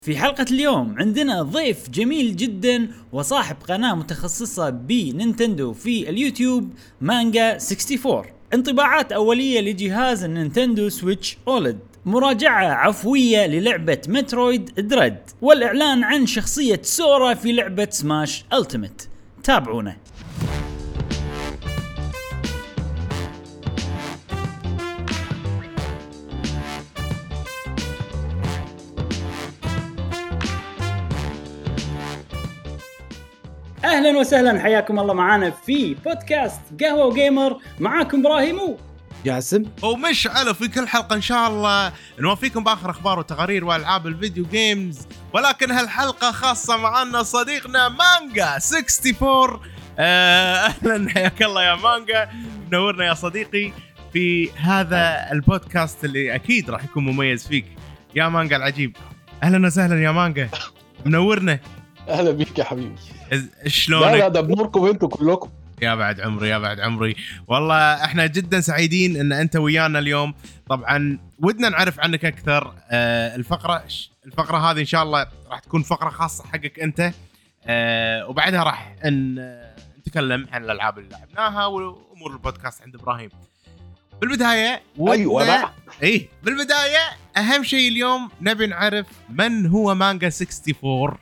في حلقة اليوم عندنا ضيف جميل جدا وصاحب قناة متخصصة بنينتندو في اليوتيوب، مانجا 64. انطباعات أولية لجهاز النينتندو سويتش أولد، مراجعة عفوية للعبة مترويد دريد، والإعلان عن شخصية سورا في لعبة سماش ألتيميت. تابعونا. اهلا وسهلا، حياكم الله معنا في بودكاست قهوة وجيمر. معاكم ابراهيم جاسم ومشعل. في كل حلقة إن شاء الله نوفيكم بآخر أخبار وتقارير وألعاب الفيديو جيمز، ولكن هالحلقة خاصة معنا صديقنا مانجا 64. أهلا، حياك الله يا مانجا، منورنا يا صديقي في هذا البودكاست اللي أكيد راح يكون مميز فيك يا مانجا العجيب. أهلا وسهلا يا مانجا، منورنا. اهلا بيك يا حبيبي. شلونك؟ لا ده بنوركم انتوا كلكم. يا بعد عمري والله احنا جدا سعيدين ان انت ويانا اليوم. طبعا ودنا نعرف عنك اكثر. الفقره هذه ان شاء الله راح تكون فقره خاصه حقك انت، وبعدها راح نتكلم عن الالعاب اللي لعبناها وامور البودكاست عند ابراهيم. بالبدايه بالبدايه اهم شيء اليوم نبي نعرف من هو مانجا 64.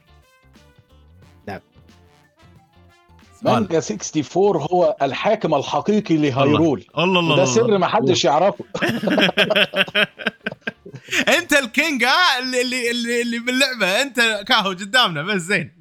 مانجا 64 هو الحاكم الحقيقي لهايرول. الله ده سر ما حدش يعرفه. انت الكينج اللي باللعبه، انت كاهو قدامنا بس. زين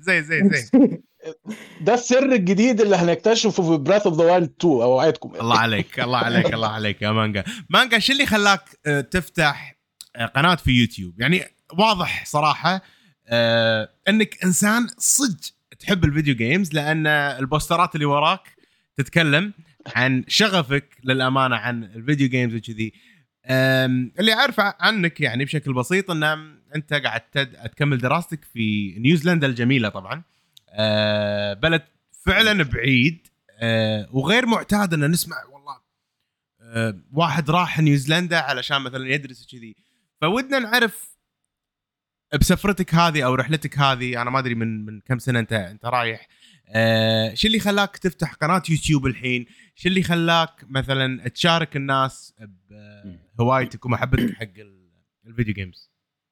ده السر الجديد اللي هنكتشفه في براث اوف ذا وايلد 2. اوعدكم. الله عليك يا مانجا. شو اللي خلاك تفتح قناه في يوتيوب؟ يعني واضح صراحه انك انسان صدق تحب الفيديو جيمز، لأن البوسترات اللي وراك تتكلم عن شغفك للأمانة عن الفيديو جيمز وكذي. اللي أعرف عنك يعني بشكل بسيط أن أنت قاعد تكمل دراستك في نيوزيلندا الجميلة، طبعا بلد فعلا بعيد وغير معتاد أن نسمع والله واحد راح نيوزيلندا علشان مثلا يدرس كذي. فودنا نعرف بسفرتك هذه او رحلتك هذه، انا ما ادري من كم سنه انت رايح، شو اللي خلاك تفتح قناه يوتيوب الحين؟ شو اللي خلاك مثلا تشارك الناس بهوايتك ومحبتك حق الفيديو جيمز؟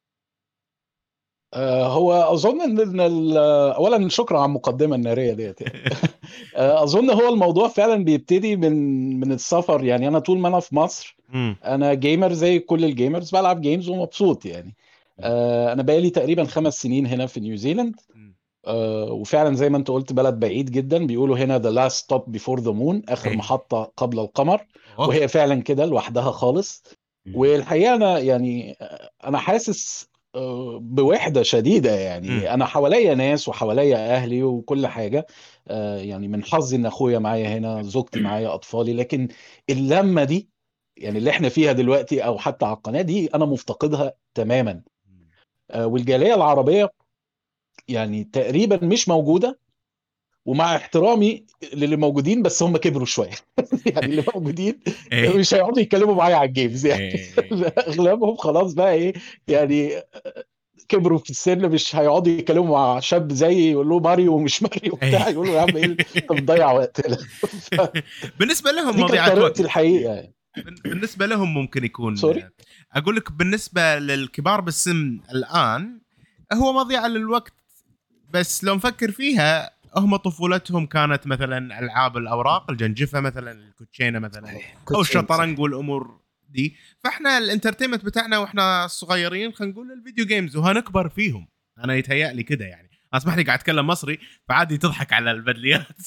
هو اظن ان اولا شكرا على المقدمه الناريه ديت. اظن هو الموضوع فعلا بيبتدي من السفر. يعني انا طول ما انا في مصر انا جيمر زي كل الجيمرز، بلعب جيمز ومبسوط يعني. انا بقالي تقريبا 5 سنين هنا في نيوزيلند. وفعلا زي ما انت قلت بلد بعيد جدا، بيقولوا هنا the last stop before the moon، اخر محطة قبل القمر. وهي فعلا كده لوحدها خالص. والحقيقة انا يعني انا حاسس بوحدة شديدة. يعني انا حواليا ناس وحواليا اهلي وكل حاجة. يعني من حظي ان اخويا معايا هنا، زوجتي معايا، اطفالي، لكن اللمة دي يعني اللي احنا فيها دلوقتي او حتى على القناة دي انا مفتقدها تماما. والجالية العربية يعني تقريبا مش موجودة. ومع احترامي للي موجودين، بس هم كبروا شوية. يعني اللي موجودين مش هيقعدوا يتكلموا معايا على الجيمز يعني. اغلبهم خلاص بقى ايه يعني، كبروا في السن، مش هيقعدوا يتكلموا مع شاب زي يقول له ماريو ومش ماريو بتاع، يقولوا يا عم ايه انت بتضيع وقتنا. بالنسبة لهم مضيعة وقت الحقيقة يعني. بالنسبة لهم ممكن يكون سوري؟ أقول لك بالنسبة للكبار بالسن الآن هو مضيعة للوقت، بس لو نفكر فيها هم طفولتهم كانت مثلا ألعاب الأوراق، الجنجفة مثلا، الكوتشينة مثلا، أو الشطرنج والأمور دي. فإحنا الانترتينمنت بتاعنا وإحنا صغيرين خلينا نقول الفيديو جيمز، وهنكبر فيهم. أنا يتهيأ لي كده يعني. أسمح لي قاعد أتكلم مصري فعادي تضحك على البدليات.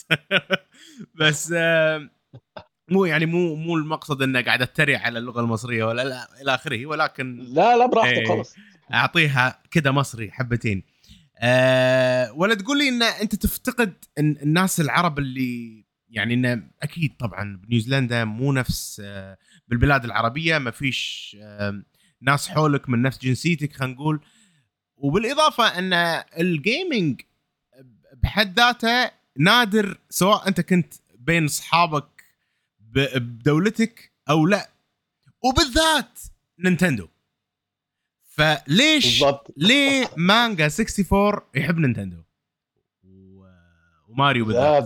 بس مو يعني مو المقصد انه قاعد اتريق على اللغه المصريه ولا لا الى اخره، ولكن لا براحتك خلاص. اعطيها كده مصري حبتين. ولا تقول لي ان انت تفتقد إن الناس العرب اللي يعني انه اكيد طبعا بنيوزيلندا مو نفس بالبلاد العربيه، ما فيش ناس حولك من نفس جنسيتك خلينا نقول. وبالاضافه ان الجيمنج بحد ذاته نادر، سواء انت كنت بين اصحابك بدولتك او لا، وبالذات نينتندو. فليش بالضبط. ليه مانجا 64 يحب نينتندو وماريو بالذات؟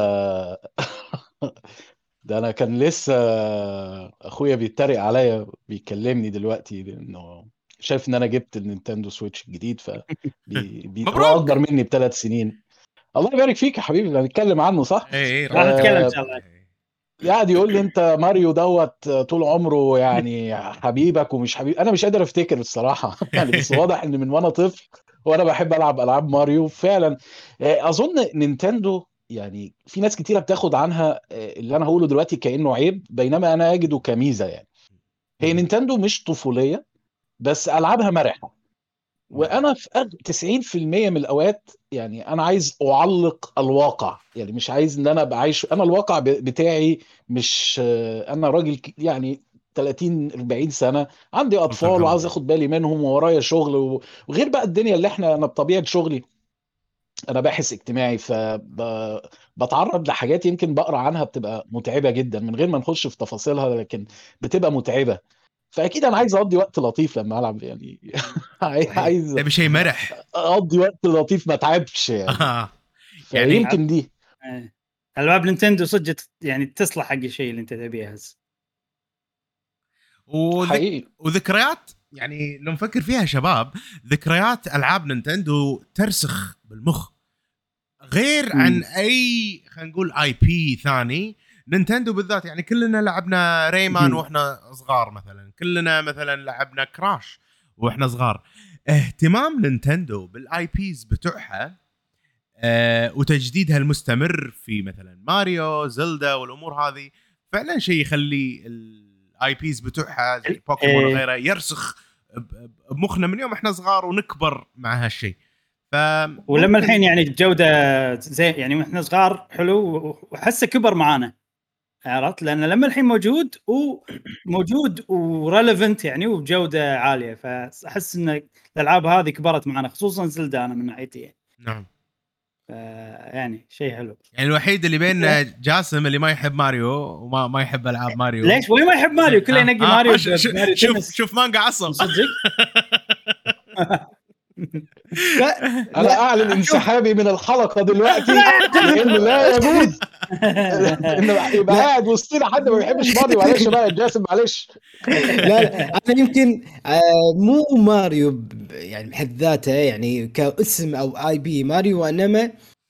ده انا كان لسه اخويا بيتريق عليا بيكلمني دلوقتي انه شايف ان انا جبت النينتندو سويتش الجديد هو مبروك. اكبر مني ب3 سنين. الله يبارك فيك يا حبيبي، هنتكلم عنه صح. اي راح نتكلم ان شاء الله. قاعد يقول لي انت ماريو دوت طول عمره يعني حبيبك ومش حبيب. انا مش قادر افتكر الصراحه يعني، بس واضح ان من وانا طفل وانا بحب العب العاب ماريو فعلا. اظن نينتندو يعني في ناس كتيره بتاخد عنها اللي انا هقوله دلوقتي كانه عيب، بينما انا اجده كميزه يعني. هي نينتندو مش طفوليه، بس العابها مرحه. وانا في 90% من الاوقات يعني انا عايز اعلق الواقع، يعني مش عايز ان انا ابقى عايش انا الواقع بتاعي. مش انا راجل يعني 30 40 سنه عندي اطفال وعاوز اخد بالي منهم وورايا شغل وغير بقى الدنيا اللي انا بطبيعه شغلي انا باحث اجتماعي، فبتعرض لحاجات يمكن بقرا عنها بتبقى متعبه جدا من غير ما نخش في تفاصيلها، لكن بتبقى متعبه. فاكيد انا عايز اقضي وقت لطيف لما العب يعني. عايز تبي شيء مرح. اقضي وقت لطيف ما اتعبش يعني. يعني فيمكن دي العاب نينتندو صدق يعني تصلح حق الشيء اللي انت تبيه هسه. حقيقي. وذكريات يعني لو نفكر فيها شباب، ذكريات العاب نينتندو ترسخ بالمخ غير عن اي خلينا نقول اي بي ثاني. نينتندو بالذات يعني كلنا لعبنا ريمان واحنا صغار مثلا، كلنا مثلا لعبنا كراش واحنا صغار. اهتمام نينتندو بالاي بيز بتوعها وتجديدها المستمر في مثلا ماريو زلدا والامور هذه فعلا شيء يخلي الاي بيز بتوعها زي بوكيمون وغيره يرسخ بمخنا من يوم احنا صغار ونكبر مع هالشيء. ولما الحين يعني الجوده زي يعني واحنا صغار حلو وحسه كبر معانا، عرفت؟ لان لما الحين موجود وريليفنت يعني وبجوده عاليه، فاحس ان الالعاب هذه كبرت معنا خصوصا زلدا انا من ناحيتي يعني. نعم. يعني شيء حلو. يعني الوحيد اللي بيننا جاسم اللي ما يحب ماريو وما يحب العاب ماريو. ليش وين ما يحب ماريو؟ كله ينقي ماريو. شوف مانجا عصب صدق. انا اعلن انسحابي من الحلقه دلوقتي لان لا يجوز انه يبقى قاعد وسطنا حد ما بيحبش ماريو. معلش بقى يا جاسم معلش. لا انا يمكن مو ماريو يعني بحد ذاته يعني كاسم او اي بي ماريو، وانما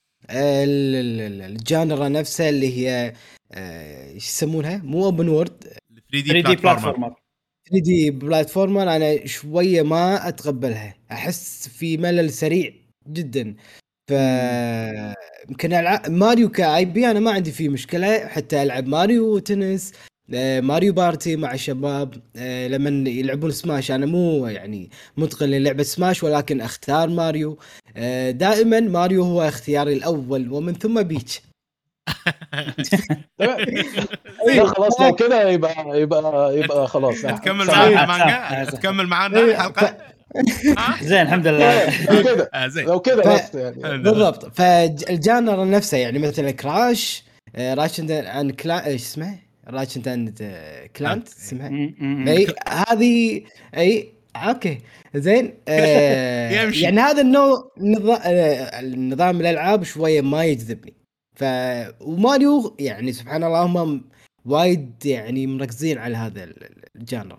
الجانرا نفسها اللي هي ايش يسمونها، مو اوبن وورد، 3D بلاتفورمر. 3D بلاتفورمر انا شويه ما اتقبلها، احس في ملل سريع جدا. ف يمكن ماريو كاي بي انا ما عندي فيه مشكله، حتى العب ماريو تنس، ماريو بارتي مع الشباب لما يلعبون سماش. انا مو يعني متقن للعبه سماش، ولكن اختار ماريو. دائما ماريو هو اختياري الاول ومن ثم بيتش. لا خلاص لو كده يبقى خلاص تكمل معنا مانجا، تكمل معنا الحلقه. زين الحمد لله. لو كده بس يعني بالضبط. فالجانر نفسه يعني مثلا كراش، راشند اند كلا ايش اسمه، راشند اند كلانت اسمها اي هذه اي اوكي زين. يعني هذا النوع النظام الالعاب شويه ما يجذبني. وماريو يعني سبحان الله هم وايد يعني مركزين على هذا الجانرا.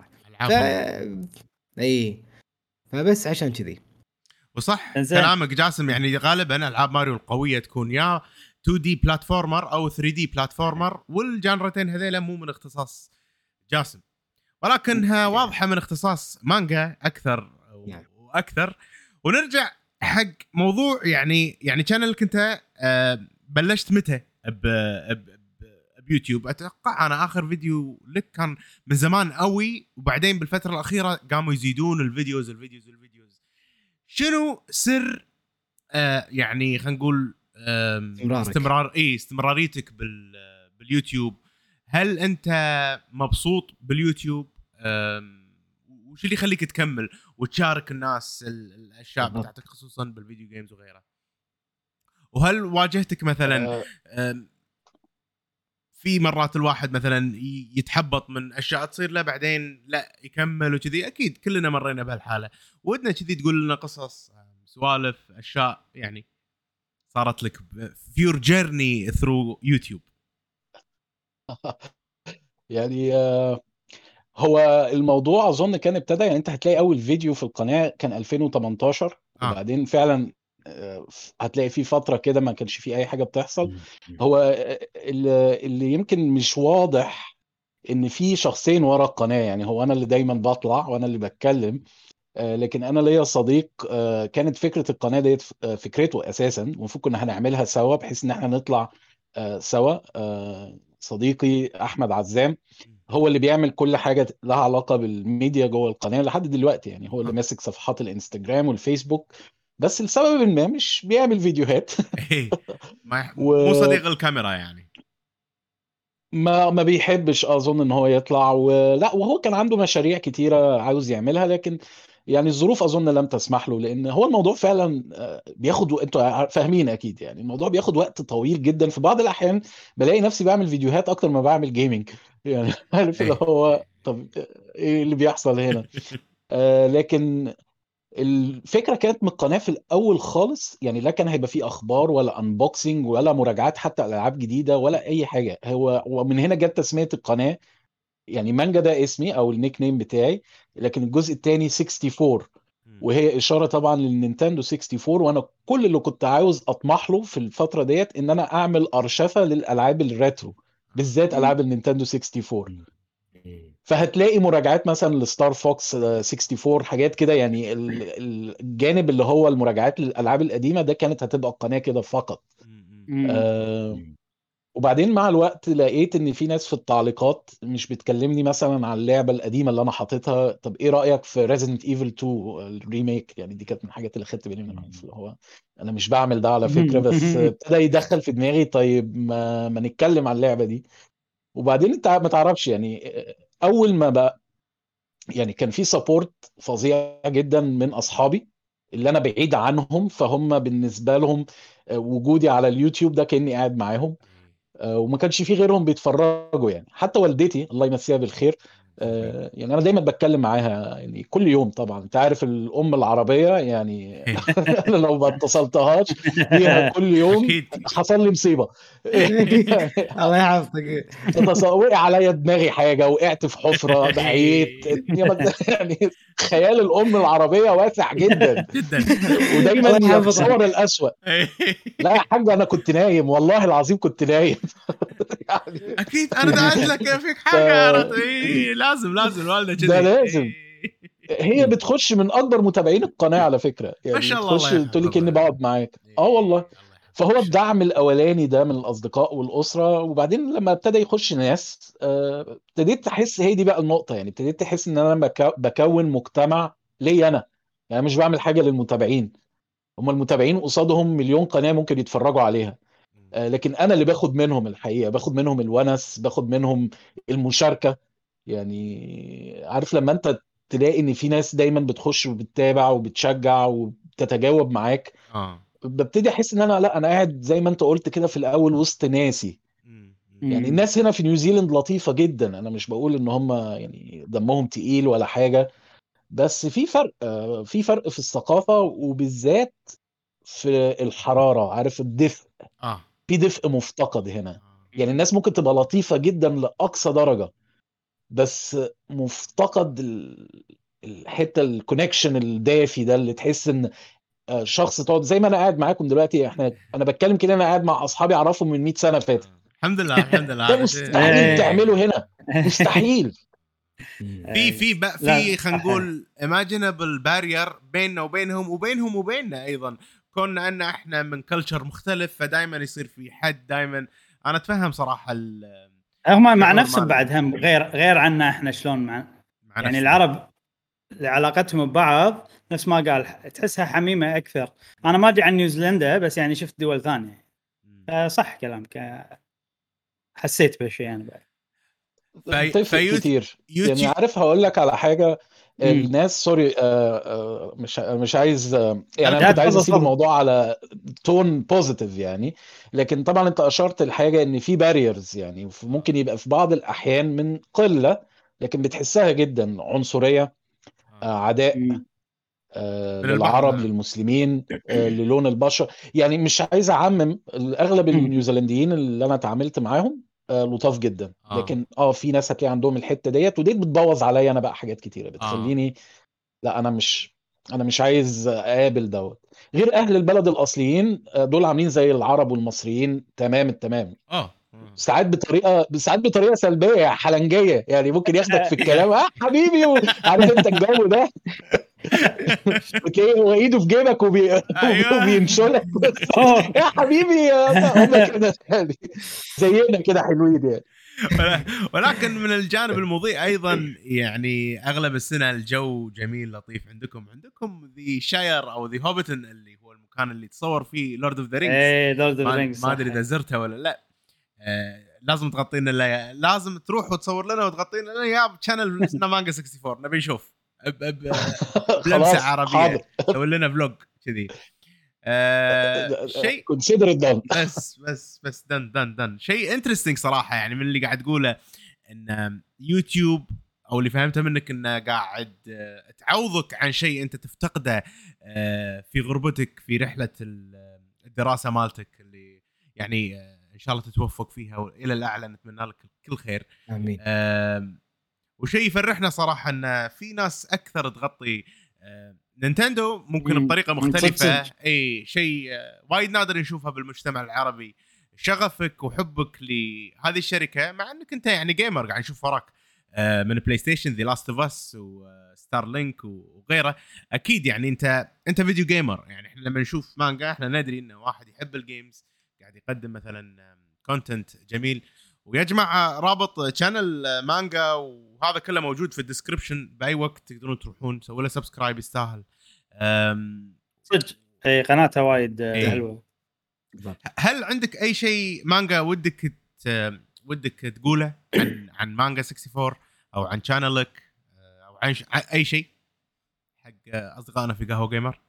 اي فبس عشان كذي. وصح كلامك جاسم، يعني غالبا العاب ماريو القويه تكون يا 2D بلاتفورمر او 3D بلاتفورمر، والجانرتين هذيلا مو من اختصاص جاسم، ولكنها واضحه من اختصاص مانجا اكثر واكثر. ونرجع حق موضوع يعني شانلك انت بلشت متى بيوتيوب؟ اتوقع انا اخر فيديو لك كان من زمان قوي، وبعدين بالفتره الاخيره قاموا يزيدون الفيديوز. شنو سر يعني خلينا نقول استمراريتك باليوتيوب؟ هل انت مبسوط باليوتيوب؟ وش اللي يخليك تكمل وتشارك الناس الاشياء بتاعتك خصوصا بالفيديو جيمز وغيرها؟ وهل واجهتك مثلا في مرات الواحد مثلا يتحبط من اشياء تصير له بعدين لا يكمل وكذي. اكيد كلنا مرينا بهالحاله. ودنا كذي تقول لنا قصص سوالف اشياء يعني صارت لك في your journey through يوتيوب. يعني هو الموضوع اظن كان ابتدى، يعني انت هتلاقي اول فيديو في القناه كان 2018 وبعدين فعلا هتلاقي في فتره كده ما كانش في اي حاجه بتحصل. هو اللي يمكن مش واضح ان في شخصين ورا القناه، يعني هو انا اللي دايما بطلع وانا اللي بتكلم، لكن انا ليا صديق كانت فكره القناه ديت فكرته اساسا المفروض كنا هنعملها سوا بحيث ان احنا نطلع سوا. صديقي احمد عزام هو اللي بيعمل كل حاجه لها علاقه بالميديا جوه القناه لحد دلوقتي، يعني هو اللي ماسك صفحات الانستجرام والفيسبوك، بس لسبب ما مش بيعمل فيديوهات. مو صديق الكاميرا يعني، ما بيحبش اظن ان هو يطلع لا، وهو كان عنده مشاريع كتيره عاوز يعملها، لكن يعني الظروف اظن لم تسمح له، لان هو الموضوع فعلا بياخد انتوا فاهمين اكيد، يعني الموضوع بياخد وقت طويل جدا. في بعض الاحيان بلاقي نفسي بعمل فيديوهات اكتر ما بعمل جيمنج، يعني عارف اللي هو طب ايه اللي بيحصل هنا. لكن الفكره كانت من القناه في الاول خالص، يعني لا كان هيبقى فيه اخبار ولا انبوكسنج ولا مراجعات حتى الالعاب جديده ولا اي حاجه. هو ومن هنا جت تسميه القناه، يعني مانجا ده اسمي او النيك نيم بتاعي، لكن الجزء الثاني 64 وهي اشاره طبعا للنينتندو 64. وانا كل اللي كنت عاوز اطمح له في الفتره ديت ان انا اعمل ارشفه للالعاب الريترو، بالذات العاب النينتندو 64. فهتلاقي مراجعات مثلا لستار فوكس 64 حاجات كده، يعني الجانب اللي هو المراجعات للالعاب القديمه ده كانت هتبقى القناه كده فقط. وبعدين مع الوقت لقيت ان في ناس في التعليقات مش بتكلمني مثلا عن اللعبه القديمه اللي انا حاططها، طب ايه رايك في ريزيدنت ايفل 2 الريميك؟ يعني دي كانت من الحاجات اللي خدت بالي منها، اللي هو انا مش بعمل ده على فكره، بس ابتدى يدخل في دماغي طيب ما نتكلم عن اللعبه دي. وبعدين انت ما تعرفش يعني اول ما بقى يعني كان في سبورت فظيع جدا من اصحابي اللي انا بعيد عنهم، فهم بالنسبه لهم وجودي على اليوتيوب ده كاني قاعد معاهم، وما كانش في غيرهم بيتفرجوا. يعني حتى والدتي الله يمسيها بالخير يعني انا دايما بتكلم معاها يعني كل يوم. طبعا انت عارف الام العربيه يعني انا لو ما اتصلتهاش بيها كل يوم حصل لي مصيبه. الله يحفظك. وقع عليا دماغي حاجه، وقعت في حفره، بعيت يعني خيال الام العربيه واسع جدا جدا ودايما يتصور الأسوأ. لا يا حاج انا كنت نايم والله العظيم كنت نايم. يعني اكيد انا دعيت لك فيك حاجه لازم الوالده كذي ده لازم. هي بتخش من اكبر متابعين القناه على فكره، يعني ما شاء الله تخش تقول لي كاني بقعد معاك. والله. فهو الدعم الاولاني ده من الاصدقاء والاسره، وبعدين لما ابتدى يخش ناس ابتديت تحس هي دي بقى النقطه، يعني ابتديت تحس ان انا بكون مجتمع ليا انا، يعني مش بعمل حاجه للمتابعين. هم المتابعين قصادهم مليون قناه ممكن يتفرجوا عليها، لكن انا اللي باخد منهم الحقيقه، باخد منهم الونس، باخد منهم المشاركه. يعني عارف لما انت تلاقي ان في ناس دايما بتخش وبتتابع وبتشجع وبتتجاوب معاك، ببتدي احس ان انا لا، انا قاعد زي ما انت قلت كده في الاول وسط ناسي. يعني الناس هنا في نيوزيلاند لطيفة جدا، انا مش بقول ان هم يعني دمهم تقيل ولا حاجة، بس في فرق في الثقافة، وبالذات في الحرارة، عارف الدفء. في دفء مفتقد هنا. يعني الناس ممكن تبقى لطيفة جدا لأقصى درجة، بس مفتقد الحتة الكونكشن الدافي ده، اللي تحس ان شخص تقعد زي ما انا قاعد معاكم دلوقتي، انا بتكلم كده، انا قاعد مع اصحابي اعرفهم من 100 سنة فاتت. الحمد لله ده مستحيل تعمله هنا، مستحيل. في خلينا نقول imaginable barrier بيننا وبينهم وبيننا ايضا، كنا ان احنا من كلتشر مختلف، فدايما يصير في حد دايما. انا اتفهم صراحه هم مع نفسهم بعد هم غير عنا احنا شلون مع يعني العرب علاقتهم ببعض نفس ما قال، تحسها حميمه اكثر. انا ما ادري عن نيوزيلندا، بس يعني شفت دول ثانيه. صح كلامك، حسيت بشيء يعني بعد تفرق كتير. يعني عارف هقول لك على حاجه، الناس سوري مش عايز يعني انا كنت عايز اسيب الموضوع على تون بوزيتيف يعني. لكن طبعا انت اشرت الحاجه ان في باريرز، يعني ممكن يبقى في بعض الاحيان من قله، لكن بتحسها جدا عنصريه، عداء من البحر للعرب، للمسلمين، للون البشر. يعني مش عايز اعمم، اغلب النيوزيلنديين اللي انا اتعاملت معاهم لطاف جدا، لكن في ناس هتلاقي عندهم الحته ديت، ودي بتبوظ عليا انا بقى حاجات كتيره، بتخليني لا انا مش عايز اقابل دوت. غير اهل البلد الاصليين دول عاملين زي العرب والمصريين تمام التمام. ساعات بطريقه سلبيه حلنجيه، يعني ممكن ياخدك في الكلام حبيبي عارف انت الجو ده. بتلاقيه هو ايده في جيبك وبينشلك يا حبيبي هم كده يعني، زينا كده حلوين يعني. ولكن من الجانب المضيء ايضا يعني اغلب السنه الجو جميل لطيف. عندكم ذي شاير او ذي هوبتن اللي هو المكان اللي تصور فيه لورد اوف ذا رينجز. ما ادري اذا زرته ولا لا. لازم تغطي لنا، لازم تروح وتصور لنا وتغطي لنا يا شانل مانجا 64 نبي نشوف بلمسه عربيه. سوي لنا فلوج كذي. شيء كونسيدر دان. بس دن شيء انترستينج صراحه، يعني من اللي قاعد تقوله ان يوتيوب او اللي فهمته منك انه قاعد تعوضك عن شيء انت تفتقده في غربتك في رحله الدراسه مالتك، اللي يعني ان شاء الله تتوفق فيها والى الاعلى. نتمنى لك كل خير. امين. وشيء يفرحنا صراحه ان في ناس اكثر تغطي نينتندو ممكن بطريقه مختلفه. اي شيء وايد نادر نشوفها بالمجتمع العربي. شغفك وحبك لهذه الشركه، مع انك انت يعني جيمر قاعد نشوف وراك من بلاي ستيشن ذا لاست اوف اس وستار لينك وغيره. اكيد يعني انت فيديو جيمر. يعني احنا لما نشوف مانجا احنا ندري انه واحد يحب الجيمز قاعد يقدم مثلا كونتنت جميل. ويا جماعه رابط شانل مانجا وهذا كله موجود في الديسكربشن، باي وقت تقدرون تروحون سووا له سبسكرايب يستاهل. صدق قناتها وايد حلوه. هل عندك اي شيء مانجا ودك تقوله عن مانجا 64 او عن شانلك او عن اي شيء حق اصدقائنا في قهوه جيمر؟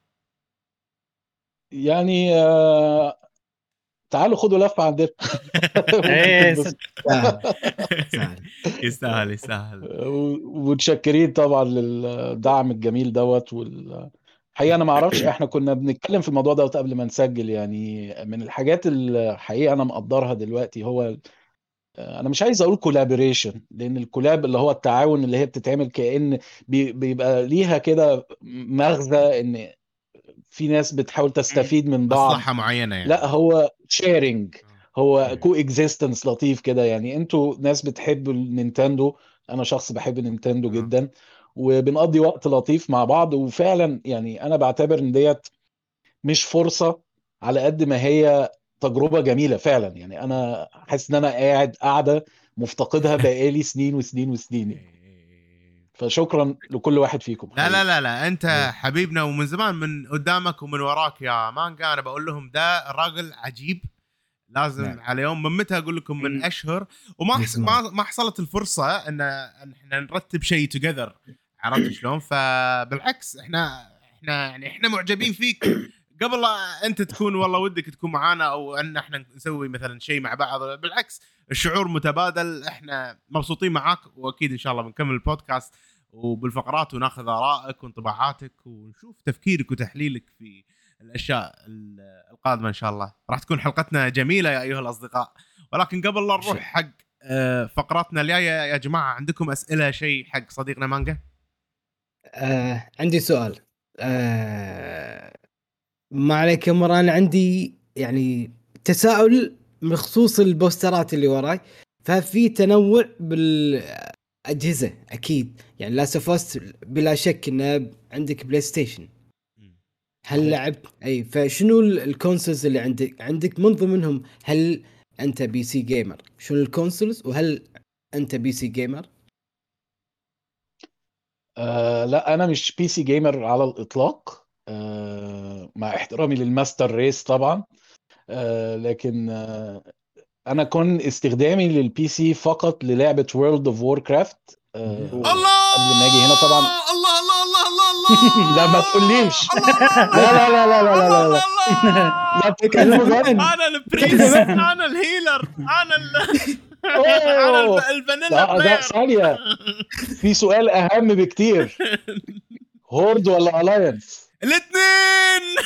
يعني تعالوا خدوا لفه عندنا. يستاهل. ومتشكرين طبعا للدعم الجميل دوت. الحقيقه انا ما اعرفش، احنا كنا بنتكلم في الموضوع دوت قبل ما نسجل. يعني من الحاجات الحقيقه انا مقدرها دلوقتي هو انا مش عايز اقول كولابوريشن، لان الكولاب اللي هو التعاون اللي هي بتتعمل كأن بيبقى ليها كده مغزى ان في ناس بتحاول تستفيد من بعض، مصلحه معينه يعني. لا هو شيرنج، هو كو اكزيستنس لطيف كده. يعني انتوا ناس بتحبوا النينتندو، انا شخص بحب النينتندو جدا، وبنقضي وقت لطيف مع بعض. وفعلا يعني انا بعتبر ان ديت مش فرصة على قد ما هي تجربة جميلة فعلا. يعني انا حاسس ان انا قاعدة مفتقدها بقالي سنين وسنين وسنين. فشكرا لكل واحد فيكم. لا انت حبيبنا ومن زمان من قدامك ومن وراك يا مانجا. انا بقول لهم ده الراجل عجيب، لازم على يوم من متى اقول لكم من اشهر وما حصلت الفرصه ان احنا نرتب شيء توجذر. عرفت شلون؟ فبالعكس احنا معجبين فيك قبل انت تكون والله ودك تكون معانا او ان احنا نسوي مثلا شيء مع بعض. بالعكس الشعور متبادل، احنا مبسوطين معاك. واكيد ان شاء الله بنكمل البودكاست وبالفقرات وناخذ آرائك وانطباعاتك ونشوف تفكيرك وتحليلك في الأشياء القادمة. إن شاء الله راح تكون حلقتنا جميلة يا أيها الأصدقاء. ولكن قبل لا نروح حق فقراتنا الجاية يا جماعة، عندكم أسئلة شيء حق صديقنا مانجا؟ عندي سؤال. ما عليك مرة، أنا عندي يعني تساؤل بخصوص البوسترات اللي وراي. ففي تنوع بالأجهزة أكيد، يعني لا سفوست بلا شك إنه عندك بلاي ستيشن. هل لعبت أي فشنو الكونسولز اللي عندك من ضمنهم؟ هل أنت بي سي جيمر؟ شنو الكونسولز وهل أنت بي سي جيمر؟ لا أنا مش بي سي جيمر على الإطلاق، مع احترامي للماستر ريس طبعا. لكن انا كون استخدامي للبي سي فقط للعبه وورلد اوف وور كرافت. الله قبل ما اجي هنا طبعا الله لا ما تقوليش. لا لا لا لا لا لا لا لا بتتكلموا جد. انا البريست، انا الهيلر، انا الفانيلا لا ده ثانية، في سؤال أهم بكتير، هورد ولا ألاينس؟ الاثنين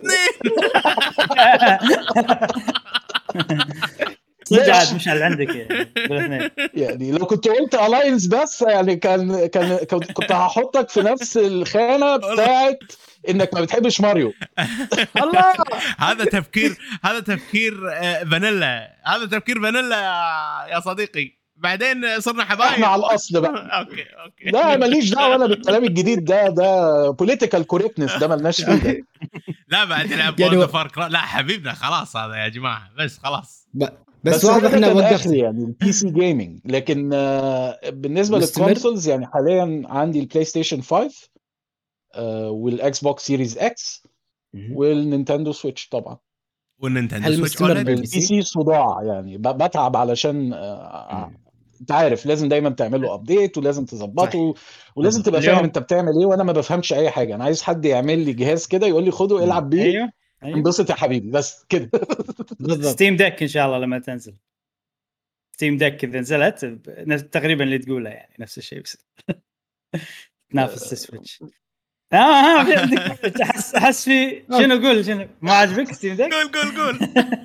صدق عاد مش اللي عندك يعني بالاثنين. يعني لو كنت قلت ألاينس بس يعني كنت هحطك في نفس الخانة بتاعت إنك ما بتحبش ماريو. الله هذا تفكير فانيلا، هذا تفكير فانيلا يا صديقي. بعدين صرنا حبايب. احنا على الأصل بقى. اوكي لا ماليش دعوة أنا بالكلام الجديد ده بوليتيكال كوريكتنس ده ملناش فيه ده. لا بعد يلعب يعني وورد اوف لا حبيبنا خلاص هذا يا جماعه، بس خلاص. بس واضح احنا انه وقفت اخري يعني البي سي جيمنج. لكن بالنسبه مستمر؟ للكونسولز يعني حاليا عندي البلاي ستيشن 5 والاكس بوكس سيريز اكس والنينتندو سويتش طبعا. والنينتندو هل سويتش مستمر اولد. بالبي البي سي؟ سي صداع يعني بتعب علشان انت عارف لازم دايما تعمل له ابديت ولازم تظبطه ولازم تبقى اليوم. فاهم انت بتعمل ايه، وانا ما بفهمش اي حاجه. انا عايز حد يعمل لي جهاز كده يقول لي خده العب بيه ايوه انبسط يا حبيبي بس كده. بالضبط. ستيم ديك ان شاء الله لما تنزل ستيم ديك اذا نزلت تقريبا اللي تقوله يعني نفس الشيء بس تنافس السويتش. في عندك احس في شنو ما عجبك ستيم ديك؟ قول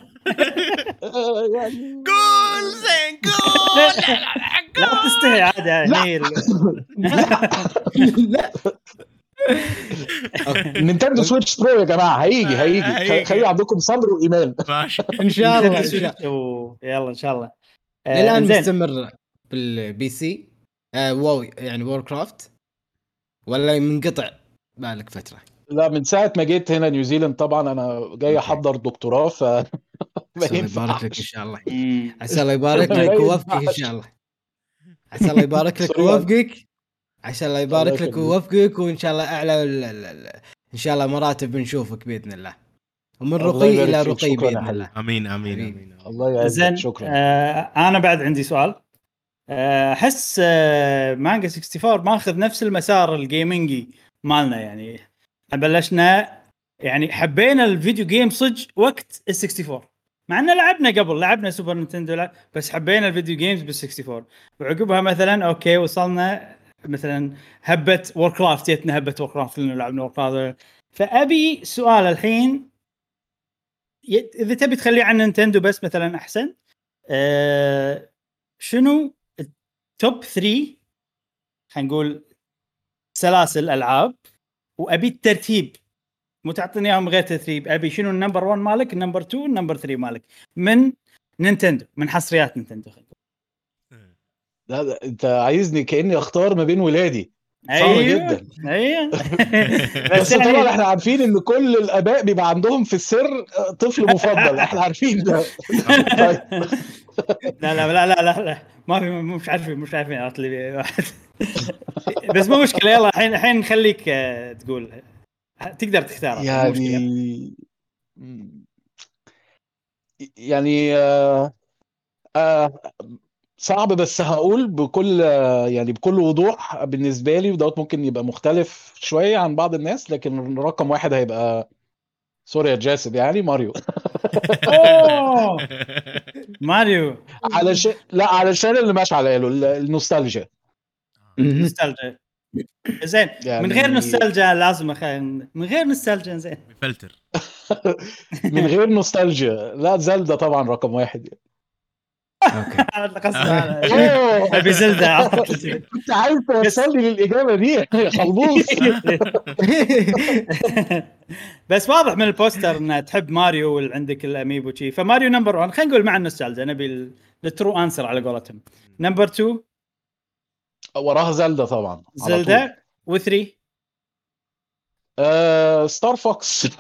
يعني قول زين قول. لا تستحي عادي يعني لا نينتندو سويتش برو يا جماعه هيجي خلي عندكم صبر وايمان. ماشي ان شاء الله. إن شاء الله. يلا ان شاء الله. الان زين. مستمر بالبي سي واو يعني وور كرافت ولا منقطع بالك فتره؟ لا من ساعه ما جيت هنا نيوزيلاند طبعا انا جاي احضر دكتوراه ف ما الله يبارك لك ان ينفعش. شاء الله. عسى الله يبارك ما لك ويوفقك ان ينفعش. شاء الله. عسى الله يبارك لك سوري. ويوفقك. عسى الله الله يبارك لك يخليك. ويوفقك وان شاء الله اعلى ان شاء الله مراتب بنشوفك باذن الله ومن الله رقي يبارك الى فيك. رقي شكراً يا باذن حبيبي. الله. امين حبيبي. الله يعزك. زين. شكرا. انا بعد عندي سؤال. احس مانجا 64 ماخذ نفس المسار الجيمنجي مالنا يعني. بلشنا يعني حبينا الفيديو جيم صج وقت ال64 مع ان لعبنا سوبر نينتندو بس حبينا الفيديو جيمز بال64 وعقبها مثلا اوكي وصلنا مثلا هبه ووركرافت جتنا هبه ووركرافت لانه لعبنا ووركرافت. فابي سؤال الحين اذا تبي تخليه عن نينتندو بس مثلا احسن. شنو التوب 3 خلينا نقول سلاسل العاب وابي الترتيب مو تعطيني اياهم غير ترتيب. ابي شنو النمبر 1 مالك النمبر 2 النمبر 3 مالك من نينتندو من حصريات نينتندو. لا انت عايزني كاني اختار ما بين ولادي. صعب جدا. ايوه بس طبعا احنا عارفين ان كل الاباء بيبقى عندهم في السر طفل مفضل. احنا عارفين ده. طيب. لا ما في مش عارفين اطلع واحد. بس مو مشكله. يلا الحين نخليك تقول تقدر تختار يعني صعب بس هقول بكل وضوح بالنسبه لي ودوت ممكن يبقى مختلف شويه عن بعض الناس لكن رقم واحد هيبقى سوري يا جاسد يعني ماريو. ماريو علشان اللي ماشي على النوستالجيا. زين يعني من غير نوستالجيا لازم من غير نوستالجيا زين فلتر. من غير نوستالجيا لا زلدة طبعا رقم واحد يعني. اوكي ابي زلدة. كنت عايز توصلني للاجابه دي يا خلبوص. بس واضح من البوستر ان تحب ماريو وعندك الاميبو شي فماريو نمبر 1. خلينا نقول مع النوستالجيا نبي الترو انسر على قولتهم. نمبر 2 وراها زلدة طبعا. زلدة و3 ستار فوكس.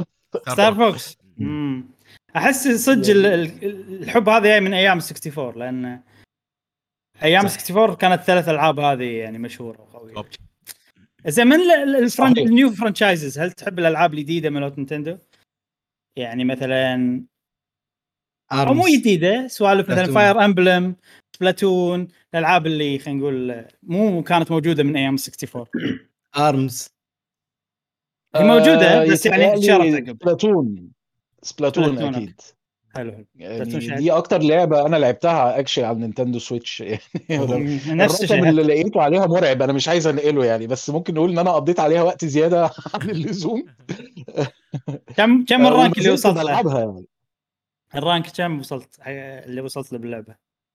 احس صدق الحب هذا جاي من ايام 64 لان ايام 64 كانت 3 العاب هذه يعني مشهوره وقويه. اذا من النيو فرانشايزز هل تحب الالعاب الجديده مالت نينتندو يعني مثلا او مو جديده سوالف مثلا فاير امبلم سبلاتون الالعاب اللي خلينا نقول مو كانت موجوده من ايام 64. ارمز هي موجوده بس يعني يتهيألي انتشرت عقب. سبلاتون سبلاتون اكيد. حلو. يعني دي اكتر لعبه انا لعبتها اكشلي على النينتندو سويتش يعني. نفس الرقم الشيء. اللي لقيته عليها مرعب، انا مش عايز انقله يعني، بس ممكن نقول ان انا قضيت عليها وقت زياده عن اللزوم. كم الرانك وما اللي زلت وصلت له؟ بلعبها يعني. الرانك كم وصلت اللي وصلت له باللعبه؟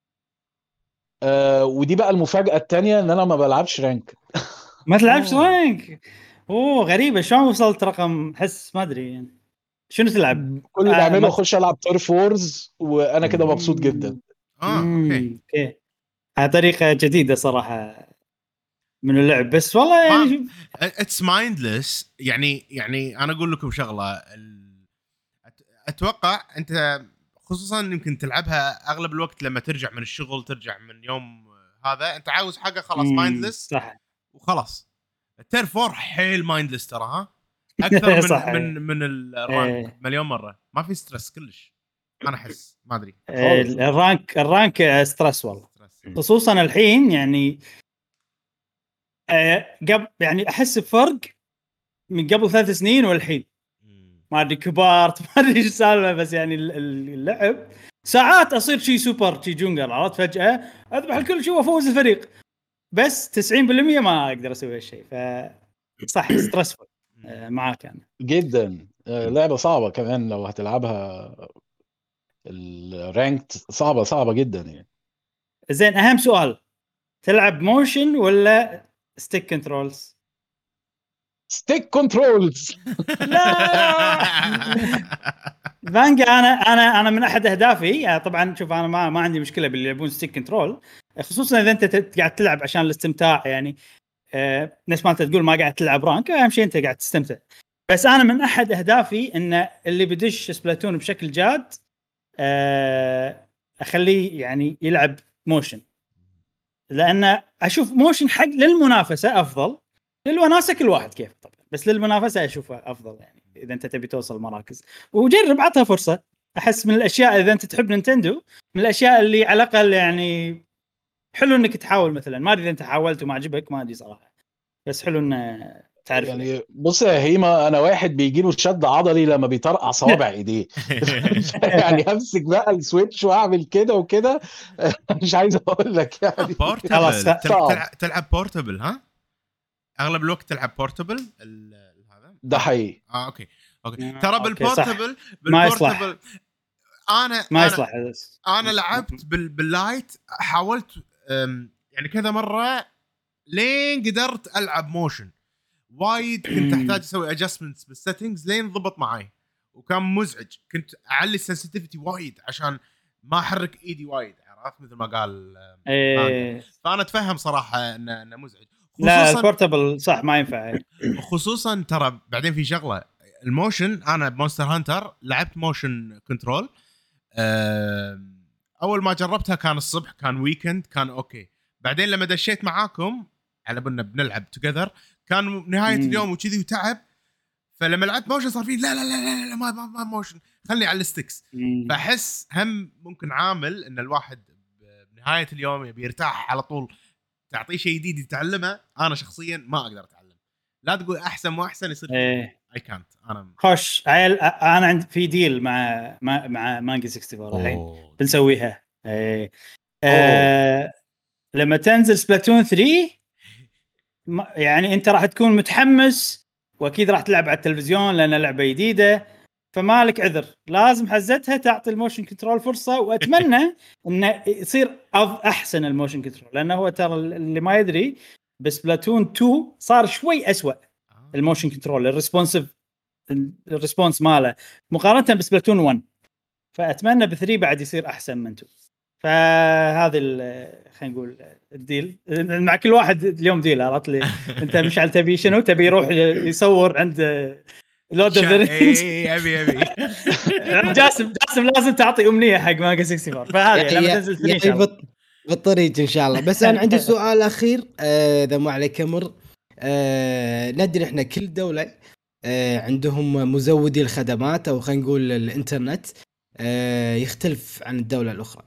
ودي بقى المفاجاه التانية، ان انا ما بلعبش رانك. ما تلعبش رانك؟ اوه غريبه، شلون وصلت رقم؟ حس ما ادري يعني شنو تلعب. كل اللي ما بعمله اخش العب تيرف وورز وانا كده مبسوط جدا. اوكي. اوكي. هذه طريقه جديده صراحه من اللعب، بس والله ما يعني اتس مايندلس. يعني انا اقول لكم شغله، اتوقع انت خصوصا يمكن تلعبها اغلب الوقت لما ترجع من الشغل، ترجع من يوم هذا، انت عاوز حاجه خلاص مايندلس صح. وخلاص. التيرفور حيل مايندلس ترى، ها اكثر صح. من الرانك مليون مره. ما في ستريس كلش، انا احس ما ادري خالص. الرانك ستريس والله، خصوصا الحين يعني. قبل يعني احس بفرق من قبل 3 سنين والحين. ما ادري كبرت ما ادري ايش السالفه، بس يعني اللعب ساعات اصير شيء سوبر شي جونجر، عرفت؟ فجاه اذبح الكل شو وافوز الفريق، بس 90% ما اقدر اسوي هالشيء. ف صح ستريسفul معاك انا جدا. لعبه صعبه كمان لو هتلعبها الرانكت، صعبه جدا يعني. زين اهم سؤال، تلعب موشن ولا ستيك كنترولز؟ ستيك كنترولز. لا فانجا انا من احد اهدافي يعني، طبعا شوف انا ما عندي مشكله باللي يلعبون ستيك كنترول، خصوصا اذا انت قاعد تلعب عشان الاستمتاع يعني. نفس ما انت تقول ما قاعد تلعب رانك، اهم شيء انت قاعد تستمتع. بس انا من احد اهدافي ان اللي بدش سبلاتون بشكل جاد اخليه يعني يلعب موشن، لان اشوف موشن حق للمنافسه افضل، للوناسه كل واحد كيف طبعا، بس للمنافسه اشوفها افضل يعني. اذا انت تبي توصل مراكز وجرب عطها فرصه، احس من الاشياء اذا انت تحب نينتندو من الاشياء اللي على الاقل يعني حلو انك تحاول. مثلا ما ادري اذا انت حاولت وما عجبك، ما ادري صراحه، بس حلو ان تعرف يعني بص يا هيما، انا واحد بيجيله شد عضلي لما بيطرقع صوابع ايديه. يعني همسك بقى السويتش واعمل كده وكده. مش عايز اقول لك يعني. خلاص بورتبل. تلعب بورتبل ها؟ اغلب الوقت تلعب بورتبل هذا ده حقيقي. اوكي ترى بالبورتبل ما يصلح. ما يصلح. انا لعبت باللايت، حاولت يعني كذا مره لين قدرت العب موشن. وايد كنت احتاج اسوي ادجستمنتس بالسيتنجز لين ضبط معي، وكان مزعج. كنت اعلي السنسيتيفيتي وايد عشان ما احرك ايدي وايد، عرفت مثل ما قال فانا اتفهم صراحه انه مزعج. لا البورتبل صح ما ينفع. خصوصا ترى بعدين في شغله الموشن، انا بمونستر هانتر لعبت موشن كنترول. اول ما جربتها كان الصبح، كان ويكند، كان اوكي. بعدين لما دشيت معاكم على بنا بنلعب توجذر، كان نهايه اليوم وكذي وتعب، فلما لعبت موشن صار فيه لا لا لا لا, لا ما موشن، خلني على الستكس. فاحس هم ممكن عامل ان الواحد بنهايه اليوم يبي يرتاح على طول، تعطيه شيء جديد يتعلمه. انا شخصيا ما اقدر اتعلم، لا تقول احسن واحسن يصير اي كانت. انا خوش عيل، انا عندي في ديل مع مانجا 64 الحين بنسويها. لما تنزل سبلاتون 3 يعني انت راح تكون متحمس، واكيد راح تلعب على التلفزيون لان لعبه جديده، فمالك عذر، لازم حزتها تعطي الموشن كنترول فرصه. واتمنى انه يصير احسن الموشن كنترول، لانه هو ترى اللي ما يدري بسبلاتون 2 صار شوي أسوأ الموشن كنترول، الريسبونس ماله مقارنه بسبلاتون 1. فاتمنى ب3 بعد يصير احسن من 2. فهذا خلينا نقول الديل مع كل واحد اليوم ديل، عرفت لي انت مشعل تبي شنو؟ تبي يروح يصور عند لود اوف ذا رينجز. ابي جاسم لازم تعطي امنيه حق مانجا 64. فهذه لما تنزل 3 ان شاء الله بالطريق ان شاء الله. بس انا عندي سؤال اخير اذا ما عليك امر. ندري احنا كل دوله عندهم مزودي الخدمات، او خلينا نقول الانترنت يختلف عن الدوله الاخرى،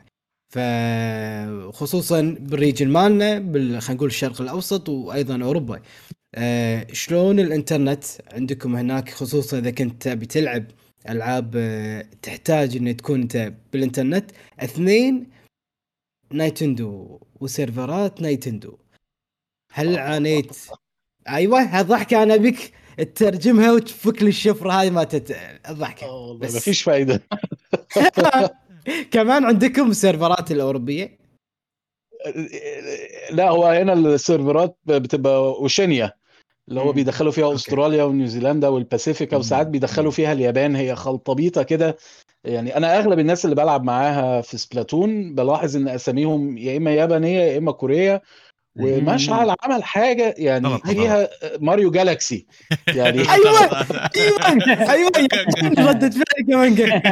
فخصوصا بالريجن مالنا خلينا نقول الشرق الاوسط وايضا اوروبا. شلون الانترنت عندكم هناك، خصوصا اذا كنت بتلعب العاب تحتاج ان تكون انت بالانترنت. 2 نايتندو وسيرفرات نايتندو، هل عانيت؟ ايوه هالضحكه انا بك تترجمها وتفك لي الشفره هاي ما الضحكه بس مفيش فايده. كمان عندكم السيرفرات الاوروبيه؟ لا، هو هنا السيرفرات بتبقى اوشينيا، اللي هو بيدخلوا فيها استراليا ونيوزيلندا والباسيفيكا، وساعات بيدخلوا فيها اليابان. هي خلطبيطه كده. يعني انا اغلب الناس اللي بلعب معاها في سبلاتون بلاحظ ان اساميهم يا اما يابانيه يا اما كوريه. ومشعل عمل حاجه يعني غلط. فيها ماريو جالاكسي يعني. ايوه ايوه ردت فعلي كمان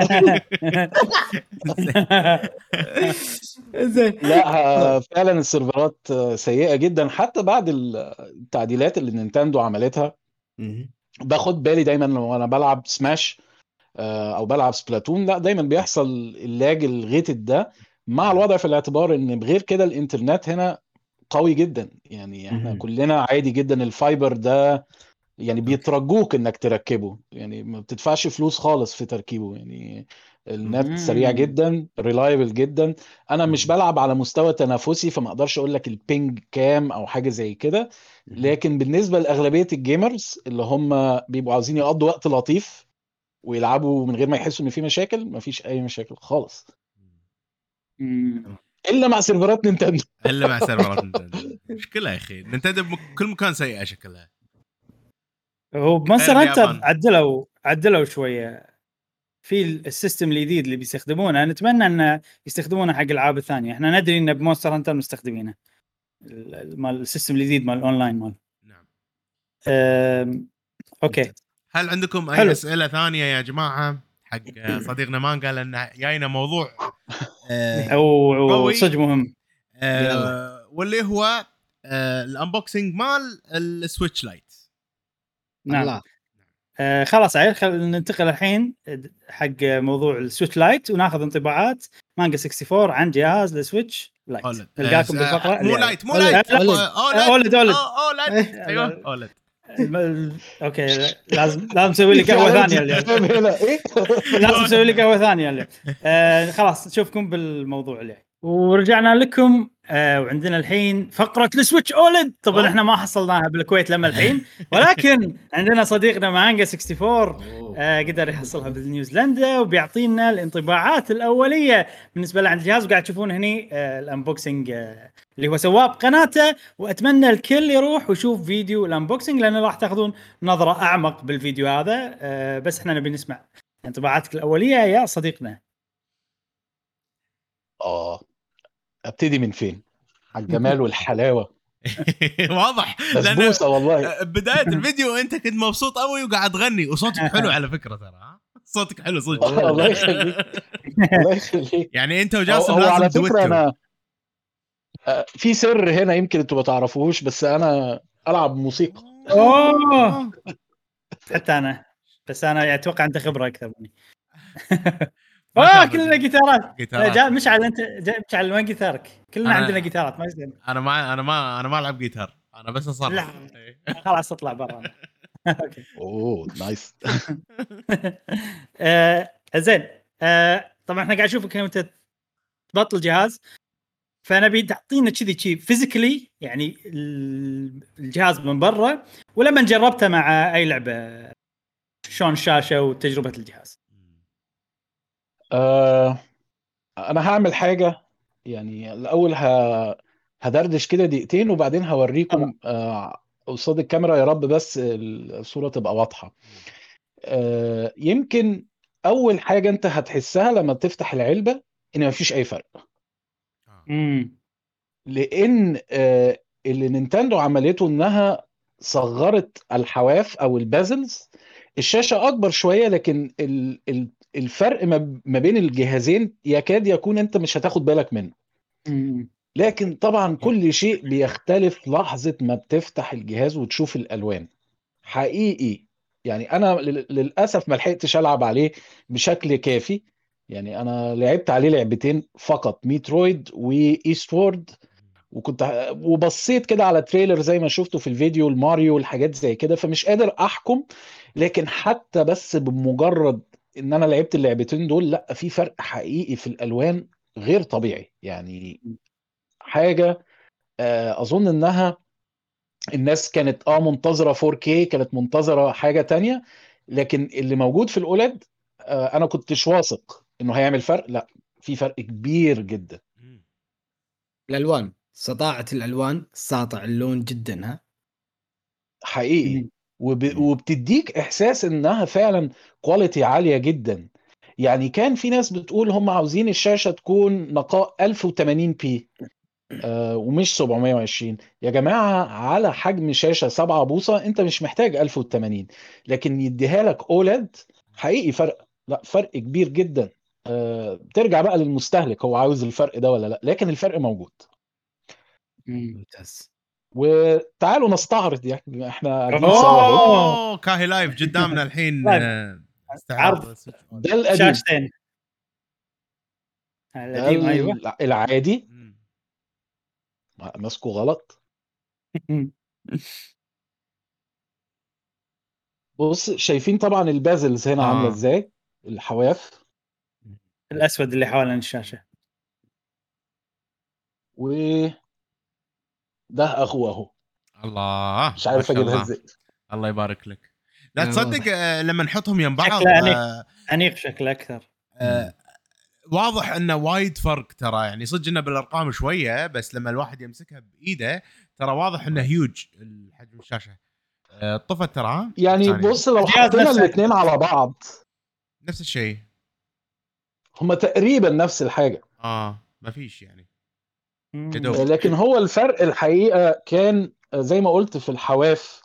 زين. لا فعلا السيرفرات سيئه جدا حتى بعد التعديلات اللي نينتندو عملتها. باخد بالي دايما وانا بلعب سماش او بلعب سبلاتون، لا دايما بيحصل اللاج الغيتد ده، مع الوضع في الاعتبار ان بغير كده الانترنت هنا قوي جدا. يعني احنا كلنا عادي جدا الفايبر ده، يعني بيترجوك انك تركبه، يعني ما بتدفعش فلوس خالص في تركيبه. يعني النت سريع جدا، ريلايبل جدا. انا مش بلعب على مستوى تنافسي فما اقدرش اقول لك البينج كام او حاجه زي كده، لكن بالنسبه لاغلبيه الجيمرز اللي هم بيبقوا عاوزين يقضوا وقت لطيف ويلعبوا من غير ما يحسوا ان في مشاكل، مفيش اي مشاكل خالص الا مع سيرفرات نينتندو. الا مع سيرفرات نينتندو. مشكله يا اخي نينتندو بكل مكان سيئه شكلها. هو بمونستر هانتر عدلوا شويه في السيستم الجديد اللي بيستخدمونه. نتمنى ان يستخدمونه حق الالعاب الثانيه. احنا ندري ان بمونستر هانتر مستخدمينه مال السيستم الجديد مال الاونلاين مال. نعم. اوكي، هل عندكم اي اسئله ثانيه يا جماعه حق صديقنا مانجا؟ لان جاينا موضوع او صدق مهم واللي هو الانبوكسنج مال السويتش لايت. نعم. خلاص عيل، خلينا ننتقل الحين حق موضوع السويتش لايت وناخذ انطباعات مانجا 64 عن جهاز السويتش لايت. نلقاكم بالفقره. مو لايت اولد. ايوه اولد. اوكي، لازم نسوي لي قهوه ثانيه اليوم. لازم نسوي لي قهوه ثانيه اليوم. خلاص نشوفكم بالموضوع اللي ورجعنا لكم. وعندنا الحين فقره السويتش اولد. طبعا احنا ما حصلناها بالكويت لما الحين، ولكن عندنا صديقنا مانجا 64 قدر يحصلها بنيوزيلندا وبيعطينا الانطباعات الاوليه بالنسبه له عند الجهاز. وقاعد تشوفون هني الانبوكسنج اللي هو سواه بقناته. واتمنى الكل يروح ويشوف فيديو الانبوكسنج لانه راح تاخذون نظره اعمق بالفيديو هذا. بس احنا نبي نسمع انطباعاتك الاوليه يا صديقنا. ابتدي من فين؟ على الجمال والحلاوه. واضح بسبوسه والله. بدايه الفيديو انت كنت مبسوط قوي وقاعد تغني وصوتك حلو على فكره ترى. صوتك حلو صدق. الله يخليك الله يخليك. يعني انت وجاسم هو لازم على فكره دوتو. انا في سر هنا يمكن انتوا ما تعرفوش، بس انا العب موسيقى. حتى انا، بس انا اتوقع انت خبره اكثر مني. كلنا جيتارات. مشعل انت مشعل وين جيتارك؟ كلنا عندنا جيتارات. ما يصير. انا ما العب جيتار، انا بس اصرخ. خلاص اطلع برا. اوه نايس. زين. طبعا احنا قاعد نشوفك انت تبطل جهاز، فانا بتعطينا كذي فيزيكلي يعني الجهاز من برا، ولما جربته مع اي لعبه شلون الشاشه وتجربه الجهاز. انا هعمل حاجه يعني الاول هدردش كده دقيقتين وبعدين هوريكم قصاد الكاميرا يا رب بس الصوره تبقى واضحه. يمكن اول حاجه انت هتحسها لما تفتح العلبه ان مفيش اي فرق. لان اللي نينتندو عملته انها صغرت الحواف او البازلز. الشاشه اكبر شويه لكن الفرق ما بين الجهازين يكاد يكون انت مش هتاخد بالك منه. لكن طبعا كل شيء بيختلف لحظه ما بتفتح الجهاز وتشوف الالوان حقيقي. يعني انا للاسف ما لحقتش العب عليه بشكل كافي. يعني انا لعبت عليه لعبتين فقط، ميترويد وايستورد، وبصيت كده على تريلر زي ما شفته في الفيديو الماريو والحاجات زي كده، فمش قادر احكم. لكن حتى بس بمجرد ان انا لعبت اللعبتين دول، لا في فرق حقيقي في الالوان غير طبيعي يعني. حاجة اظن انها الناس كانت منتظرة 4K، كانت منتظرة حاجة تانية. لكن اللي موجود في الاولاد انا كنتش واثق انه هيعمل فرق. لا، في فرق كبير جدا. الالوان، سطاعه الالوان، ساطع اللون جدا. ها حقيقي. وبتديك احساس انها فعلا كواليتي عالية جدا. يعني كان في ناس بتقول هم عاوزين الشاشة تكون نقاء 1080 بي ومش 720. يا جماعة، على حجم شاشة 7 بوصة انت مش محتاج 1080، لكن يديها لك اولاد. حقيقي فرق، لا فرق كبير جدا. بترجع بقى للمستهلك، هو عاوز الفرق ده ولا لا، لكن الفرق موجود. ممتاز. وتعالوا نستعرض، يعني احنا قاعدين سوا اهو. كاهي لايف قدامنا الحين. استعراض عرض ده القديم، شاشتين. ده القديم ايوه. العادي. ماسكه غلط. بص، شايفين طبعا البازلز هنا عامله ازاي، الحواف. الاسود اللي حوالين الشاشه. وده اخوه اهو. الله، مش عارف اجيبها ازاي. الله يبارك لك. لا تصدق لما نحطهم يم بعض شكله انيق شكله اكثر. واضح انه وايد فرق ترى، يعني صدق انه بالارقام شويه، بس لما الواحد يمسكها بايده ترى واضح انه هيوج الحجم الشاشه. طفت ترى يعني بص، لو حطينا الاثنين على بعض نفس الشيء، هما تقريبا نفس الحاجه. ما فيش يعني. لكن هو الفرق الحقيقه كان زي ما قلت في الحواف.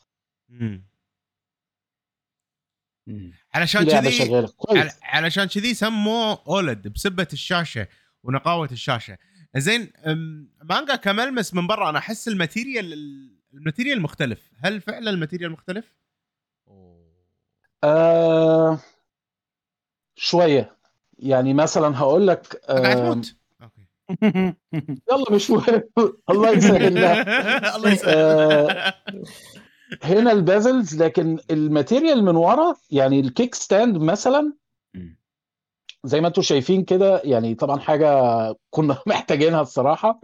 علشان كذي علشان كذي سموه اولد بسبه الشاشه ونقاوه الشاشه. زين، مانجا كملمس من برا انا احس الماتيريال مختلف. هل فعلا الماتيريال مختلف؟ شويه. يعني مثلا هقول لك قاعد تموت. اوكي يلا مش مهم. الله يسهل لها. الله يسهل. هنا البازلز، لكن الماتيريال من ورا، يعني الكيك ستاند مثلا زي ما انتم شايفين كده، يعني طبعا حاجه كنا محتاجينها الصراحه.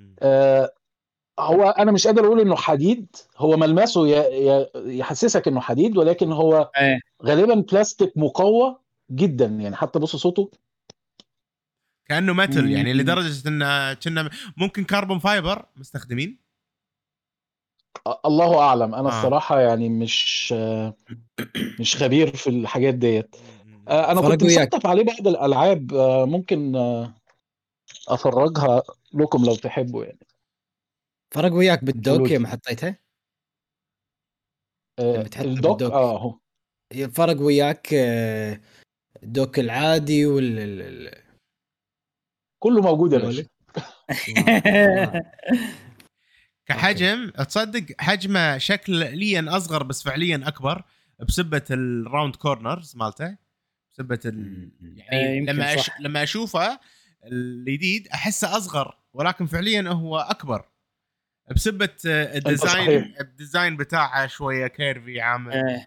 هو انا مش قادر اقول انه حديد، هو ملمسه يحسسك انه حديد، ولكن هو غالبا بلاستيك مقوى جدا. يعني حتى بص صوته كانه ميتال، يعني لدرجه انه كنا ممكن كربون فايبر مستخدمين. الله اعلم. انا الصراحه يعني مش خبير في الحاجات ديت. انا كنت مسطف عليه بعض الالعاب، ممكن افرجها لكم لو تحبوا يعني. فرق وياك بالدوك يوم حطيتها؟ الدوك اهو. فرق وياك الدوك العادي كله موجود يا باشا. كحجم تصدق حجمه شكليا اصغر بس فعليا اكبر بسبه الراوند كورنرز مالته، بسبه يعني لما اشوفه الجديد احسه اصغر، ولكن فعليا هو اكبر بسبه الديزاين بتاعه شويه كيرفي عامل.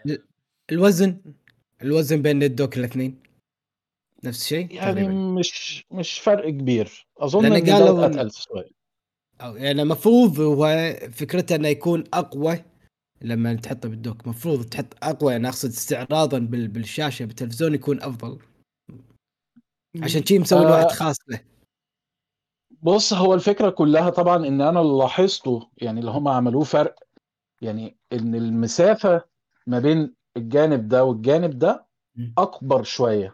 الوزن بين الدوك الاثنين نفس الشيء يعني تقريبا. مش فرق كبير اظن. ان ده اتقل شويه، او يعني المفروض هو فكرته انه يكون اقوى. لما تحطه بالدوك مفروض تحط اقوى، يعني اقصد استعراضا بالشاشه بالتلفزيون يكون افضل، عشان شيء مسوي الواحد خاص له. بص، هو الفكره كلها طبعا ان انا اللي لاحظته، يعني اللي هم عملوه فرق، يعني ان المسافه ما بين الجانب ده والجانب ده اكبر شويه.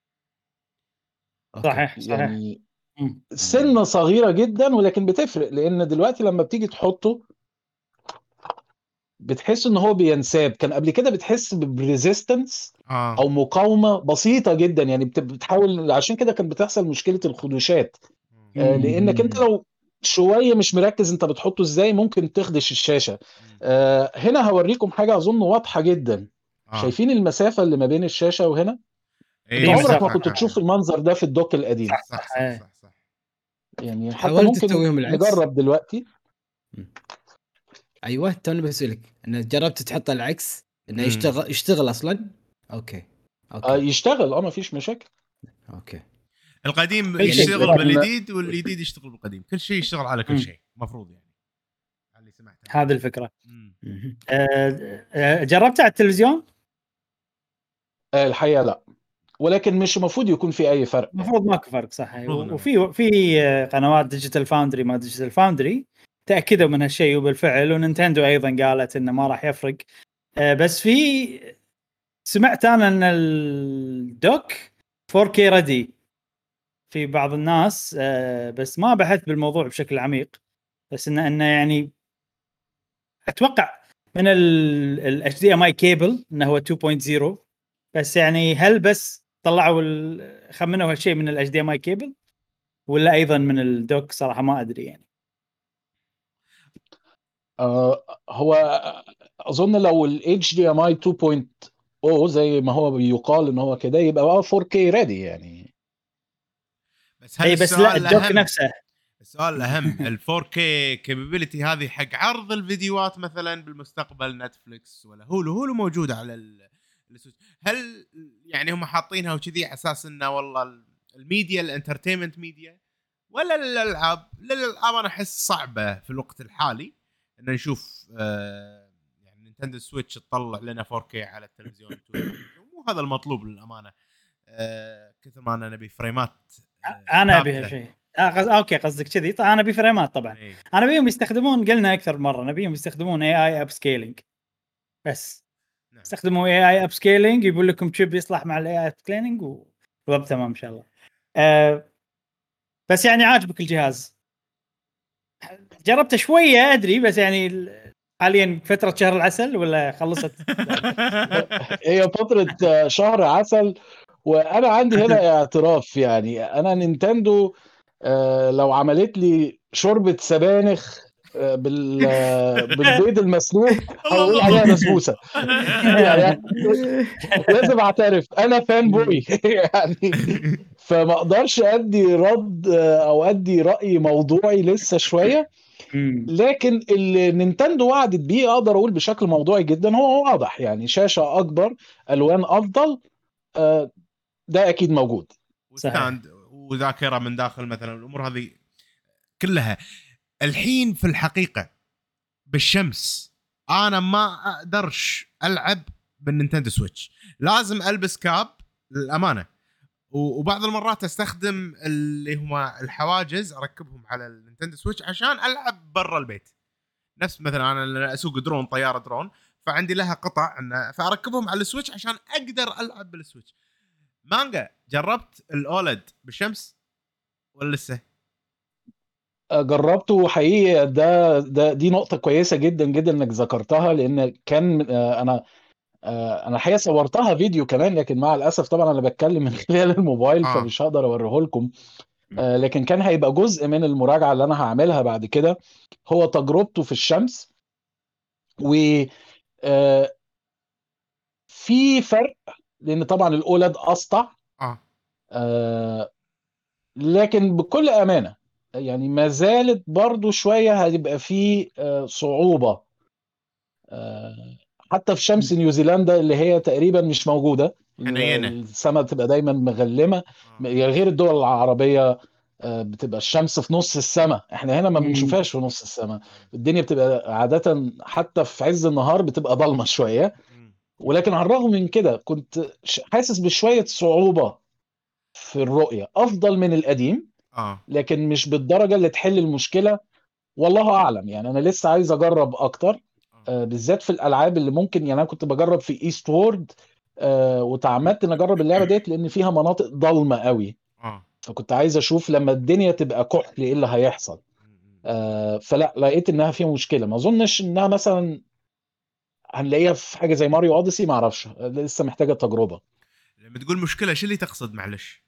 صحيح يعني سنه صغيره جدا، ولكن بتفرق. لان دلوقتي لما بتيجي تحطه بتحس ان هو بينساب. كان قبل كده بتحس بريزيستنس او مقاومه بسيطه جدا، يعني بتحاول. عشان كده كانت بتحصل مشكله الخدوشات. لانك انت لو شويه مش مركز انت بتحطه ازاي ممكن تخدش الشاشه. هنا هوريكم حاجه اظن واضحه جدا. شايفين المسافه اللي ما بين الشاشه وهنا؟ انت عمرك ما كنت تشوف المنظر ده في الدوك القديم. صح. يعني حتى حاولت ممكن تسويهم العكس؟ نجرب دلوقتي. ايوه توني بسألك انه جربت تحط العكس انه مم. يشتغل اصلا. اوكي يشتغل، ما فيش مشاكل. اوكي القديم كل شيء يشتغل لكن بالجديد والجديد يشتغل بالقديم، كل شيء يشتغل على كل شيء مفروض يعني على اللي سمعته. هذه الفكره. مم. جربتها على التلفزيون؟ الحقيقه لا، ولكن مش المفروض يكون في اي فرق يعني. المفروض ماكو فرق صح. المفروض إنه وفي قنوات ديجيتال فاوندري ما ديجيتال فاوندري تاكدوا من هالشيء، وبالفعل ونينتندو ايضا قالت انه ما راح يفرق. بس في سمعت انا ان الدوك 4K ردي في بعض الناس، بس ما بحثت بالموضوع بشكل عميق، بس انه يعني اتوقع من ال HDMI كيبل انه هو 2.0، بس يعني هل بس طلعوا خمنوا هالشيء من ال HDMI كيبل ولا ايضا من الدوك؟ صراحه ما ادري يعني. هو اظن لو ال HDMI 2.0 زي ما هو بيقال ان هو كده، يبقى 4K ريدي يعني. بس هل اي بس لا، السؤال الدوك الأهم، نفسه. السؤال الأهم ال 4K capability هذه حق عرض الفيديوهات مثلا بالمستقبل نتفليكس ولا هولو موجودة على السويتش؟ هل يعني هم حاطينها وكذي على اساس انه والله الميديا الانترتينمنت ميديا، ولا للالعاب انا احس صعبة في الوقت الحالي ان نشوف يعني نينتندو سويتش تطلع لنا 4K على التلفزيون. مو هذا المطلوب للامانة، كثر ما انا نبي فريمات انا ابي ثابتة. هالشيء. اوكي قصدك كذي. طيب انا ابي فريمات طبعا. إيه. انا بيهم يستخدمون، قلنا اكثر مره نبيهم يستخدمون AI اب سكيلينج، بس نعم. استخدموا AI اب سكيلينج يقول لكم شيب يصلح مع الاي اب سكيلينج والوضع تمام ان شاء الله. بس يعني عاجبك الجهاز؟ جربته شويه ادري، بس يعني حاليا فتره شهر العسل ولا خلصت؟ هي فترة شهر عسل. وانا عندي هنا اعتراف، يعني انا نينتندو لو عملت لي شوربة سبانخ بالبيض المسلوق هقول عليها بسبوسة. يعني لازم اعترف انا فان بوي يعني. فما اقدرش ادي رد او ادي رأي موضوعي لسه شوية. لكن اللي نينتندو وعدت بيه اقدر اقول بشكل موضوعي جدا هو واضح، يعني شاشة اكبر، الوان افضل، ده اكيد موجود. وستاند وذاكره من داخل مثلا، الامور هذه كلها. الحين في الحقيقه بالشمس انا ما اقدرش العب بالنينتندو سويتش، لازم البس كاب للامانه، وبعض المرات استخدم اللي هما الحواجز اركبهم على النينتندو سويتش عشان العب برا البيت. نفس مثلا انا اسوق درون، طياره درون، فعندي لها قطع فاركبهم على السويتش عشان اقدر العب بالسويتش. مانجا جربت الاولد بالشمس ولا لسه؟ جربته حقيقي. دي نقطة كويسة جدا جدا انك ذكرتها، لان كان انا الحقيقة صورتها فيديو كمان، لكن مع الاسف طبعا انا بتكلم من خلال الموبايل فمش هقدر اوريه لكم. لكن كان هيبقى جزء من المراجعة اللي انا هعملها بعد كده، هو تجربته في الشمس. و في فرق، لان طبعا الاولاد اسطع. لكن بكل امانه يعني ما زالت برضو شويه هتبقى في صعوبه، حتى في شمس نيوزيلندا اللي هي تقريبا مش موجوده. حنينه. السماء تبقى دايما مغلمه، غير الدول العربيه بتبقى الشمس في نص السماء. احنا هنا ما بنشوفهاش في نص السماء، الدنيا بتبقى عاده حتى في عز النهار بتبقى ضلمه شويه. ولكن على الرغم من كده كنت حاسس بشويه صعوبه في الرؤيه، افضل من القديم لكن مش بالدرجه اللي تحل المشكله. والله اعلم، يعني انا لسه عايز اجرب اكتر، بالذات في الالعاب اللي ممكن. يعني انا كنت بجرب في ايست وورد، وتعمدت ان اجرب اللعبه ديت لان فيها مناطق ضلمه قوي، فكنت عايز اشوف لما الدنيا تبقى كحل ايه اللي هيحصل. فلا لقيت انها فيها مشكله. ما اظنش انها مثلا هنلاقيها في حاجه زي ماريو اوديسي، ما اعرفش، لسه محتاجه تجربه. لما تقول مشكله شو اللي تقصد معلش؟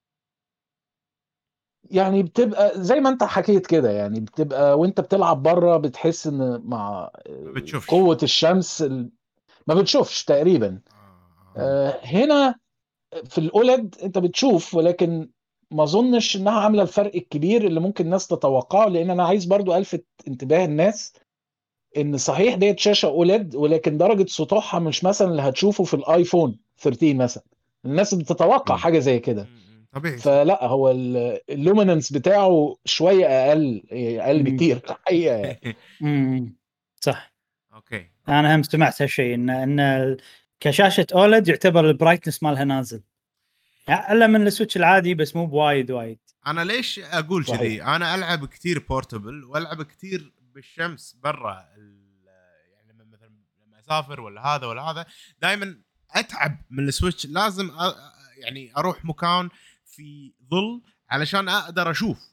يعني بتبقى زي ما انت حكيت كده، يعني بتبقى وانت بتلعب بره بتحس ان مع ما بتشوفش. قوة الشمس ما بتشوفش تقريبا. هنا في الأولد انت بتشوف، ولكن ما اظنش انها عامله الفرق الكبير اللي ممكن الناس تتوقعه، لان انا عايز برضو الفت انتباه الناس ان صحيح ديت شاشه اوليد، ولكن درجه سطوحها مش مثلا اللي هتشوفه في الايفون 13 مثلا. الناس بتتوقع حاجه زي كده، طبيعي. فلا هو اللوميننس بتاعه شويه اقل بكتير الحقيقه يعني. صح. اوكي. انا هم سمعت هالشيء ان كشاشه اولد يعتبر البرايتنس مالها نازل الا من السويتش العادي، بس مو بوايد. انا ليش اقول صحيح. كذي؟ انا العب كثير بورتبل والعب كثير بالشمس برا يعني مثلا لما اسافر ولا هذا دائما اتعب من السويتش. لازم يعني اروح مكان في ظل علشان اقدر اشوف.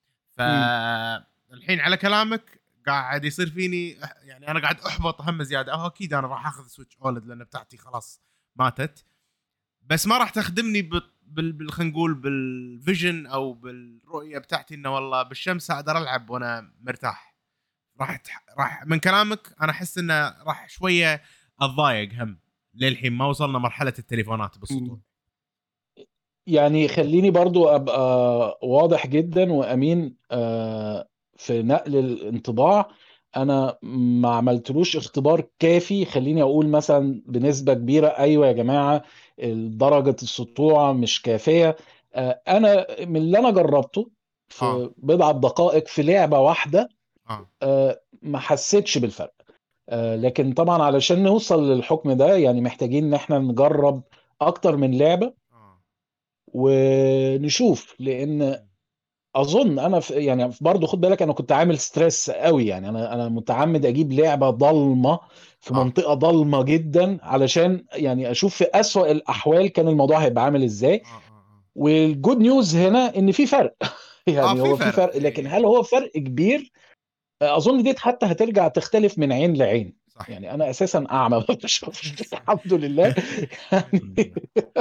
فالحين على كلامك قاعد يصير فيني يعني انا قاعد احبط هم زياده. اكيد انا راح اخذ سويتش اولد لان بتاعتي خلاص ماتت، بس ما راح تخدمني خلينا نقول بالفيجن او بالرؤيه بتاعتي انه والله بالشمس اقدر العب وانا مرتاح. راح من كلامك انا احس انه راح شويه اتضايق هم. للحين ما وصلنا مرحله التليفونات بالسطوع. يعني خليني برضو ابقى واضح جدا وامين في نقل الانطباع. انا ما عملتلوش اختبار كافي خليني اقول مثلا بنسبة كبيرة ايوه يا جماعة درجة السطوع مش كافية. انا من اللي انا جربته في بضعة دقائق في لعبة واحدة ما حسيتش بالفرق. لكن طبعا علشان نوصل للحكم ده يعني محتاجين ان احنا نجرب اكتر من لعبة ونشوف. لان اظن انا يعني برضو خد بالك انا كنت عامل ستريس قوي، يعني انا متعمد اجيب لعبة ضلمة في منطقة ضلمة جدا علشان يعني اشوف في اسوأ الاحوال كان الموضوع هيبقى عامل ازاي. والجود نيوز هنا ان في فرق يعني هو في فرق، لكن هل هو فرق كبير؟ اظن ديت حتى هترجع تختلف من عين لعين. صح. يعني انا اساسا اعمى ما بشوفش الحمد لله يعني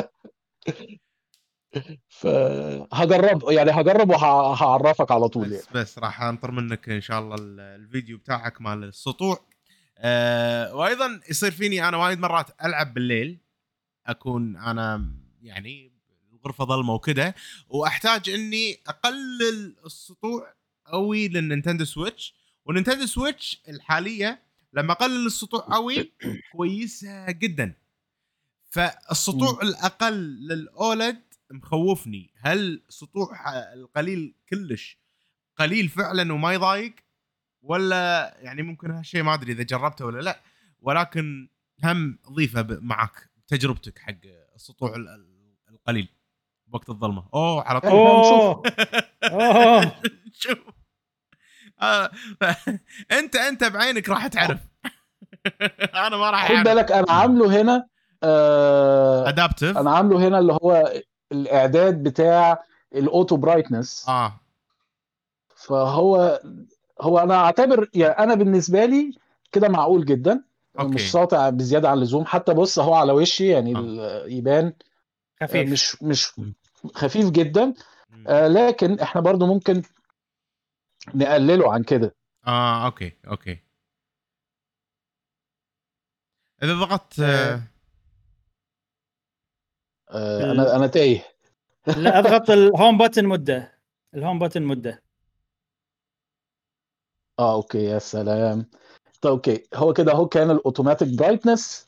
فهجرب يعني هجرب وهعرفك على طول يعني. بس راح انطر منك ان شاء الله الفيديو بتاعك مال السطوع. وايضا يصير فيني انا وايد مرات العب بالليل، اكون انا يعني الغرفه ظلمه وكده، واحتاج اني اقلل السطوع قوي للنينتندو سويتش. والنينتندو سويتش الحاليه لما اقلل السطوع قوي كويسه جدا. فالسطوع الاقل للاولد مخوفني. هل سطوع القليل كلش قليل فعلا وما يضايق، ولا يعني ممكن هالشيء ما ادري اذا جربته ولا لا، ولكن هم ضيفه معك تجربتك حق السطوع القليل بوقت الظلمه. على طول شوف انت بعينك راح تعرف انا ما راح خد بالك انا عامله هنا ادابتيف. انا عامله هنا اللي هو الاعداد بتاع الاوتو برايتنس. فهو انا اعتبر يعني انا بالنسبه لي كده معقول جدا. مش ساطع بزياده عن اللزوم. حتى بص اهو على وشي يعني يبان خفيف. مش خفيف جدا. لكن احنا برضو ممكن نقلله عن كده. اوكي اذا ضغطت انا تايه. لا اضغط الهوم بutton مده. الهوم بutton مده. اوكي يا سلام. طيب اوكي هو كده اهو كان الاوتوماتيك برايتنس،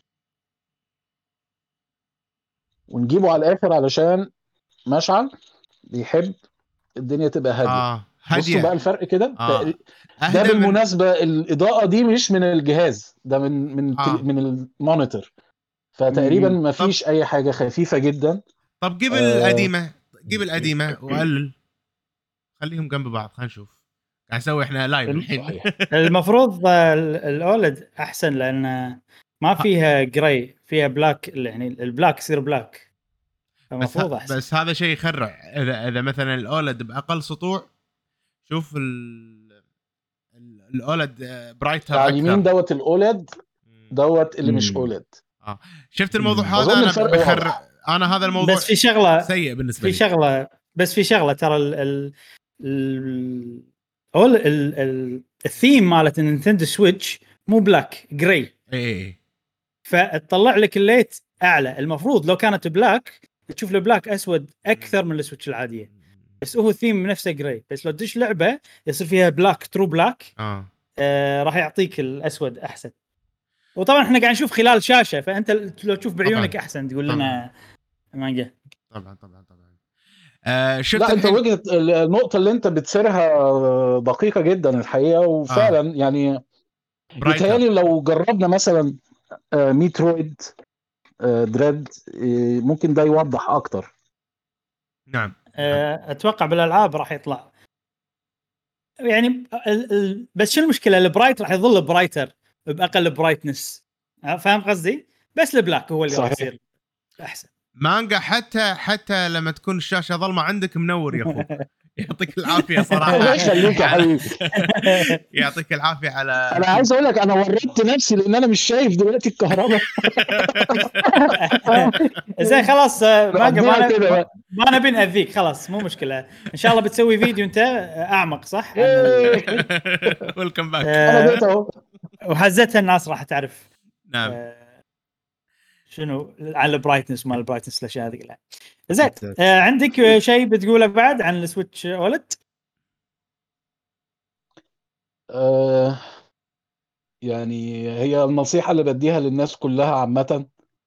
ونجيبه على الاخر علشان مشعل بيحب الدنيا تبقى هاديه. بصوا بقى الفرق كده. ده بالمناسبه الاضاءه دي مش من الجهاز ده، من المونيتور. فتقريبا ما فيش اي حاجه، خفيفه جدا. طب جيب القديمه وقلل، خليهم جنب بعض خلينا نشوف. قاعد نسوي احنا لايف الحين. المفروض الاولد احسن لان ما فيها جراي، فيها بلاك، يعني البلاك يصير بلاك. المفروض احسن. بس هذا شيء يخرع. اذا مثلا الاولد باقل سطوع، شوف الاولد برايتر على اليمين دوت الاولد دوت اللي مش اولد. شفت الموضوع هذا انا بخرع. انا هذا الموضوع بس في شغله سيء بالنسبه لي. بس في شغله ترى الثيم مالت النينتندو سويتش مو بلاك جراي. فتطلع لك الليت اعلى. المفروض لو كانت بلاك تشوف البلاك اسود اكثر من السويتش العاديه. بس هو الثيم نفسه جراي، بس لو تدش لعبه يصير فيها بلاك ترو بلاك راح يعطيك الاسود احسن. وطبعا احنا قاعد نشوف خلال شاشه، فانت لو تشوف بعيونك طبعاً. احسن تقول لنا مانجا. طبعا. شفت لا انت الحين وجهة النقطة اللي انت بتثيرها دقيقة جدا الحقيقة، وفعلا يعني برايتر. يتهيألي لو جربنا مثلا ميترويد دريد ممكن ده يوضح اكتر. نعم. اتوقع بالالعاب راح يطلع يعني بس شو المشكله؟ البرايت راح يظل برايتر باقل برايتنس، فاهم قصدي؟ بس البلاك هو اللي راح صحيح. يصير احسن. مانجا حتى لما تكون الشاشه ظلمه عندك منور يا اخوك. يعطيك العافيه صراحه. الله يخليك يا حبيبي. يعطيك العافيه على انا عايز اقول لك انا ورطت نفسي لان انا مش شايف دلوقتي الكهرباء. زين خلاص مانجا ربنا كده بقى. ما نبي نأذيك، خلاص مو مشكله. ان شاء الله بتسوي فيديو انت اعمق صح عن ويلكم باك. انا بقيت اهو. وحزتها الناس راح تعرف نعم. شنو على البرايتنس مال البرايتنس الاشياء هذه كلها. زين عندك شيء بتقوله بعد عن السويتش اولد؟ يعني هي النصيحة اللي بديها للناس كلها عامة،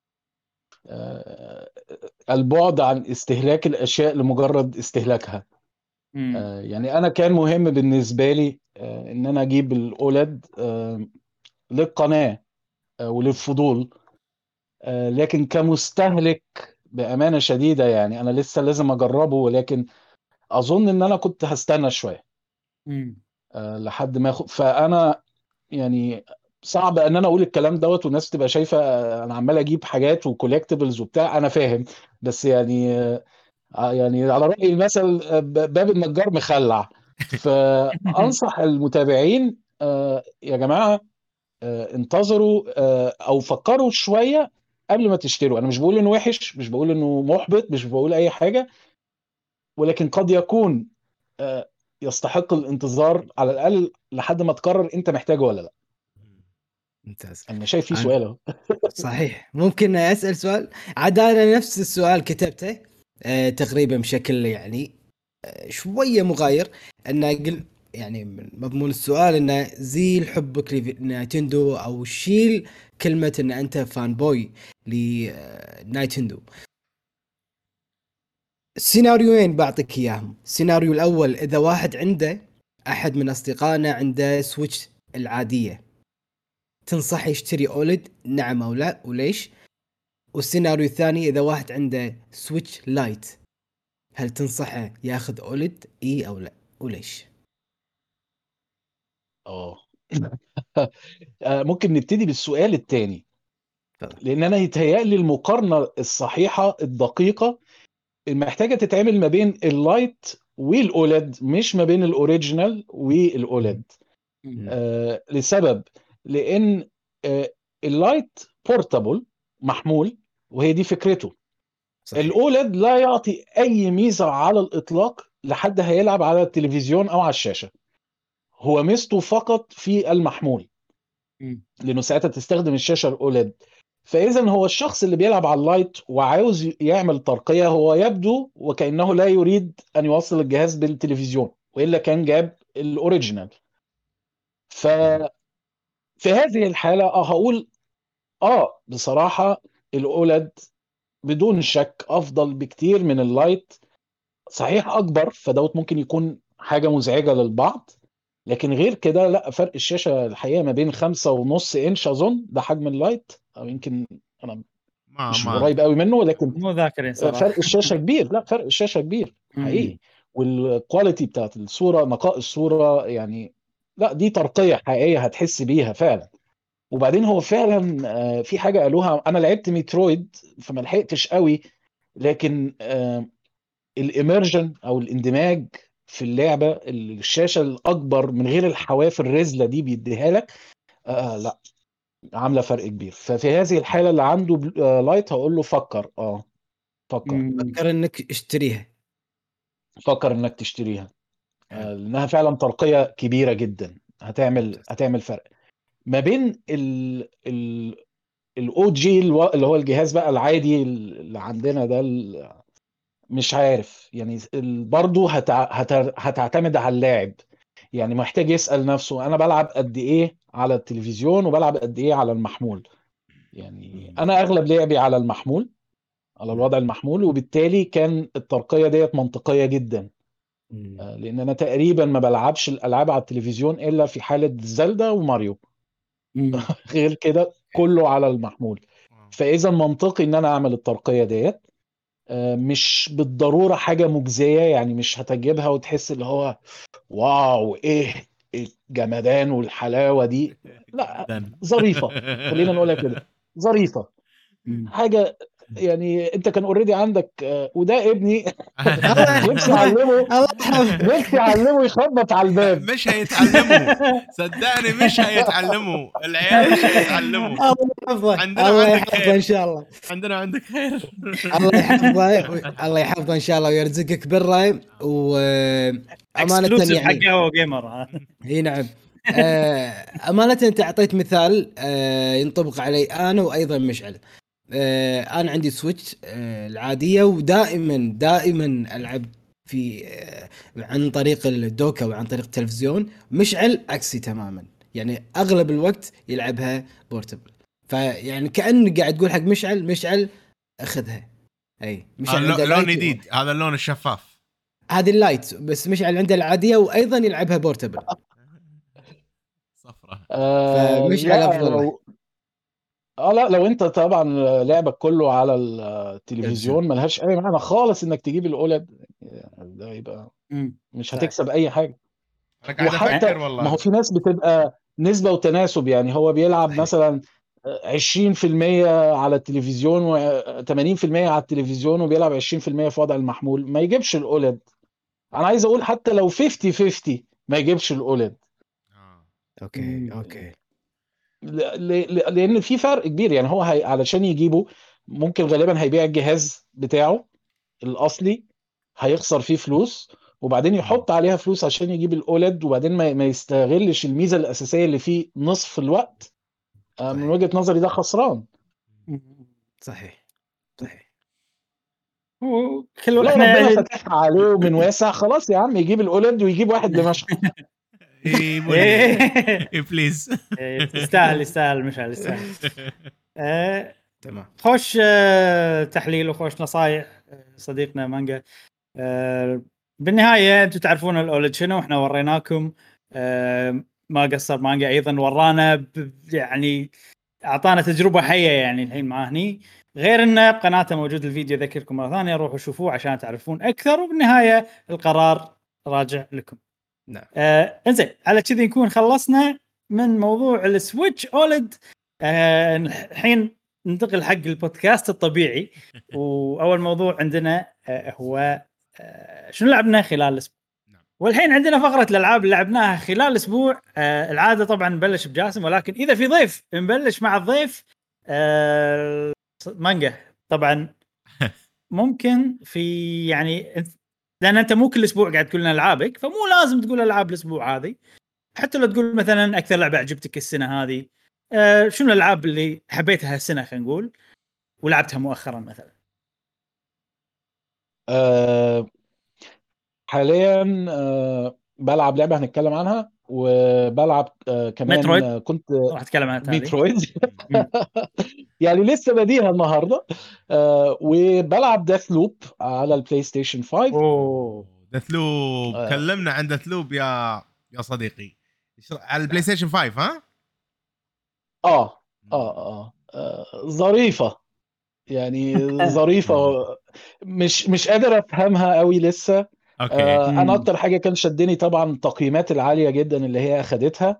البعد عن استهلاك الأشياء لمجرد استهلاكها. يعني أنا كان مهم بالنسبة لي إن أنا أجيب الأولد للقناة وللفضول، لكن كمستهلك بأمانة شديدة يعني أنا لسه لازم أجربه، ولكن أظن إن أنا كنت هستنى شوية لحد ما فأنا يعني صعب ان انا اقول الكلام دوت والناس تبقى شايفه انا عمال اجيب حاجات وكولكتبلز وبتاع. انا فاهم، بس يعني يعني على راي المثل باب النجار مخلع. فانصح المتابعين يا جماعه انتظروا او فكروا شويه قبل ما تشتروا. انا مش بقول انه وحش، مش بقول انه محبط، مش بقول اي حاجه، ولكن قد يكون يستحق الانتظار على الاقل لحد ما تقرر انت محتاجه ولا لا. ممتاز. انا شايف في سؤال اهو. صحيح، ممكن اسال سؤال؟ عاد انا نفس السؤال كتبته تقريبا بشكل يعني شويه مغاير، انه قل يعني من مضمون السؤال انه زيل حبك لنايتندو او شيل كلمه ان انت فان بوي لنايتندو. السيناريوين بعطيك اياهم. السيناريو الاول، اذا واحد عنده احد من اصدقائنا عنده سويتش العاديه، تنصح يشتري اولد نعم او لا وليش؟ والسيناريو الثاني، اذا واحد عنده سويتش لايت، هل تنصحه ياخذ اولد اي او لا وليش؟ اه ممكن نبتدي بالسؤال الثاني، لان انا يتهيألي المقارنه الصحيحه الدقيقه محتاجه تتعمل ما بين اللايت والاولد، مش ما بين الاوريجينال والاولد. لسبب، لان اللايت بورتابل محمول، وهي دي فكرته. صحيح. الاولد لا يعطي اي ميزه على الاطلاق لحد هيلعب على التلفزيون او على الشاشه، هو ميزته فقط في المحمول، لانه ساعتها تستخدم الشاشه الاولد. فاذا هو الشخص اللي بيلعب على اللايت وعاوز يعمل ترقيه، هو يبدو وكانه لا يريد ان يوصل الجهاز بالتلفزيون، والا كان جاب الاوريجينال. في هذه الحاله هقول بصراحه الاولد بدون شك افضل بكتير من اللايت. صحيح اكبر، فدوت ممكن يكون حاجه مزعجه للبعض، لكن غير كده لا. فرق الشاشه الحقيقه ما بين 5.5 انش اظن ده حجم اللايت، او يمكن انا مش قريب قوي منه، ولكن مو ذاكرين صراحه. فرق الشاشه كبير. لا فرق الشاشه كبير حقيقي، والكواليتي بتاعت الصوره، نقاء الصوره يعني، لا دي ترقيه حقيقيه هتحس بيها فعلا. وبعدين هو فعلا في حاجه قالوها، انا لعبت ميترويد فما لحقتش قوي، لكن الاميرجن او الاندماج في اللعبه، الشاشه الاكبر من غير الحواف الرزله دي بيديها لك لا عامله فرق كبير. ففي هذه الحاله اللي عنده لايت هقول له فكر فكر انك اشتريها، فكر انك تشتريها لانها فعلا ترقيه كبيره جدا، هتعمل فرق ما بين الاو جي اللي هو الجهاز بقى العادي اللي عندنا ده مش عارف يعني برضه هتعتمد على اللاعب. يعني محتاج يسأل نفسه انا بلعب قد ايه على التلفزيون وبلعب قد ايه على المحمول. يعني انا اغلب لعبي على المحمول، على الوضع المحمول، وبالتالي كان الترقية ديت منطقية جدا. لان انا تقريبا ما بلعبش الالعاب على التلفزيون الا في حالة زلدا وماريو. غير كده كله على المحمول. فاذا منطقي ان انا اعمل الترقية ديت. مش بالضرورة حاجة مجزية، يعني مش هتجيبها وتحس اللي هو واو ايه الجمدان والحلاوة دي. لا، ظريفة. خلينا نقولها كده، ظريفة. حاجة يعني انت كان اوريدي عندك وده ابني. نفسي اعلمه، نفسي اعلمه يخبط على الباب. مش هيتعلموا، صدقني مش هيتعلموا العيال، مش هيتعلموا. الله يحفظه، عندنا الله عندك يحفظه خير. ان شاء الله. عندنا عندك خير. الله يحفظه، الله يحفظه ان شاء الله ويرزقك بره. وامانه اكسكلوسيف يعني حق قهوه جيمر. اي نعم. امانه انت اعطيت مثال ينطبق علي انا وايضا مشعل. انا عندي سويتش العاديه، ودائما العب في عن طريق الدوكا وعن طريق التلفزيون. مشعل عكسي تماما، يعني اغلب الوقت يلعبها بورتبل. فيعني كأنه قاعد تقول حق مشعل اخذها. اي مشعل عنده لون لايت جديد، هذا اللون الشفاف. هذه اللايت، بس مشعل عنده العاديه وايضا يلعبها بورتبل. صفرة. فمشعل لا افضل له. لو لا لو انت طبعا لعبك كله على التلفزيون ملهاش اي معنى خالص انك تجيب الاولد. ده يبقى مش هتكسب اي حاجه. انا قاعد وحتى افكر ما والله. هو في ناس بتبقى نسبه وتناسب، يعني هو بيلعب مثلا 20% على التلفزيون و80% على التلفزيون، وبيلعب 20% في وضع المحمول، ما يجيبش الاولد. انا عايز اقول حتى لو 50-50 ما يجيبش الاولد. اوكي لان في فرق كبير. يعني هو علشان يجيبه ممكن غالبا هيبيع الجهاز بتاعه الاصلي، هيخسر فيه فلوس، وبعدين يحط عليها فلوس عشان يجيب الاولد، وبعدين ما يستغلش الميزه الاساسيه اللي فيه نصف الوقت. من وجهه نظري ده خسران. صحيح. كل لو احنا ربنا فتحها عليه من واسع خلاص يا عم يجيب الاولد ويجيب واحد لمشهد. اي بولي بليز. يستاهل مشعل يستاهل. تمام. خوش تحليل وخوش نصايح صديقنا مانجا. بالنهايه انتم تعرفون الاولد شنو، احنا وريناكم. ما قصر مانجا ايضا ورانا يعني اعطانا تجربه حيه يعني الحين معاه هني. غير انه بقناته موجود الفيديو، اذكركم مره ثانيه روحوا شوفوه عشان تعرفون اكثر، وبالنهايه القرار راجع لكم. نعم. انزين على كذي نكون خلصنا من موضوع السويتش اولد. الحين ننتقل حق البودكاست الطبيعي. واول موضوع عندنا هو شنو لعبنا خلال الاسبوع. والحين عندنا فقره الالعاب اللي لعبناها خلال الاسبوع. العاده طبعا نبلش بجاسم، ولكن اذا في ضيف نبلش مع الضيف. مانجا طبعا ممكن في يعني لان انت مو كل اسبوع قاعد تقول لنا العابك، فمو لازم تقول العاب الاسبوع هذه. حتى لو تقول مثلا اكثر لعبه عجبتك السنه هذه، شنو الالعاب اللي حبيتها السنه خلينا نقول ولعبتها مؤخرا مثلا. حاليا بلعب لعبه هنتكلم عنها، وبلعب كمان مترويد. كنت راح اتكلم عنها تاني. مترويد. يعني لسه بديها النهارده. وبلعب ديث لوب على البلاي ستيشن 5. اوه ديث لوب. كلمنا عن ديث لوب يا صديقي. على البلاي ستيشن 5 ها؟ ظريفه، يعني ظريفه. مش قادر افهمها قوي لسه. اوكي. انا اكتر حاجه كان شدني طبعا التقييمات العاليه جدا اللي هي اخدتها.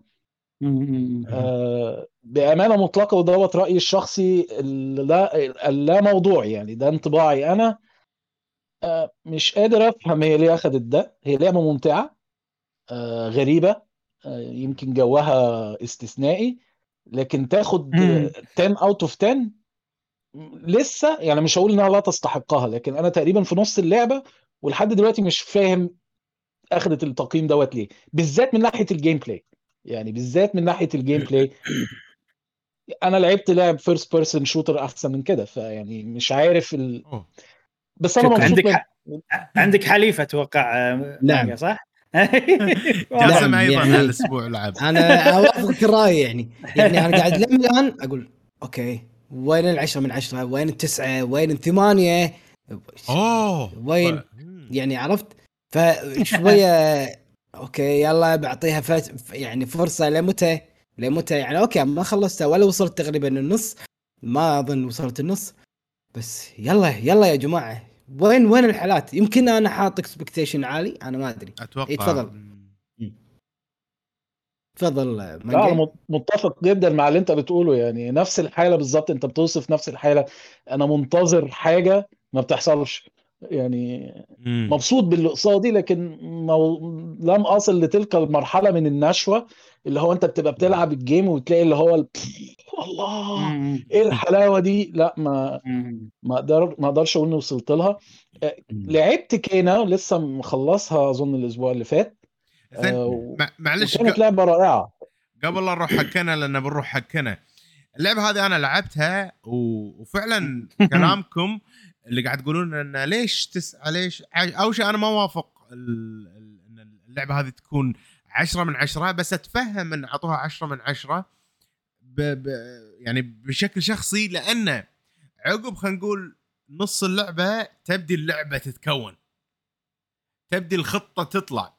بامانه مطلقه، ودوت رايي الشخصي اللا موضوع، يعني ده انطباعي انا. مش قادر افهم هي ليه اخدت ده. هي لعبه ممتعه، غريبه، يمكن جوها استثنائي، لكن تاخد 10 out of 10 لسه. يعني مش هقول انها لا تستحقها، لكن انا تقريبا في نص اللعبه ولحد دلوقتي مش فاهم اخذت التقييم دوت ليه، بالذات من ناحيه الجيم بلاي. يعني بالذات من ناحيه الجيم بلاي انا لعبت لعب فيرست بيرسون شوتر احسن من كده، فيعني مش عارف بس انا مبسوط عندك منه. حق. عندك حليفه اتوقع مانجا صح؟ جاسم ايضا يعني هالاسبوع لعب. انا اوافقك الراي يعني انا قاعد لم الان اقول اوكي وين ال10 من 10 وين ال9 وين ال8 وين يعني عرفت فشويه اوكي يلا بعطيها يعني فرصه لمتى يعني اوكي ما خلصتها ولا وصلت تقريبا النص ما اظن وصلت النص بس يلا يا جماعه وين الحالات يمكن انا حاط اكسبكتيشن عالي انا ما ادري اتوقع تفضل لا انا متفق جدا مع اللي انت بتقوله يعني نفس الحاله بالظبط انت بتوصف نفس الحاله انا منتظر حاجه ما بتحصلش يعني مبسوط باللي قصادي لكن لم اصل لتلك المرحله من النشوه اللي هو انت بتبقى بتلعب الجيم وتلاقي اللي هو الله ايه الحلاوه دي لا ما اقدرش اقول اني وصلت لها. لعبت كينا لسه مخلصها اظن الاسبوع اللي فات معلش كانت لعبه رائعه. قبل لا نروح حكنا لان بنروح حكنا اللعبه هذه انا لعبتها وفعلا كلامكم اللي قاعد تقولون ان ليش تسعى ليش اول شيء انا ما وافق ان اللعبه هذه تكون 10 من 10 بس اتفهم ان اعطوها 10 من 10 يعني بشكل شخصي لان عقب خلينا نقول نص اللعبه تبدي اللعبه تتكون تبدي الخطه تطلع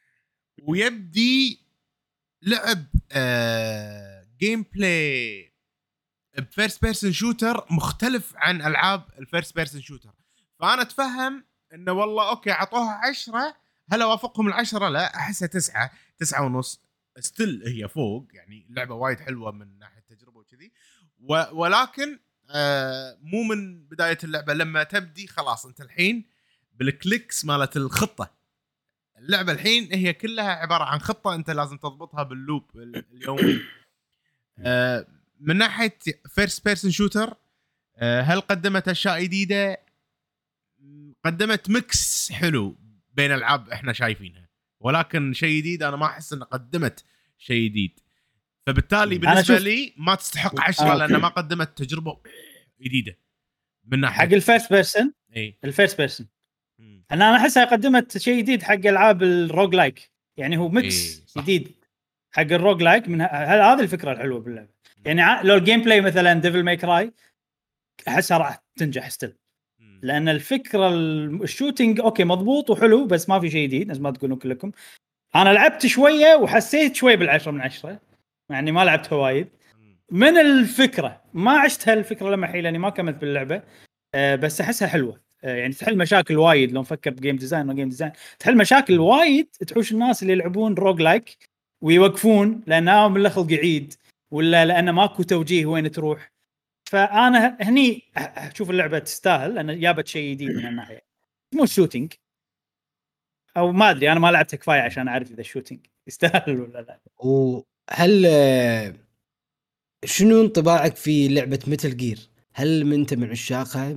ويبدي لعب جيم بلاي بفيرست بيرسون شوتر مختلف عن العاب الفيرست بيرسون شوتر فانا اتفهم انه والله اوكي عطوها 10 هل اوافقهم ال10 لا احسها 9 ونص ستيل هي فوق يعني اللعبه وايد حلوه من ناحيه التجربه وكذي ولكن مو من بدايه اللعبه لما تبدي خلاص انت الحين بالكليكس مالت الخطه اللعبه الحين هي كلها عباره عن خطه انت لازم تضبطها باللوب اليومي. من ناحيه فيرست بيرسون شوتر هل قدمت اشياء جديده قدمت ميكس حلو بين العاب احنا شايفينها ولكن شيء جديد انا ما احس ان قدمت شيء جديد فبالتالي بالنسبه لي ما تستحق 10 لان ما قدمت تجربه جديده من ناحيه حق الفيرست بيرسون الفيرست بيرسون انا احسها قدمت شيء جديد حق العاب الروج لايك يعني هو ميكس جديد حق الروج لايك من هذه الفكره الحلوه باللعبه يعني لو الجيم بلاي مثلا ديفل ماي كراي احسها راح تنجح ستيل لان الفكره الشوتينج اوكي مضبوط وحلو بس ما في شيء جديد لازم ما تقولون كلكم انا لعبت شويه وحسيت شويه بالعشرة من 10 يعني ما لعبت وايد من الفكره ما عشت هالفكره لما حيل لاني ما كملت باللعبه بس احسها حلوه يعني تحل مشاكل وايد لو نفكر بجيم ديزاين وجيم ديزاين تحل مشاكل وايد تحوش الناس اللي يلعبون روج لايك ويوقفون لانهم من الخلق يعيد ولا لانه ماكو توجيه وين تروح فانا هني اشوف اللعبه تستاهل لان جابت شيء جديد من الناحيه مو شوتينج او ما ادري انا ما لعبت كفايه عشان اعرف اذا الشوتينج يستاهل ولا لا. وهل شنو انطباعك في لعبه ميتل جير هل انت من عشاقها؟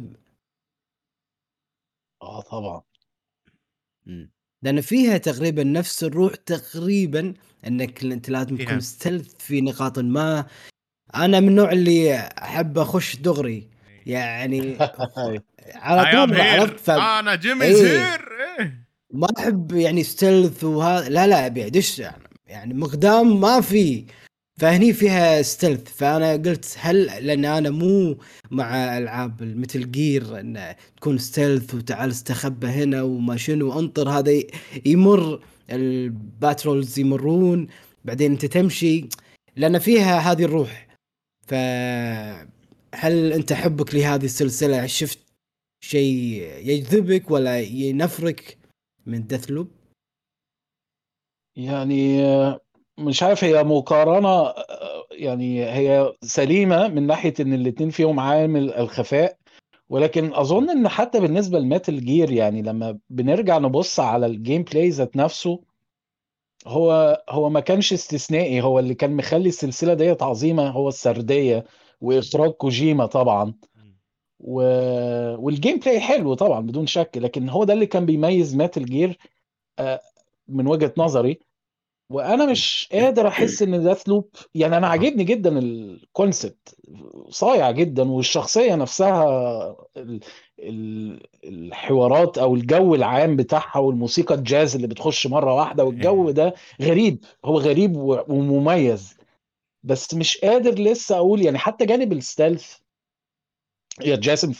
طبعا لأن فيها تقريبا نفس الروح تقريبا انك انت لازم تكون ستيلث في نقاط ما انا من النوع اللي احب اخش دغري يعني على طول عرفت انا جيمي هير ما احب يعني ستيلث وهذا لا ابي ادش يعني مقدام ما في فهني فيها ستيلث فانا قلت هل لان انا مو مع العاب المثل جير ان تكون ستيلث وتعال استخبى هنا وما شنو انطر هذا يمر الباترولز يمرون بعدين انت تمشي لان فيها هذه الروح فهل انت حبك لهذه السلسله شفت شيء يجذبك ولا ينفرك من ديث لوب؟ يعني مش عارف هي مقارنة يعني هي سليمة من ناحية ان الاتنين فيهم عامل الخفاء ولكن اظن ان حتى بالنسبة لميتل جير يعني لما بنرجع نبص على الجيم بلاي ذات نفسه هو ما كانش استثنائي هو اللي كان مخلي السلسلة ديت عظيمة هو السردية واخراج كوجيما طبعا والجيم بلاي حلو طبعا بدون شك لكن هو ده اللي كان بيميز ميتل جير من وجهة نظري وانا مش قادر احس ان ديث لوب يعني انا عاجبني جدا الكونسبت صايع جدا والشخصيه نفسها الحوارات او الجو العام بتاعها والموسيقى الجاز اللي بتخش مره واحده والجو ده غريب، هو غريب ومميز. بس مش قادر لسه اقول يعني حتى جانب الستيلث يا جاسم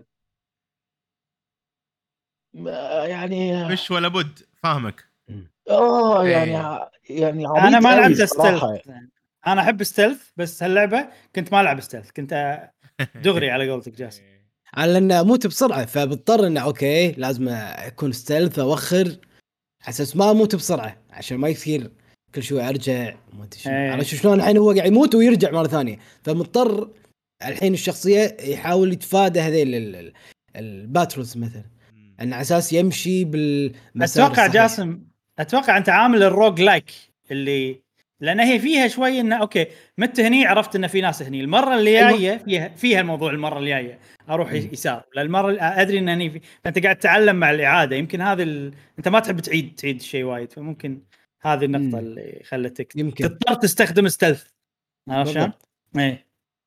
يعني مش ولا بد فاهمك. يعني إيه. يعني انا عبيط ما قوي لعبت ستيلث، الصراحه. انا احب ستيلث بس هاللعبه كنت ما العب ستيلث، كنت دغري على قولتك جاسم. على انه اموت بسرعه فبضطر انه اوكي لازم اكون ستيلث اوخر على اساس ما اموت بسرعه عشان ما يصير كل شوي ارجع ما ادري شنو. عرفت شلون الحين هو قاعد يموت ويرجع مره ثانيه، فمضطر الحين الشخصيه يحاول يتفادى هذيل الباتروس مثلا ان على اساس يمشي بالمسار اتوقع الصحيح. جاسم، اتوقع انت عامل الروج لايك اللي لان هي فيها شوي انه اوكي مت هني عرفت ان في ناس هني، المره اللي جايه فيها الموضوع، المره اللي جايه اروح يسار للمره ادري ان هني فانت قاعد تتعلم مع الاعاده. يمكن هذا انت ما تحب تعيد الشيء وايد، فممكن هذه النقطه اللي خلتك يمكن تضطر تستخدم ستيلث. عرفت شلون؟ ايه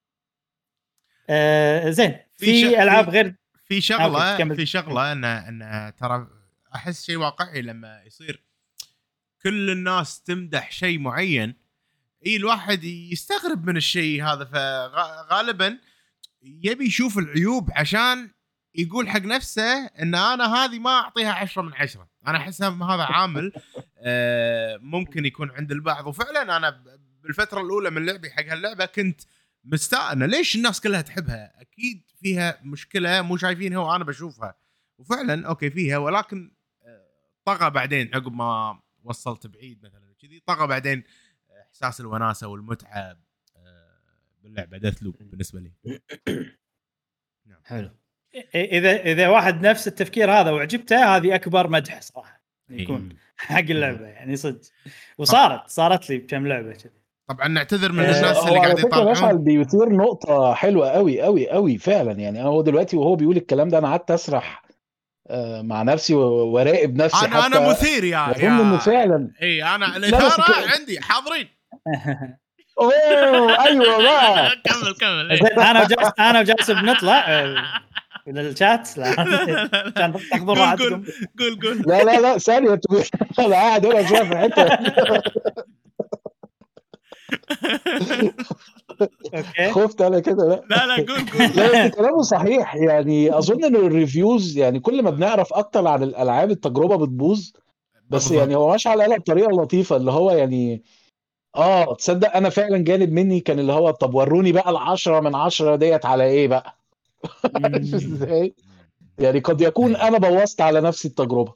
زين. في العاب غير في شغله ان ترى احس شيء واقعي لما يصير كل الناس تمدح شيء معين، الواحد يستغرب من الشيء هذا، فغالبا يبي يشوف العيوب عشان يقول حق نفسه ان انا هذه ما اعطيها 10 من 10. انا احس هذا عامل ممكن يكون عند البعض. وفعلا انا بالفتره الاولى من لعبي حق هاللعبه كنت مستاء ليش الناس كلها تحبها، اكيد فيها مشكله مو شايفينها وانا بشوفها، وفعلا اوكي فيها، ولكن طغى بعدين عقب ما وصلت بعيد مثلا كذي، طغى بعدين احساس الوناسه والمتعه باللعبه ديث لوب بالنسبه لي. نعم حلو. اذا واحد نفس التفكير هذا وعجبته، هذه اكبر مدح صراحه يكون حق اللعبه يعني صدق. صارت لي بكم لعبه كذي. طبعا نعتذر من الناس اللي قاعد يطالعون. مشعل بيثير نقطه حلوه قوي قوي قوي فعلا. يعني هو دلوقتي وهو بيقول الكلام ده انا قعدت اسرح مع نفسي وراقب نفسي. انا مثير يا انه فعلا اي انا الاثاره عندي حاضرين. اوه ايوه بقى كمل. انا وجاسم بنطلع للشات عشان تاخذوا راحتكم. قول لا ثانيه تقول انا قاعد هنا شويه في الحته. اوكي خفت انا كده. لا قول لا كلامه صحيح. يعني اظن ان الريفيوز يعني كل ما بنعرف اكتر عن الالعاب التجربه بتبوظ. بس يعني هو ماشي على بطريقه لطيفه اللي هو يعني تصدق انا فعلا جانب مني كان اللي هو طب وروني بقى 10 من 10 ديت على ايه بقى. ازاي يعني قد يكون انا بوظت على نفسي التجربه.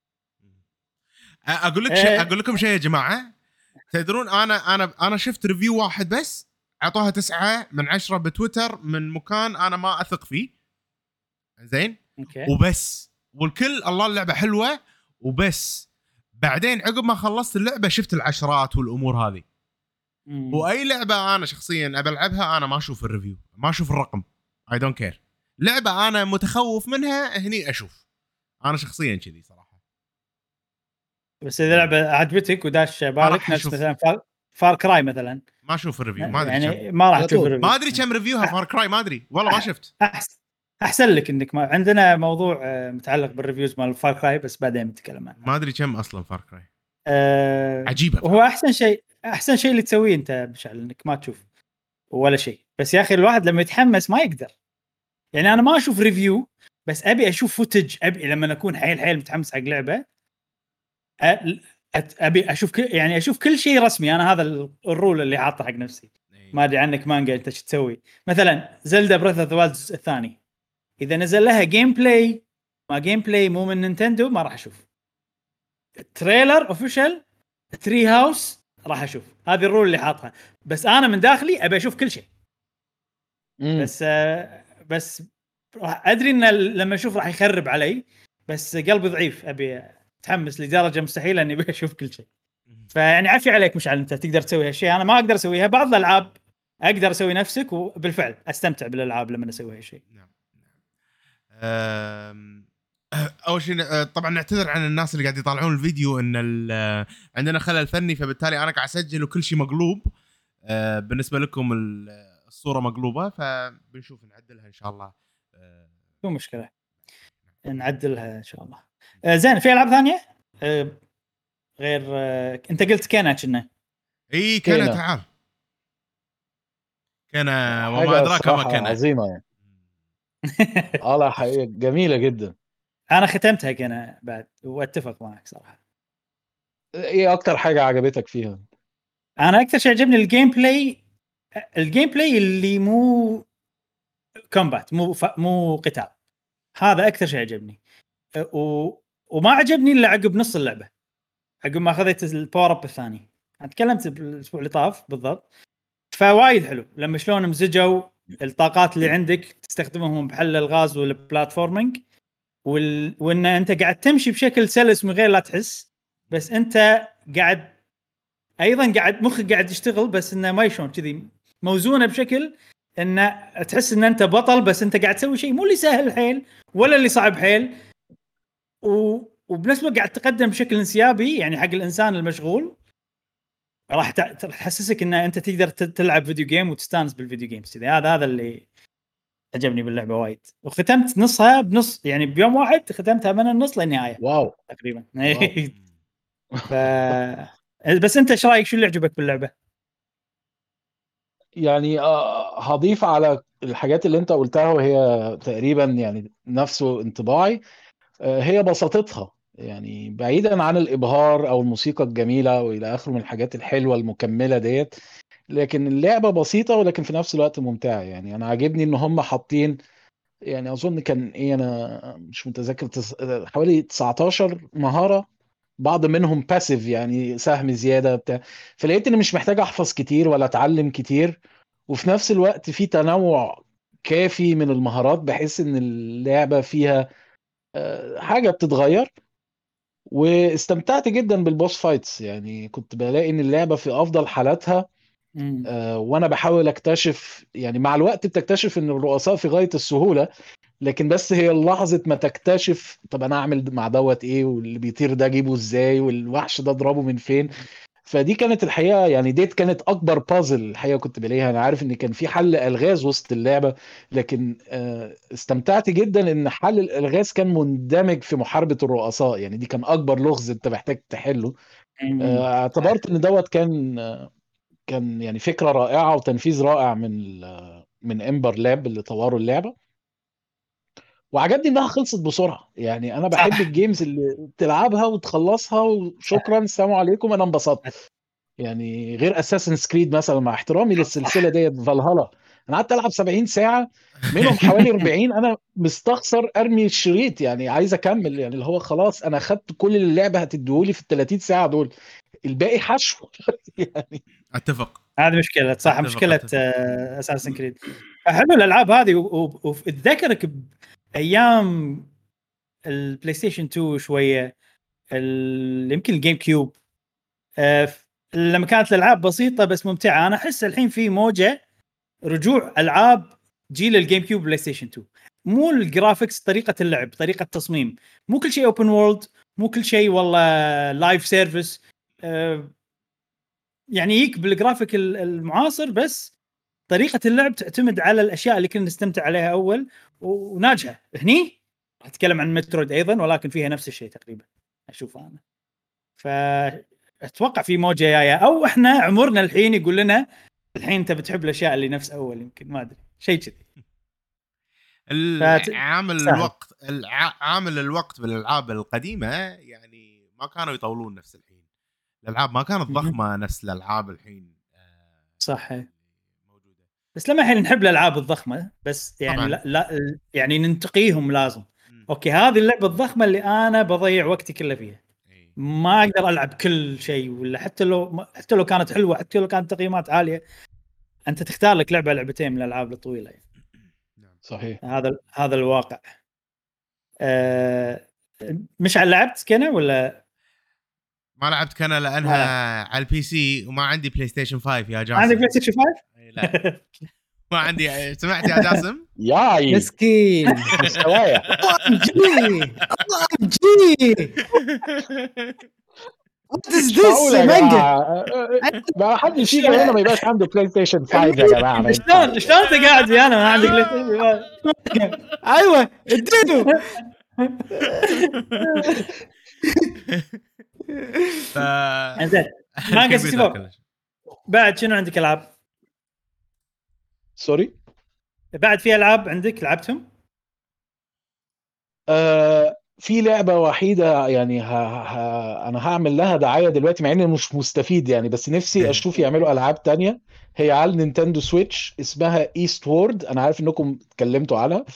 اقول لكم شيء يا جماعه، تدرون انا شفت ريفيو واحد بس اعطوها 9 من 10 بتويتر من مكان انا ما اثق فيه، زين وبس، والكل الله اللعبه حلوه وبس. بعدين عقب ما خلصت اللعبه شفت العشرات والامور هذه. واي لعبه انا شخصيا ابى العبها انا ما اشوف الريفيو، ما اشوف الرقم، اي دونت كير. لعبه انا متخوف منها هني اشوف، انا شخصيا كذي صراحه. بس اذا لعبه عجبتك وداش بالك نفس مثلا فار كراي مثلا، ما اشوف الريفيو، ما ادري يعني ما راح تشوف الريفيو، ما ادري كم ريفيوها فار كراي، ما ادري والله ما شفت. احسن لك انك ما عندنا موضوع متعلق بالريفيوز مال فار كراي بس بعدين نتكلم عنه. ما ادري كم اصلا فار كراي. عجيبه. وهو احسن شيء اللي تسويه انت مشعل انك ما تشوف ولا شيء. بس يا اخي الواحد لما يتحمس ما يقدر. يعني انا ما اشوف ريفيو بس ابي اشوف فوتج، ابي لما اكون حيل متحمس حق لعبه ابي اشوف يعني اشوف كل شيء رسمي. انا هذا الرول اللي حاطه حق نفسي. ما ادري عنك مانجا انت ايش تسوي؟ مثلا زلدا بريث اوف ذا وايلد الثاني اذا نزل لها جيم بلاي ما جيم بلاي مو من نينتندو ما راح اشوف. تريلر اوفيشال تري هاوس راح اشوف. هذه الرول اللي حاطها. بس انا من داخلي ابي اشوف كل شيء. بس ادري ان لما اشوف راح يخرب علي، بس قلبي ضعيف ابي اتحمس لدرجه مستحيله اني بشوف كل شيء. فيعني عافي عليك مشعل انت تقدر تسوي هالشيء، انا ما اقدر اسويها. بعض الالعاب اقدر اسوي نفسك وبالفعل استمتع بالالعاب لما اسوي هالشيء. نعم. اول شيء طبعا نعتذر عن الناس اللي قاعد يطالعون الفيديو ان عندنا خلل فني، فبالتالي انا قاعد اسجل وكل شيء مقلوب. بالنسبه لكم الصوره مقلوبه، فبنشوف نعدلها ان شاء الله. مو مشكله. نعدلها ان شاء الله. زين في العاب ثانيه غير انت قلت كنا كنا اي كنا تعال كنا وما ادراك ما كنا عظيمه يعني. لا حقيقة جميله جدا. انا ختمتها كنا بعد واتفق معك صراحه. ايه اكتر حاجه عجبتك فيها؟ انا اكثر شيء عجبني الجيم بلاي اللي مو كومبات مو قتال. هذا اكثر شيء عجبني. وما عجبني الا عقب نص اللعبه، عقب ما اخذت الباور اب الثاني. انا تكلمت بالاسبوع اللي طاف بالضبط. فوايد حلو لما شلون مزجوا الطاقات اللي عندك تستخدمهم بحل الغاز والبلاتفورمينج وان انت قاعد تمشي بشكل سلس من غير لا تحس، بس انت قاعد ايضا مخك قاعد يشتغل، بس انه ما يشون كذي موزونه بشكل ان تحس ان انت بطل، بس انت قاعد تسوي شيء مو اللي سهل حيل ولا اللي صعب حيل، وبنفس الوقت قاعد تقدم بشكل انسيابي يعني حق الانسان المشغول. راح تحسسك ان انت تقدر تلعب فيديو جيم وتستانس بالفيديو جيمز. هذا اللي عجبني باللعبه وايد. وختمت نصها بنص يعني بيوم واحد، ختمتها من النص للنهايه. واو تقريبا. بس انت ايش رايك؟ شو اللي عجبك باللعبه؟ يعني هضيف على الحاجات اللي انت قلتها وهي تقريبا يعني نفسه انطباعي. هي بساطتها، يعني بعيدا عن الابهار او الموسيقى الجميله والى اخره من الحاجات الحلوه المكمله ديت، لكن اللعبه بسيطه ولكن في نفس الوقت ممتعه. يعني انا عاجبني ان هم حاطين، يعني اظن كان ايه، انا مش متذكر، حوالي 19 مهاره، بعض منهم باسيف يعني سهم زياده بتاع. فلقيت اني مش محتاج احفظ كتير ولا اتعلم كتير، وفي نفس الوقت في تنوع كافي من المهارات بحيث ان اللعبه فيها حاجه بتتغير. واستمتعت جدا بالبوس فايتس، يعني كنت بلاقي ان اللعبه في افضل حالاتها. وانا بحاول اكتشف، يعني مع الوقت بتكتشف ان الرؤساء في غايه السهوله، لكن بس هي لحظه ما تكتشف طب انا اعمل مع دوت ايه، واللي بيطير ده اجيبه ازاي، والوحش ده اضربه من فين. فدي كانت الحقيقه، يعني ديت كانت اكبر بازل الحقيقه كنت بلاقيها. انا عارف ان كان في حل الغاز وسط اللعبه، لكن استمتعت جدا ان حل الالغاز كان مندمج في محاربه الرؤساء. يعني دي كان اكبر لغز انت محتاج تحله. اعتبرت ان دوت كان يعني فكره رائعه وتنفيذ رائع من امبر لاب اللي طوروا اللعبه. وعجبني انها خلصت بسرعه. يعني انا بحب الجيمز اللي تلعبها وتخلصها وشكرا السلام عليكم انا انبسطت. يعني غير اساسن سكريد مثلا، مع احترامي للسلسله ديت، فالهالا انا قعدت العب 70 ساعه، منهم حوالي 40 انا مستخسر ارمي الشريط، يعني عايز اكمل. يعني اللي هو خلاص انا خدت كل اللي اللعبه هتديهولي في ال 30 ساعه دول، الباقي حشو. يعني اتفق. هذه مشكله صح، مشكله اساسن كريد. حلو الالعاب هذه وتذكرك بايام البلاي ستيشن 2 شويه، يمكن الجيم كيوب، لما كانت الالعاب بسيطه بس ممتعه. انا احس الحين في موجه رجوع العاب جيل الجيم كيوب بلاي ستيشن 2. مو الجرافيكس، طريقه اللعب، طريقه التصميم، مو كل شيء اوبن وورلد، مو كل شيء والله لايف سيرفيس. يعني يك بالجرافيك المعاصر، بس طريقه اللعب تعتمد على الاشياء اللي كنا نستمتع عليها اول وناجحه. هني اتكلم عن مترويد ايضا، ولكن فيها نفس الشيء تقريبا اشوفه انا. فاتوقع في موجه جايه، او احنا عمرنا الحين يقول لنا الحين انت بتحب الاشياء اللي نفس اول، يمكن ما ادري شيء كذي. عامل الوقت بالالعاب القديمه يعني ما كانوا يطولون نفس الحين. الالعاب ما كانت ضخمه نفس الالعاب الحين. صح موجوده، بس لما الحين نحب الالعاب الضخمه، بس يعني لا يعني ننتقيهم لازم. اوكي هذه اللعبه الضخمه اللي انا بضيع وقتي كله فيها، ما اقدر العب كل شيء، ولا حتى لو كانت حلوه، حتى لو كانت تقييمات عاليه، انت تختار لك لعبتين من الالعاب الطويله يعني. صحيح. هذا الواقع. مش لعبت كنا ولا ما لعبت كنا لانها على البي سي وما عندي بلاي ستيشن 5 يا جاسم. عندك بلاي ستيشن 5؟ لا ما عندي. سمعت يا جاسم؟ ياي مسكين مستوايا What is this مانجا؟ ما حد يجي هنا ما يبقاش عنده بلاي ستيشن 5 يا جماعه. شلون انت قاعد انا ما عندي بلاي ستيشن؟ ايوه اديله زين مانجا 64 بعد شنو عندك العاب؟ سوري بعد في العاب عندك لعبتهم؟ في لعبة وحيدة يعني أنا هعمل لها دعاية دلوقتي مع إني مش مستفيد يعني، بس نفسي أشوف يعملوا ألعاب تانية. هي على نينتندو سويتش اسمها ايست وورد. أنا عارف إنكم اتكلمتوا عنها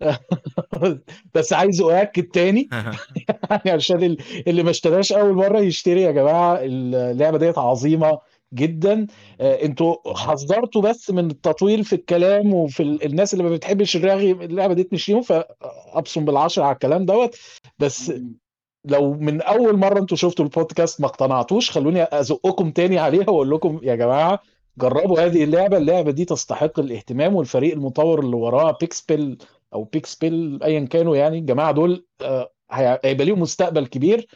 بس عايز أؤكد تاني يعني عشان اللي ما اشتراش أول مرة يشتري. يا جماعة اللعبة ديت عظيمة جدا. انتوا حذرتوا بس من التطويل في الكلام وفي الناس اللي ما بتحبش الرغي، اللعبة ديت مش ليهم، فأبصم بالعشر على الكلام دوت. بس لو من اول مره انتوا شفتوا البودكاست ما اقتنعتوش، خلوني ازقكم تاني عليها واقول لكم يا جماعه جربوا هذه اللعبه دي تستحق الاهتمام. والفريق المطور اللي وراها بيكسبل او بيكسبل ايا كانوا، يعني الجماعه دول هيبقى ليهم مستقبل كبير.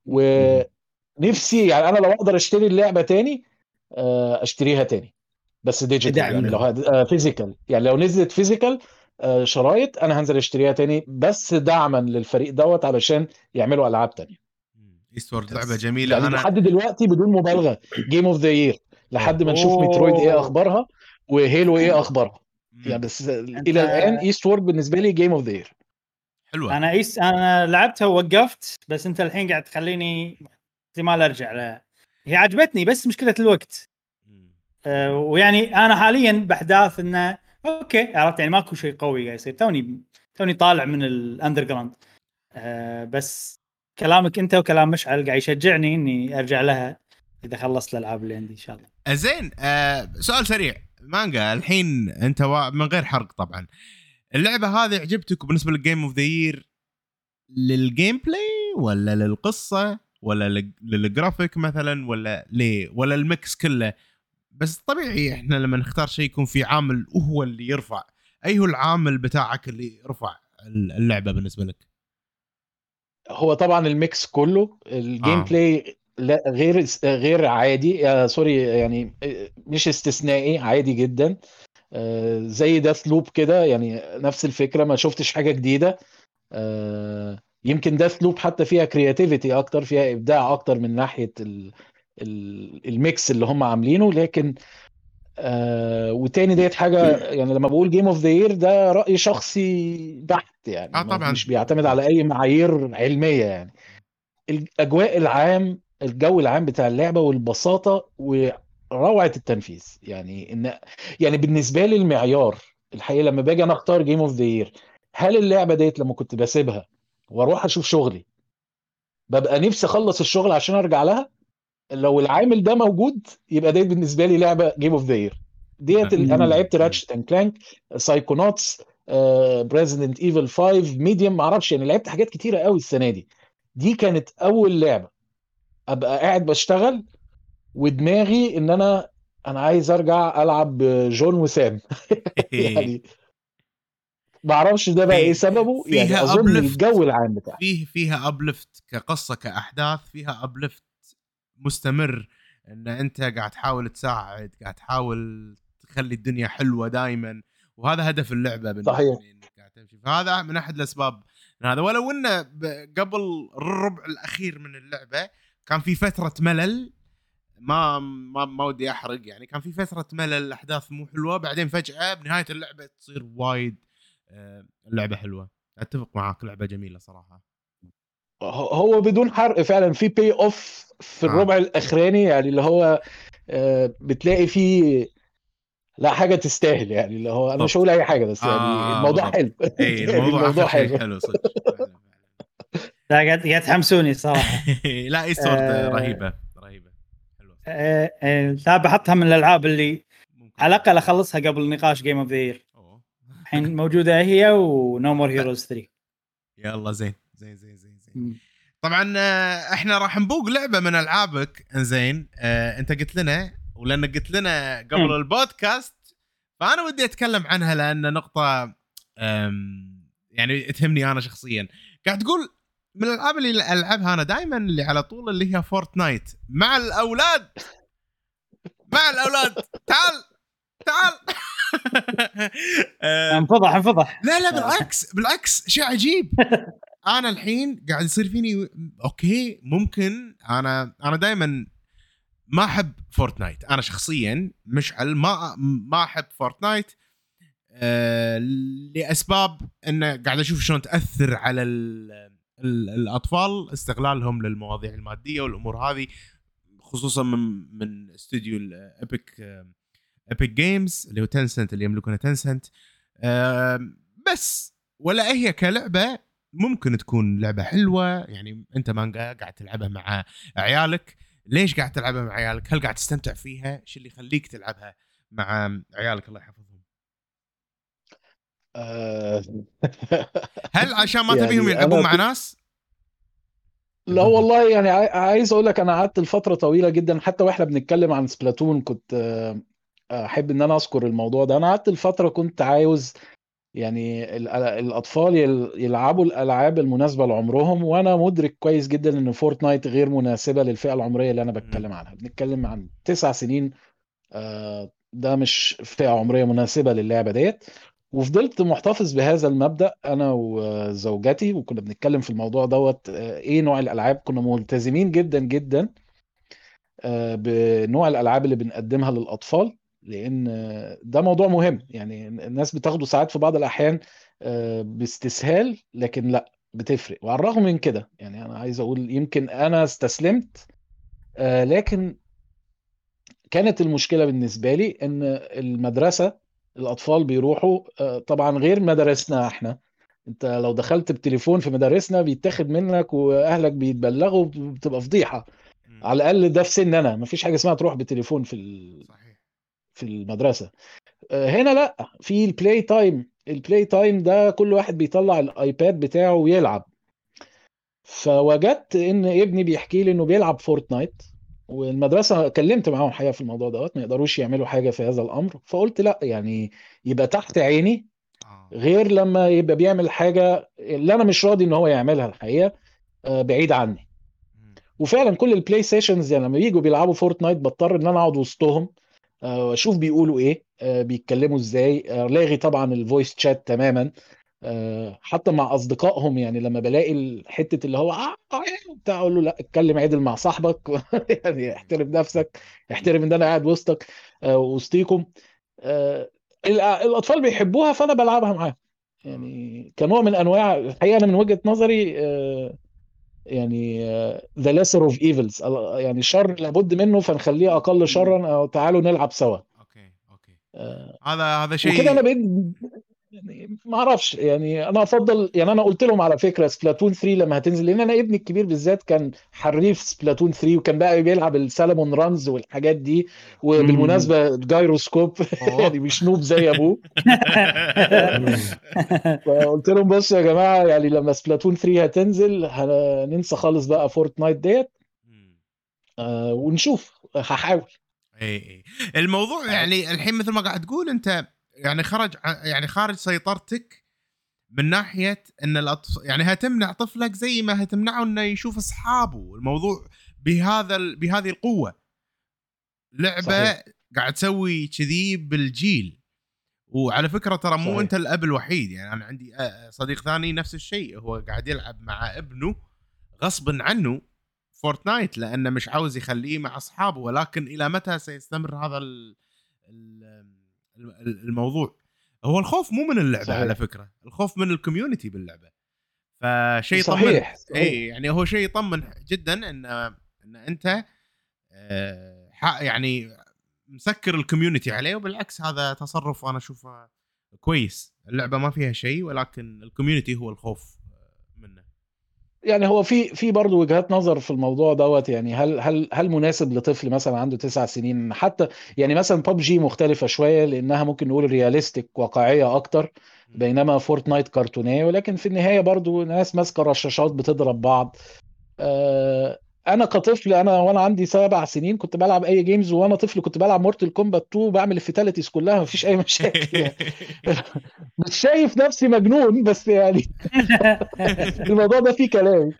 ونفسي يعني انا لو اقدر اشتري اللعبه تاني اشتريها تاني، بس ديجيتال يعني لو فيزيكال، يعني لو نزلت فيزيكال شرايط انا هنزل اشتريها تاني، بس دعما للفريق دوت علشان يعملوا العاب تانية. ايستورد لعبه جميله يعني انا لحد دلوقتي بدون مبالغه جيم اوف ذا يير، لحد ما نشوف مترويد ايه اخبارها وهيلو ايه اخبارها. يعني بس الى الان ايستورد بالنسبه لي جيم اوف ذا يير. حلوه. انا لعبتها ووقفت، بس انت الحين قاعد تخليني احتمال ارجع لها. هي عجبتني بس مشكله الوقت. ويعني انا حاليا باحداث انه اوكي عرفت يعني ماكو شيء قوي قاعد يصير، توني طالع من الاندر جراوند. بس كلامك انت وكلام مشعل قاعد يشجعني اني ارجع لها اذا خلصت الالعاب اللي عندي ان شاء الله. زين سؤال سريع مانجا الحين انت من غير حرق طبعا، اللعبه هذه عجبتك بالنسبه للجيم اوف ذا يير للجيم بلاي ولا للقصه ولا للجرافيك مثلا ولا ليه ولا الميكس كله؟ بس طبيعي احنا لما نختار شيء يكون في عامل وهو اللي يرفع. اي هو العامل بتاعك اللي يرفع اللعبه بالنسبه لك؟ هو طبعا الميكس كله. الجيم بلاي لا غير عادي، سوري يعني مش استثنائي، عادي جدا. زي داث لوب كده يعني نفس الفكره، ما شفتش حاجه جديده. يمكن داث لوب حتى فيها كرياتيفيتي اكتر، فيها ابداع اكتر من ناحيه الميكس اللي هم عاملينه. لكن وتاني ديت حاجه يعني لما بقول جيم اوف ذا يير ده راي شخصي بحت يعني، طبعا مش بيعتمد على اي معايير علميه يعني. الجو العام بتاع اللعبه والبساطه وروعه التنفيذ يعني يعني بالنسبه لي المعيار الحقيقه لما باجي انا اختار جيم اوف ذا يير، هل اللعبه ديت لما كنت بسيبها واروح اشوف شغلي ببقى نفسي اخلص الشغل عشان ارجع لها؟ لو العامل ده موجود يبقى ديت بالنسبه لي لعبه جيم اوف ذا يير. ديت انا لعبت راتشت اند كلانك، سايكونوتس، بريزيدنت ايفل 5 ميديوم، ما اعرفش يعني لعبت حاجات كتيره قوي السنه دي. دي كانت اول لعبه ابقى قاعد بشتغل ودماغي ان انا عايز ارجع العب جون وسام يعني ما اعرفش ده بقى ايه سببه يعني. اظن الجو العام بتاعه فيها ابلفت كقصه كاحداث، فيها ابلفت مستمر ان انت قاعد تحاول تساعد، قاعد تحاول تخلي الدنيا حلوه دائما، وهذا هدف اللعبه بالنسبه لي انك قاعد تمشي. فهذا من احد الاسباب هذا. ولو انه قبل الربع الاخير من اللعبه كان في فتره ملل، ما ودي احرق يعني، كان في فتره ملل، الاحداث مو حلوه، بعدين فجاه بنهايه اللعبه تصير وايد اللعبه حلوه. اتفق معاك، لعبه جميله صراحه. هو بدون حرق فعلا في باي اوف في الربع الاخراني يعني، اللي هو بتلاقي فيه لا حاجه تستاهل يعني، اللي هو انا مش هقول اي حاجه بس يعني الموضوع حلو. اي الموضوع حلو صدق لا قاعد تحمسوني صراحه. لا ايستورد رهيبه حلوه. لا بحطها من الالعاب اللي على الاقل اخلصها قبل نقاش جيم اوف ذا يير. الحين موجوده هي ونو مور هيروز 3. يلا زين. طبعا احنا راح نبوق لعبه من العابك. زين انت قلت لنا، ولانك قلت لنا قبل البودكاست فانا ودي اتكلم عنها لان نقطه يعني تهمني انا شخصيا. قاعد تقول من الالعاب اللي العبها انا دائما اللي على طول اللي هي فورتنايت مع الاولاد. تعال انفضح. لا بالعكس شيء عجيب. انا الحين قاعد يصير فيني اوكي ممكن انا دائما ما احب فورتنايت. انا شخصيا مشعل ما احب فورتنايت لاسباب انه قاعد اشوف شلون تاثر على الاطفال، استغلالهم للمواضيع الماديه والامور هذه، خصوصا من استوديو ايبك جيمز اللي هو تنسنت، اللي يملكونه تنسنت. بس ولا هي كلعبه ممكن تكون لعبه حلوه. يعني انت مانجا قاعد تلعبها مع عيالك، ليش قاعد تلعبها مع عيالك؟ هل قاعد تستمتع فيها؟ شو اللي يخليك تلعبها مع عيالك الله يحفظهم؟ هل عشان ما تبيهم يعني يلعبون مع ناس؟ لا والله، يعني عايز اقول لك انا قعدت الفتره طويله جدا، حتى واحنا بنتكلم عن سبلاتون كنت احب ان انا اذكر الموضوع ده. انا قعدت الفتره كنت عاوز يعني الاطفال يلعبوا الالعاب المناسبه لعمرهم، وانا مدرك كويس جدا ان فورتنايت غير مناسبه للفئه العمريه اللي انا بتكلم عنها. بنتكلم عن 9 سنين، ده مش فئه عمريه مناسبه للعبه ديت. وفضلت محتفظ بهذا المبدأ انا وزوجتي، وكنا بنتكلم في الموضوع دوت ايه نوع الالعاب. كنا ملتزمين جدا جدا بنوع الالعاب اللي بنقدمها للاطفال، لان ده موضوع مهم. يعني الناس بتاخده ساعات في بعض الاحيان باستسهال، لكن لا، بتفرق. وعلى الرغم من كده يعني انا عايز اقول يمكن انا استسلمت، لكن كانت المشكلة بالنسبة لي ان المدرسة الاطفال بيروحوا طبعا غير مدارسنا احنا. انت لو دخلت بتليفون في مدارسنا بيتاخد منك واهلك بيتبلغوا، بتبقى فضيحة. على الاقل ده في سن انا مفيش حاجة اسمها تروح بتليفون صحيح. في المدرسة. هنا لا، في البلاي تايم. البلاي تايم ده كل واحد بيطلع الايباد بتاعه ويلعب. فوجدت ان ابني بيحكي لي انه بيلعب فورتنايت، والمدرسه كلمت معاهم حقيقه في الموضوع دوت، ما يقدروش يعملوا حاجه في هذا الامر. فقلت لا، يعني يبقى تحت عيني، غير لما يبقى بيعمل حاجه اللي انا مش راضي ان هو يعملها الحقيقه بعيد عني. وفعلا كل البلاي ستيشنز يعني لما بييجوا بيلعبوا فورتنايت بضطر ان انا اقعد وسطهم اشوف بيقولوا ايه، بيتكلموا ازاي. لاغي طبعا الفويس شات تماما، حتى مع اصدقائهم. يعني لما بلاقي الحته اللي هو بتاع، اقول له لا، اتكلم عدل مع صاحبك يعني احترم نفسك، احترم ان انا قاعد وسطك وسطيكم. الاطفال بيحبوها فانا بلعبها معاهم، يعني كنوع من انواع الحقيقه. انا من وجهه نظري يعني the lesser of evils، يعني شر لابد منه فنخليه اقل شرا، او تعالوا نلعب سوا. اوكي هذا شيء. وكده انا بقيت يعني ما اعرفش، يعني انا افضل، يعني انا قلت لهم على فكره سبلاتون 3 لما هتنزل، لان انا ابني الكبير بالذات كان حريف سبلاتون 3، وكان بقى بيلعب السالمون رانز والحاجات دي. وبالمناسبه جايروسكوب يعني مش نوب زي ابوه. فقلت لهم بصوا يا جماعه، يعني لما سبلاتون 3 هتنزل هننسى خالص بقى فورتنايت ديت، ونشوف. هحاول. اي الموضوع يعني الحين مثل ما قاعد تقول انت، يعني خارج سيطرتك من ناحيه ان يعني هتمنع طفلك زي ما هتمنعه انه يشوف اصحابه. الموضوع بهذه القوه. لعبه صحيح. قاعد تسوي كذي بالجيل. وعلى فكره ترى مو صحيح. انت الاب الوحيد. يعني انا عندي صديق ثاني نفس الشيء، هو قاعد يلعب مع ابنه غصبا عنه فورتنايت لانه مش عاوز يخليه مع اصحابه. ولكن الى متى سيستمر هذا الموضوع؟ هو الخوف مو من اللعبه صحيح. على فكره الخوف من الكوميونتي باللعبه. فشيء صحيح. طمن. اي يعني هو شيء يطمن جدا ان انت يعني مسكر الكوميونتي عليه. وبالعكس هذا تصرف انا اشوفه كويس. اللعبه ما فيها شيء، ولكن الكوميونتي هو الخوف منه. يعني هو في برضه وجهات نظر في الموضوع دوت. يعني هل مناسب لطفل مثلا عنده 9 سنين؟ حتى يعني مثلا ببجي مختلفة شوية لأنها ممكن نقول رياليستيك، واقعية أكتر، بينما فورتنايت كرتونية. ولكن في النهاية برضه ناس ماسكة رشاشات بتضرب بعض. انا كطفل، وانا عندي 7 سنين كنت بلعب اي جيمز، وانا طفل كنت بلعب مورتال كومبات 2 بعمل الفيتاليتيز كلها، مفيش اي مشاكل يعني. مش شايف نفسي مجنون، بس يعني الموضوع ده فيه كلام.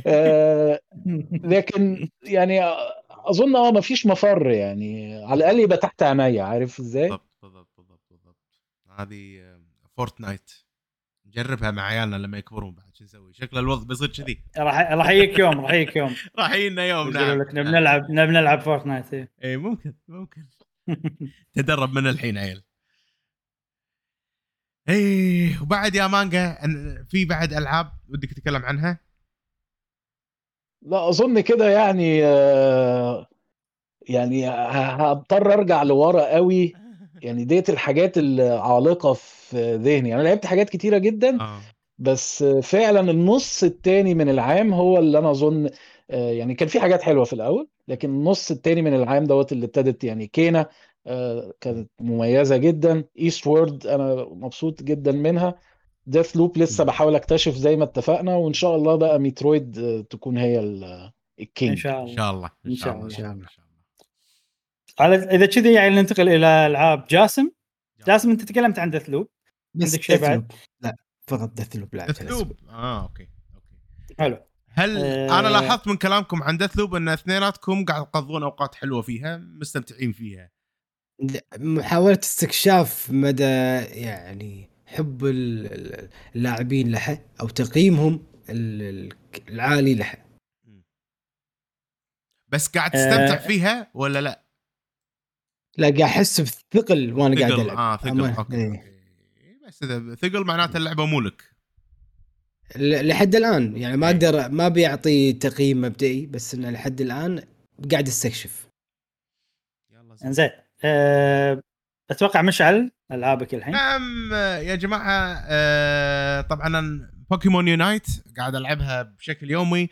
لكن يعني اظن مفيش مفر، يعني على الاقل يبقى تحت عينيا، عارف ازاي. بالضبط. هذه فورتنايت نجربها مع عيالنا لما يكبرون بعد. شو نسوي؟ شكل الوضع بيصير كذي. راح يجيك يوم راح يجينا يوم. نعم لك نلعب فورتنايت. اي ممكن تدرب من الحين عيل. اي وبعد يا مانجا في بعد العاب ودك تتكلم عنها؟ لا اظن كده يعني يعني هضطر ارجع لورا قوي. يعني ديت الحاجات العالقة في ذهني. انا لعبت حاجات كتيرة جدا بس فعلا النص التاني من العام هو اللي انا اظن يعني كان في حاجات حلوة في الاول، لكن النص التاني من العام دوت اللي ابتدت يعني كينا كانت مميزة جدا. ايست وورد انا مبسوط جدا منها. ديث لوب لسه بحاول اكتشف زي ما اتفقنا، وان شاء الله بقى ميترويد تكون هي الكينج. ان شاء الله. ان شاء الله. على اذا كذي يعني ننتقل الى العاب جاسم. انت تكلمت عن ديث لوب، عندك شيء بعد؟ لا فقط ديث لوب. ديث لوب اوكي حلو. هل انا لاحظت من كلامكم عن ديث لوب ان اثنيناتكم قاعد تقضون اوقات حلوه فيها، مستمتعين فيها؟ محاولة استكشاف مدى يعني حب اللاعبين لها او تقييمهم العالي لها. بس قاعد تستمتع فيها ولا لا؟ لا قاعد احس بثقل وانا قاعد العب. ثقل اوكي. بس اذا ثقل معناته اللعبه مو لك لحد الان. يعني ما اقدر ما بيعطي تقييم مبدئي، بس انه لحد الان قاعد استكشف. انزين اتوقع مشعل العابك الحين. نعم يا جماعه. طبعا بوكيمون يونايت قاعد العبها بشكل يومي.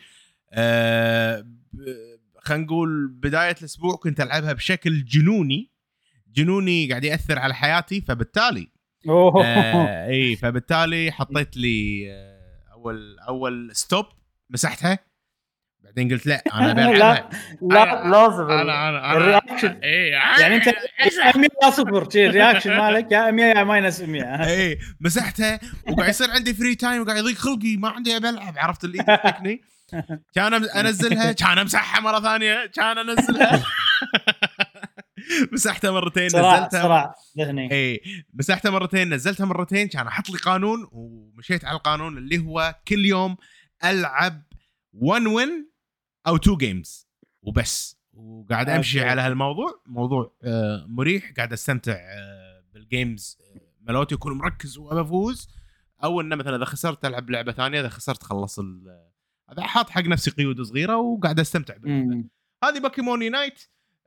خلينا نقول بدايه الاسبوع كنت العبها بشكل جنوني قاعد ياثر على حياتي، فبالتالي فبالتالي حطيت لي اول ستوب، مسحتها، بعدين قلت لا انا بلعبها. لا لازم انا الرياكشن. يعني انت 100 صفر الرياكشن مالك يا 100 يا ماينس 100. مسحتها وقاعد يصير عندي فري تايم وقاعد يضيق خلقي، ما عندي بلعب. عرفت اللي يضحكني؟ كان انزلها، كان امسحها مره ثانيه، كان انزلها. مسحتها مرتين، نزلتها صراع ذهني. مسحتها مرتين، نزلتها مرتين. كان احط لي قانون ومشيت على القانون اللي هو كل يوم العب 1 وين او 2 جيمز وبس، وقاعد امشي على هالموضوع. موضوع مريح، قاعد استمتع بالجيمز ملوتي، يكون مركز وافوز. او انه مثلا اذا خسرت العب لعبه ثانيه، اذا خسرت خلص هذا حاط حق نفسي قيود صغيره وقاعد استمتع باللعبه. هذه بوكيمون يونايت.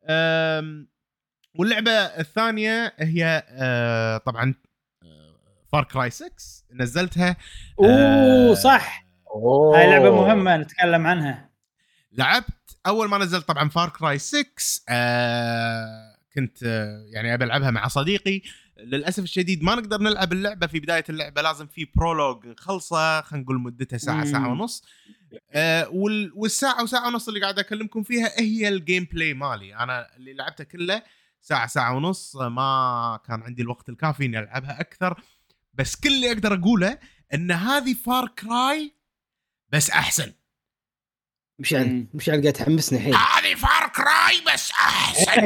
واللعبه الثانيه هي طبعا فار كراي 6 نزلتها. صح. هاي لعبه مهمه نتكلم عنها. لعبت اول ما نزلت طبعا فار كراي 6. كنت يعني ابي العبها مع صديقي. للاسف الشديد ما نقدر نلعب اللعبه في بدايه اللعبه، لازم في برولوج نخلصه، خلينا نقول مدتها ساعه ونص. والساعه وساعه ونص اللي قاعد اكلمكم فيها هي الجيم بلاي مالي. انا اللي لعبته كله ساعه ونص، ما كان عندي الوقت الكافي اني العبها اكثر. بس كل اللي اقدر اقوله ان هذه فار كراي بس احسن. مش قاعد تحمسني الحين. هذه فار كراي بس احسن.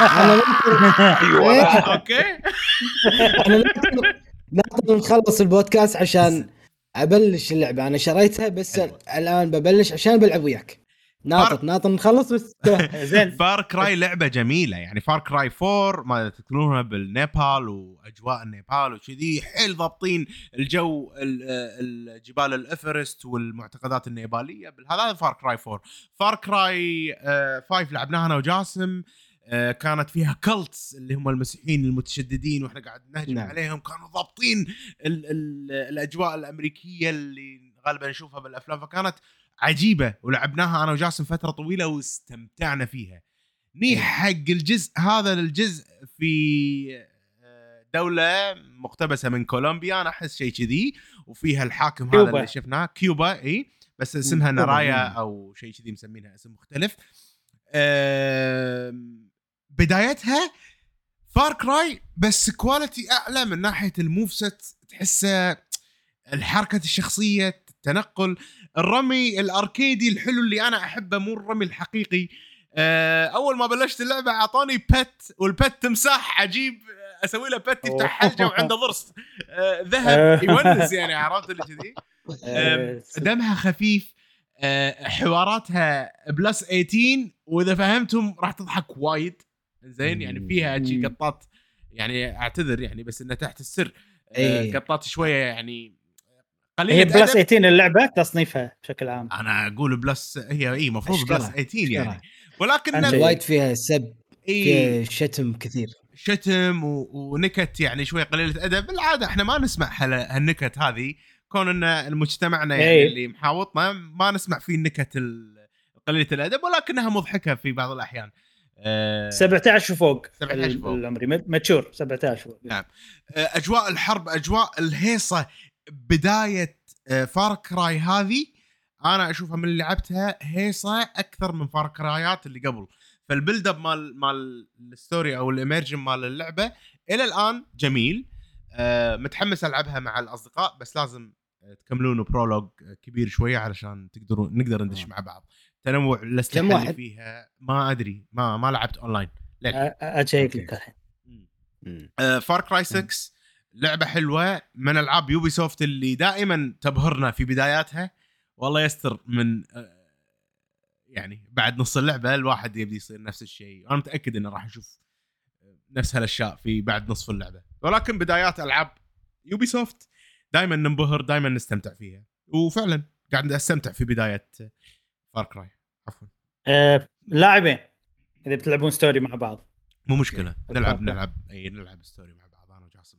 اوكي انا ناطر نخلص البودكاست عشان ابلش اللعبه. انا شريتها بس الان ببلش عشان بلعب وياك. ناطر نخلص بس. زين. فار كراي لعبه جميله، يعني فار كراي 4 ما تذكرونها بالنيبال واجواء النيبال وكذي، حيل ضابطين الجو، الجبال الافرست والمعتقدات النيباليه. هذا فار كراي 4. فار كراي 5 لعبناها انا وجاسم. كانت فيها كلتس اللي هم المسيحيين المتشددين، واحنا قاعد نهجم عليهم. كانوا ضابطين الاجواء الامريكيه اللي غالبا نشوفها بالافلام، فكانت عجيبة. ولعبناها أنا وجاسم فترة طويلة واستمتعنا فيها. حق الجزء هذا للجزء في دولة مقتبسة من كولومبيا، أنا أحس شيء كذي، وفيها الحاكم كيوبا. هذا اللي شفناه كيوبا، بس اسمها نرايا أو شيء كذي، مسمينها اسم مختلف. بدايتها فار كراي بس كواليتي أعلى من ناحية الموفست، تحسه الحركة الشخصية، التنقل، الرمي الاركيدي الحلو اللي انا احبه، مو الرمي الحقيقي. اول ما بلشت اللعبه اعطاني بت، والبت تمساح عجيب اسوي له بت يفتح حلجه وعنده ضرس ذهب يونس يعني عرفت اللي كذي. دمها خفيف حواراتها بلس 18 واذا فهمتهم راح تضحك وايد زين يعني فيها شي قطات يعني اعتذر يعني بس انها تحت السر قطات شويه يعني قليله. هي بلس 18 اللعبه تصنيفها بشكل عام انا اقول بلس هي مفروض بلس 18 يعني ولكن وايد فيها سب فيها شتم كثير شتم ونكت يعني شويه قليله ادب. بالعاده احنا ما نسمع هالنكت هذه كون ان مجتمعنا يعني اللي محاوطنا ما نسمع فيه النكت قليله الادب ولكنها مضحكه في بعض الاحيان. 17 وفوق 17 فوق العمري ماتشور 17 فوق. نعم. اجواء الحرب اجواء الهيصه بدايه فار كراي هذه انا اشوفها من اللي لعبتها هيصه اكثر من فار كرايات اللي قبل. فالبيلد اب مال الستوري او الاميرجن مال اللعبه الى الان جميل. متحمس العبها مع الاصدقاء بس لازم تكملون برولوج كبير شويه علشان نقدر ندش مع بعض. تنوع الاسلحه اللي فيها ما ادري ما لعبت اونلاين اشيك لك الحين. فار كراي 6 لعبه حلوه من العاب يوبي سوفت اللي دائما تبهرنا في بداياتها. والله يستر من يعني بعد نص اللعبه الواحد يبدي يصير نفس الشيء. انا متاكد انه راح نشوف نفس هالاشياء في بعد نصف اللعبه ولكن بدايات العاب يوبي سوفت دائما ننبهر دائما نستمتع فيها وفعلا قاعد استمتع في بدايه فار كراي. عفوا لاعبين اذا بتلعبون ستوري مع بعض مو مشكله نلعب ستوري مع بعض انا وجاسم.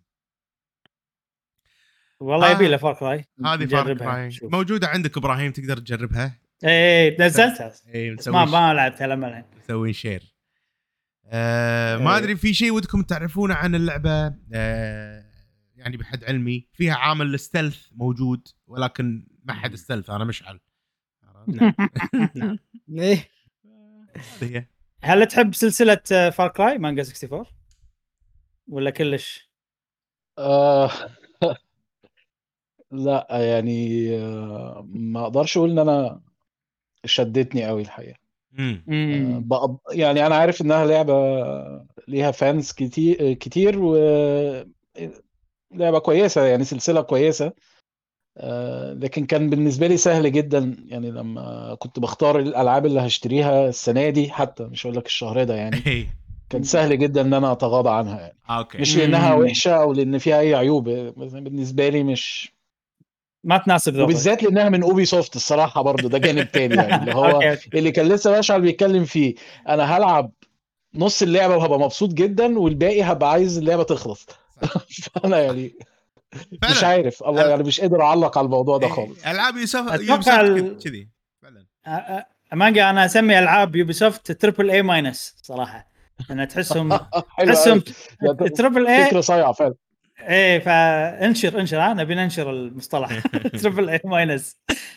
والله يبي له فار كراي هذه فار كراي موجوده عندك ابراهيم تقدر تجربها. نزلتها ما لعبتها لما الحين مسوين شير. ما ادري في شيء ودكم تعرفونه عن اللعبه يعني بحد علمي فيها عامل الستلث موجود ولكن ما حد استلث انا مشعل. نعم ايه هل تحب سلسله فار كراي مانجا 64 ولا كلش؟ لا يعني ما اقدرش اقول ان انا شدتني قوي الحقيقه. يعني انا عارف انها لعبه ليها فانز كتير لعبه كويسه يعني سلسله كويسه. لكن كان بالنسبه لي سهل جدا يعني لما كنت بختار الالعاب اللي هشتريها السنه دي حتى مش هقول لك الشهر ده يعني كان سهل جدا ان انا اتغاضى عنها يعني. مش لانها وحشه او لان فيها اي عيوب بالنسبه لي مش ما تناسب ذوقك وبالذات لانها من اوبي سوفت الصراحه برضو ده جانب تاني يعني اللي هو اللي كان لسه مشعل بيتكلم فيه. انا هلعب نص اللعبه وهبقى مبسوط جدا والباقي هبقى عايز اللعبه تخلص. فانا يعني مش عارف الله يعني مش قادر اعلق على الموضوع ده خالص. العاب يوبيسوفت كذي فعلا مانجا انا اسمي العاب يوبيسوفت تريبل اي ماينس صراحه. انا تحسهم تريبل اي فكره صايعه فعلا. ايه فانشر انا بننشر المصطلح تريبل اي ماينس.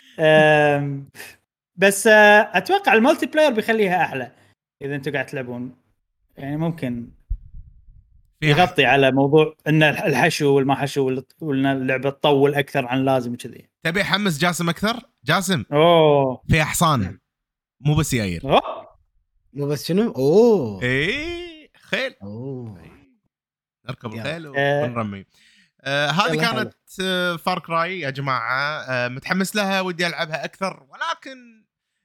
بس اتوقع المالتي بلاير بيخليها احلى اذا انتوا قاعد تلعبون يعني ممكن يغطي على موضوع ان الحشو والما حشو وان اللعبه تطول اكثر عن لازم كذي. تبي حمس جاسم اكثر؟ جاسم في حصان مو بس ياير مو بس شنو ايه خيل نركب الخيل ونرمي. هذه كانت فار كراي يا جماعه. متحمس لها ودي العبها اكثر ولكن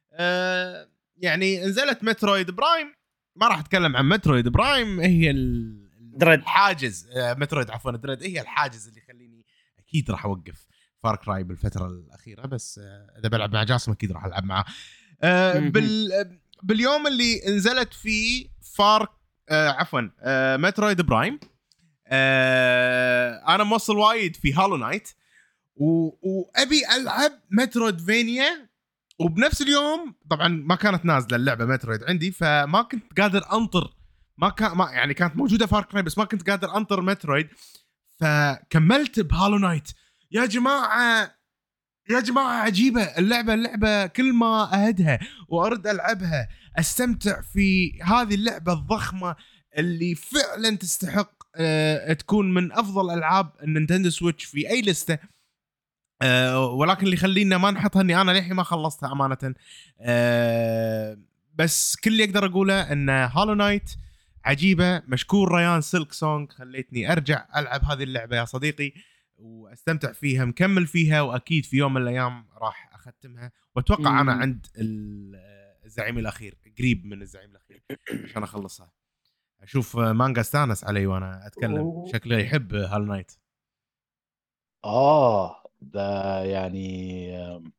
يعني نزلت مترويد برايم. ما راح اتكلم عن مترويد برايم هي الحاجز مترويد عفوا دريد هي الحاجز اللي يخليني اكيد راح اوقف فار كراي بالفتره الاخيره. بس اذا بلعب مع جاسم اكيد راح العب معه. باليوم اللي نزلت فيه مترويد برايم انا موصل وايد في هالو نايت وابي العب مترويد فينيا. وبنفس اليوم طبعا ما كانت نازله اللعبه مترويد عندي فما كنت قادر انطر يعني كانت موجوده فار كراي بس ما كنت قادر انطر مترويد فكملت بهالو نايت. يا جماعه عجيبه اللعبه كل ما اهدها وارد العبها استمتع في هذه اللعبه الضخمه اللي فعلا تستحق تكون من افضل العاب النينتندو سويتش في اي لسته. ولكن اللي يخلينا ما نحطها اني انا للحين ما خلصتها امانه. بس كل اللي اقدر اقوله ان هالو نايت عجيبه. مشكور ريان سلك سونج، خليتني ارجع العب هذه اللعبه يا صديقي واستمتع فيها، مكمل فيها، واكيد في يوم من الايام راح اختمها، واتوقع انا عند الزعيم الاخير، قريب من الزعيم الاخير عشان اخلصها. اشوف مانجا استانس علي وانا اتكلم، شكله يحب هال نايت. ده يعني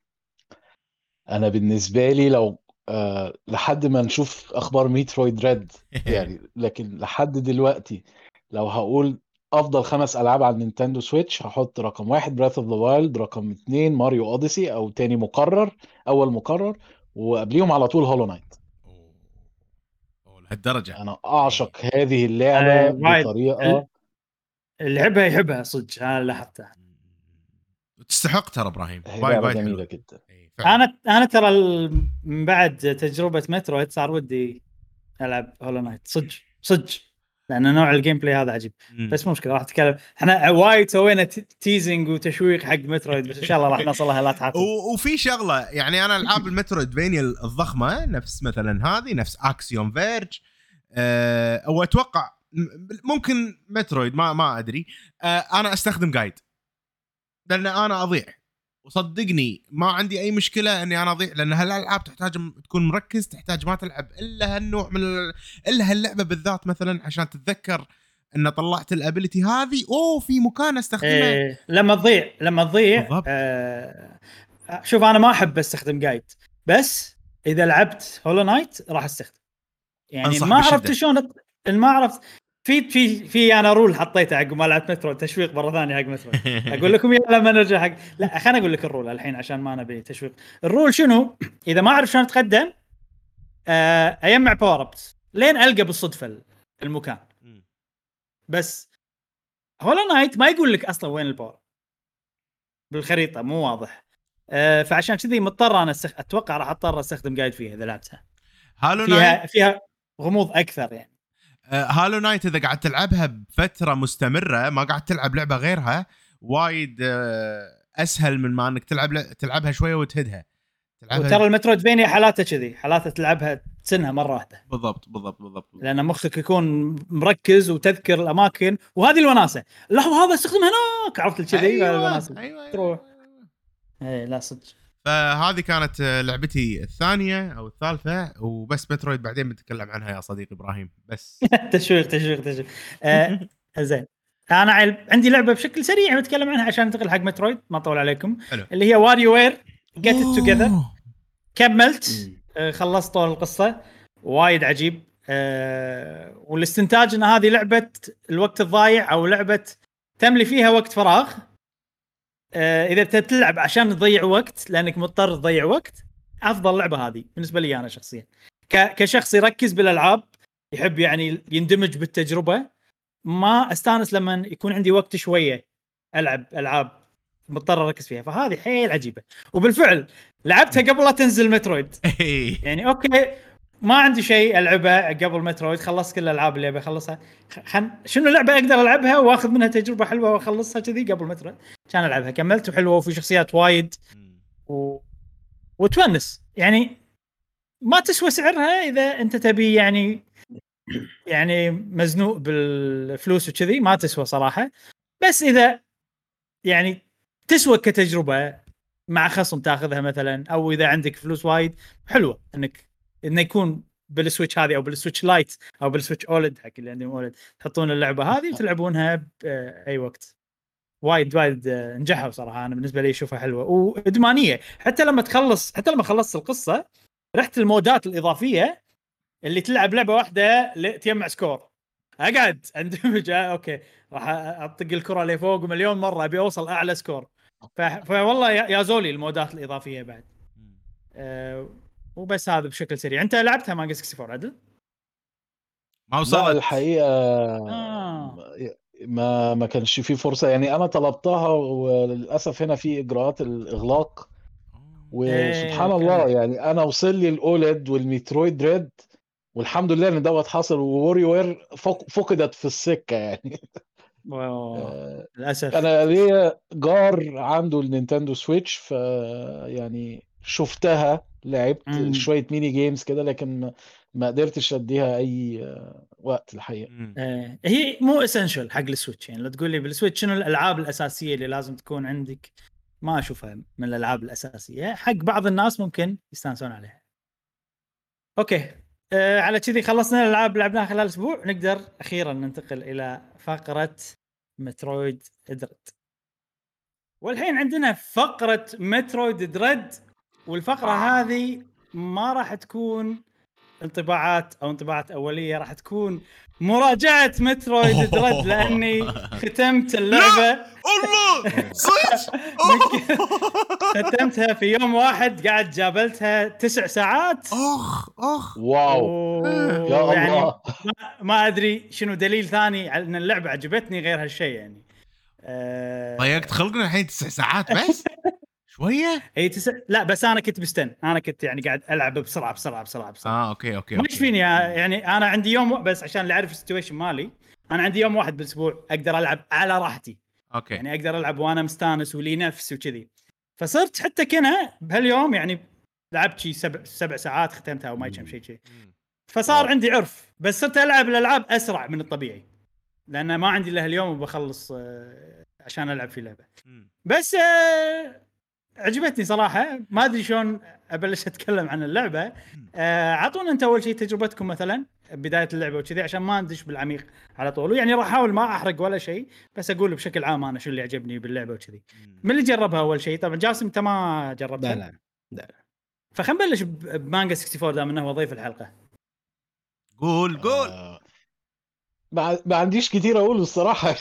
انا بالنسبه لي لو لحد ما نشوف اخبار ميترويد ريد يعني، لكن لحد دلوقتي لو هقول افضل 5 العاب على النينتندو سويتش، هحط رقم 1 براث اوف ذا وايلد، رقم 2 ماريو اوديسي او تاني مقرر، اول مقرر، وقبليهم على طول هولو نايت. لهالدرجه انا اعشق هذه اللعبه بطريقه. اللعبه يحبها صدق، انا لاحظتها. تستحق ترى ابراهيم، لعبه جميله جدا. انا ترى من بعد تجربه مترويد صار ودي العب هولو نايت صدق، لان نوع الجيم بلاي هذا عجيب. بس مو مشكله، راح نتكلم. احنا وايد سوينا تيزنج وتشويق حق مترويد، بس ان شاء الله راح نوصلها، لا تحاتوا. وفي شغله يعني، انا العاب المترويد فينيا الضخمه نفس مثلا هذه، نفس اكسيون فيرج، او اتوقع ممكن مترويد، ما ادري، انا استخدم جايد لان انا اضيع، وصدقني ما عندي اي مشكله اني انا اضيع، لان هالالعاب تحتاج تكون مركز، تحتاج ما تلعب الا هالنوع من الا هاللعبه بالذات مثلا عشان تتذكر ان طلعت الابيليتي هذه، في مكان استخدمها. لما تضيع شوف انا ما احب استخدم جايد، بس اذا لعبت هولو نايت راح استخدم. يعني ما عرفت شلون ما عرفت في انا رول حطيته عقب ما لعبت مترو، تشويق مره ثانيه حق مترو. اقول لكم يلا ما نرجع حق، لا خليني اقول لك الرول الحين عشان ما نبي تشويق. الرول شنو؟ اذا ما اعرف شلون اتقدم، اجمع باور ابس لين القى بالصدفه المكان. بس هولو نايت ما يقول لك اصلا وين الباور بالخريطه، مو واضح. فعشان كذي مضطر انا اتوقع راح اضطر استخدم جايد فيها اذا لعبتها. فيها غموض اكثر يعني. هالو نايت اذا قاعد تلعبها بفتره مستمره، ما قاعد تلعب لعبه غيرها، وايد اسهل من ما انك تلعبها شويه وتهدها. وترى المترويدفينيا حالاته كذي، حالاته تلعبها تسنها مره واحده. بالضبط لان مخك يكون مركز وتذكر الاماكن، وهذه الوناسه. لحظه هذا استخدم هناك، عرفت كذي؟ الوناسه تروح. لا صدق. فهذه كانت لعبتي الثانيه او الثالثه، وبس مترويد بعدين بنتكلم عنها يا صديقي ابراهيم. بس تشويق زين. انا عندي لعبه بشكل سريع بتكلم عنها عشان ننتقل حق مترويد، ما طول عليكم. حلو. اللي هي واريو وير جيت ات توجذر. كملت خلصت طول القصه، وايد عجيب. والاستنتاج ان هذه لعبه الوقت الضايع، او لعبه تملي فيها وقت فراغ. اذا بتلعب عشان تضيع وقت لانك مضطر تضيع وقت، افضل لعبه هذه بالنسبه لي انا شخصيا. كشخص يركز بالالعاب، يحب يعني يندمج بالتجربه، ما استانس لما يكون عندي وقت شويه العب العاب مضطر اركز فيها. فهذه حيل عجيبه، وبالفعل لعبتها قبل لا تنزل مترويد. يعني اوكي ما عندي شيء العبه قبل مترويد، خلصت كل الالعاب اللي ابي اخلصها. شنو لعبه اقدر العبها واخذ منها تجربه حلوه واخلصها كذي قبل مترويد كان العبها. كملت وحلوه، وفي شخصيات وايد وتونس. يعني ما تسوى سعرها اذا انت تبي يعني مزنوق بالفلوس وكذي، ما تسوى صراحه. بس اذا يعني تسوى كتجربه مع خصم تاخذها مثلا، او اذا عندك فلوس وايد، حلوه انه يكون بالسويتش هذه او بالسويتش لايت او بالسويتش اولد حق اللي عندهم اولد، تحطون اللعبه هذه وتلعبونها باي وقت. وايد نجحوا صراحه. انا بالنسبه لي اشوفها حلوه وادمانيه. حتى لما خلصت القصه، رحت المودات الاضافيه اللي تلعب لعبه واحده تجمع سكور. اقعد اندمج اوكي راح اطق الكره لفوق مليون مره ابي اوصل اعلى سكور. فوالله يا زولي المودات الاضافيه بعد. وبس هذا بشكل سريع. انت لعبتها مانجا 64 عدل؟ ما وصلت الحقيقه. ما كانش فيه فرصه يعني. انا طلبتها وللاسف هنا في اجراءات الاغلاق، وسبحان الله يعني انا وصل لي الاولد والميترويد ريد، والحمد لله ان دوت حاصل، ووريوير فقدت في السكه يعني. للاسف. انا ليا جار عنده النينتندو سويتش، ف يعني شفتها لعبت شويه ميني جيمز كده، لكن ما قدرتش اديها اي وقت الحقيقه. هي مو اسينشال حق السويتش، يعني لا تقول لي بالسويتش شنو الالعاب الاساسيه اللي لازم تكون عندك، ما اشوفها من الالعاب الاساسيه. حق بعض الناس ممكن يستانسون عليها. اوكي، على كذي خلصنا الالعاب اللي لعبناها خلال اسبوع. نقدر اخيرا ننتقل الى فقره مترويد دريد. والحين عندنا فقره مترويد دريد، والفقره هذه ما راح تكون انطباعات او انطباعات اوليه، راح تكون مراجعه مترويد دريد، لاني ختمت اللعبه. الله صدق ختمتها في يوم واحد، قاعد جابلتها 9 ساعات. اخ واو يا الله. يعني ما ادري شنو دليل ثاني على ان اللعبه عجبتني غير هالشيء يعني. ضيقت خلقنا الحين 9 ساعات بس شويه. اي 9، لا بس انا كنت مستن، انا كنت يعني قاعد العب بسرعه. اوكي مش فيني يعني انا عندي يوم بس، عشان اللي عارف السيتويشن مالي، انا عندي يوم واحد بالاسبوع اقدر العب على راحتي. اوكي يعني اقدر العب وانا مستانس ولي نفس وكذي. فصرت حتى كنا بهاليوم يعني لعبت شي 7 ساعات ختمتها او ما كم شيء. فصار عندي عرف، بس صرت العب الالعاب اسرع من الطبيعي لان ما عندي الا هاليوم وبخلص عشان العب في لعبه. بس عجبتني صراحه. ما ادري شلون ابلش اتكلم عن اللعبه. اعطونا انت اول شيء تجربتكم مثلا بدايه اللعبه وكذي، عشان ما ندش بالعميق على طول. يعني راح احاول ما احرق ولا شيء، بس اقول بشكل عام انا شو اللي عجبني باللعبه وكذي. من اللي جربها اول شيء طبعا جاسم، انت ما جربتها؟ لا. فخلينا نبلش بمانجا 64 دام انه هو ضيف الحلقه. قول ما عنديش كتير اقوله الصراحه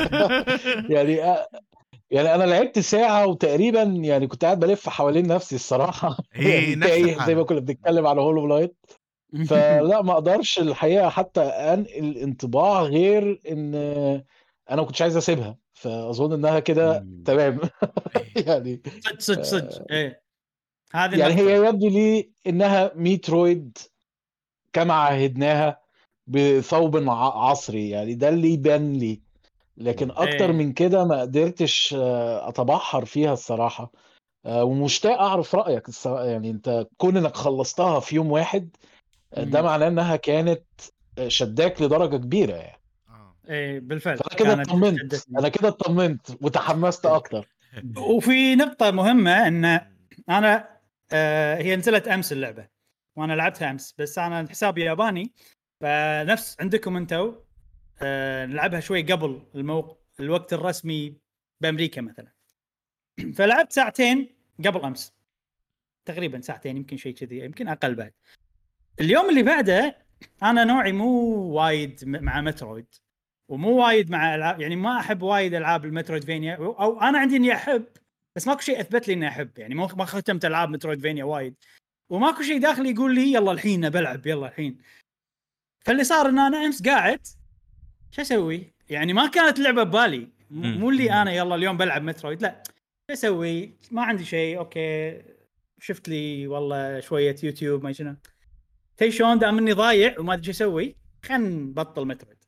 يعني انا لعبت ساعه وتقريبا يعني كنت قاعد بلف حوالين نفسي الصراحه. يعني زي ما كنا بنتكلم على هولو لايت. فلا ما اقدرش الحقيقه حتى انقل انطباع غير ان انا كنتش عايز اسيبها، فاظن انها كده تمام. يعني صدق ايه هذه يعني هي يبدو لي انها ميترويد كما عهدناها بثوب عصري، يعني ده اللي يبان لي. لكن اكتر من كده ما قدرتش اتبحر فيها الصراحه. ومشتاق اعرف رايك يعني انت كون انك خلصتها في يوم واحد، ده معناه انها كانت شداك لدرجه كبيره يعني. ايه بالفعل. انا كده اطمنت وتحمست اكتر. وفي نقطه مهمه ان انا هي نزلت امس اللعبه وانا لعبتها امس، بس انا حسابي ياباني، فنفس عندكم انتو نلعبها شوي قبل الوقت الرسمي بامريكا مثلا. فلعبت ساعتين قبل امس تقريبا، ساعتين يمكن شيء كذي، يمكن اقل بعد. اليوم اللي بعده انا نوعي مو وايد مع مترويد، ومو وايد مع العاب، يعني ما احب وايد العاب المترويدفينيا، او انا عندي اني احب بس ماكو شيء اثبت لي اني احب. يعني ما ختمت العاب مترويدفينيا وايد، وماكو شيء داخلي يقول لي يلا الحين بلعب يلا الحين. فاللي صار ان انا امس قاعد شو اسوي، يعني ما كانت لعبه ببالي، مو اللي انا يلا اليوم بلعب مترويد، لا شو اسوي ما عندي شيء. اوكي شفت لي والله شويه يوتيوب ما شنو، تي شلون دام اني ضايع وما ادري شو اسوي، خلينا نبطل مترويد.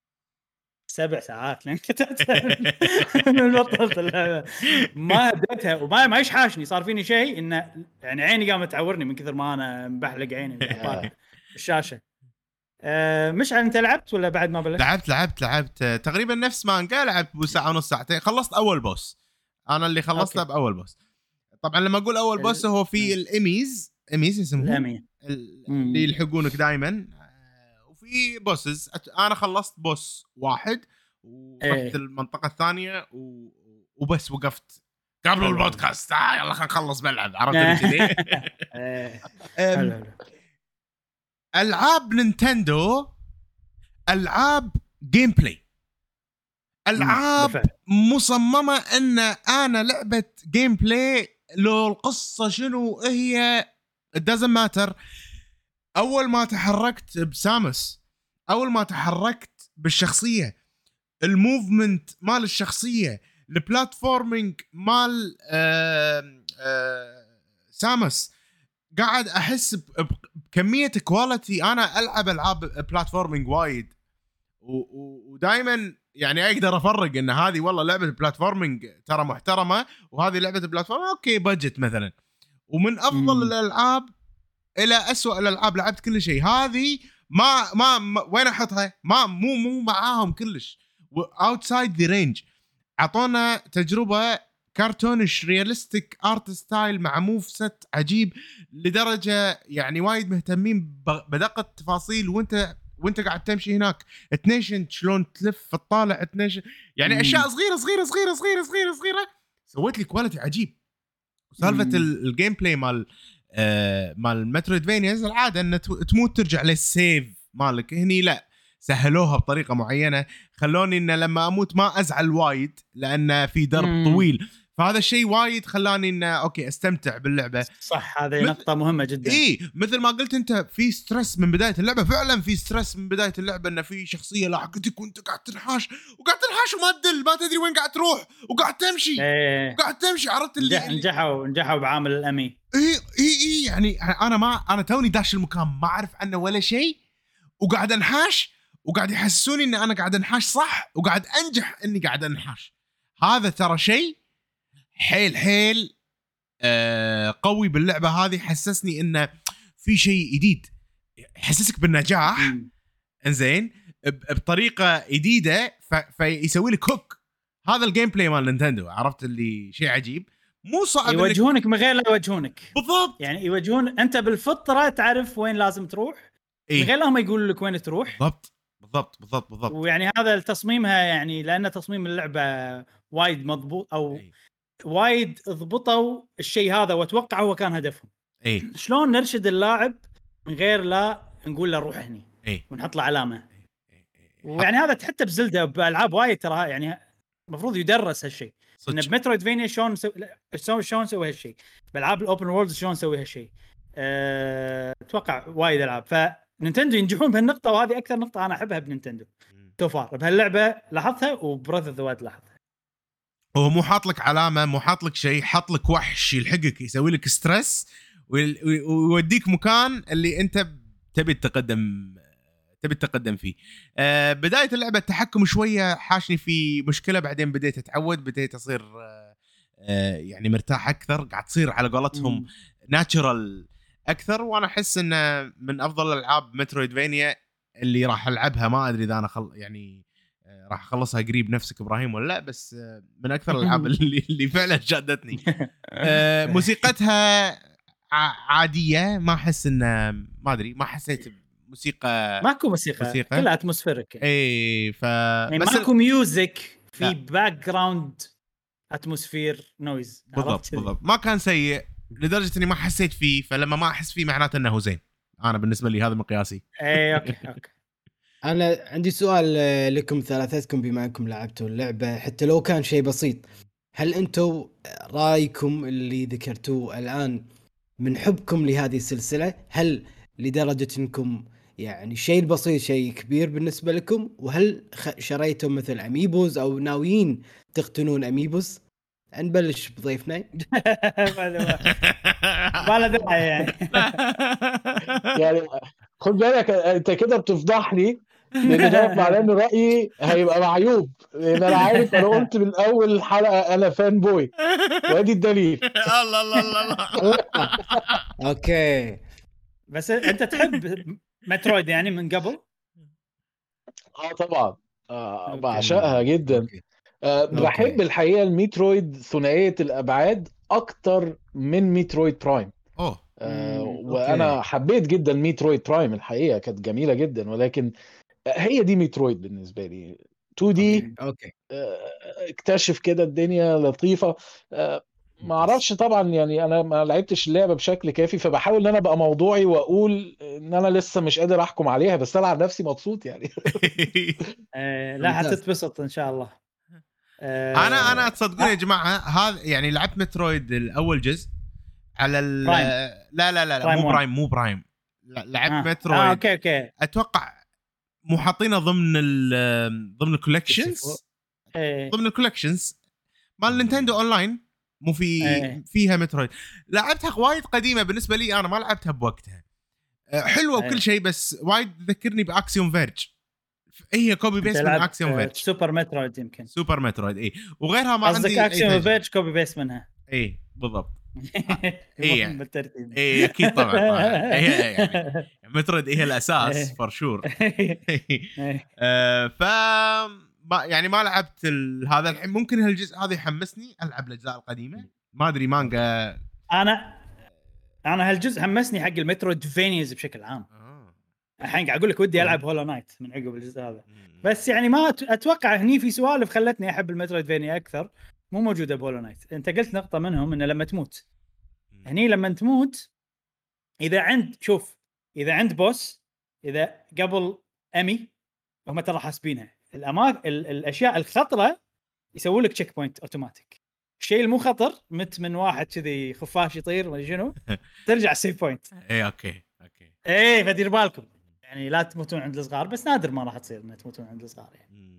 7 ساعات لين كتبتها من بطلت اللعبه، ما بديتها وما يشحاشني. صار فيني شيء انه يعني عيني قامت تعورني من كثر ما انا مبحلق عيني الشاشه. مشعل انت لعبت ولا بعد ما بلشت؟ لعبت تقريبا نفس مانجا، لعبت ساعه ونص ساعتين، خلصت اول بوس. انا اللي خلصته باول بوس. طبعا لما اقول اول بوس هو في الاميز اسمه اللي يلحقونك دائما، وفي بوسز. انا خلصت بوس واحد ورحت المنطقه الثانيه وبس وقفت قبل البودكاست. يلا خلينا نخلص بلعب، عرفت كذي. العاب نينتندو العاب جيم بلاي، العاب مصممه ان انا لعبه جيم بلاي. لو القصه شنو هي it doesn't matter. اول ما تحركت بسامس، اول ما تحركت بالشخصيه، الموفمنت مال الشخصيه، البلاتفورمينج مال سامس، قاعد احس بكميه كواليتي. انا العب العاب بلاتفورمينج وايد، ودائما يعني اقدر افرق ان هذه والله لعبه بلاتفورمينج ترى محترمه، وهذه لعبه بلاتفورم اوكي بادجت مثلا. ومن افضل الالعاب الى اسوأ الالعاب، لعبت كل شيء. هذه ما وين احطها؟ مو معاهم كلش، اوتسايد ذا رينج. اعطونا تجربه كارتونش رياليستيك ارت ستايل مع موف ست عجيب لدرجه يعني وايد مهتمين بدقه التفاصيل، وانت قاعد تمشي هناك تنيشن شلون تلف تطالع تنيشن، يعني اشياء صغيره صغيره صغيره صغيره صغيره صغيره سويت لي كواليتي عجيب. سالفه الجيم بلاي مال مترويدفينياز العاده ان تموت ترجع للسيف مالك، هني لا سهلوها بطريقه معينه، خلوني ان لما اموت ما ازعل وايد لان في درب طويل، فهذا الشيء وايد خلاني ان اوكي استمتع باللعبه. صح، هذه نقطه مهمه جدا. مثل ما قلت انت، في ستريس من بدايه اللعبه، فعلا في ستريس من بدايه اللعبه، ان في شخصيه لاحقتك وانت قاعد تنحاش وما تدل، ما تدري وين قاعد تروح وقاعد تمشي وقاعد تمشي. عرفت اللي نجحوا بعامل الامي. يعني انا توني داش المكان ما اعرف عنه ولا شيء، وقاعد انحاش، وقاعد يحسسوني ان انا قاعد انحاش صح، وقاعد انجح اني قاعد انحاش. هذا ترى شيء حيل قوي باللعبه هذه، حسسني انه في شيء جديد، يحسسك بالنجاح انزين بطريقه جديده، فيسوي لك هوك. هذا الجيم بلاي مال نينتندو، عرفت اللي شيء عجيب، مو صعب يوجهونك من غير لا يوجهونك. بالضبط، يعني يوجهون انت بالفطره تعرف وين لازم تروح، من غير لهم يقولوا لك وين تروح. بالضبط. ويعني هذا تصميمها، يعني لان تصميم اللعبه وايد مضبوط، او وايد ضبطوا الشيء هذا، واتوقع هو كان هدفهم. شلون نرشد اللاعب من غير لا نقول له روح هني ونحط له علامه. ويعني هذا حتى بزلدة بالعاب وايد ترى يعني المفروض يدرس هالشيء، ان بمترويدفينيا شلون نسوي هالشيء، بالعاب الاوبن وورلد شلون نسوي هالشيء. اتوقع وايد العاب فنينتندو ينجحون بهالنقطه، وهذه اكثر نقطه انا احبها بنينتندو توفار بهاللعبه، لاحظتها وبريث اوف ذا وايلد لاحظتها. هو مو حاط لك علامه، مو حاط لك شيء، حط لك وحش يلحقك يسوي لك ستريس ويوديك مكان اللي انت تبي تتقدم فيه. بدايه اللعبه التحكم شويه حاشني في مشكله، بعدين بديت اتعود، بديت اصير يعني مرتاح اكثر، قاعد تصير على قولتهم ناتشرال اكثر. وانا احس انه من افضل الالعاب مترويدفينيا اللي راح العبها. ما ادري اذا انا يعني راح اخلصها قريب نفسك ابراهيم ولا لا، بس من اكثر الالعاب اللي فعلا شدتني. موسيقتها عاديه، ما احس ان ما ادري، ما حسيت موسيقى، ماكو موسيقى. كلها اتموسفيرك يعني. يعني ماكو ميوزك في باك جراوند اتموسفير نويز. بالضبط ما كان سيء لدرجه اني ما حسيت فيه، فلما ما احس فيه معناته انه زين. انا بالنسبه لي هذا مقياسي. اوكي انا عندي سؤال لكم ثلاثتكم، بما انكم لعبتوا اللعبه حتى لو كان شيء بسيط، هل انتم رايكم اللي ذكرتوه الان من حبكم لهذه السلسله، هل لدرجه انكم يعني شيء بسيط شيء كبير بالنسبه لكم؟ وهل شريتم مثل اميبوز او ناويين تقتنون اميبوز؟ نبلش بضيفنا. ما له داعي يعني خد بالك انت كده بتفضحني، لان ده معناه ان رايي هيبقى معيوب، لان انا عارف انا قلت من اول حلقه انا فان بوي، وادي الدليل. الله اوكي. بس انت تحب مترويد يعني من قبل؟ طبعا بعشقها جدا. بحب الحقيقه الميترويد ثنائيه الابعاد اكتر من ميترويد برايم. وانا حبيت جدا ميترويد برايم، الحقيقه كانت جميله جدا، ولكن هي دي ميترويد بالنسبه لي 2D. اوكي. اكتشف كده الدنيا لطيفه. ما اعرفش طبعا، يعني انا ما لعبتش اللعبه بشكل كافي، فبحاول ان انا ابقى موضوعي واقول ان انا لسه مش قادر احكم عليها، بس انا عن نفسي مبسوط يعني. لا هتتبسط ان شاء الله. انا تصدقوني يا جماعه، هذا يعني لعبت مترويد الاول جزء على لا مو برايم لعبت مترويد. اوكي اتوقع مو حاطينه ضمن الكولكشنز، ضمن الكولكشنز مال نينتندو اونلاين، مو فيها مترويد. لعبتها وايد قديمه بالنسبه لي، انا ما لعبتها بوقتها. حلوه وكل شيء، بس وايد تذكرني باكسيون فيرج. هي كوبي بيس من اكسيون فيرج. سوبر مترويد يمكن. سوبر مترويد وغيرها ما عندي. اكسيون فيرج كوبي بيس منها. بالضبط. هي المهم بالترتيب. اي اكيد طبعا هي يعني مترويد هي الاساس فور شور. ف يعني ما لعبت هذا الحين. ممكن هالجزء هذا يحمسني العب الاجزاء القديمه، ما ادري مانجا. انا هالجزء حمسني حق المترويد فينيز بشكل عام. الحين قاعد اقول لك ودي العب هولو نايت من عقب الجزء هذا، بس يعني ما اتوقع هني في سوالف خلتني احب المترويد فينيا اكثر مو موجوده بهولو نايت. انت قلت نقطه منهم انه لما تموت هني، لما تموت اذا عند بوس، اذا قبل امي هم ترى حاسبينها الاشياء الخطره يسوي لك تشيك بوينت اوتوماتيك. الشيء المو خطر مت من واحد كذي خفاش يطير ما شنو ترجع سيف بوينت. اي اوكي ايه فدير بالكم يعني لا تموتون عند الصغار، بس نادر ما راح تصير ان تموتون عند الصغار يعني.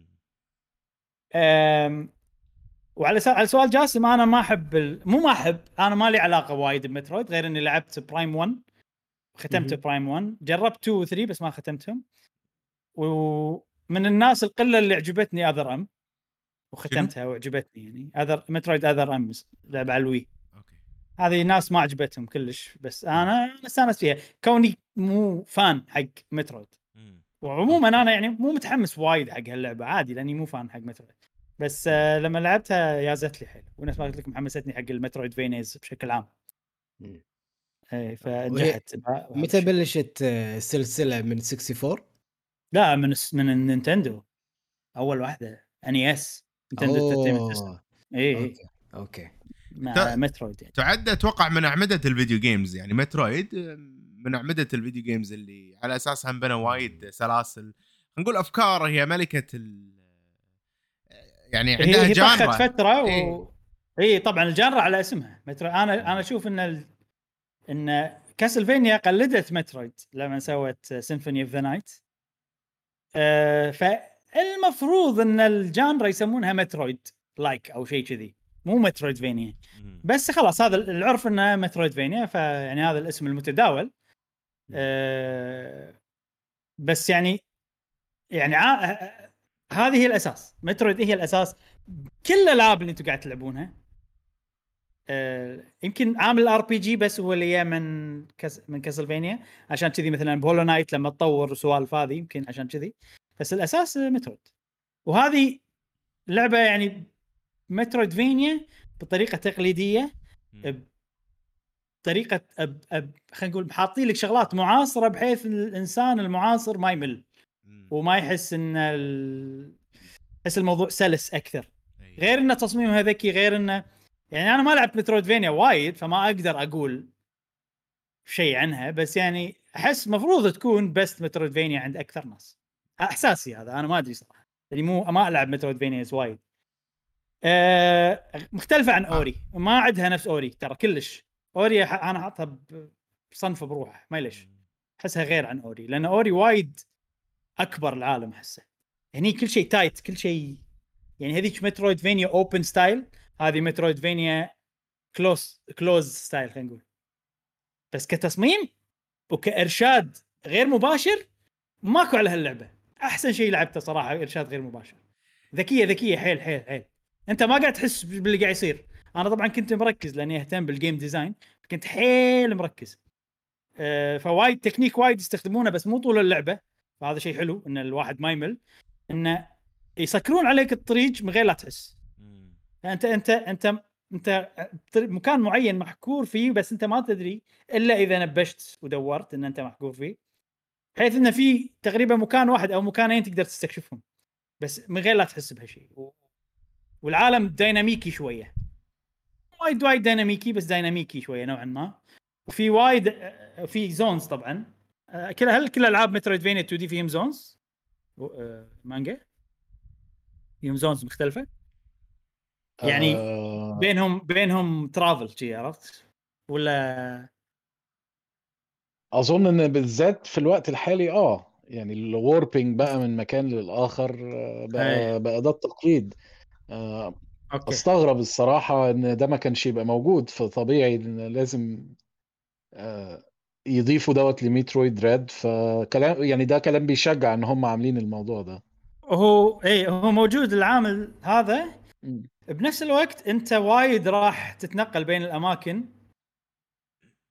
وعلى سؤال جاسم، انا ما احب انا ما لي علاقه وايد بمترويد غير اني لعبت برايم 1 ختمت برايم 1، جربت 2 و 3 بس ما ختمتهم. ومن الناس القله اللي عجبتني اذر ام وختمتها وعجبتني يعني مترويد اذر ام لعبه على الوي. هذه ناس ما عجبتهم كلش، بس انا استانست فيها كوني مو فان حق مترويد. وعموما انا يعني مو متحمس وايد حق هاللعبه عادي لاني مو فان حق مترويد، بس لما لعبتها يازت لي حيل، ونفس ما قلت لكم حمستني حق المترويد فينيز بشكل عام. اي فنجحت. متى بلشت السلسله من 64؟ لا من النينتندو اول واحده NES نينتندو انترتينمنت سيستم. اي اوكي مع مترويد يعني. تعد اتوقع من اعمده الفيديو جيمز، يعني مترويد من اعمده الفيديو جيمز اللي على اساسها بنى وايد سلاسل، نقول افكار. هي ملكه يعني عندها جانرا فتره اي طبعا الجانرا على اسمها مترويد. انا اشوف ان كاسلفينيا قلدت مترويد لما سوت سيمفوني اوف ذا نايت. فالمفروض ان الجانرا يسمونها مترويد لايك او شيء كذي، مو مترويد فينيا. بس خلاص هذا العرف انه مترويد فينيا، فيعني هذا الاسم المتداول. بس يعني هذه هي الاساس. مترويد هي الاساس. كل الالعاب اللي انتم قاعد تلعبونها يمكن عامل RPG بس هو اللي من كاسلفينيا، عشان كذي مثلا بولو نايت لما تطور سوالف هذه يمكن عشان كذي، بس الاساس مترويد. وهذه لعبه يعني مترويد فينيا بطريقه تقليديه، بطريقه خلينا نقول حاطين لك شغلات معاصره بحيث الانسان المعاصر ما يمل وما يحس ان يحس الموضوع سلس اكثر. غير ان تصميمها ذكي، غير انه يعني انا ما لعبت مترويد فينيا وايد فما اقدر اقول شيء عنها، بس يعني احس مفروض تكون بست مترويد فينيا عند اكثر ناس. احساسي هذا، انا ما ادري صراحه يعني ما العب مترويد فينيا وايد. مختلفه عن اوري، ما عندها نفس اوري ترى كلش. اوري انا حاطها بصنف بروحه، ما ليش احسها غير عن اوري، لان اوري وايد اكبر العالم احسه. هني كل شيء تايت، كل شيء يعني. هذيك مترويد فينيا اوبن ستايل، هذه مترويد فينيا كلوز ستايل خلينا نقول. بس كتصميم وكإرشاد غير مباشر ماكو على هاللعبة. أحسن شيء لعبته صراحة إرشاد غير مباشر، ذكية حيل حيل حيل. أنت ما قاعد تحس باللي قاعد يصير. أنا طبعا كنت مركز لأني أهتم بالجيم ديزاين، كنت حيل مركز. فوايد تكنيك وايد يستخدمونه بس مو طول اللعبة، فهذا شيء حلو إن الواحد ما يمل، إنه يسكرون عليك الطريق من غير لا تحس. أنت مكان معين محكور فيه بس انت ما تدري الا اذا نبشت ودورت ان انت محكور فيه، بحيث انه في تقريبا مكان واحد او مكانين تقدر تستكشفهم بس من غير لا تحس بهالشيء. والعالم ديناميكي شويه، وايد ديناميكي، بس ديناميكي شويه نوعا ما. وفي وايد في زونز طبعا. كل العاب مترويد فينيا 2 دي فيهم زونز. مانجا فيهم زونز مختلفه يعني. بينهم ترافل شيء، عرفت ولا؟ اظن ان بالذات في الوقت الحالي يعني الوربينج بقى من مكان للاخر بقى ده التقليد. استغرب الصراحه ان ده ما كانش يبقى موجود، فطبيعي ان لازم يضيفوا دوت لميترويد ريد. فكلام يعني ده كلام بيشجع ان هم عاملين الموضوع ده. هو موجود العامل هذا. بنفس الوقت انت وايد راح تتنقل بين الاماكن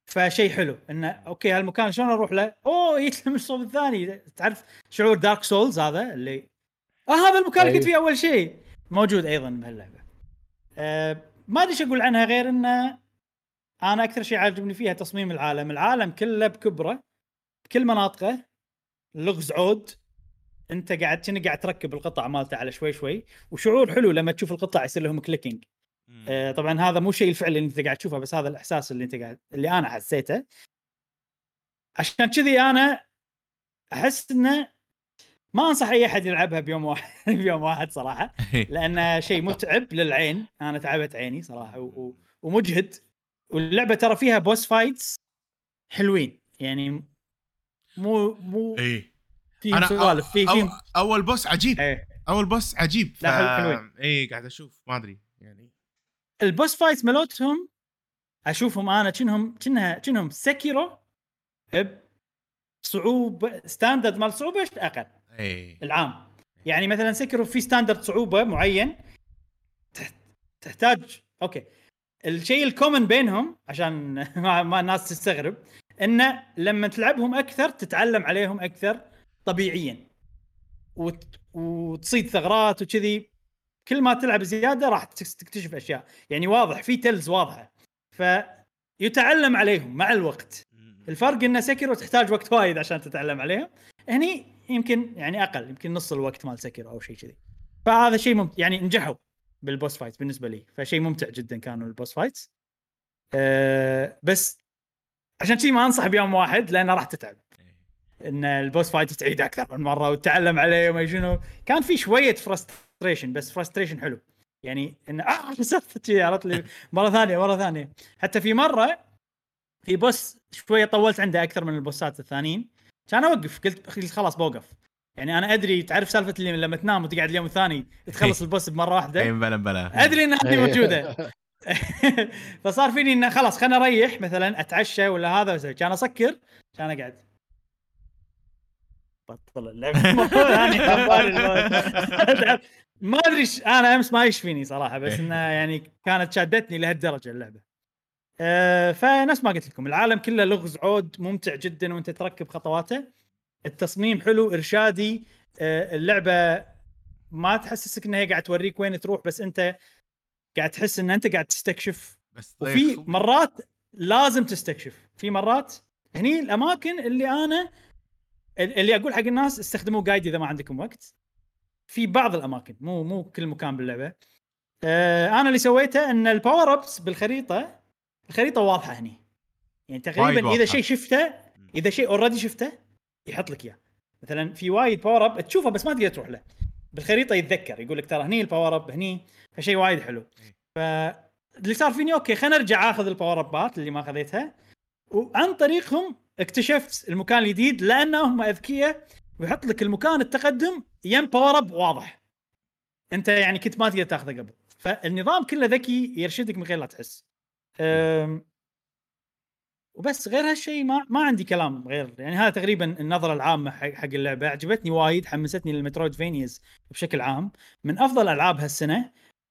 فشيء حلو انه اوكي هالمكان شلون اروح له يتلم الصوب الثاني. تعرف شعور دارك سولز هذا اللي هذا المكان اللي كنت فيه اول شيء موجود ايضا بهاللعبه. ما ادري ايش اقول عنها غير انه انا اكثر شيء عاجبني فيها تصميم العالم كله بكبره بكل مناطقه لغز عود. انت قاعد تركب القطع مالته على شوي وشعور حلو لما تشوف القطع يصير لهم كليكينج. طبعا هذا مو شيء الفعل اللي انت قاعد تشوفه بس هذا الاحساس اللي انا حسيته. عشان كذي انا احس انه ما انصح اي احد يلعبها بيوم واحد صراحه لانه شيء متعب للعين. انا تعبت عيني صراحه ومجهد. واللعبه ترى فيها بوس فايتس حلوين يعني مو في سوالف في اول بوس عجيب. اول بوس عجيب. حلوين. قاعد اشوف ما ادري يعني البوس فايتس ملوتهم اشوفهم انا كأنهم سكيرو بصعوبه ستاندرد مال صعوبه اقل. العام يعني مثلا سكيرو في ستاندرد صعوبه معين تحتاج اوكي. الشيء الكومن بينهم عشان ما الناس تستغرب انه لما تلعبهم اكثر تتعلم عليهم اكثر طبيعيا وتصيد ثغرات وكذي. كل ما تلعب زياده راح تكتشف اشياء يعني واضح في تلز واضحه فيتعلم عليهم مع الوقت. الفرق ان سكيرو تحتاج وقت وايد عشان تتعلم عليهم. هني يمكن يعني اقل يمكن نص الوقت مال سكيرو او شيء كذي. فهذا شيء يعني نجحوا بالبوس فايت بالنسبه لي فشيء ممتع جدا كانوا البوس فايتس. بس عشان شيء ما انصح بيوم واحد لانه راح تتعب ان البوس فايت تعيد اكثر من مره وتتعلم عليه وما شنو. كان في شويه فرستريشن بس فرستريشن حلو يعني ان صرت عرفت لي مره ثانيه. حتى في مره في بوس شويه طولت عنده اكثر من البوسات الثانيين كان اوقف قلت خلاص بوقف. يعني انا ادري تعرف سالفه اللي لما تنام وتقعد اليوم الثاني تخلص البوس بمره واحده. بلا ادري ان هذه موجوده. فصار فيني انه خلاص خلنا اريح مثلا اتعشى ولا هذا وزي كان اسكر كان اقعد بطل اللعبه ما ادري انا امس ما يشفيني صراحه بس انه يعني كانت شادتني لهالدرجه اللعبه. فنفس ما قلت لكم العالم كله لغز عود ممتع جدا وانت تركب خطواته. التصميم حلو ارشادي. اللعبه ما تحسسك انها هي قاعد توريك وين تروح بس انت قاعد تحس ان انت قاعد تستكشف. وفي مرات لازم تستكشف. في مرات هني الاماكن اللي اقول حق الناس استخدموا جايد اذا ما عندكم وقت. في بعض الاماكن مو كل مكان باللعبه. انا اللي سويته ان الباور ابس بالخريطه واضحه هني يعني تقريبا اذا شيء شفته اذا شيء اوريدي شفته يحط لك اياه. مثلا في وايد باور اب تشوفه بس ما تقدر تروح له بالخريطه يتذكر يقول لك ترى هني الباور اب هني. فشيء وايد حلو. فاللي صار فيني اوكي خلينا نرجع اخذ الباور ابات اللي ما اخذتها وعن طريقهم اكتشفت المكان الجديد لانهم اذكياء ويحط لك المكان التقدم يم باور اب واضح انت يعني كنت ما تقدر تاخذه قبل. فالنظام كله ذكي يرشدك من غير لا تحس. وبس غير هالشيء ما عندي كلام غير يعني هذا تقريبا النظرة العامة حق اللعبة. عجبتني وايد حمستني للمترويدفينياز بشكل عام من أفضل ألعاب هالسنة.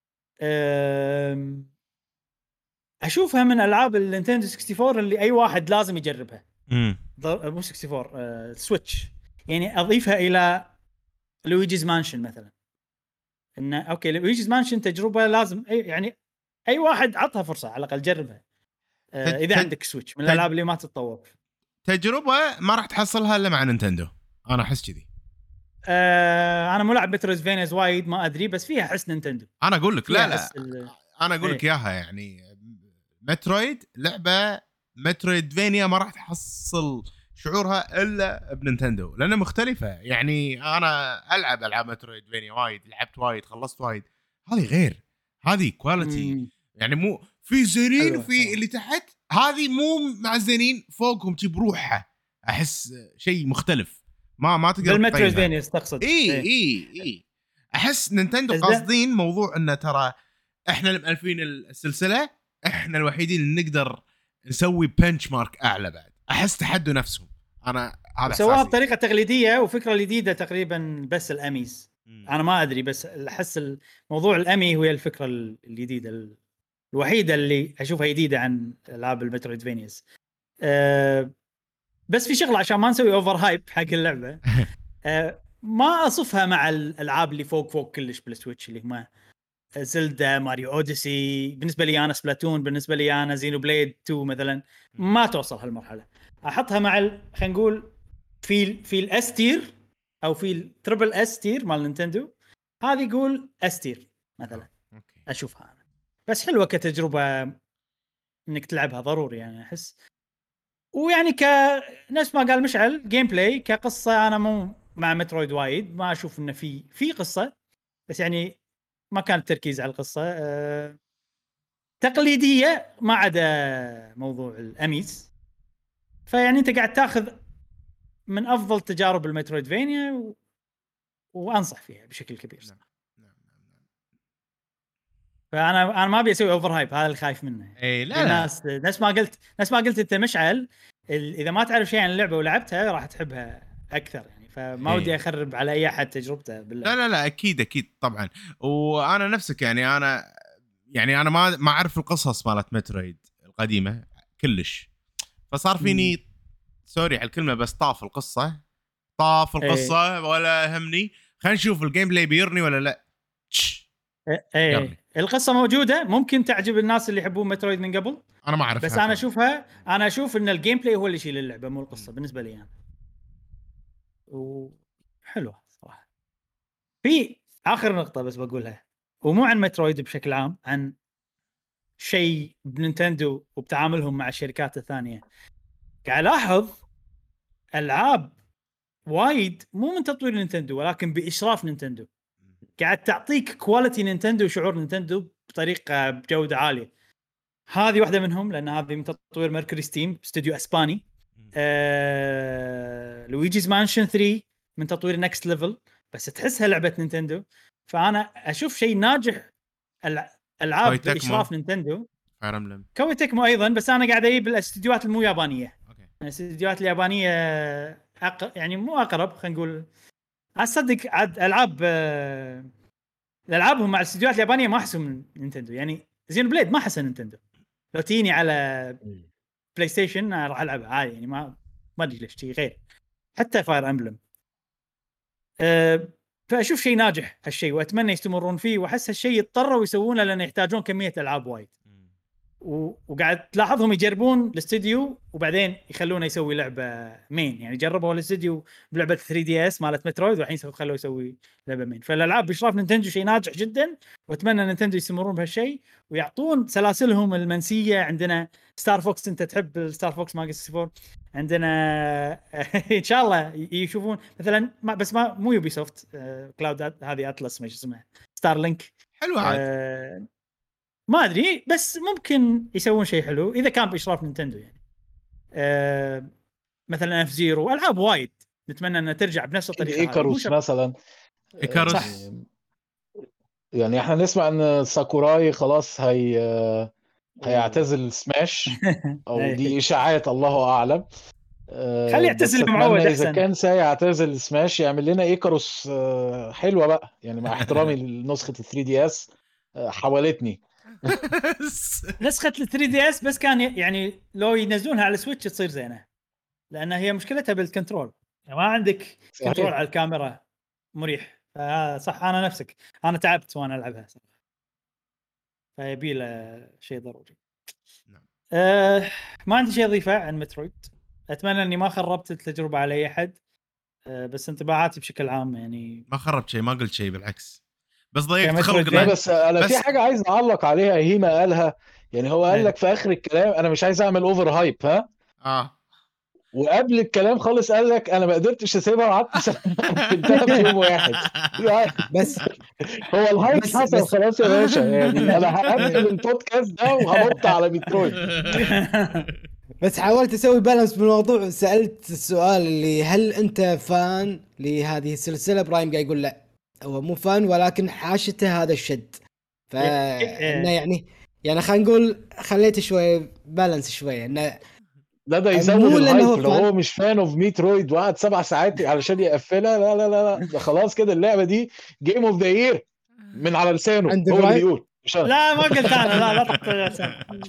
أشوفها من ألعاب النينتندو 64 اللي أي واحد لازم يجربها. مو 64 سويتش يعني أضيفها إلى لويجيز مانشن مثلا. إنه أوكي لويجيز مانشن تجربة لازم يعني أي واحد عطها فرصة على الأقل جربها. اذا عندك سويتش من الالعاب اللي ما تتطور تجربه ما راح تحصلها الا مع نينتندو. انا احس كذي. انا ملعب مترويدفينياز وايد ما ادري بس فيها حس نينتندو. انا اقول لك لا انا اقول لك اياها يعني مترويد لعبه مترويدفينيا ما راح تحصل شعورها الا بنينتندو لانها مختلفه. يعني انا العب مترويدفينيا وايد لعبت وايد خلصت وايد. هذه غير هذه كواليتي يعني مو في زينين وفي اللي تحت. هذه مو مع الزينين فوقهم تجيب روحها. احس شيء مختلف ما تقدر بالمترويدفينيا تقصد. اي احس نينتندو قاصدين موضوع انه ترى احنا اللي مؤلفين السلسله احنا الوحيدين اللي نقدر نسوي بنش مارك اعلى. بعد احس تحدوا نفسهم. انا هذا سواها بطريقه تقليديه وفكره جديده تقريبا بس الاميز. انا ما ادري بس احس الموضوع الامي هو الفكره الجديده الوحيده اللي اشوفها جديده عن العاب المترويدفينياز. بس في شغله عشان ما نسوي اوفر هايب حق اللعبه. ما اصفها مع الالعاب اللي فوق كلش بالسويتش اللي هم زلدا، ماريو اوديسي. بالنسبه لي انا سبلاتون، بالنسبه لي انا زينو بليد 2 مثلا ما توصل هالمرحله. احطها مع خلينا نقول في الاس تير او في التربل اس تير مال نينتندو. هذه يقول اس تير مثلا. اشوفها انا بس حلوه كتجربه انك تلعبها ضروري يعني احس. ويعني نفس ما قال مشعل جيم بلاي كقصه انا مو مع مترويد وايد، ما اشوف انه في قصه، بس يعني ما كان التركيز على القصه. تقليديه ما عدا موضوع الاميس. فيعني انت قاعد تاخذ من افضل تجارب المترويدفينيا وانصح فيها بشكل كبير. فانا ما ابي اسوي اوفر هايب، هذا اللي خايف منه. اي لا الناس نفس ما قلت انت مشعل، اذا ما تعرف شيء عن اللعبه ولعبتها راح تحبها اكثر يعني. فما ودي اخرب على اي احد تجربته بالله. لا اكيد طبعا. وانا نفسك يعني انا ما اعرف القصص مالت مترويد القديمه كلش، فصار فيني سوري على الكلمه بس طاف القصه ولا همني. خلينا نشوف الجيم بلاي بيرني ولا لا. القصه موجوده، ممكن تعجب الناس اللي يحبون مترويد من قبل. انا ما اعرف، بس انا اشوف ان الجيم بلاي هو اللي يشيل اللعبه مو القصه بالنسبه لي انا. وحلوه صراحه. في اخر نقطه بس بقولها، ومو عن مترويد بشكل عام، عن شيء بنينتندو وبتعاملهم مع الشركات الثانيه. قاعد الاحظ العاب وايد مو من تطوير نينتندو ولكن باشراف نينتندو، قاعد تعطيك كواليتي نينتندو وشعور نينتندو بطريقه بجوده عاليه. هذه واحده منهم، لان هذه من تطوير ميركوري ستيم، استوديو اسباني. لويجيز مانشن 3 من تطوير نكست ليفل، بس تحسها لعبه نينتندو. فانا اشوف شيء ناجح العاب باشراف نينتندو. كوي تكمو ايضا، بس انا قاعد اجيب الاستديوهات المو يابانيه. الاستديوهات اليابانيه يعني مو اقرب، خلينا نقول اصدق عاد الالعابهم مع الاستديوهات اليابانيه ما احسهم من نينتندو. يعني زين بليد ما احسن نينتندو، لو تيني على بلاي ستيشن راح العبها عادي يعني، ما ادري ليش شيء غير. حتى فاير امبلم. فاشوف شيء ناجح هالشيء واتمنى يستمرون فيه، واحس هالشيء يضطروا يسوونه لان يحتاجون كميه العاب وايد. وقاعد تلاحظهم يجربون الاستديو وبعدين يخلونه يسوي لعبه مين. يعني جربوا الاستديو بلعبه 3DS مالت مترويد والحين خلوه يسوي لعبه مين. فالالعاب باشراف نينتندو شيء ناجح جدا، واتمنى نينتندو يستمرون بهالشيء ويعطون سلاسلهم المنسيه. عندنا ستار فوكس، انت تحب ستار فوكس ماجا 64. عندنا ان شاء الله يشوفون مثلا بس ما مو يوبي سوفت، كلاود هذه اتلس ما اسمها ستار لينك. حلو عاد. ما ادري بس ممكن يسوون شيء حلو اذا كان باشراف نينتندو يعني. مثلا اف زيرو، العاب وايد نتمنى انها ترجع بنفس الطريقه. إيكاروس مثلا. إيكاروس يعني احنا نسمع ان ساكوراي خلاص هيعتزل سماش او دي اشاعات الله اعلم. خلي يعتزل معود احسن. اذا كان سيعتزل سماش يعمل لنا إيكاروس حلوه بقى يعني، مع احترامي لنسخه 3DS حاولتني. نسخة 3DS بس كان يعني لو ينزلونها على سويتش تصير زينة، لأن هي مشكلتها بالكنترول. يعني ما عندك كنترول على الكاميرا مريح. صح، أنا نفسك أنا تعبت وأنا ألعبها صح. فيبي له شيء ضروري. ما عندي شيء أضيفه عن مترويد. أتمنى أني ما خربت التجربة على أي أحد، بس انطباعاتي بشكل عام يعني ما خربت شيء، ما قلت شيء بالعكس، بس ضيقت خلقنا. بس انا في حاجه عايز اعلق عليها هيما قالها. يعني هو قال لك في اخر الكلام انا مش عايز اعمل اوفر هايب وقبل الكلام خالص قال لك انا ما قدرتش اسيبها وقعدت في يوم واحد. بس هو الهايب حصل خلاص يا باشا. يعني انا هقفل البودكاست ده وهنط على مترويد. بس حاولت اسوي بالانس بالموضوع. سالت السؤال اللي هل انت فان لهذه السلسله؟ برايم قاعد يقول لا هو مو فان ولكن حاشته هذا الشد. يعني خلينا نقول خليت شوي بالانس شويه انه ده يزود الهايب. لو هو مش فان اوف ميترويد وقعد 7 ساعات علشان يقفلها، لا لا لا ده خلاص كده اللعبه دي جيم اوف ذا يير من على لسانه هو اللي بيقول. لا ما قلت انا. لا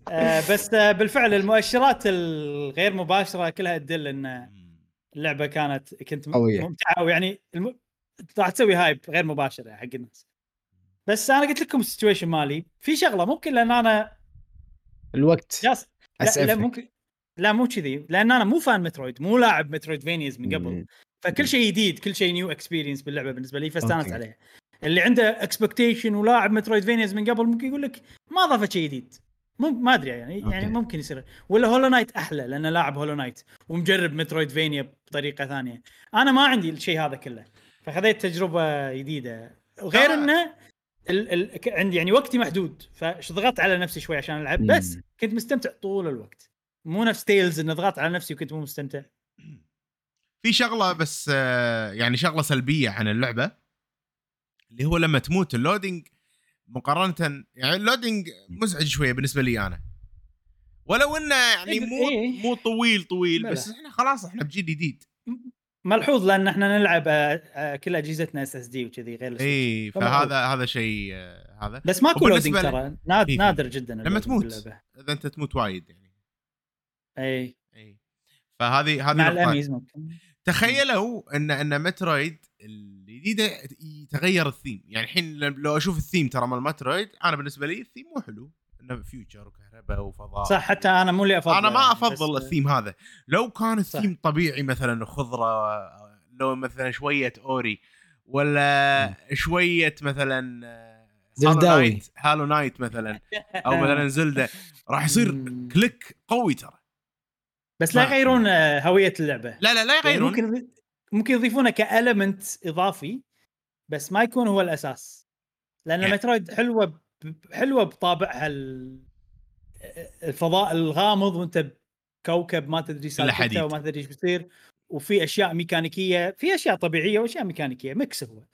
بس بالفعل المؤشرات الغير مباشره كلها تدل ان اللعبه كنت ممتعه، ويعني راح تسوي هايب غير مباشر حق الناس. بس انا قلت لكم السيتويشن مالي في شغله ممكن، لان انا الوقت لا ممكن، لا مو كذي، لان انا مو فان مترويد، مو لاعب مترويد فينيز من قبل، فكل شيء جديد، كل شيء نيو اكسبيرينس باللعبه بالنسبه لي، فاستانس عليها. اللي عنده اكسبكتيشن ولاعب مترويد فينيز من قبل ممكن يقول لك ما ضافت شيء جديد، ما ادري يعني ممكن يصير. ولا هولو نايت احلى لان لاعب هولو نايت ومجرب مترويد فينيا بطريقه ثانيه. انا ما عندي الشيء هذا كله، فخذيت تجربه جديده. وغير انه عندي يعني وقتي محدود، فش ضغطت على نفسي شوي عشان العب، بس كنت مستمتع طول الوقت. مو نفس تيلز ان ضغطت على نفسي وكنت مو مستمتع. في شغله بس يعني شغله سلبيه عن اللعبه، اللي هو لما تموت اللودينج مقارنه، يعني اللودينج مزعج شويه بالنسبه لي انا، ولو انه يعني مو طويل بس احنا خلاص احنا بجيل جديد ملحوظ، لان احنا نلعب كل اجهزتنا اس اس دي وكذي غير السويتش. فهذا شيء هذا بس ماكو لودينج ترى، نادر جدا لما تموت اذا انت تموت وايد يعني. اي فهذه مع الاميز ممكن. تخيلوا ان مترويد الجديده يتغير الثيم. يعني الحين لو اشوف الثيم ترى مال مترويد، انا بالنسبه لي الثيم مو حلو، انه فيوتشر وكهرباء وفضاء. صح، حتى انا مو اللي افضل، انا ما افضل الثيم هذا. لو كان الثيم طبيعي مثلا خضره، لو مثلا شويه اوري ولا شويه مثلا هالو نايت مثلا او مثلا زلدة، راح يصير كليك قوي ترى. بس لا يغيرون هويه اللعبه. لا يغيرون، يعني ممكن يضيفونه كالمنت اضافي، بس ما يكون هو الاساس. لان مترويد حلوه بطابعها الفضاء الغامض، وانت بكوكب ما تدري سالفته وما تدري ايش بيصير، وفي اشياء ميكانيكيه، في اشياء طبيعيه واشياء ميكانيكيه ميكس. هو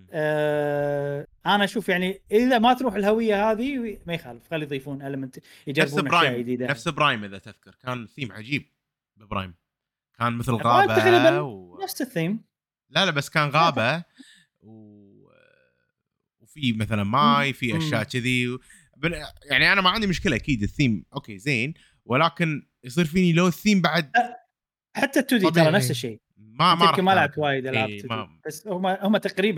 انا اشوف يعني اذا ما تروح الهويه هذه ما يخالف، خلي يضيفون المنت، يجربون اشياء جديده. نفس برايم اذا تذكر كان ثيم عجيب ببرايم، كان مثل غابه نفس الثيم. لا بس كان غابه وفي مثلا ماي، في اشياء كذي. يعني انا ما عندي مشكله اكيد الثيم اوكي زين، ولكن يصير فيني لو الثيم بعد حتى التودي ترى نفس الشيء. ما لعبت وايد العاب بس هم تقريبا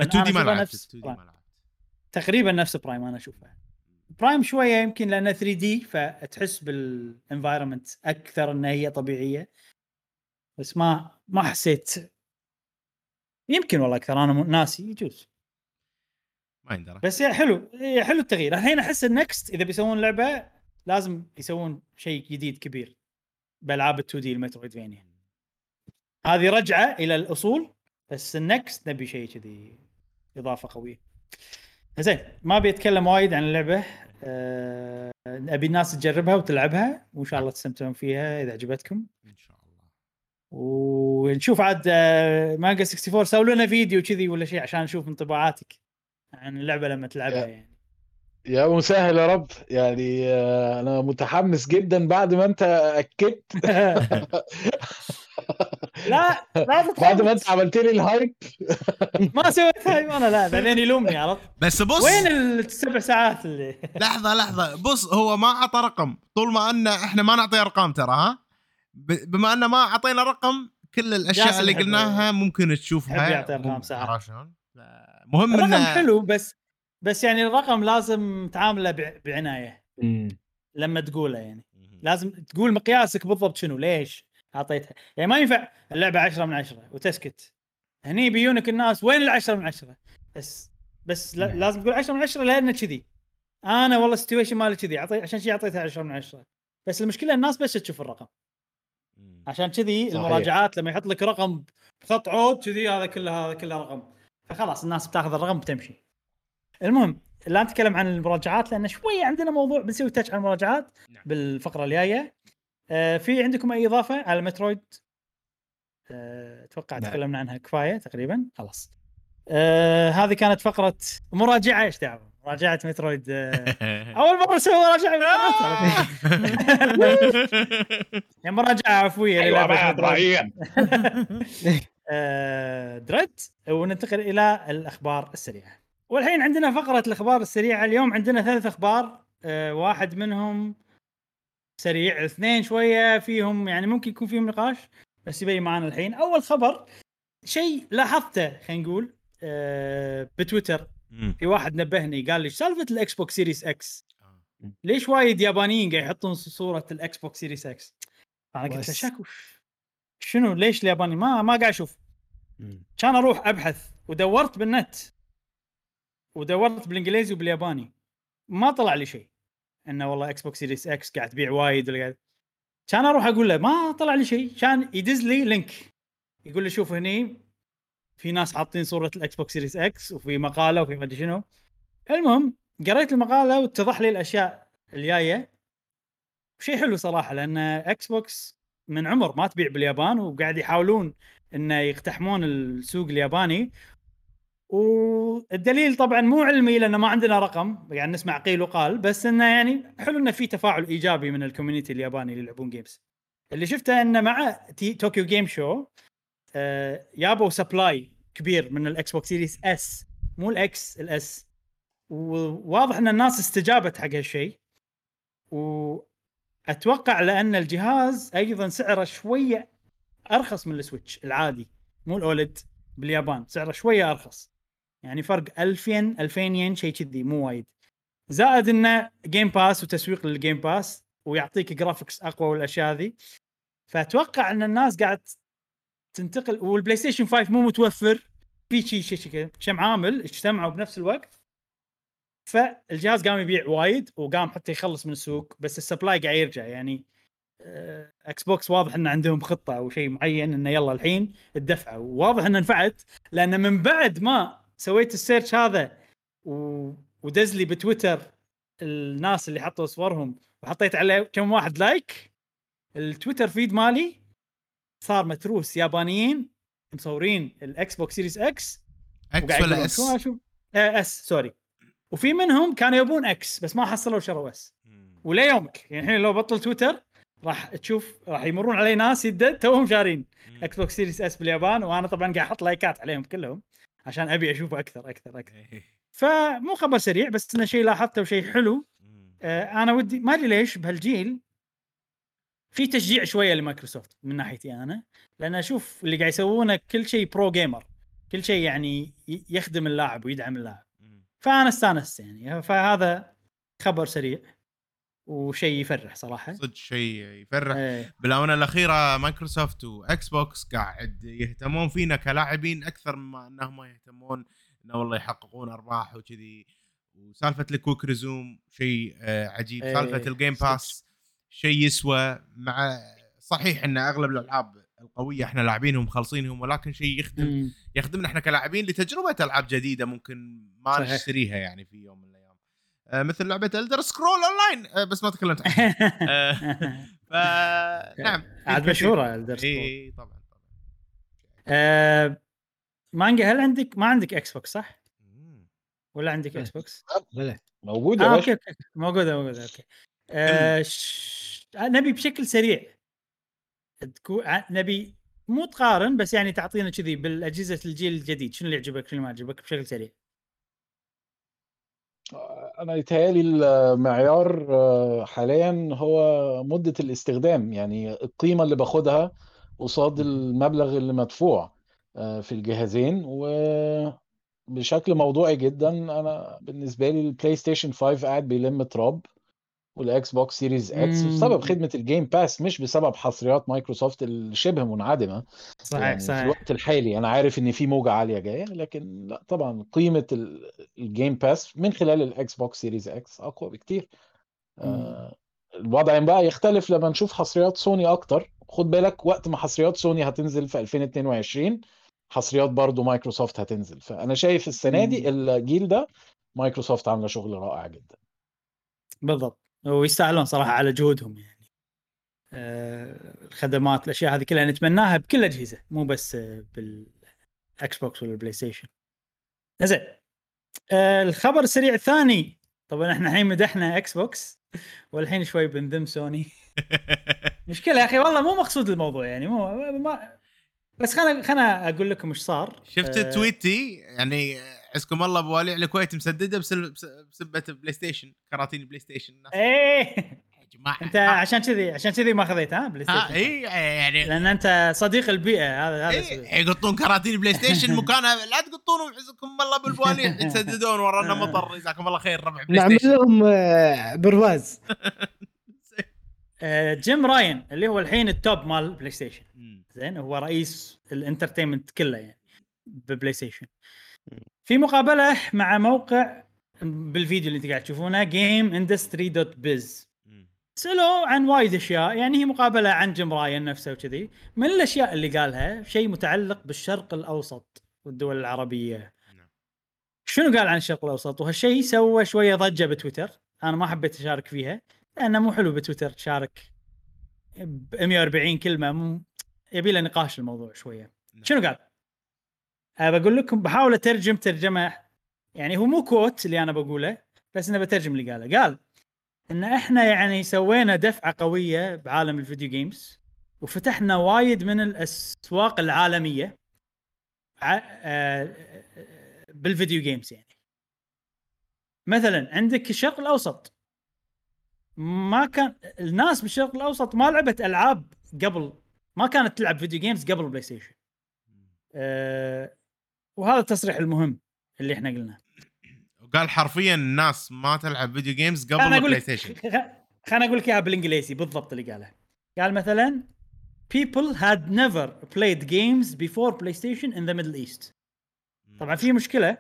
تقريبا نفس برايم. انا اشوفها برايم شويه يمكن لانه 3 دي، فتحس بالانفايرمنت اكثر انها هي طبيعيه، بس ما حسيت. يمكن والله اكثر، انا ناسي، يجوز ما يندرى. بس حلو التغيير. الحين احس النكست اذا بيسوون لعبه لازم يسوون شيء جديد كبير بالعاب ال2 دي المترويدفينيا. هذه رجعه الى الاصول، بس النكست نبي شيء كذي اضافه قويه. زين، ما بيتكلم وايد عن اللعبه. ابي الناس تجربها وتلعبها، وان شاء الله تستمتعون فيها اذا عجبتكم ان شاء الله. ونشوف عاد مانجا 64 سووا لنا فيديو كذي ولا شيء عشان نشوف انطباعاتك عن اللعبه لما تلعبها. يعني يا مسهل يا رب. يعني انا متحمس جدا بعد ما انت اكدت. لا بعد ما انت عملت لي الهايب. ما سويت هايب انا، لا بعدين يلومني، عرفت؟ بس بص، وين ال7 ساعات اللي لحظه بص، هو ما عطى رقم. طول ما ان احنا ما نعطي ارقام ترى، ها بما ان ما اعطينا رقم، كل الاشياء اللي قلناها ممكن تشوفها. يعطي ارقام ساعات مهم انه حلو، بس يعني الرقم لازم تعامله بعنايه لما تقوله. يعني لازم تقول مقياسك بالضبط شنو، ليش اعطيتها. يعني ما ينفع اللعبه 10 من 10 وتسكت. هني بيونك الناس وين ال10 من 10. بس لازم تقول 10 من 10 لان كذي انا والله السيتويشن مالي كذي، عشان شيء اعطيتها 10 من 10. بس المشكله الناس بس تشوف الرقم، عشان كذي المراجعات لما يحط لك رقم خط عود كذي هذا كله رقم، فخلاص الناس بتاخذ الرقم بتمشي. المهم لا نتكلم عن المراجعات لان شويه عندنا موضوع بنسوي تاتش عن المراجعات بالفقره الجايه. في عندكم اي اضافه على مترويد؟ اتوقع تكلمنا عنها كفايه تقريبا. خلاص هذه كانت فقره مراجعه. ايش دعوه مراجعه مترويد. اول مره اسوي مراجعه يعني مراجعه عفويه للعبه دريد. وننتقل الى الاخبار السريعه. والحين عندنا فقره الاخبار السريعه. اليوم عندنا 3 اخبار. واحد منهم سريع، اثنين شويه فيهم يعني ممكن يكون فيهم نقاش، بس يبين معنا الحين. اول خبر شيء لاحظته خلينا نقول بتويتر، في واحد نبهني قال لي سالفه الاكس بوكس سيريس اكس ليش وايد يابانيين قاعد يحطون صوره الاكس بوكس سيريس اكس. انا قلت له شكو شنو ليش الياباني ما قاعد اشوف. كان اروح ابحث ودورت بالنت ودورت بالانجليزي وبالياباني، ما طلع لي شيء انه والله اكس بوكس سيريس اكس قاعد تبيع وايد ولا قاعد. كان اروح اقول له ما طلع لي شيء، كان يدز لي لينك يقول لي شوف هني في ناس حاطين صوره الاكس بوكس سيريس اكس وفي مقاله وفي ما ادري شنو. المهم قريت المقاله واتضح لي الاشياء الجايه، شيء حلو صراحه، لان اكس بوكس من عمر ما تبيع باليابان وقاعد يحاولون انه يقتحمون السوق الياباني. والدليل طبعا مو علمي لانه ما عندنا رقم، يعني نسمع قيل وقال، بس انه يعني حلو انه في تفاعل ايجابي من الكوميونتي الياباني اللي يلعبون جيمز. اللي شفته انه مع طوكيو جيم شو يابو سبلاي كبير من الاكس بوكس سيريس اس، مو الاكس الاس، وواضح ان الناس استجابت حق هالشيء. واتوقع لان الجهاز ايضا سعره شويه ارخص من السويتش العادي، مو الاولد باليابان سعره شويه ارخص، يعني فرق 2000 ين شيء كذي، مو وايد. زائد انه جيم باس وتسويق للجيم باس ويعطيك جرافيكس اقوى والاشياء هذه، فاتوقع ان الناس قاعد تنتقل. والبلاي ستيشن 5 مو متوفر في شيء كم عامل اجتمعوا بنفس الوقت، فالجهاز قام يبيع وايد وقام حتى يخلص من السوق، بس السبلاي قاعد يرجع. يعني اكس بوكس واضح ان عندهم خطه او شيء معين انه يلا الحين الدفعه، وواضح ان نفعت، لان من بعد ما سويت السيرش هذا ودز لي بتويتر الناس اللي حطوا صورهم وحطيت عليه كم واحد لايك، التويتر فيد مالي صار متروس يابانيين مصورين الاكس بوكس سيريس اكس ولا اس؟ اس سوري. وفي منهم كانوا يبون اكس بس ما حصلوا شروا اس. ولا يومك يعني الحين لو بطل تويتر راح تشوف راح يمرون علي ناس يدد توهم شارين اكس بوكس سيريس اس باليابان، وانا طبعا قاعد احط لايكات عليهم كلهم عشان ابي اشوفه اكثر. فمو خبر سريع بس انه شيء لاحظته وشيء حلو. انا ودي ما ادري ليش بهالجيل في تشجيع شويه لمايكروسوفت من ناحيتي انا، لان اشوف اللي قاعد يسوونه كل شيء برو جيمر، كل شيء يعني يخدم اللاعب ويدعم اللاعب، فانا استانست يعني. فهذا خبر سريع وشيء يفرح صراحه، صدق شيء يفرح. بالاونه الاخيره مايكروسوفت واكس بوكس قاعد يهتمون فينا كلاعبين اكثر مما انهم يهتمون انه والله يحققون ارباح وكذي. وسالفه الكويك ريزوم شيء عجيب، سالفه الجيم باس شيء يسوى. مع صحيح ان اغلب الالعاب القويه احنا لاعبينهم مخلصينهم، ولكن شيء يخدمنا احنا كلاعبين لتجربه العاب جديده ممكن ما نشتريها يعني في يوم من الايام، مثل لعبه الدر سكرول اونلاين، بس ما تكلمت عنها. نعم عاد مشهوره الدر سكرول. اي طبعا. مانجا هل عندك ما عندك اكس بوكس صح ولا عندك اكس بوكس؟ لا موجود يا باشا. اوكي موجوده اوكي. نبي بشكل سريع نبي مو تقارن بس يعني تعطينا كذي بالاجهزه الجيل الجديد شنو اللي يعجبك شنو ما يعجبك بشكل سريع. انا يتهيألي المعيار حاليا هو مدة الاستخدام، يعني القيمة اللي باخدها قصاد المبلغ اللي مدفوع في الجهازين. وبشكل موضوعي جدا انا بالنسبة لي البلاي ستيشن 5 قاعد بيلم تراب، والاكس بوكس سيريز اكس بسبب خدمة الجيم باس مش بسبب حصريات مايكروسوفت الشبه منعدمة. صحيح يعني صحيح. في الوقت الحالي انا عارف ان في موجة عالية جاية، لكن لا طبعا قيمة الجيم باس من خلال الاكس بوكس سيريز اكس اقوى بكتير. الوضع بقى يختلف لما نشوف حصريات سوني اكتر. خد بالك وقت ما حصريات سوني هتنزل في 2022 حصريات برضو مايكروسوفت هتنزل. فانا شايف السنة دي الجيل ده مايكروسوفت عاملة شغل رائع جدا. بالضبط، ويستاهلون صراحة على جهودهم يعني. الخدمات الاشياء هذه كلها نتمناها بكل الاجهزه مو بس بالاكس بوكس ولا البلاي ستيشن. زين الخبر السريع الثاني، طبعا احنا الحين مدحنا اكس بوكس والحين شوي بنذم سوني. مشكله يا اخي والله مو مقصود الموضوع يعني مو بس خلنا اقول لكم ايش صار. شفت تويتي يعني عزكم الله بواليع الكويت مسدده بسبه بلاي ستيشن، كراتين بلاي ستيشن الناس. ايه انت عشان كذي ما خذيتها بلاي ستيشن. اي يعني لان انت صديق البيئه. هذا يقطون كراتين بلاي ستيشن مكانها، لا تقطون وحزكم الله بالبوالين تسددون ورانا مطر. جزاكم الله خير ربع بلاي نعمل ستيشن. لهم برواز. جيم راين اللي هو الحين التوب مال بلاي ستيشن، زين، هو رئيس الانترتينمنت كله يعني ببلاي ستيشن. في مقابله مع موقع بالفيديو اللي انت قاعد تشوفونه GameIndustry.biz، سألوا عن وايد اشياء، يعني هي مقابله عن جيم راين نفسه وكذي. من الاشياء اللي قالها شيء متعلق بالشرق الاوسط والدول العربيه. شنو قال عن الشرق الاوسط؟ وهالشيء سوى شويه ضجه بتويتر. انا ما حبيت اشارك فيها لانه مو حلو بتويتر تشارك ب 140 كلمه، يبي له نقاش الموضوع شويه. شنو قال؟ بقول لكم، بحاول اترجم ترجمه، يعني هو مو كوت اللي انا بقوله، بس انا بترجم اللي قاله. قال ان احنا يعني سوينا دفعه قويه بعالم الفيديو جيمز، وفتحنا وايد من الاسواق العالميه بالفيديو جيمز. يعني مثلا عندك الشرق الاوسط، ما كان الناس بالشرق الاوسط ما لعبت العاب قبل، ما كانت تلعب فيديو جيمز قبل بلاي ستيشن. وهذا التصريح المهم اللي احنا قلناه. وقال حرفيا الناس ما تلعب فيديو جيمز قبل البلاي ستيشن. خليني اقول لك اياها بالانجليزي بالضبط اللي قاله. قال مثلا people had never played games before PlayStation in the Middle East. طبعا في مشكله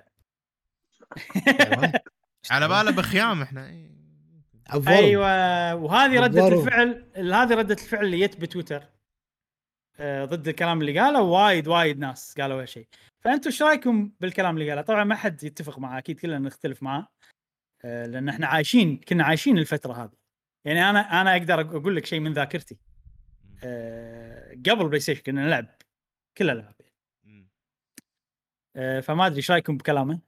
على باله بخيام احنا. ايوه، وهذه ردة الفعل، هذه ردة الفعل اللي جت بتويتر ضد الكلام اللي قاله. وايد ناس قالوا هالشيء. فانتوا ايش رايكم بالكلام اللي قاله؟ طبعا ما حد يتفق معه، اكيد كلنا نختلف معه، لان احنا كنا عايشين الفتره هذه. يعني انا اقدر اقول لك شيء من ذاكرتي. قبل بلاي ستيشن كنا نلعب كل الالعاب. فما ادري ايش رايكم بكلامه.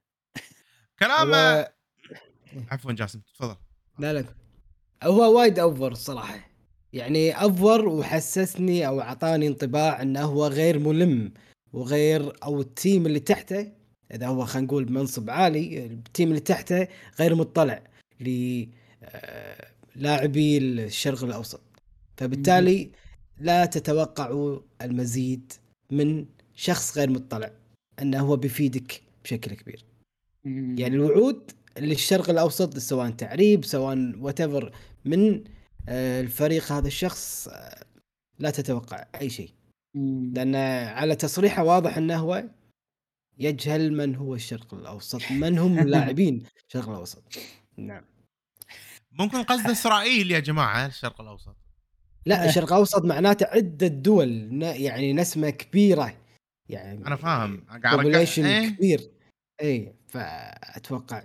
عفوا جاسم تفضل. لا هو وايد اوفر صراحه، يعني افور، وحسسني او اعطاني انطباع انه هو غير ملم، وغير او التيم اللي تحته، اذا هو خلينا نقول بمنصب عالي، التيم اللي تحته غير مطلع للاعبي الشرق الاوسط. فبالتالي لا تتوقعوا المزيد من شخص غير مطلع انه هو بيفيدك بشكل كبير. يعني الوعود للشرق الاوسط سواء تعريب سواء whatever من الفريق هذا الشخص، لا تتوقع اي شيء، لان على تصريحه واضح انه هو يجهل من هو الشرق الاوسط، من هم لاعبين الشرق الاوسط. نعم، ممكن قصد اسرائيل يا جماعه الشرق الاوسط. لا الشرق الاوسط معناته عده دول، يعني نسمه كبيره، يعني انا فاهم قاعد كبير. اي فاتوقع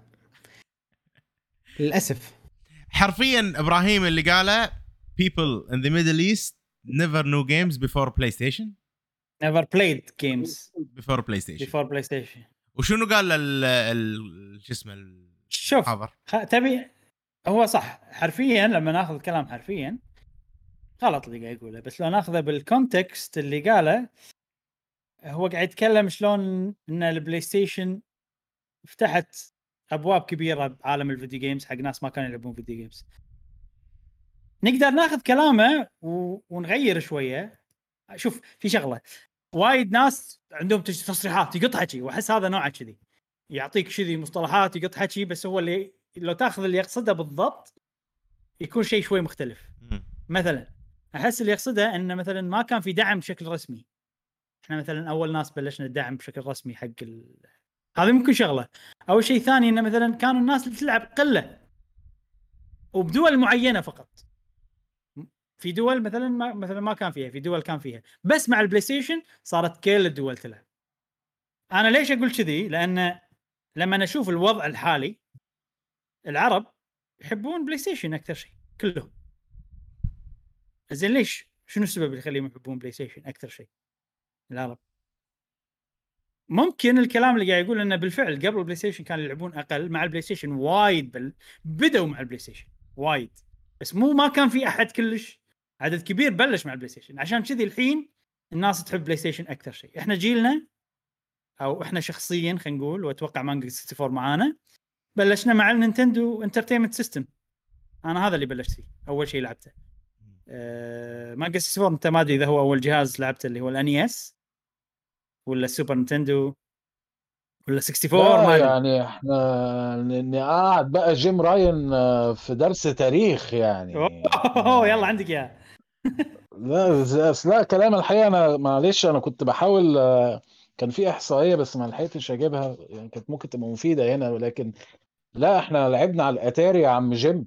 للاسف حرفيا ابراهيم اللي قاله people in the Middle East never knew games before PlayStation, never played games before PlayStation. وشنو قال شو اسمه شوف تبي هو صح حرفيا، لما ناخذ الكلام حرفيا غلط اللي قاعد يقوله، بس لو ناخذه بالكونتكست اللي قاله، هو قاعد يتكلم شلون ان البلاي ستيشن فتحت ابواب كبيره بعالم الفيديو جيمز حق ناس ما كانوا يلعبون فيديو جيمز. نقدر ناخذ كلامه ونغير شويه. شوف في شغله، وايد ناس عندهم تصريحات يقط حكي، واحس هذا نوعه كذي، يعطيك كذي مصطلحات يقط حكي، بس هو اللي لو تاخذ اللي يقصده بالضبط يكون شيء شوي مختلف. مثلا احس اللي يقصده ان مثلا ما كان في دعم بشكل رسمي. احنا مثلا اول ناس بلشنا الدعم بشكل رسمي حق هذا ممكن شغله. اول شيء ثاني ان مثلا كانوا الناس اللي تلعب قله وبدول معينه فقط. في دول مثلا ما كان فيها، في دول كان فيها، بس مع البلاي ستيشن صارت كل الدول تلعب. انا ليش اقول كذي؟ لان لما نشوف الوضع الحالي العرب يحبون بلاي ستيشن اكثر شيء كلهم. زين ليش؟ شنو السبب اللي يخليهم يحبون بلاي ستيشن اكثر شيء العرب؟ ممكن الكلام اللي قاعد يقول انه بالفعل قبل البلاي ستيشن كانوا يلعبون اقل، مع البلاي ستيشن وايد بدأوا مع البلاي ستيشن وايد، بس ما كان في احد كلش عدد كبير بلش مع البلاي ستيشن. عشان كذي الحين الناس تحب بلاي ستيشن اكثر شيء. احنا جيلنا او احنا شخصيا خلينا نقول، واتوقع مانجا 64 معانا، بلشنا مع النينتندو انترتينمنت سيستم انا هذا اللي بلشت فيه اول شيء لعبته. مانجا 64 انت ما ادري اذا هو اول جهاز لعبته اللي هو الانيس ولا السوبر نينتندو ولا 64 ما ادري. يعني احنا نقعد بقى جيم راين في درس تاريخ يعني. يلا عندك اياه. لا كلام الحقيقه، انا معلش انا كنت بحاول كان في احصائيه بس ما لحقتش اجيبها، يعني كانت ممكن تبقى مفيده هنا، ولكن لا احنا لعبنا على الاتاري يا عم جيم.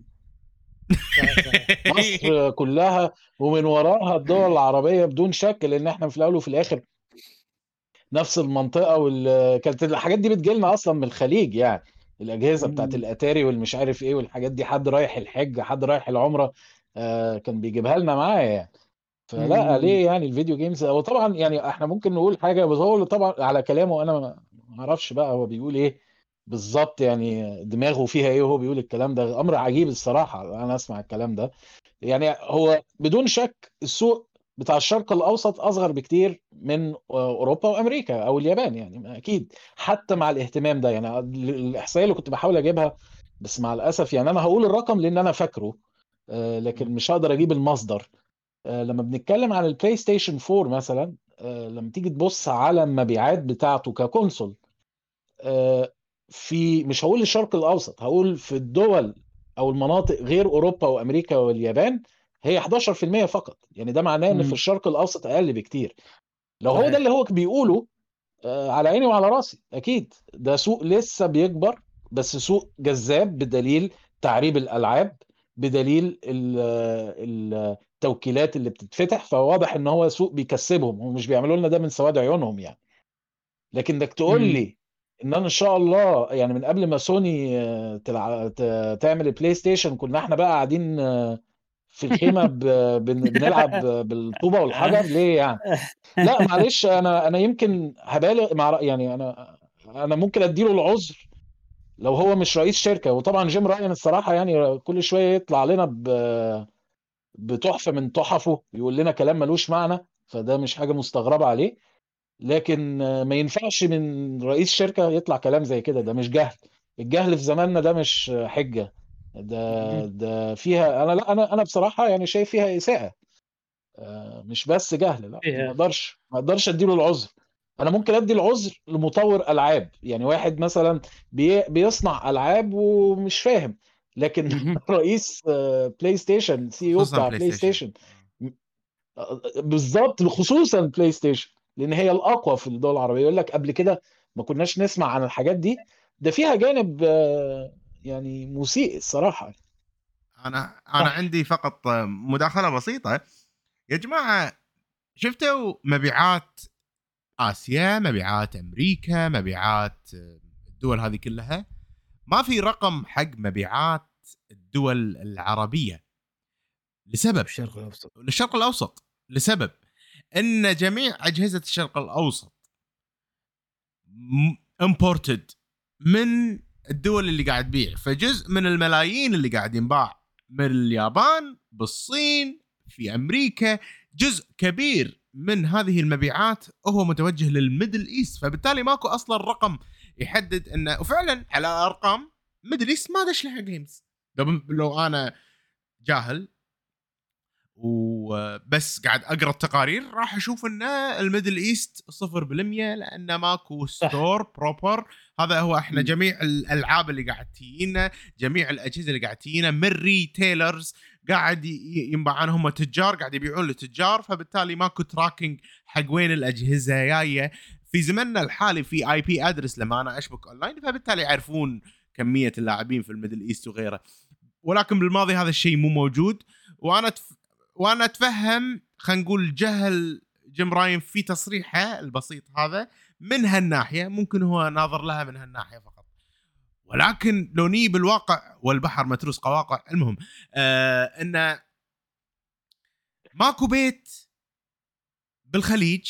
مصر كلها ومن وراها الدول العربيه بدون شك، لان احنا في الاول وفي الاخر نفس المنطقه، كانت الحاجات دي بتجيلنا اصلا من الخليج يعني. الاجهزه بتاعت الاتاري والمش عارف ايه والحاجات دي، حد رايح الحج حد رايح العمره كان بيجيبها لنا معايا يعني. فلا ليه يعني الفيديو جيمز، هو طبعا يعني احنا ممكن نقول حاجه، بس هو طبعا على كلامه انا ما اعرفش بقى هو بيقول ايه بالظبط، يعني دماغه فيها ايه وهو بيقول الكلام ده. امر عجيب الصراحه انا اسمع الكلام ده. يعني هو بدون شك السوق بتاع الشرق الاوسط اصغر بكتير من اوروبا وامريكا او اليابان، يعني اكيد حتى مع الاهتمام ده. يعني الاحصائيه اللي كنت بحاول اجيبها بس مع الاسف، يعني انا هقول الرقم لان انا فاكره لكن مش هقدر اجيب المصدر. لما بنتكلم عن البلاي ستيشن 4 مثلا، لما تيجي تبص على المبيعات بتاعته ككونسول في، مش هقول الشرق الاوسط، هقول في الدول او المناطق غير اوروبا وامريكا واليابان، هي 11% فقط. يعني ده معناه ان في الشرق الاوسط اقل بكتير. لو هو ده اللي هو بيقوله على عيني وعلى راسي، اكيد ده سوق لسه بيكبر، بس سوق جذاب بدليل تعريب الالعاب، بدليل التوكيلات اللي بتتفتح. فواضح ان هو سوق بيكسبهم، ومش بيعملوا لنا ده من سواد عيونهم يعني. لكن انك تقول لي ان انا ان شاء الله يعني من قبل ما سوني تعمل البلاي ستيشن كنا احنا بقى قاعدين في الخيمه بنلعب بالطوبه والحجر ليه يعني؟ لا معلش، انا يمكن هبالغ مع يعني انا ممكن اديله العذر لو هو مش رئيس شركه. وطبعا جيم راين الصراحه يعني كل شويه يطلع لنا بتحفه من تحفه، يقول لنا كلام ملوش معنى، فده مش حاجه مستغربه عليه. لكن ما ينفعش من رئيس شركه يطلع كلام زي كده، ده مش جهل. الجهل في زماننا ده مش حجه، ده فيها انا بصراحه يعني شايف فيها اساءه، مش بس جهل. لا ما اقدرش اديله العذر. انا ممكن ادي العذر لمطور العاب، يعني واحد مثلا بيصنع العاب ومش فاهم. لكن رئيس بلاي ستيشن، سي او خصوصا بتاع بلاي بلاي ستيشن. ستيشن بالظبط، خصوصا بلاي ستيشن لان هي الاقوى في الدول العربيه، يقول لك قبل كده ما كناش نسمع عن الحاجات دي. ده فيها جانب يعني مسيء الصراحه. انا عندي فقط مداخله بسيطه يا جماعه. شفتوا مبيعات آسيا، مبيعات أمريكا، مبيعات الدول هذه كلها؟ ما في رقم حق مبيعات الدول العربية لسبب الشرق الأوسط لسبب أن جميع أجهزة الشرق الأوسط imported من الدول اللي قاعد تبيع. فجزء من الملايين اللي قاعد ينباع من اليابان، بالصين، في أمريكا، جزء كبير من هذه المبيعات هو متوجه للميدل إيست. فبالتالي ماكو أصلا رقم يحدد أنه، وفعلا على أرقام ميدل إيست ما دش لها جيمز. لو أنا جاهل وبس قاعد أقرأ التقارير راح أشوف أن الميدل إيست 0% لأن ماكو ستور بروبر. هذا هو احنا جميع الألعاب اللي قاعد تجينا، جميع الأجهزة اللي قاعد تجينا من ريتيلرز قاعد ينباعون، هم تجار قاعد يبيعون لتجار. فبالتالي ماكو تراكنج حق وين الأجهزة جاية. في زمننا الحالي في اي بي ادرس لما انا اشبك اونلاين، فبالتالي يعرفون كمية اللاعبين في الميدل ايست وغيره. ولكن بالماضي هذا الشيء مو موجود. وانا اتفهم خلينا نقول جهل جيم راين في تصريحه البسيط هذا من هالناحيه، ممكن هو ناظر لها من هالناحيه فقط. ولكن لو ني بالواقع والبحر متروس قواقع، المهم ان ماكو بيت بالخليج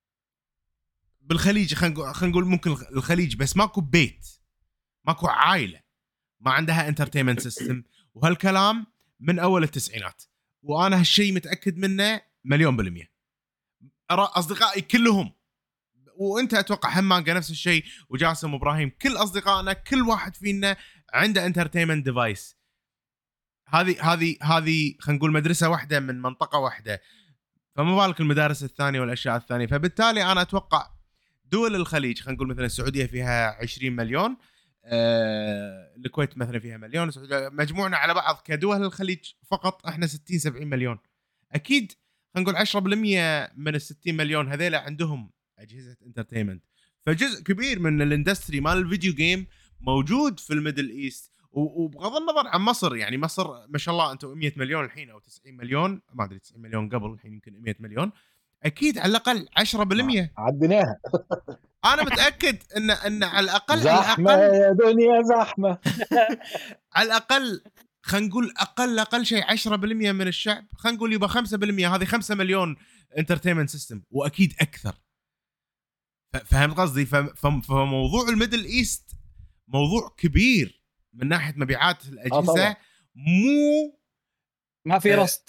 خلينا نقول ممكن الخليج، بس ماكو بيت، ماكو عائله ما عندها انترتينمنت سيستم. وهالكلام من اول التسعينات، وانا هالشيء متاكد منه 100%. ارى اصدقائي كلهم، وانت اتوقع هم مانجا نفس الشيء، وجاسم وابراهيم، كل اصدقائنا كل واحد فينا عنده انترتينمنت ديفايس. هذه خلينا نقول مدرسه واحده من منطقه واحده، فما بالك المدارس الثانيه والاشياء الثانيه. فبالتالي انا اتوقع دول الخليج، خلينا نقول مثلا السعوديه فيها 20 مليون، الكويت مثلا فيها مليون، مجموعنا على بعض كدول الخليج فقط احنا 60 70 مليون. اكيد خلينا نقول 10% من ال 60 مليون هذيلا عندهم اجهزه انترتينمنت. فجزء كبير من الاندستري مال الفيديو جيم موجود في الميدل ايست. وبغض النظر عن مصر، يعني مصر ما شاء الله انتم 100 مليون الحين او 90 مليون، ما ادري 90 مليون قبل، الحين يمكن 100 مليون. اكيد على الاقل 10% عديناها. انا متاكد ان على الاقل زحمه يا دنيا زحمه. على الاقل خلينا نقول اقل شيء 10% من الشعب، خلينا نقول يبقى 5%، هذه 5 مليون انترتينمنت سيستم، واكيد اكثر. فهمت قصدي؟ فموضوع الميدل ايست موضوع كبير من ناحيه مبيعات الاجهزه. ما في رصد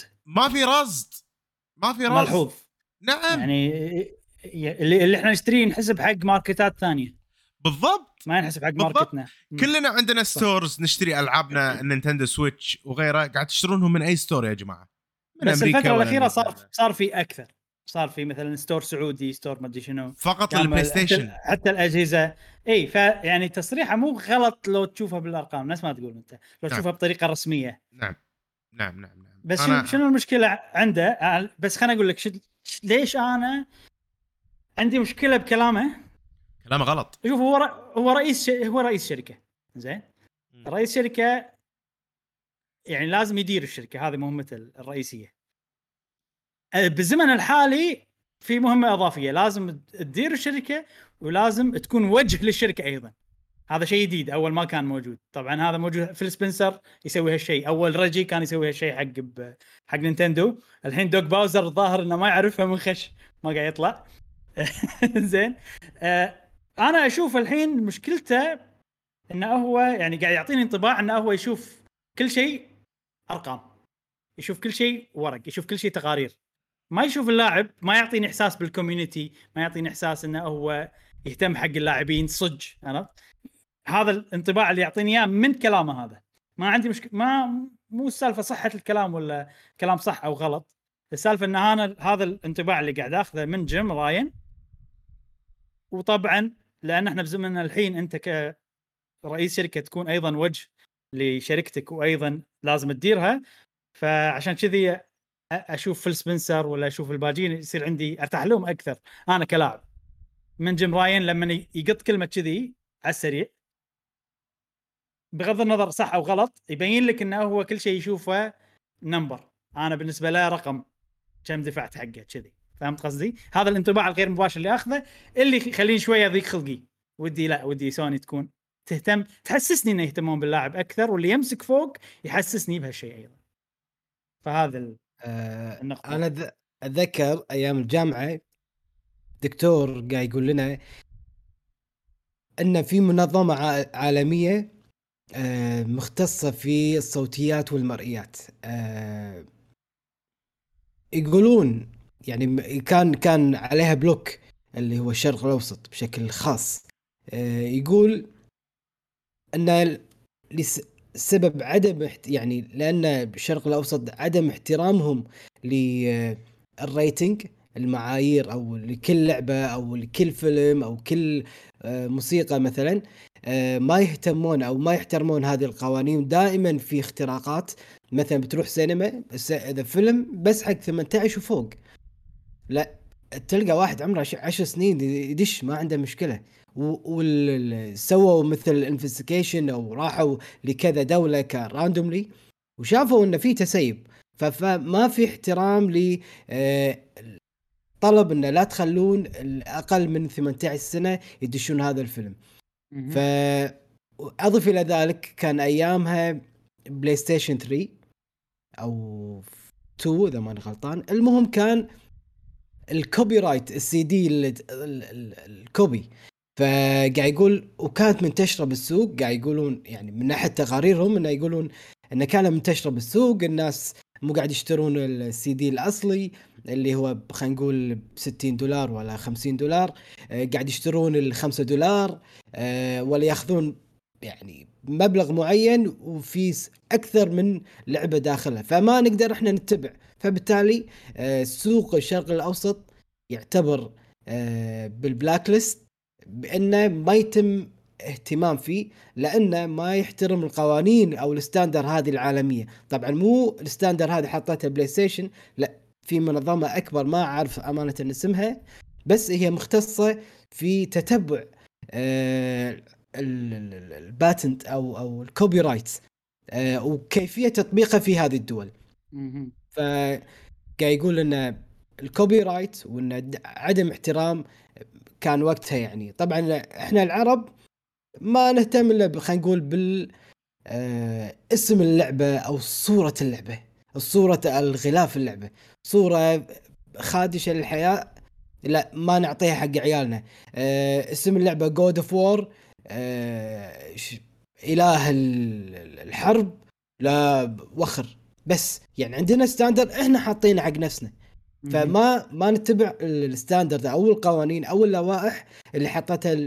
ملحوظ. نعم، يعني اللي احنا نشتريه نحسب حق ماركتات ثانيه بالضبط، ما ينحسب حق ماركتنا. كلنا عندنا ستورز نشتري العابنا، النينتندو سويتش وغيره، قاعد تشترونهم من اي ستور يا جماعه، من بس امريكا. الفتره الاخيره صار في اكثر، صار في مثلا ستور سعودي، ستور ما ادري شنو، فقط البلاي ستيشن حتى الاجهزه. اي يعني تصريحه مو غلط لو تشوفها بالارقام، ناس ما تقول انت لو تشوفها بطريقه رسميه. نعم. بس شنو المشكله عنده؟ بس خليني اقول لك ليش انا عندي مشكله بكلامه. كلامه غلط. شوف، هو رئيس شركه، زين. رئيس شركه يعني لازم يدير الشركه، هذه مهمته الرئيسيه. بالزمن الحالي في مهمه اضافيه، لازم تدير الشركه ولازم تكون وجه للشركه ايضا. هذا شيء جديد، اول ما كان موجود. طبعا هذا موجود فيل سبنسر يسوي هالشيء، اول ريجي كان يسوي هالشيء حق نينتندو. الحين دوغ باوزر الظاهر انه ما يعرفها من خش، ما قاعد يطلع. زين. انا اشوف الحين مشكلته انه هو يعني قاعد يعطيني انطباع انه هو يشوف كل شيء ارقام، يشوف كل شيء ورق، يشوف كل شيء تقارير، ما يشوف اللاعب، ما يعطيني احساس بالكوميونتي، ما يعطيني احساس انه هو يهتم حق اللاعبين صج. انا هذا الانطباع اللي يعطيني اياه من كلامه هذا. ما عندي مشكله، مو السالفه صحه الكلام ولا كلام صح او غلط، السالفه ان انا هذا الانطباع اللي قاعد اخذه من جيم راين. وطبعا لان احنا بزمن الحين انت كرئيس شركه تكون ايضا وجه لشركتك وايضا لازم تديرها، فعشان كذي اشوف فيل سبنسر ولا اشوف الباجين يصير عندي ارتاح لهم اكثر انا كلاعب من جيم راين لما يقط كلمه كذي على السريع، بغض النظر صح او غلط، يبين لك انه هو كل شيء يشوفه نمبر. انا بالنسبه له رقم كم دفعت حقه كذي. فهمت قصدي؟ هذا الانطباع الغير مباشر اللي اخذه، اللي يخليني شويه ضيق خلقي. ودي سوني تكون تهتم، تحسسني انه يهتمون باللاعب اكثر، واللي يمسك فوق يحسسني بهالشيء ايضا. فهذا النقطه. انا اتذكر ايام الجامعه دكتور قاعد يقول لنا ان في منظمه عالميه مختصه في الصوتيات والمرئيات. يقولون يعني كان عليها بلوك اللي هو الشرق الاوسط بشكل خاص. يقول ان لسبب عدم يعني لان الشرق الاوسط عدم احترامهم للريتنج، المعايير او لكل لعبه او لكل فيلم او كل موسيقى مثلا، ما يهتمون او ما يحترمون هذه القوانين. دائما في اختراقات، مثلا بتروح سينما اذا فيلم بس حق 18 وفوق، لا تلقى واحد عمره 10 سنين يدش ما عنده مشكله. وسووا مثل انفستيجيشن او راحوا لكذا دوله كراندوملي وشافوا انه في تسيب. فما في احترام ل طلب انه لا تخلون اقل من 18 سنه يدشون هذا الفيلم. فاضف الى ذلك كان ايامها بلاي ستيشن 3 او 2 اذا ماني غلطان، المهم كان الكوبي رايت السي دي الكوبي، فقاعد يقول وكانت منتشره بالسوق. قاعد يقولون يعني من ناحيه تقاريرهم انه يقولون انه كان منتشره بالسوق، الناس مو قاعد يشترون السي دي الاصلي اللي هو خلينا نقول $60 ولا $50، قاعد يشترون $5 ولا ياخذون يعني مبلغ معين وفي أكثر من لعبة داخلها، فما نقدر إحنا نتبع. فبالتالي سوق الشرق الأوسط يعتبر بالبلاك ليست، بأنه ما يتم اهتمام فيه، لأنه ما يحترم القوانين أو الستاندر هذه العالمية. طبعا مو الستاندر هذه حطتها بلاي ستيشن، لا، في منظمة أكبر ما أعرف أمانة اسمها، بس هي مختصة في تتبع الباتنت او الكوبي رايت وكيفيه تطبيقها في هذه الدول. فقاعد يقول ان الكوبي رايت وان عدم احترام كان وقتها. يعني طبعا احنا العرب ما نهتم الا خلينا نقول بال اسم اللعبه او صوره اللعبه، الصوره الغلاف اللعبه، صوره خادشه للحياه، لا ما نعطيها حق عيالنا. اسم اللعبة God of War، إله الحرب، لا وخر. بس يعني عندنا ستاندرد احنا حاطينه حق نفسنا، فما نتبع الستاندرد او القوانين او اللوائح اللي حطتها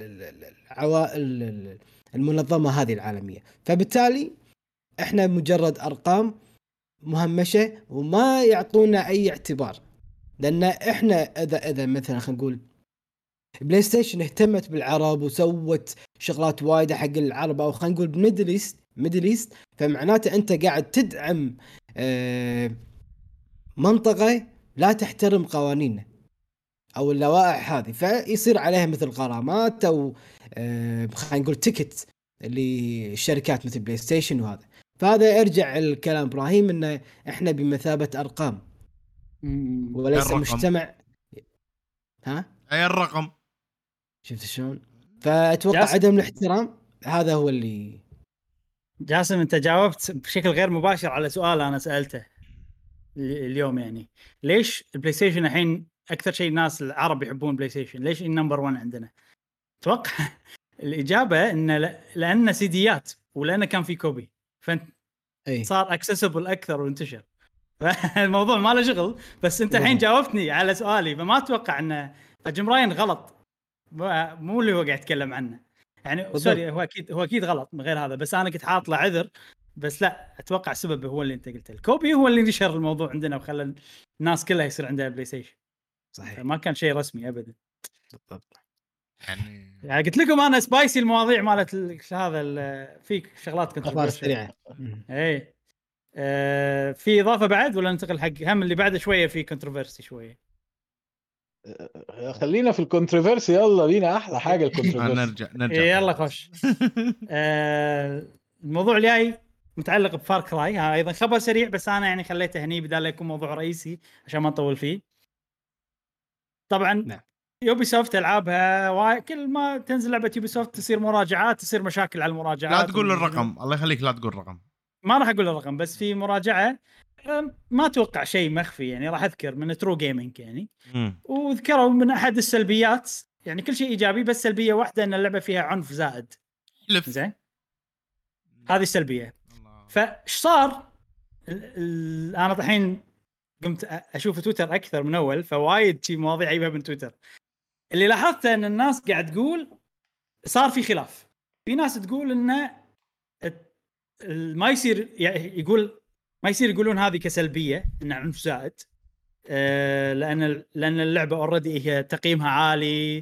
المنظمة هذه العالمية. فبالتالي احنا مجرد ارقام مهمشة وما يعطونا اي اعتبار. لأن إحنا إذا مثلا خلينا نقول بلاي ستيشن اهتمت بالعرب وسوت شغلات وايدة حق العرب، أو خلينا نقول ميدل إيست، فمعناته أنت قاعد تدعم منطقة لا تحترم قوانيننا أو اللوائح هذه، فيصير عليها مثل غرامات أو خلينا نقول تيكت اللي الشركات مثل بلاي ستيشن وهذا. فهذا يرجع الكلام إبراهيم إنه إحنا بمثابة أرقام وليس الرقم. مجتمع. اي الرقم، شفت شلون؟ فأتوقع عدم الاحترام هذا هو اللي. جاسم انت جاوبت بشكل غير مباشر على سؤال انا سألته اليوم. يعني ليش البلاي ستيشن الحين اكثر شيء الناس العرب يحبون بلاي ستيشن؟ ليش النمبر 1 عندنا؟ اتوقع الاجابه ان لان سيديات ولان كان في كوبي، فانت صار اكسسبل اكثر وانتشر. فالموضوع ما له شغل، بس انت الحين جاوبتني على سؤالي، فما اتوقع ان جيم راين غلط، مو اللي هو قاعد يتكلم عنه. يعني سوري، هو اكيد غلط من غير هذا، بس انا كنت حاط له عذر. بس لا، اتوقع السبب هو اللي انت قلته، الكوبي هو اللي نشر الموضوع عندنا وخلى الناس كلها يصير عندها بلاي ستيشن. صحيح، ما كان شيء رسمي ابدا. بالضبط. يعني قلت لكم انا سبايسي المواضيع مالت هذا فيك شغلات كنت سريعه. اي في اضافه بعد ولا ننتقل حق هم اللي بعده شويه في كونتروفيرسي شويه؟ خلينا في الكونتروفيرسي، يلا بينا، احلى حاجه الكونتروفيرسي. نرجع يلا خوش. الموضوع الجاي متعلق بفار كراي، ها ايضا خبر سريع، بس انا يعني خليته هني بدال لا يكون موضوع رئيسي عشان ما نطول فيه. طبعا نعم. يوبي سوفت العابها كل ما تنزل لعبه يوبي سوفت تصير مراجعات، تصير مشاكل على المراجعات. لا تقول الرقم، الله يخليك لا تقول الرقم. ما راح اقول الرقم، بس في مراجعه ما اتوقع شيء مخفي، يعني راح اذكر من ترو جيمنج يعني. وذكروا من احد السلبيات، يعني كل شيء ايجابي بس سلبيه واحده ان اللعبه فيها عنف زائد. زين، هذه السلبيه. فايش صار؟ انا الحين قمت اشوف تويتر اكثر من اول، فوايد شي مواضيع اجيبها من تويتر. اللي لاحظته ان الناس قاعد تقول صار في خلاف. في ناس تقول انه ما يصير، يقول ما يصير يقولون هذه كسلبيه ان عنف زائد، لان اللعبه اوريدي هي تقييمها عالي،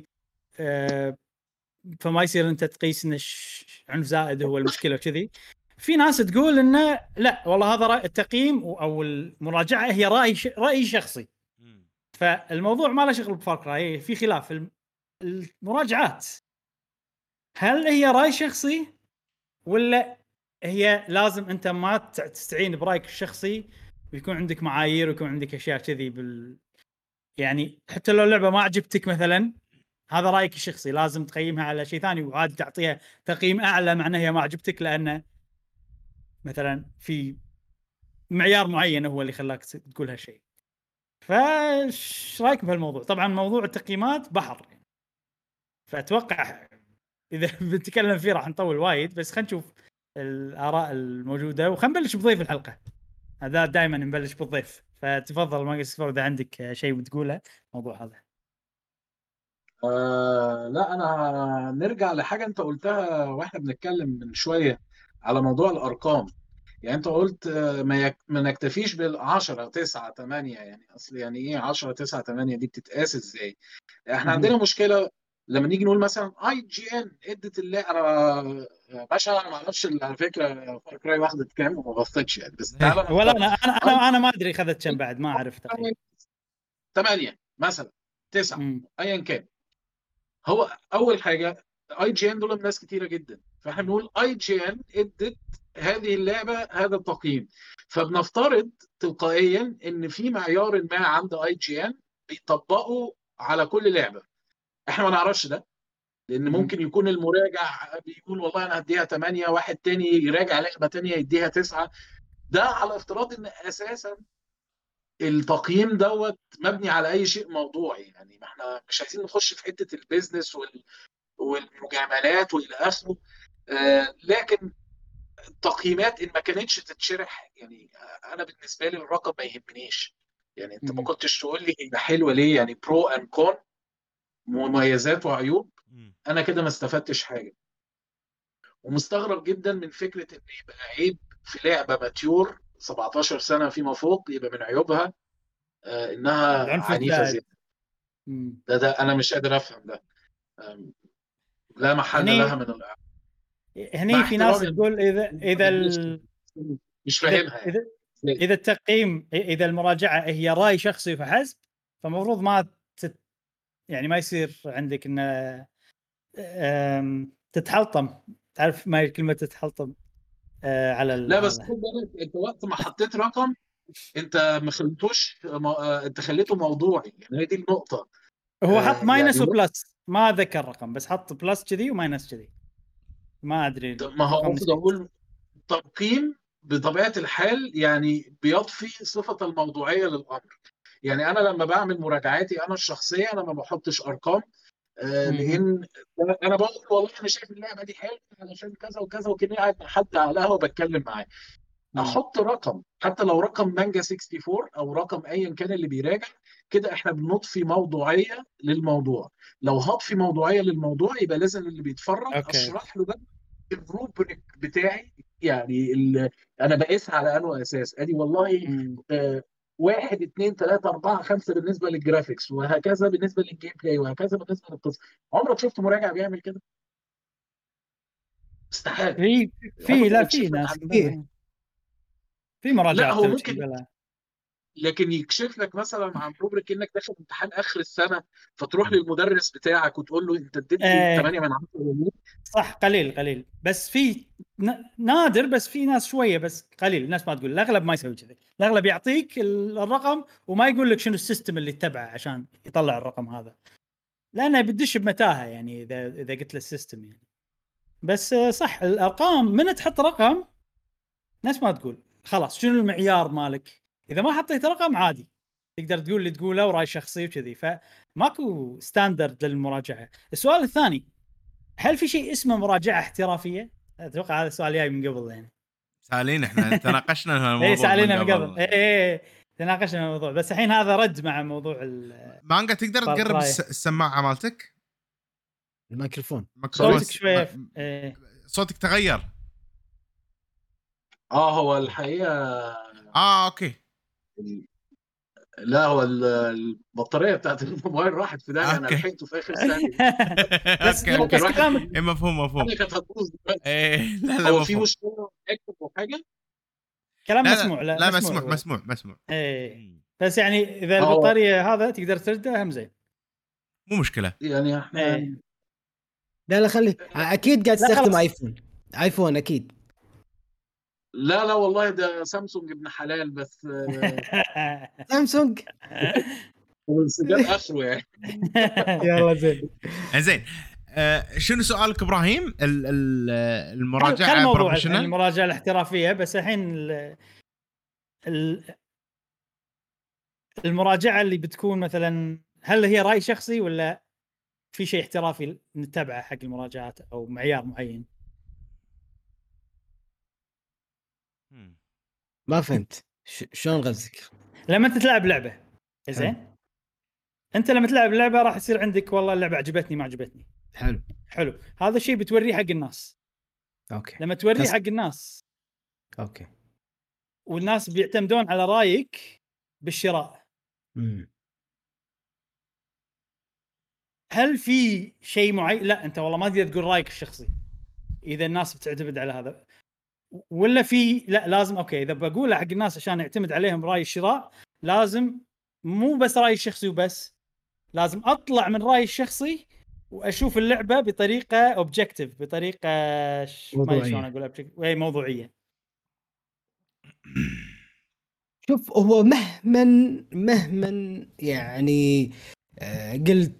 فما يصير انت تقيس ان عنف زائد هو المشكله وكذي. في ناس تقول انه لا والله هذا التقييم او المراجعه هي راي شخصي. فالموضوع ما له شغل بفار كراي، في خلاف المراجعات. هل هي راي شخصي ولا هي لازم انت ما تستعين برايك الشخصي ويكون عندك معايير ويكون عندك اشياء كذي يعني حتى لو اللعبه ما عجبتك مثلا، هذا رايك الشخصي، لازم تقيمها على شيء ثاني وعادي تعطيها تقييم اعلى معناه هي ما عجبتك لانه مثلا في معيار معين هو اللي خلاك تقول هالشيء. فايش رايك بهالموضوع؟ طبعا موضوع التقييمات بحر، فاتوقع اذا بنتكلم فيه راح نطول وايد، بس خلينا نشوف الاراء الموجوده وخلينا نبلش بضيف الحلقه. هذا دائما نبلش بالضيف، فتفضل ماجس اذا عندك شيء بتقوله الموضوع هذا. لا انا نرجع لحاجه انت قلتها واحنا بنتكلم من شويه على موضوع الارقام. يعني انت قلت ما نكتفيش بال 10 9 8. يعني اصل يعني ايه 10 9 8 دي بتتقاس ازاي؟ احنا عندنا مشكله لما نيجي نقول مثلا اي جي ان ادت انا باشا انا ما اعرفش على فكره فار كراي واخدت كام وما بصيتش يعني، بس تعالى ولا نفترض انا ما ادري خذت كم بعد، ما اعرف تقريبا. 8 مثلا 9 ايا كان. هو اول حاجه اي جي ان دول ناس كتيره جدا، فاحنا بنقول اي جي ان ادت هذه اللعبه هذا التقييم. فبنفترض تلقائيا ان في معيار ما عند اي جي ان بيطبقه على كل لعبه. احنا ما نعرفش ده، لان ممكن يكون المراجع بيقول والله انا هديها 8، واحد تاني يراجع لعبه تانيه يديها 9. ده على افتراض ان اساسا التقييم دوت مبني على اي شيء موضوعي. يعني ما احنا مش عايزين نخش في حته البيزنس والمجاملات والى اخره. لكن التقييمات ان ما كانتش تتشرح يعني، انا بالنسبه لي الرقم ما يهمنيش. يعني انت ما كنتش تقول لي هي حلوه ليه، يعني برو اند كون، مميزات وعيوب، انا كده ما استفدتش حاجه. ومستغرب جدا من فكره ان يبقى عيب في لعبه ماتيور 17 سنه فيما فوق يبقى من عيوبها انها العنف عنيفه الزائد. زياده. ده انا مش قادر افهم ده. لا محل لها هني من مع هني في ناس احترامي تقول مش اذا فاهمها يعني. اذا اذا التقييم، اذا المراجعه هي راي شخصي فحسب، فمفروض ما يعني ما يصير عندك انه تتحلطم. تعرف ما هي كلمه تتحلطم على لا بس هذا. خد بالك انت وقت ما حطيت رقم انت ما خليتوش انت خليته موضوعي، يعني هي دي النقطه. هو حط يعني ماينس وبلس، ما ذكر رقم، بس حط بلس كذي وماينس كذي. ما ادري ما هو الرقم المفروض نسيت. اقول تقييم بطبيعه الحال يعني بيضفي صفه الموضوعيه للامر. يعني انا لما بعمل مراجعاتي انا الشخصيه انا ما بحطش ارقام لان انا بقول والله انا شايف اللعبه دي حلوه علشان كذا وكذا، وكده قاعد مع حد على القهوه بتكلم معاه احط رقم حتى لو رقم مانجا 64 او رقم ايا كان اللي بيراجع. كده احنا بنضفي موضوعيه للموضوع. لو هضفي موضوعيه للموضوع يبقى لازم اللي بيتفرج اوكي. اشرح له بقى الروبريك بتاعي. يعني انا بقيسها على انه اساس ادي والله آه واحد اثنين ثلاثة أربعة خمسة بالنسبة للجرافيكس، وهكذا بالنسبة للجيم بلاي، وهكذا بالنسبة للقصة. عمرك شفت مراجع بيعمل كده؟ استحالة. في عمرك ما لا في يكشف لك ناس عن في لا مراجعات هو تمشي ممكن، بلا. لكن يكشف لك مثلا عن روبريك انك داخل امتحان اخر السنه فتروح للمدرس بتاعك وتقول له انت اديتني آه 8 من 10 ونص. صح، قليل بس في نادر، بس في ناس شويه، بس قليل. الناس ما تقول، الاغلب ما يسوي كذا. الاغلب يعطيك الرقم وما يقول لك شنو السيستم اللي اتبعه عشان يطلع الرقم هذا، لانه بتدش بمتاهه يعني اذا قلت له السيستم يعني. بس صح، الارقام من تحط رقم ناس ما تقول خلاص شنو المعيار مالك. اذا ما حطيت رقم عادي تقدر تقول اللي تقوله وراي شخصي وكذي، فماكو ستاندرد للمراجعه. السؤال الثاني، هل في شيء اسمه مراجعه احترافيه؟ اتوقع هذا السؤال جاي من قبل يعني. سالين احنا تناقشنا في اي الموضوع سالينا من من قبل، قبل. اي تناقشنا الموضوع، بس الحين هذا رد مع موضوع مانجا تقدر تقرب السماعه مالتك الميكروفون. صوتك شويه صوتك تغير. هو الحقيقه اوكي. لا هو البطاريه بتاعت الموبايل راحت في داهيه، انا لحقته في اخر ثانيه. بس اوكي بس واحد كلامك مفهوم. كانت هتبوظ دلوقتي. ايه لا هو في مفهوم. مشكله اكتب حاجه. كلام لا مسموع. لا مسموع. مسموع. ايه بس يعني اذا هو البطاريه هذا تقدر ترده هم زين. مو مشكله. يعني احنا ايه لا خلي اكيد قاعد لا تستخدم خلاص. ايفون اكيد. لا والله ده سامسونج ابن حلال بس سامسونج. جاب اخره يعني. يلا زين. زين. شنو سؤالك ابراهيم؟ المراجعه خل موضوع بروفيشنال. المراجعه الاحترافيه، بس الحين المراجعه اللي بتكون مثلا، هل هي راي شخصي ولا في شيء احترافي نتبعه حق المراجعات او معيار معين؟ ما فهمت شلون قصدك. لما انت تلعب لعبه زين، انت لما تلعب اللعبه راح يصير عندك والله اللعبه عجبتني ما عجبتني. حلو هذا الشيء بتوريه حق الناس. اوكي لما توريه حق الناس اوكي والناس بيعتمدون على رايك بالشراء. هل في شيء معين؟ لا انت والله ما تقدر تقول رايك الشخصي اذا الناس بتعتمد على هذا، ولا في لا لازم اوكي اذا بقوله حق الناس عشان يعتمد عليهم راي الشراء لازم مو بس رايي الشخصي وبس، لازم اطلع من رايي الشخصي واشوف اللعبه بطريقه اوبجكتيف، بطريقه ما شلون اقول وهي موضوعيه. شوف هو مهما يعني قلت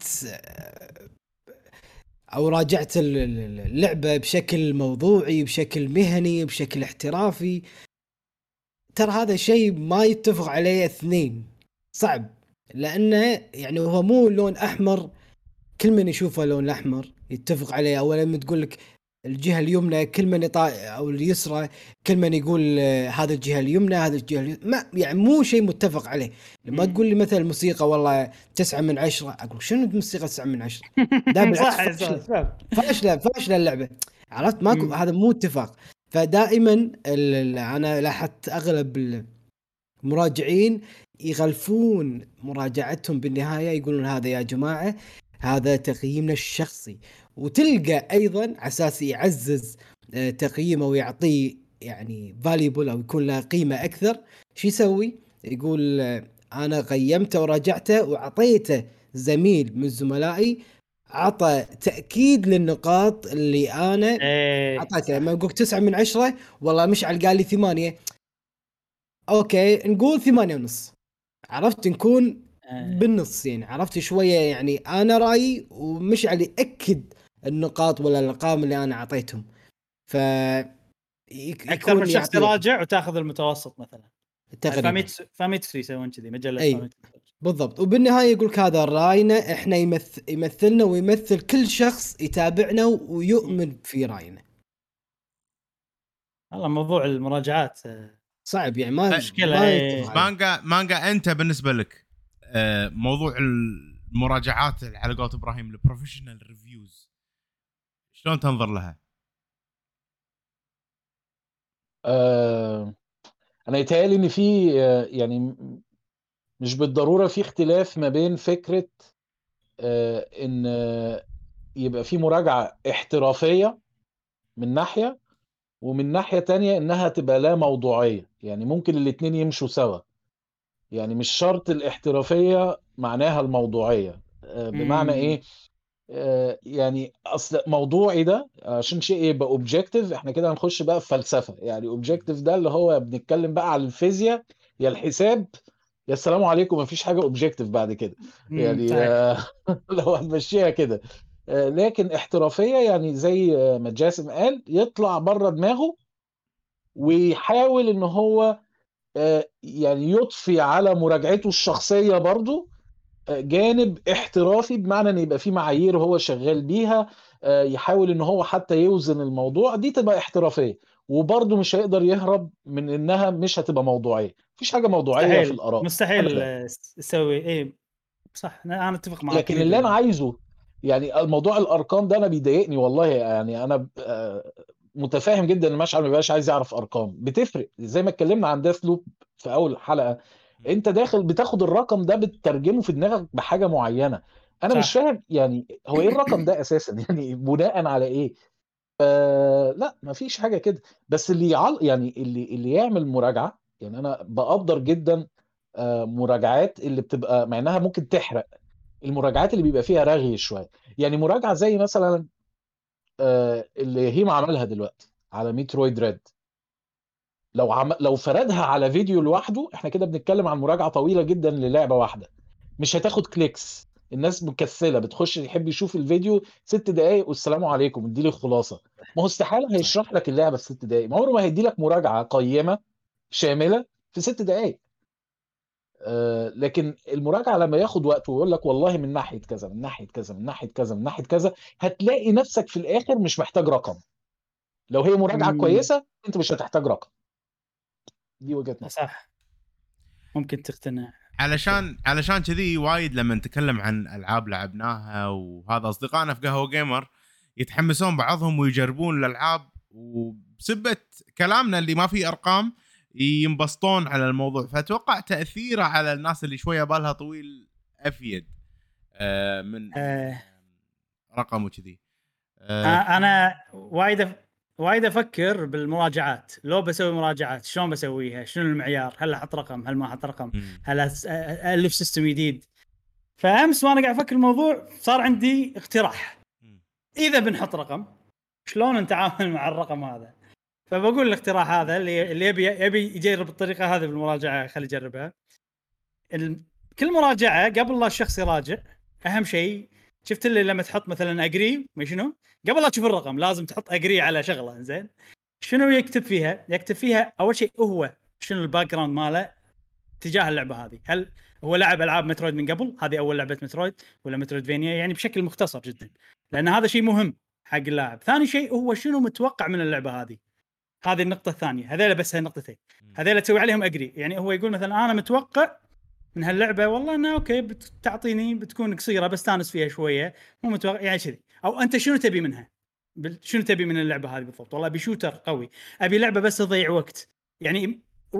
او راجعت اللعبه بشكل موضوعي بشكل مهني بشكل احترافي، ترى هذا شيء ما يتفق عليه اثنين، صعب. لانه يعني هو مو لون احمر كل من يشوفه لون الاحمر يتفق عليه، او لما تقول لك الجهه اليمنى كل من او اليسرى كل من يقول هذا الجهه اليمنى هذا الجهه ما يعني مو شيء متفق عليه. لما تقول لي مثلا الموسيقى والله 9/10 اقول شنو الموسيقى 9/10 ده بالعكس فاشله اللعبه، عرفت ماكو هذا مو اتفاق. فدائما انا لاحظت اغلب المراجعين يغلفون مراجعتهم بالنهايه يقولون هذا يا جماعه هذا تقييمنا الشخصي، وتلقى ايضا على اساس يعزز تقييمه ويعطيه يعني valuable او يكون له قيمه اكثر، شو يسوي؟ يقول انا قيمته وراجعته وعطيته زميل من زملائي عطى تاكيد للنقاط اللي انا اعطيته. لما اقول 9/10 والله مشعل قال لي 8، اوكي نقول 8.5، عرفت نكون بالنص يعني، عرفت شويه يعني انا رايي ومشعل ياكد النقاط ولا الارقام اللي انا اعطيتهم. ف اكثر من شخص يراجع وتاخذ المتوسط مثلا تقريبا. فاميتسو يسوون كذي مجله فاميتسو بالضبط. وبالنهايه يقول لك هذا راينا احنا يمثلنا ويمثل كل شخص يتابعنا ويؤمن في راينا. والله موضوع المراجعات صعب يعني ما مشكله. مانجا انت بالنسبه لك موضوع المراجعات على قولة ابراهيم البروفيشنال ريفيوز شلون تنظر لها؟ انا يتهيألي ان في يعني مش بالضروره في اختلاف ما بين فكره ان يبقى في مراجعه احترافيه من ناحيه، ومن ناحيه تانية انها تبقى لا موضوعيه. يعني ممكن الاتنين يمشوا سوا، يعني مش شرط الاحترافيه معناها الموضوعيه. بمعنى ايه؟ يعني اصل موضوعي ده عشان شيء يبقى اوبجكتيف احنا كده هنخش بقى في فلسفه. يعني اوبجكتيف ده اللي هو بنتكلم بقى على الفيزياء يا الحساب يا السلام عليكم، مفيش حاجه اوبجكتيف بعد كده يعني لو هنمشيها كده. لكن احترافيه يعني زي ما جاسم قال يطلع بره دماغه ويحاول ان هو يعني يضفي على مراجعته الشخصيه برضو جانب احترافي، بمعنى ان يبقى في معايير هو شغال بيها، يحاول ان هو حتى يوزن الموضوع، دي تبقى احترافيه. وبرضه مش هيقدر يهرب من انها مش هتبقى موضوعيه. مفيش حاجه موضوعيه في الاراء مستحيل تسوي ايه صح. انا اتفق معك. لكن اللي انا عايزه يعني الموضوع الارقام ده انا بيضايقني والله. يعني انا متفاهم جدا ان مشعل ما بيبقاش عايز يعرف ارقام، بتفرق زي ما اتكلمنا عن ديث لوب في اول حلقه. انت داخل بتاخد الرقم ده بتترجمه في دماغك بحاجه معينه. انا صح. مش فاهم يعني هو ايه الرقم ده اساسا يعني بناء على ايه؟ لا ما فيش حاجه كده. بس اللي يعني اللي يعمل مراجعه، يعني انا بقدر جدا مراجعات اللي بتبقى مع انها ممكن تحرق، المراجعات اللي بيبقى فيها رغي شويه. يعني مراجعه زي مثلا اللي هيما عملها دلوقتي على ميترويد ريد، لو فردها على فيديو لوحده احنا كده بنتكلم عن مراجعه طويله جدا للعبه واحده، مش هتاخد كليكس. الناس مكسله بتخش يحب يشوف الفيديو 6 دقائق والسلام عليكم ادي لي الخلاصه. ما هو استحاله هيشرح لك اللعبه في 6 دقائق، ما عمره ما هيدي لك مراجعه قيمه شامله في 6 دقائق. لكن المراجعه لما ياخد وقت ويقول لك والله من ناحيه كذا من ناحيه كذا من ناحيه كذا من ناحيه كذا، هتلاقي نفسك في الاخر مش محتاج رقم. لو هي مراجعه كويسه انت مش هتحتاج رقم. دي وجهه نظري. صح ممكن تقتنع. علشان كذي وايد لما نتكلم عن العاب لعبناها وهذا اصدقائنا في قهوه جيمر يتحمسون بعضهم ويجربون الالعاب، وبسبه كلامنا اللي ما فيه ارقام ينبسطون على الموضوع. فاتوقع تاثيره على الناس اللي شويه بالها طويل افيد من رقم وكذي. انا وايد افكر بالمراجعات، لو بسوي مراجعات شلون بسويها، شنو المعيار، هل احط رقم، هل ما احط رقم، هل الف سيستم جديد. فامس وانا قاعد افكر الموضوع صار عندي اقتراح، اذا بنحط رقم شلون نتعامل مع الرقم هذا. فبقول الاقتراح هذا اللي يبي يجرب الطريقه هذه بالمراجعه خلي يجربها. كل مراجعه قبل لا الشخص يراجع اهم شيء شفت اللي لما تحط مثلا اجري ما شنو قبل لا تشوف الرقم لازم تحط اجري على شغله. زين شنو يكتب فيها اول شيء هو شنو الباك جراوند ماله تجاه اللعبه هذه. هل هو لعب العاب مترويد من قبل، هذه اول لعبه مترويد، ولا مترويدفينيا، يعني بشكل مختصر جدا لان هذا شيء مهم حق اللاعب. ثاني شيء هو شنو متوقع من اللعبه هذه النقطه الثانيه. هذول بس هالنقطتين هذول تسوي عليهم اجري. يعني هو يقول مثلا انا متوقع من هاللعبه والله انها اوكي بتعطيني بتكون قصيره بستانس فيها شويه، مو متوقع يعني كذي. او انت شنو تبي منها، شنو تبي من اللعبه هذه بالضبط؟ والله ابي شوتر قوي، ابي لعبه بس تضيع وقت يعني.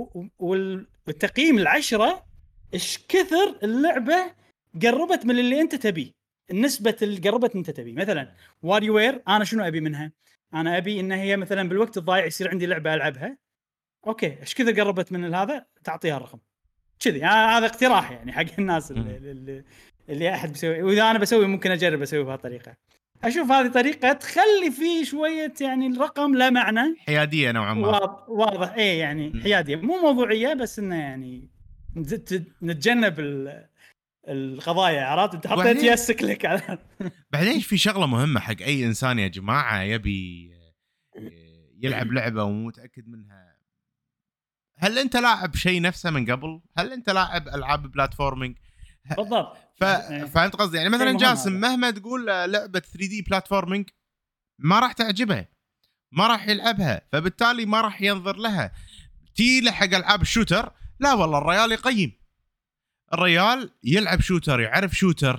والتقييم 10 ايش كثر اللعبه قربت من اللي انت تبيه، النسبه اللي قربت انت تبيه. مثلا واري وير انا شنو ابي منها؟ انا ابي ان هي مثلا بالوقت الضايع يصير عندي لعبه العبها، اوكي ايش كثر قربت من هذا تعطيها الرقم كذي. هذا اقتراح يعني حق الناس اللي احد بيسوي، واذا انا بسوي ممكن اجرب اسوي بهالطريقه. اشوف هذه طريقه تخلي فيه شويه يعني الرقم لا معنى، حياديه نوعا ما، واضح ايه يعني حياديه مو موضوعيه، بس انه يعني نتجنب القضايا. عرفت انت حطيت يسك لك على بعدين في شغله مهمه حق اي انسان يا جماعه يبي يلعب لعبه ومو متاكد منها. هل انت لاعب شيء نفسه من قبل؟ هل انت لاعب العاب بلاتفورمينج بالضبط؟ فهمت قصدي؟ يعني مثلا جاسم مهما تقول لعبه 3D بلاتفورمينج ما راح تعجبه، ما راح يلعبها، فبالتالي ما راح ينظر لها. تيله حق العاب الشوتر لا والله الريال يقيم، الريال يلعب شوتر يعرف شوتر.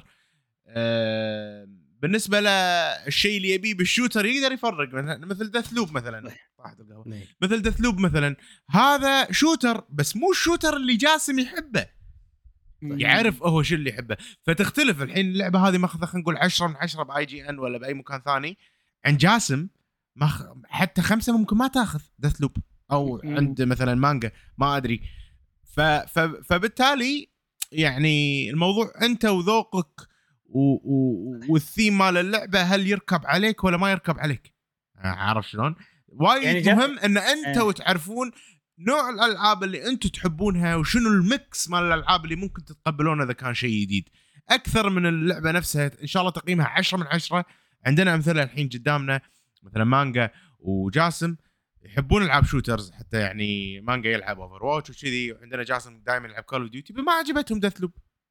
بالنسبه للشيء اللي يبيه بالشوتر يقدر يفرق. مثل دثلوب مثلا، مثل دثلوب مثلا، هذا شوتر بس مو الشوتر اللي جاسم يحبه، يعرف هو شو اللي يحبه. فتختلف. الحين اللعبه هذه ماخذ خلينا نقول 10 من 10 باي جي ان ولا باي مكان ثاني، عند جاسم حتى 5 ممكن ما تاخذ دثلوب، او عند مثلا مانجا ما ادري. فبالتالي يعني الموضوع انت وذوقك والثيم مال اللعبه هل يركب عليك ولا ما يركب عليك. عارف شلون؟ وايد يعني مهم ان انت وتعرفون نوع الالعاب اللي انتم تحبونها وشنو الميكس مال الالعاب اللي ممكن تتقبلونه اذا كان شيء جديد اكثر من اللعبه نفسها. ان شاء الله تقييمها 10 من 10. عندنا امثله الحين قدامنا مثلا مانجا وجاسم يحبون العاب شوترز، حتى يعني مانجا يلعب اوفر واتش وكذي، وعندنا جاسم دائما يلعب كول اوف ديوتي ما عجبتهم دثلوب.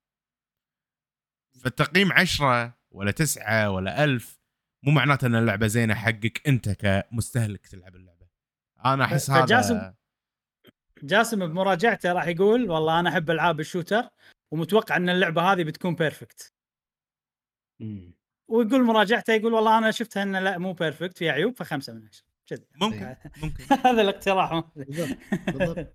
فالتقييم 10 ولا 9 ولا 1000 مو معناته ان اللعبه زينه حقك انت كمستهلك تلعب اللعبه. انا احس هذا جاسم بمراجعته راح يقول والله انا احب العاب الشوتر ومتوقع ان اللعبه هذه بتكون بيرفكت، ويقول مراجعته يقول والله انا شفتها ان لا مو بيرفكت فيها عيوب ف5 من 10 كذا. ممكن هذا الاقتراح بالضبط.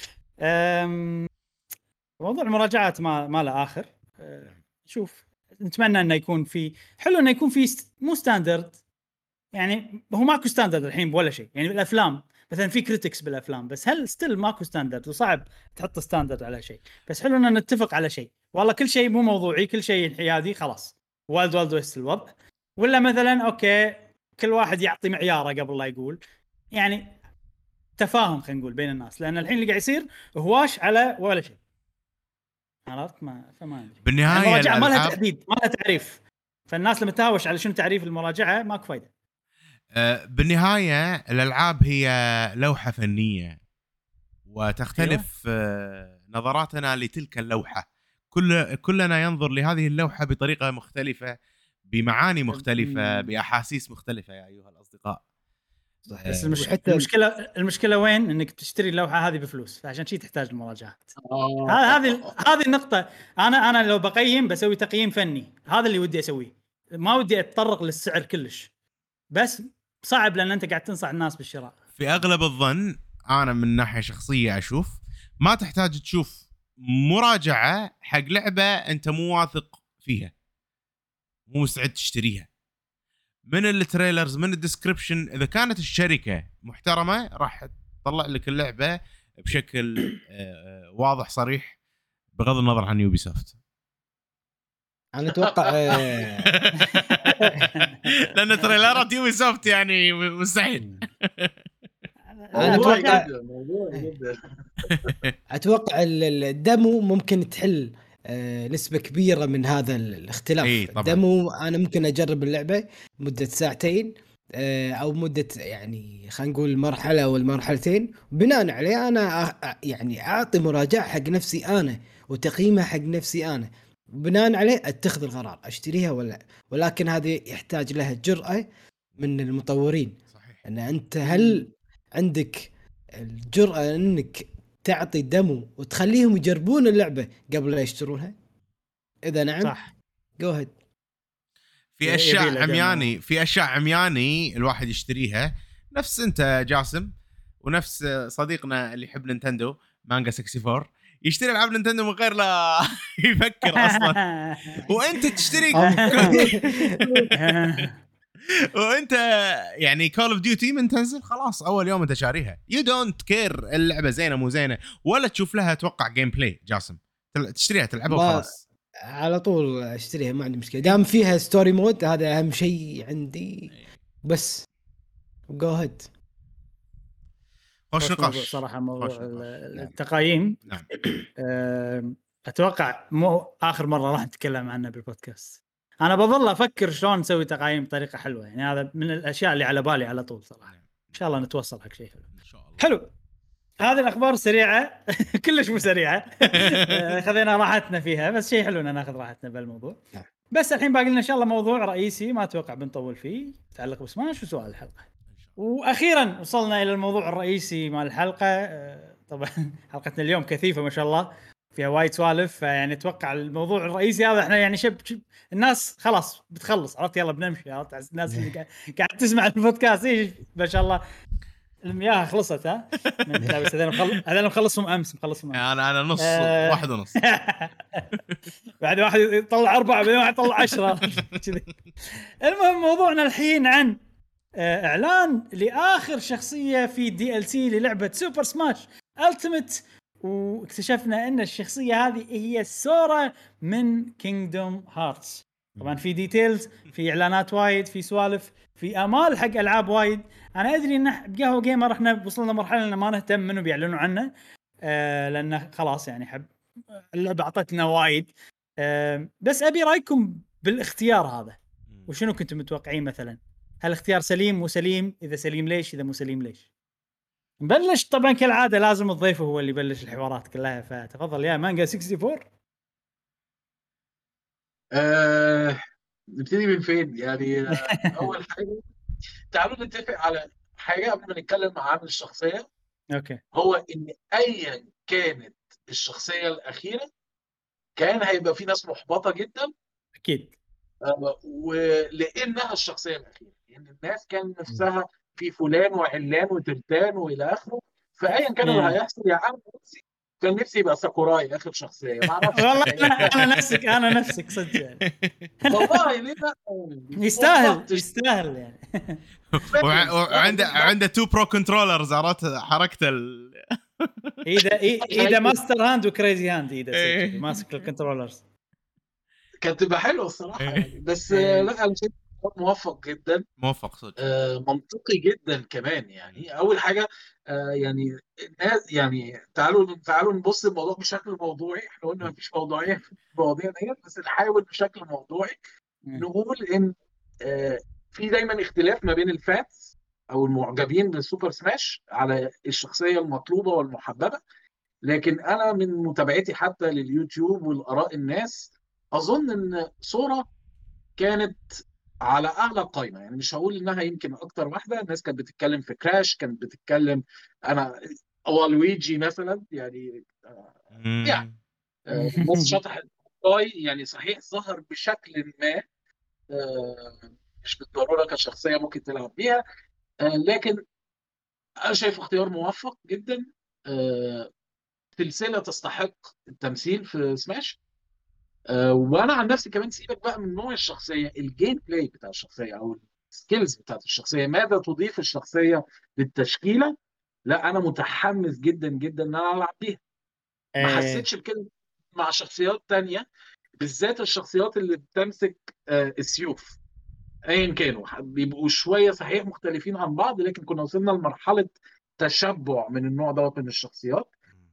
موضوع المراجعات ما له اخر. شوف نتمنى انه يكون في حلو، انه يكون في مو ستاندرد، يعني هو ماكو ستاندرد الحين ولا شيء. يعني بالافلام مثلا في كريتكس بالافلام، بس هل ستيل ماكو ستاندرد وصعب تحط ستاندرد على شيء. بس حلو ان نتفق على شيء، والله كل شيء مو موضوعي كل شيء حيادي خلاص وايلد ويست الوضع. ولا مثلا اوكي كل واحد يعطي معياره قبل لا يقول، يعني تفاهم خلينا نقول بين الناس، لان الحين اللي قاعد يصير هواش على ولا شيء. عرفت ما فما ادري بالنهايه المراجعه ما لها تحديد ما لها تعريف، فالناس لما تهاوش على شنو تعريف المراجعه ماكو فايده. بالنهايه الالعاب هي لوحه فنيه وتختلف نظراتنا لتلك اللوحه. كلنا ينظر لهذه اللوحه بطريقه مختلفه، بمعاني مختلفه، باحاسيس مختلفه يا ايها الاصدقاء. بس المشكله وين؟ انك تشتري اللوحه هذه بفلوس، فعشان شيء تحتاج المراجعات. هذه النقطه. انا لو بقيم بسوي تقييم فني، هذا اللي ودي اسويه، ما ودي اتطرق للسعر كلش، بس صعب لان انت قاعد تنصح الناس بالشراء. في اغلب الظن انا من ناحيه شخصيه اشوف ما تحتاج تشوف مراجعه حق لعبه انت مو واثق فيها، مو مستعد تشتريها، من التريلرز من الديسكريبشن. اذا كانت الشركه محترمه راح تطلع لك اللعبه بشكل واضح صريح، بغض النظر عن يوبي سوفت. انا اتوقع لان تريلرات يوبي سوفت يعني مستحيل. انا اتوقع الدمو ممكن تحل نسبة كبيرة من هذا الاختلاف. الدمو انا ممكن اجرب اللعبة مدة ساعتين او مدة يعني خلينا نقول مرحلة او المرحلتين، بناء عليه انا يعني اعطي مراجعة حق نفسي انا وتقييمها حق نفسي انا، بناء عليه اتخذ القرار اشتريها ولا. ولكن هذه يحتاج لها جرأة من المطورين. صحيح. ان انت هل عندك الجرأة انك تعطي دمو وتخليهم يجربون اللعبة قبل لا يشترونها؟ اذا نعم صح جو هيد. في اشياء عمياني الواحد يشتريها، نفس انت جاسم ونفس صديقنا اللي يحب نينتندو مانجا 64 يشتري العاب نينتندو من غير لا يفكر اصلا، وانت تشتري وانت يعني كول اوف ديوتي من تنزل خلاص اول يوم انت شاريها، يو دونت كير اللعبه زينه مو زينه ولا تشوف لها توقع جيم بلاي. جاسم تشتريها تلعبها وخلاص على طول اشتريها، ما عندي مشكله دام فيها ستوري مود، هذا اهم شيء عندي. بس جو هيد. خوش نقاش صراحه موضوع التقايم. نعم. اتوقع مو اخر مره راح نتكلم عنه بالبودكاست. انا بظل افكر شلون نسوي تقايم بطريقه حلوه، يعني هذا من الاشياء اللي على بالي على طول صراحه. ان شاء الله نتوصل حق شيء حلو ان شاء الله. حلو. هذه الاخبار سريعه كلش مو سريعه خذينا راحتنا فيها، بس شيء حلو ان ناخذ راحتنا بالموضوع. بس الحين باقي لنا ان شاء الله موضوع رئيسي ما اتوقع بنطول فيه، يتعلق بسماش وسؤال الحلقه. واخيرا وصلنا الى الموضوع الرئيسي مال الحلقه. طبعا حلقتنا اليوم كثيفه ما شاء الله، فيها وايد سوالف، يعني اتوقع الموضوع الرئيسي هذا احنا يعني شب الناس خلاص بتخلص، عرفت؟ يلا بنمشي، عرفت؟ الناس اللي قاعد تسمع البودكاست ايش ما شاء الله المياه خلصت. ها بس هذول مخلصهم امس، مخلصهم انا نص واحد ونص بعد واحد يطلع 4 بعدين واحد يطلع 10 كذي. المهم موضوعنا الحين عن اعلان لاخر شخصيه في دي ال سي للعبه سوبر سماش التيمت، واكتشفنا ان الشخصيه هذه هي سورا من كينغدوم هارتس. طبعا في ديتيلز، في اعلانات وايد، في سوالف، في امال حق العاب وايد. انا ادري ان بقهوه جيمر احنا وصلنا مرحله ان ما نهتم منو بيعلنوا عنه، لانه خلاص يعني اللعبه اعطتنا وايد. بس ابي رايكم بالاختيار هذا، وشنو كنتم متوقعين مثلا؟ هل اختيار سليم مو سليم؟ اذا سليم ليش؟ اذا مو سليم ليش؟ نبلش طبعا كالعاده لازم الضيف هو اللي يبلش الحوارات كلها، فتفضل يا مانجا 64. نبتدي من فين يعني؟ اول حاجه تعالوا نتفق على حاجه قبل ما نتكلم عن الشخصيه. اوكي. هو ان ايا كانت الشخصيه الاخيره كان هيبقى في ناس محبطه جدا اكيد، ولانها الشخصيه الاخيره، يعني الناس كان نفسها في فلان وعلان وترتان والى اخره. فايا كان اللي هيحصل يا عم كان نفسي يبقى ساكوراي اخر شخصيه، ما اعرفش والله انا نفسك صدق يعني. والله ليه لا، يستاهل يعني. وعنده 2 برو كنترولرز، عرفت حركته اذا ماستر هاند وكريزي هاند، اذا ماسك الكنترولرز كانت تبقى حلوه الصراحه يعني. بس لا انا شايف موفق جدا، موفق صدق، منطقي جدا كمان. يعني اول حاجه يعني الناس يعني تعالوا نبص الموضوع بشكل موضوعي. احنا قلنا مفيش موضوعيه في المواضيع ديت، بس نحاول بشكل موضوعي نقول ان في دايما اختلاف ما بين الفانز او المعجبين بالسوبر سماش على الشخصيه المطلوبه والمحببه. لكن انا من متابعتي حتى لليوتيوب والاراء الناس اظن ان سورا كانت على اعلى قائمه، يعني مش هقول انها يمكن اكتر واحده. الناس كانت بتتكلم في كراش، كانت بتتكلم انا لويجي مثلا، يعني يعني الناس شطحت توي، يعني صحيح ظهر بشكل ما مش بالضروره كشخصيه ممكن تلعب بيها، لكن انا شايف اختيار موفق جدا. سلسله تستحق التمثيل في سماش. وانا عن نفسي كمان، سيبك بقى من نوع الشخصيه، الجيم بلاي بتاع الشخصيه او السكيلز بتاعت الشخصيه، ماذا تضيف الشخصيه للتشكيله. لا انا متحمس جدا جدا ان انا العب بيها. ما حسيتش بكده مع شخصيات تانية، بالذات الشخصيات اللي بتمسك السيوف ايا كانوا، بيبقوا شويه صحيح مختلفين عن بعض، لكن كنا وصلنا لمرحله تشبع من النوع دوت من الشخصيات.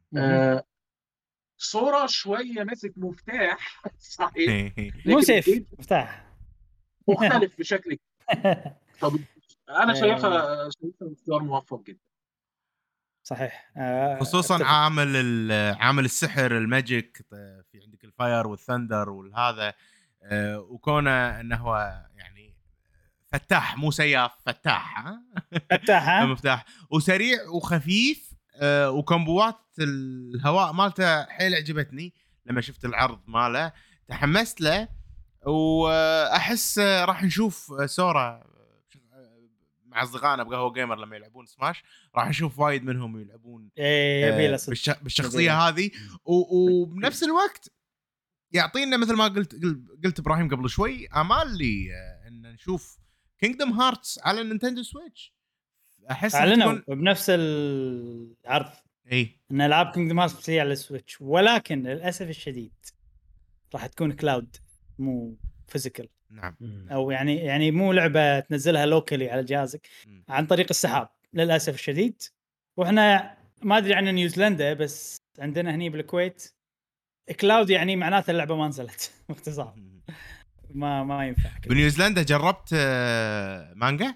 صورة شويه ماسك مفتاح صحيح، مو لكن سيف الجيم مفتاح. مختلف بشكل. طب انا شايفها اختيار موفق جدا. صحيح. خصوصا أتفق. عامل السحر الماجيك، في عندك الفاير والثندر والهذا، وكونه انه هو يعني فتاح مو سياف، فتاح فتاح مفتاح، وسريع وخفيف، وكمبوات الهواء مالته حيل عجبتني لما شفت العرض ماله، تحمست له. واحس راح نشوف سورا مع اصدقائنا بقهوه جيمر لما يلعبون سماش، راح نشوف وايد منهم يلعبون بالشخصيه هذه، وبنفس الوقت يعطينا مثل ما قلت ابراهيم قبل شوي، امال لي ان نشوف كينجدم هارتس على النينتندو سويتش. احس اعلنوا تكون بنفس العرض اي ان العاب كينجدم هارتس هي على السويتش، ولكن للاسف الشديد راح تكون كلاود مو فيزيكال. نعم. او يعني مو لعبه تنزلها لوكالي على جهازك عن طريق السحاب للاسف الشديد. واحنا ما ادري عن نيوزيلندا، بس عندنا هني بالكويت كلاود يعني معناته اللعبه ما نزلت باختصار. ما ينفع كده. بنيوزيلندا جربت مانجا؟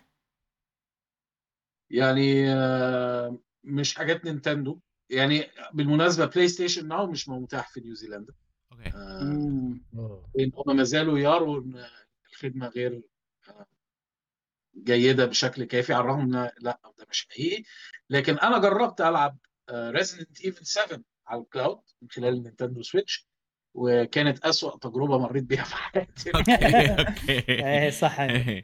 يعني مش حاجات نينتندو. يعني بالمناسبه بلاي ستيشن ناو مش متاح في نيوزيلندا. اوكي. هم ما زالوا يروا ان الخدمه غير جيده بشكل كافي، على الرغم ان لا ده مش حقيقي. لكن انا جربت العب ريزيدنت ايفل 7 على الكلاود من خلال النينتندو سويتش، وكانت أسوأ تجربه مريت بيها في حياتي. ايه صح.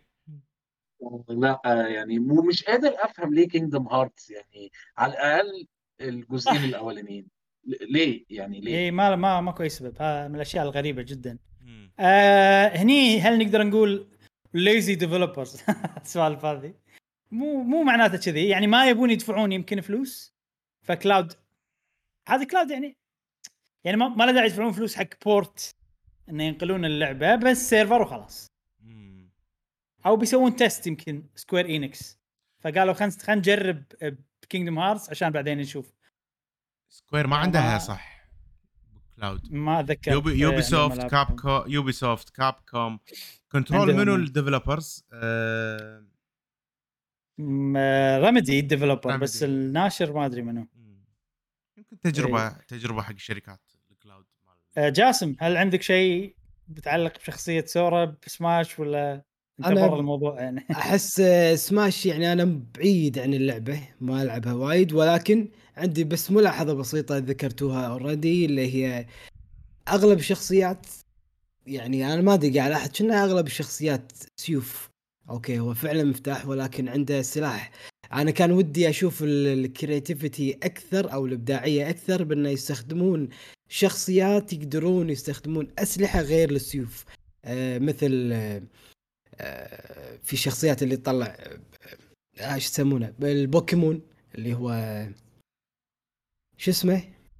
لا يعني مش قادر افهم ليه كينجدم هارتس، يعني على الاقل الجزئين الاولانيين ليه، يعني ليه؟ ايه ما كويس سبب. من الاشياء الغريبه جدا. هني هل نقدر نقول ليزي ديفلوبرز السؤال هذه مو معناته كذي، يعني ما يبون يدفعون يمكن فلوس. فكلاود هذا كلاود يعني ما له داعي يدفعون فلوس حق بورت انه ينقلون اللعبه بس سيرفر وخلاص. او بيسوون تيست يمكن سكوير إينكس، فقالوا خلينا نجرب بكينجدم هارتس عشان بعدين نشوف. سكوير ما عندها صح كلاود، ما اتذكر. يوبي سوفت كاب كوم كنترول منو الديفلوبرز؟ رمدي الديفلوبر، بس الناشر ما ادري منو. يمكن تجربه حق الشركات الكلاود مال. جاسم هل عندك شيء بتعلق بشخصيه سورا بسماش ولا انت برا الموضوع؟ يعني احس سماش يعني انا بعيد عن اللعبه، ما العبها وايد، ولكن عندي بس ملاحظه بسيطه ذكرتوها اوريدي، اللي هي اغلب الشخصيات، يعني انا ما ادري قاعد الاحظ كنا اغلب الشخصيات سيوف. اوكي هو فعلا مفتاح ولكن عنده سلاح. انا كان ودي اشوف الكرياتيفيتي اكثر او الابداعيه اكثر بانه يستخدمون شخصيات يقدرون يستخدمون اسلحه غير السيوف. مثل في شخصيات اللي تطلع ايش يسمونه بالبوكيمون اللي هو شو اسمه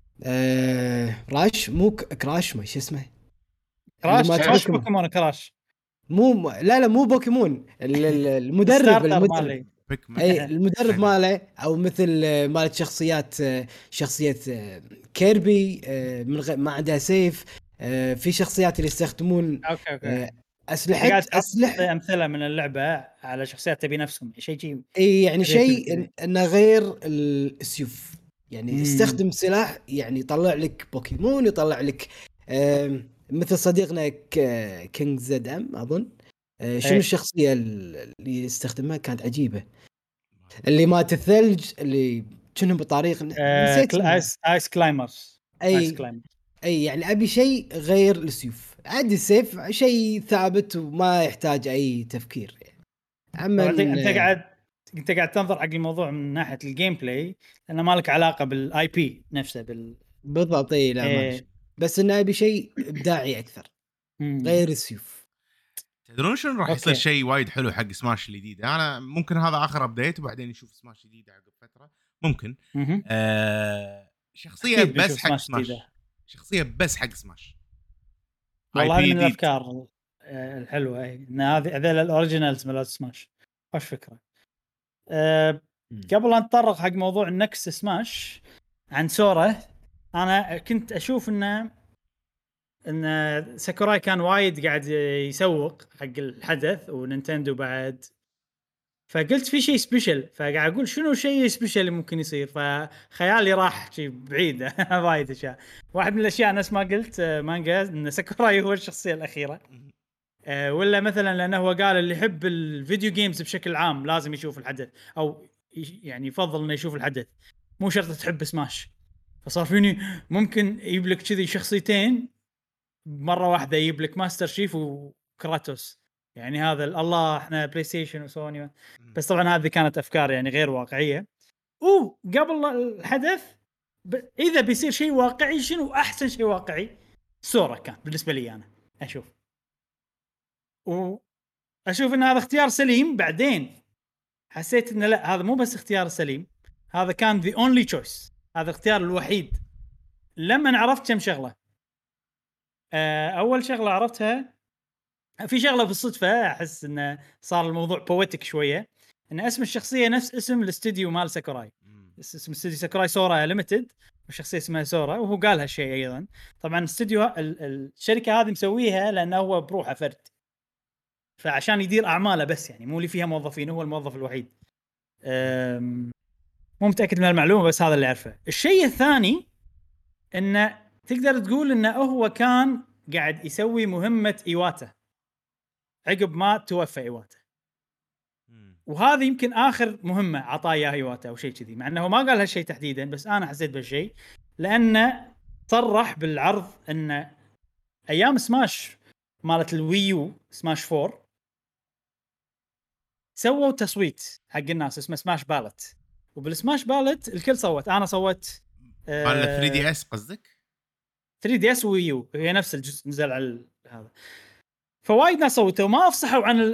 راش مو كراش، ما شو اسمه كراش بوكيمون كراش مو لا مو بوكيمون المدرب اي المدرب ماله، او مثل مالت شخصيه كيربي من ما عندها سيف. في شخصيات اللي يستخدمون أوكي. اسلحه امثله من اللعبه على شخصيات تبي نفسهم شيء اي يعني شيء انه غير السيوف، يعني يستخدم سلاح يعني يطلع لك بوكيمون، يطلع لك مثل صديقنا كينج زد ام اظن شنو الشخصيه اللي استخدمها كانت عجيبه، اللي مات الثلج اللي كأنهم بطريق نسيت ايس كلايمرز. اي يعني ابي شيء غير السيوف، عادي السيف شيء ثابت وما يحتاج اي تفكير يعني. اما انت قاعد تنظر حق الموضوع من ناحيه الجيم بلاي، لانه ما لك علاقه بالاي بي نفسه بالضبط. اي لا ماشي، بس انه ابي شيء ابداعي اكثر غير السيوف. تدرون شنو راح يصير شيء وايد حلو حق سماش الجديد؟ انا ممكن هذا اخر ابديت وبعدين نشوف سماش الجديد عقب فتره ممكن. شخصيه بس حق سماش، شخصيه بس حق سماش. والله هذه من الافكار الحلوه، ان هذه هذول الاوريجينالز مال سماش. وش فكره. قبل ان نتطرق حق موضوع النكس سماش عن سورا، انا كنت اشوف ان ساكوراي كان وايد قاعد يسوق حق الحدث ونينتندو بعد، فقلت في شيء سبيشل، فقاعد اقول شنو شيء سبيشل اللي ممكن يصير، فخيالي راح شيء بعيد. وايد اشياء. واحد من الاشياء نفس ما قلت مانجا ان ساكوراي هو الشخصيه الاخيره، ولا مثلا لانه هو قال اللي يحب الفيديو جيمز بشكل عام لازم يشوف الحدث، او يعني يفضل انه يشوف الحدث، مو شرط تحب سماش. فصار فيني ممكن يجيب لك كذي شخصيتين مره واحده، يجيب لك ماستر شيف وكراتوس، يعني هذا الله احنا بلاي ستيشن وسوني. بس طبعا هذه كانت افكار يعني غير واقعيه. قبل الحدث اذا بيصير شيء واقعي، شنو احسن شيء واقعي؟ سورا كان بالنسبه لي انا اشوف ان هذا اختيار سليم. بعدين حسيت ان لا، هذا مو بس اختيار سليم، هذا كان the only choice، هذا الاختيار الوحيد. لما عرفت كم شغله، اول شغله عرفتها، في شغله بالصدفه احس انه صار الموضوع بويتك شويه، ان اسم الشخصيه نفس اسم الاستديو مال ساكوراي. اسم استديو ساكوراي سورا ليميتد، والشخصيه اسمها سورا، وهو قال هالشيء ايضا. طبعا الاستديو الشركه هذه مسويها لانه هو بروحه فرد، فعشان يدير اعماله بس، يعني مو اللي فيها موظفين، هو الموظف الوحيد. مو متاكد من المعلومه بس هذا اللي اعرفه. الشيء الثاني انه تقدر تقول انه هو كان قاعد يسوي مهمه ايواتا عقب ما توفى ايواتا، وهذا يمكن اخر مهمه عطاه اياها ايواتا او شيء كذي، مع انه ما قال هالشيء تحديدا، بس انا حسيت بهالشيء لانه صرح بالعرض ان ايام سماش مالت الويو سماش 4 سووا تصويت حق الناس اسمه سماش بالت، وبالسماش بالت الكل صوت. انا صوت مال 3 دي اس قصدك؟ 3 دي اس ويو هي نفس الجزء نزل على هذا. فوايد ناس صوتوا وما افصحوا عن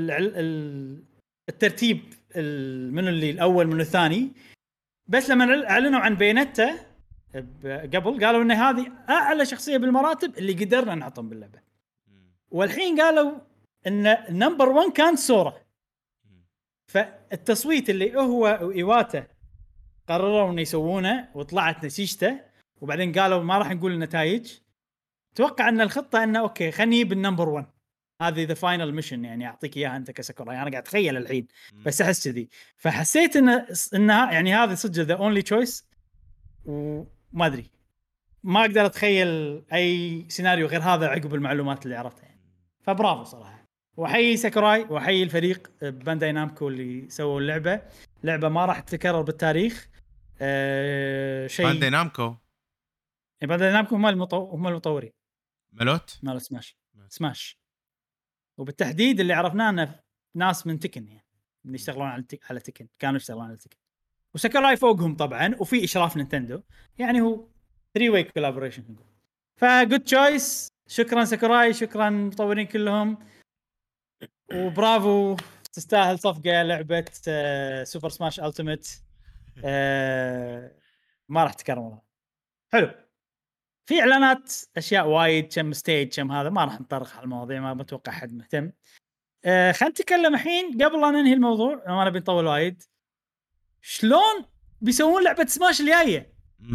الترتيب منو اللي الاول منو الثاني، بس لما اعلنوا عن بينته قبل قالوا ان هذه اعلى شخصيه بالمراتب اللي قدرنا نحطهم باللعبه. والحين قالوا ان نمبر 1 كان سورا. فالتصويت اللي هو وايواتا قرروا انه يسوونه وطلعت نتيجته، وبعدين قالوا ما راح نقول النتائج، توقع ان الخطه انه اوكي خلني بالنمبر 1 هذه ذا فاينل ميشن، يعني اعطيك اياها انت كساكوراي. انا قاعد اتخيل الحين بس احس كذي، فحسيت انها يعني هذه صدق ذا اونلي تشويس، وما ادري ما اقدر اتخيل اي سيناريو غير هذا عقب المعلومات اللي عرفتها يعني. فبرافو صراحه، وحي ساكوراي وحي الفريق بانداي نامكو اللي سووا اللعبه. لعبه ما راح تتكرر بالتاريخ. شيء بانداي نامكو هم المطورين ملوت مال سماش، وبالتحديد اللي عرفناه انه ناس من تكن، يعني اللي يشتغلون على تكن، كانوا يشتغلون على تكن، وساكوراي فوقهم طبعا، وفي اشراف نينتندو، يعني هو 3 واي كولابوريشن. فجود تشويس، شكرا ساكوراي، شكرا المطورين كلهم، وبرافو، تستاهل صفقه لعبه سوبر سماش التيميت. ما راح تكرمونها. حلو، في اعلانات اشياء وايد، كم ستيج كم هذا، ما راح نطرق على المواضيع، ما متوقع حد مهتم. خلينا نتكلم الحين قبل لا ننهي الموضوع، ما نبي نطول وايد. شلون بيسوون لعبه سماش الجايه؟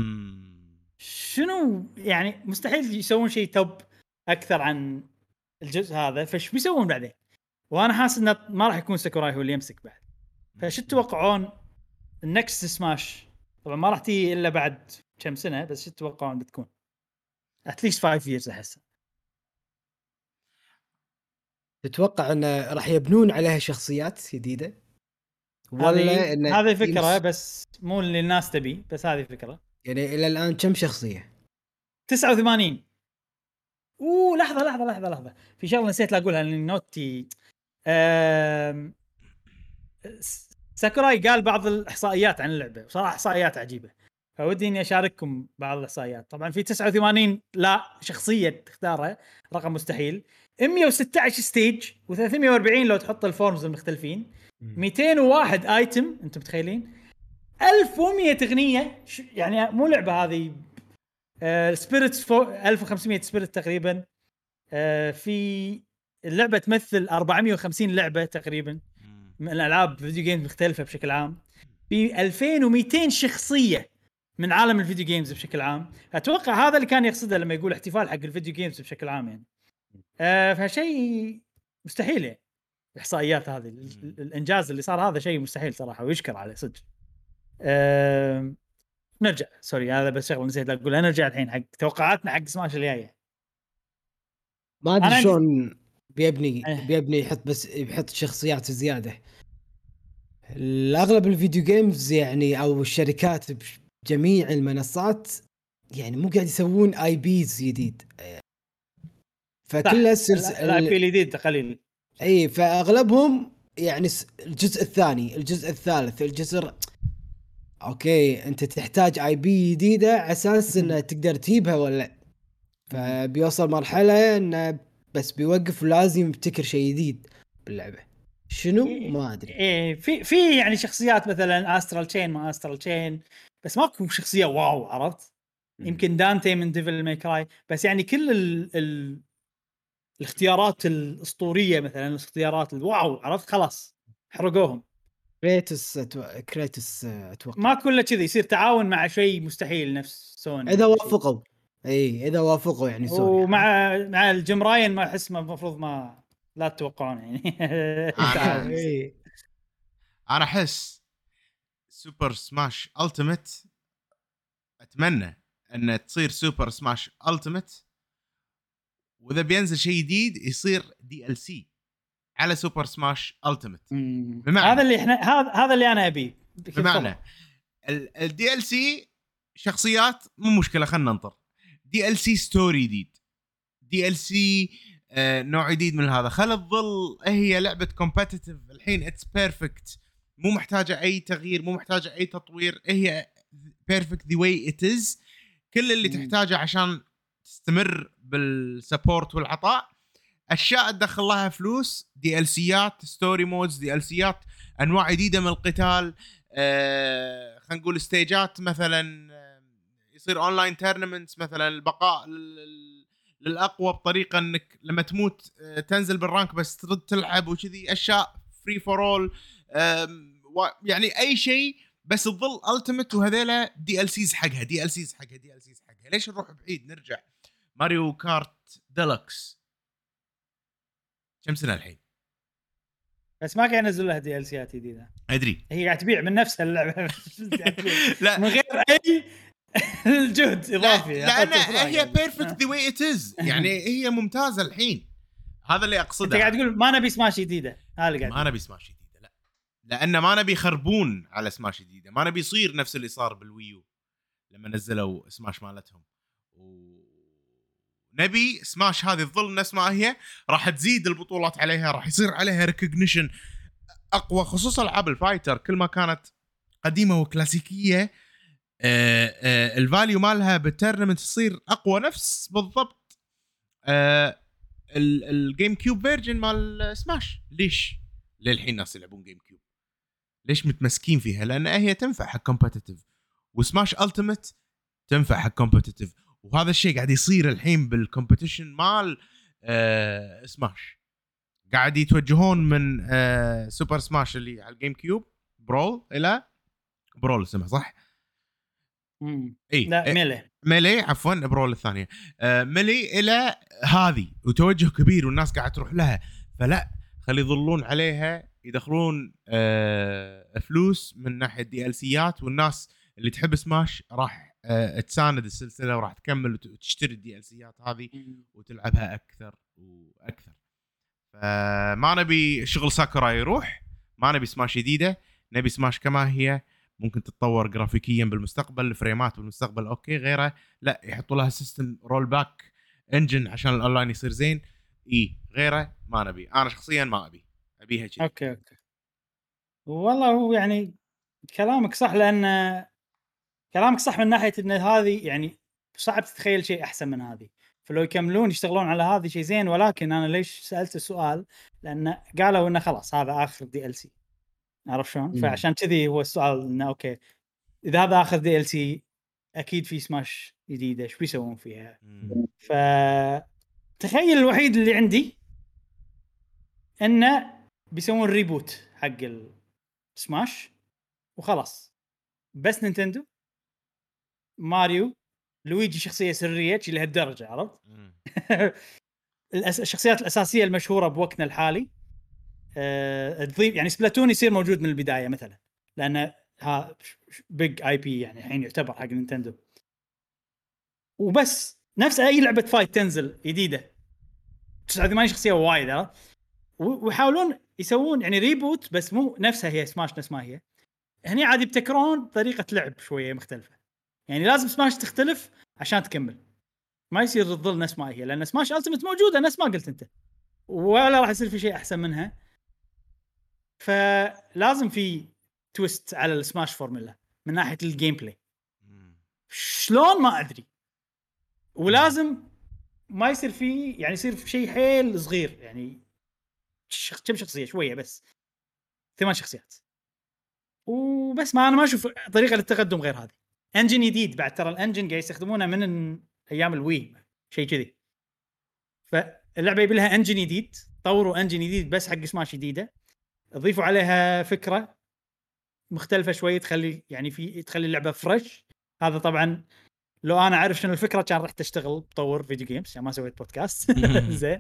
شنو يعني مستحيل يسوون شيء توب اكثر عن الجزء هذا، فش بيسوون بعدين؟ وانا حاسس انه ما راح يكون ساكوراي هو اللي يمسك بعد. فش تتوقعون النكست سماش؟ طبعا ما راح تيجي الا بعد كم سنه، بس شو تتوقعون بتكون at least 5 years احس؟ تتوقع انه راح يبنون عليها شخصيات جديده ولا انه هذه فكره بس مو اللي الناس تبي، بس هذه فكره. يعني الى الان كم شخصيه؟ 89. لحظه في شغله نسيت لا اقولها لان نوتي. ساكوراي قال بعض الاحصائيات عن اللعبه، بصراحه احصائيات عجيبه، فودي اني اشارككم بعض الاحصائيات. طبعا في 89 لا شخصيه تختارها، رقم مستحيل. 116 ستيج و340 لو تحط الفورمز المختلفين. 201 ايتم، انتم متخيلين؟ 1100 اغنيه، يعني مو لعبه هذه. سبيريتس 1500 سبيريت تقريبا. في اللعبه تمثل 450 لعبه تقريبا من الالعاب فيديو جيمز مختلفه بشكل عام. في 2200 شخصيه من عالم الفيديو جيمز بشكل عام. اتوقع هذا اللي كان يقصده لما يقول احتفال حق الفيديو جيمز بشكل عام يعني. فشيء مستحيل يعني. الاحصائيات هذه الانجاز اللي صار هذا شيء مستحيل صراحه، ويشكر عليه صدق. نرجع سوري، هذا بس شغله نسيت اقول. نرجع الحين حق توقعاتنا حق سماش الجايه. ما ادري شلون بيبني يحط، بس يحط شخصيات زياده. الاغلب الفيديو جيمز يعني او الشركات بجميع المنصات يعني مو قاعد يسوون اي بيز جديد، فكل الاي بي الجديد قليل. اي فاغلبهم يعني الجزء الثاني، الجزء الثالث، الجزء اوكي انت تحتاج اي بي جديده على اساس انه تقدر تجيبها ولا. فبيوصل مرحله انه بس بيوقف ولازم يبتكر شيء جديد باللعبه. شنو ما ادري. في يعني شخصيات مثلا استرال تشين، ما استرال تشين، بس ماكو شخصيه واو، عرفت؟ يمكن دانتي من ديفل ماي كراي، بس يعني كل الاختيارات الاسطوريه مثلا، الاختيارات الواو، عرفت؟ خلاص حرقوهم. كريتوس اتوقع ما كله كذي يصير تعاون مع شيء مستحيل نفس سوني اذا وافقوا. اذا وافقوا يعني سوني. ومع الجيم راين ما احس المفروض ما لا تتوقعون يعني. انا احس سوبر سماش التيمت، اتمنى ان تصير سوبر سماش التيمت، واذا بينزل شيء جديد يصير دي ال سي على سوبر سماش التيمت. هذا اللي احنا هذا اللي انا ابي. بمعنى الدي ال سي شخصيات مو مشكله، خلينا ننطر دي ال سي ستوري جديد، دي ال سي نوع جديد من هذا. خل تظل هي لعبه كومبتيتيف الحين، اتس بيرفكت، مو محتاجه اي تغيير، مو محتاجه اي تطوير، هي بيرفكت ذا واي ات از. كل اللي تحتاجه عشان تستمر بالسبورت والعطاء اشياء تدخل لها فلوس، دي ال سيات، ستوري مودز، دي ال سيات، انواع جديده من القتال، خلينا نقول ستيجات مثلا، يصير اونلاين تورنمنتس مثلا، البقاء للاقوى بطريقه انك لما تموت تنزل بالرانك بس ترد تلعب وكذي، اشياء فري فور اول، يعني اي شيء بس تظل التيمت. وهذيلا دي ال سيز حقها، دي ال سيز حقها، دي ال سيز حقها. ليش نروح بعيد؟ نرجع ماريو كارت ديلكس كم سنه الحين، بس ما قاعد ينزل لها دي ال سيات جديده. ادري هي قاعد تبيع من نفسها اللعبه لا من غير اي الجهد اضافي. لان هي بيرفكت ذا واي ات از، يعني هي ممتازه الحين. هذا اللي اقصده. انت قاعد تقول ما نبي سماش جديده، هذا اللي قاعد ما نبي سماش جديده، لا، لان ما نبي يخربون على سماش جديده، ما نبي يصير نفس اللي صار بالويو لما نزلوا سماش مالتهم. نبي سماش هذه تظل نفس ما هي، راح تزيد البطولات عليها، راح يصير عليها ريكوجنيشن اقوى، خصوصا العاب الفايتر كل ما كانت قديمه وكلاسيكيه الفاليو مالها بالتورنمنت تصير اقوى، نفس بالضبط الجيم كيوب فيرجن مال سماش. ليش للحين الناس يلعبون جيم كيوب؟ ليش متمسكين فيها؟ لان هي تنفع حق كومبتيتيف، وسماش التيمت تنفع حق كومبتيتيف، وهذا الشيء قاعد يصير الحين بالكومبيتيشن مال سماش. قاعد يتوجهون من سوبر سماش اللي على الجيم كيوب برول الى برول اسمها صح؟ اي لا ميلي عفوا، برول الثانيه ميلي الى هذه، وتوجه كبير والناس قاعد تروح لها. فلا خلي يظلون عليها، يدخلون فلوس من ناحيه دي ال سيات، والناس اللي تحب سماش راح تساند السلسله وراح تكمل وتشتري الدي ال سيات هذه وتلعبها اكثر واكثر. فما نبي شغل ساكوراي يروح، ما نبي سماش جديده، نبي سماش كما هي. ممكن تتطور جرافيكيا بالمستقبل، الفريمات بالمستقبل اوكي، غيره لا يحطوا لها سيستم رول باك انجن عشان الاونلاين يصير زين. غيره ما نبي، انا شخصيا ما ابيها كذي. اوكي والله هو يعني كلامك صح، لان كلامك صح من ناحيه ان هذه يعني صعب تتخيل شيء احسن من هذه، فلو يكملون يشتغلون على هذه شيء زين. ولكن انا ليش سالت السؤال؟ لان قالوا انه خلاص هذا اخر دي ال سي، عرف شلون؟ فعشان كذي هو السؤال انه اوكي اذا هذا اخر دي ال سي اكيد في سماش جديده، ايش بيسوون فيها؟ ف تخيل الوحيد اللي عندي انه بيسوون ريبوت حق السماش وخلاص، بس نينتندو ماريو لويجي شخصيه سريه لهالدرجه، عرفت؟ الشخصيات الاساسيه المشهوره بوقتنا الحالي تضيف يعني سبلاتون يصير موجود من البدايه مثلا، لان ها بيج اي بي يعني الحين يعتبر حق نينتندو. وبس نفس اي لعبه فايت تنزل جديده 89 شخصيه وايد، ويحاولون يسوون يعني ريبوت بس مو نفسها هي سماش نفس ما هي. هني عاد يبتكرون طريقه لعب شويه مختلفه، يعني لازم سماش تختلف عشان تكمل، ما يصير تظل نفس ما هي، لان سماش التيمت موجوده نفس ما قلت انت، ولا راح يصير في شيء احسن منها. فلازم في تويست على السماش فورمولا من ناحيه الجيم بلاي، شلون ما ادري. ولازم ما يصير فيه يعني يصير في شيء حيل صغير، يعني كم شخصيه شويه بس 8 شخصيات وبس. ما انا ما اشوف طريقه للتقدم غير هذه. انجن جديد بعد، ترى الانجن قاعد يستخدمونه من ايام الوي شيء كذي، فاللعبه يبي لها انجن جديد، طوروا انجن جديد بس حق سماش جديده، اضيفوا عليها فكره مختلفه شوي تخلي يعني في تخلي اللعبه فريش. هذا طبعا لو انا اعرف شنو الفكره كان رحت اشتغل بطور فيديو جيمز، يعني ما سويت بودكاست زين.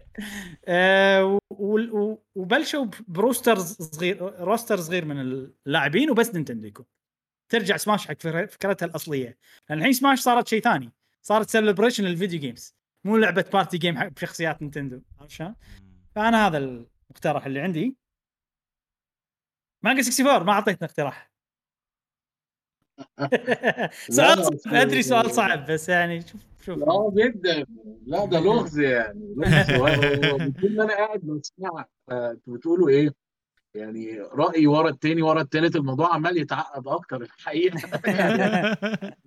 وبلشوا بروسترز صغير، روستر صغير من اللاعبين وبس نينتندو يكون ترجع سماش حق فكرتها الاصليه، لان الحين سماش صارت شيء ثاني، صارت سيلبريشن للفيديو جيمز مو لعبه بارتي جيم بشخصيات نينتندو، عشان فانا هذا المقترح اللي عندي. مانجا 64 ما اعطيتنا اقتراح. سؤال صعب ادري، سؤال صعب بس يعني شوف لا جدا، لا ده لغز يعني لغز. وبكل ما انا قاعد بسمع انتوا بتقولوا ايه يعني، رايي ورا التاني ورا التالت، الموضوع عمال يتعقد اكتر الحقيقه يعني.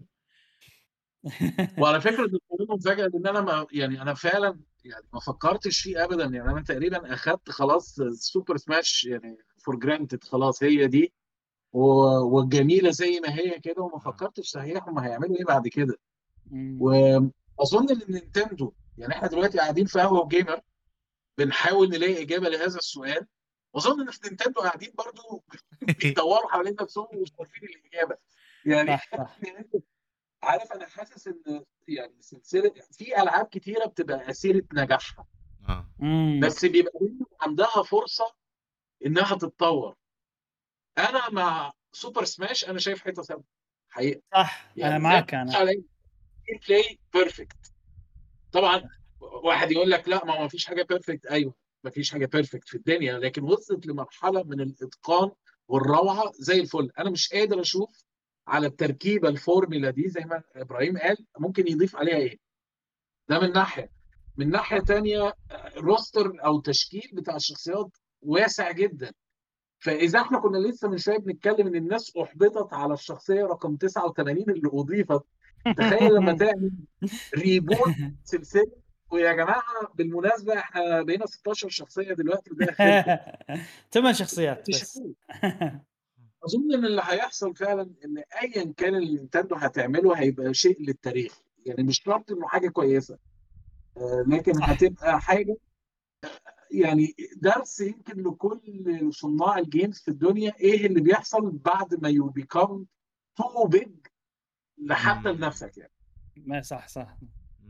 وعلى فكره القانون مفاجاه ان انا ما يعني انا فعلا يعني ما فكرتش فيه ابدا، يعني انا تقريبا اخدت خلاص سوبر سماش يعني فور جرانتد، خلاص هي دي والجميله زي ما هي كده، وما فكرتش صحيح هم هيعملوا ايه بعد كده. واظن ان نينتندو يعني احنا دلوقتي قاعدين في قهوه جيمر بنحاول نلاقي اجابه لهذا السؤال، واظن ان في نينتندو قاعدين برضو بيدوروا حوالين نفسهم ومش عارفين الاجابه يعني. صح. عارف انا حاسس ان يعني سلسله في العاب كتيره بتبقى اسيره نجاحها، بس بيبقى عندها فرصه انها تتطور. انا مع سوبر سماش انا شايف حته ثابته حقيقه، صح يعني انا معاك. انا بلاي بيرفكت. طبعا واحد يقول لك لا ما فيش حاجه بيرفكت، ايوه ما فيش حاجه بيرفكت في الدنيا، لكن وصلت لمرحله من الاتقان والروعه زي الفل. انا مش قادر اشوف على التركيبه الفورميلا دي زي ما ابراهيم قال ممكن يضيف عليها ايه. ده من ناحيه. من ناحيه تانية الروستر او تشكيل بتاع الشخصيات واسع جدا. فاذا احنا كنا لسه من شويه بنتكلم ان الناس احبطت على الشخصيه رقم 89 اللي اضيفت، تخيل لما تعمل ريبوت سلسله. ويا جماعه بالمناسبه احنا بقينا 16 شخصيه دلوقتي وده اخركم 8 شخصيات بس. اظن ان اللي هيحصل فعلا ان ايا كان اللي نينتندو هتعمله هيبقى شيء للتاريخ، يعني مش شرط انه حاجه كويسه لكن هتبقى حاجه يعني درس يمكن لكل صناع الجيمز في الدنيا، ايه اللي بيحصل بعد ما يو بيكم تو بيج لحتى لنفسك يعني. ما صح.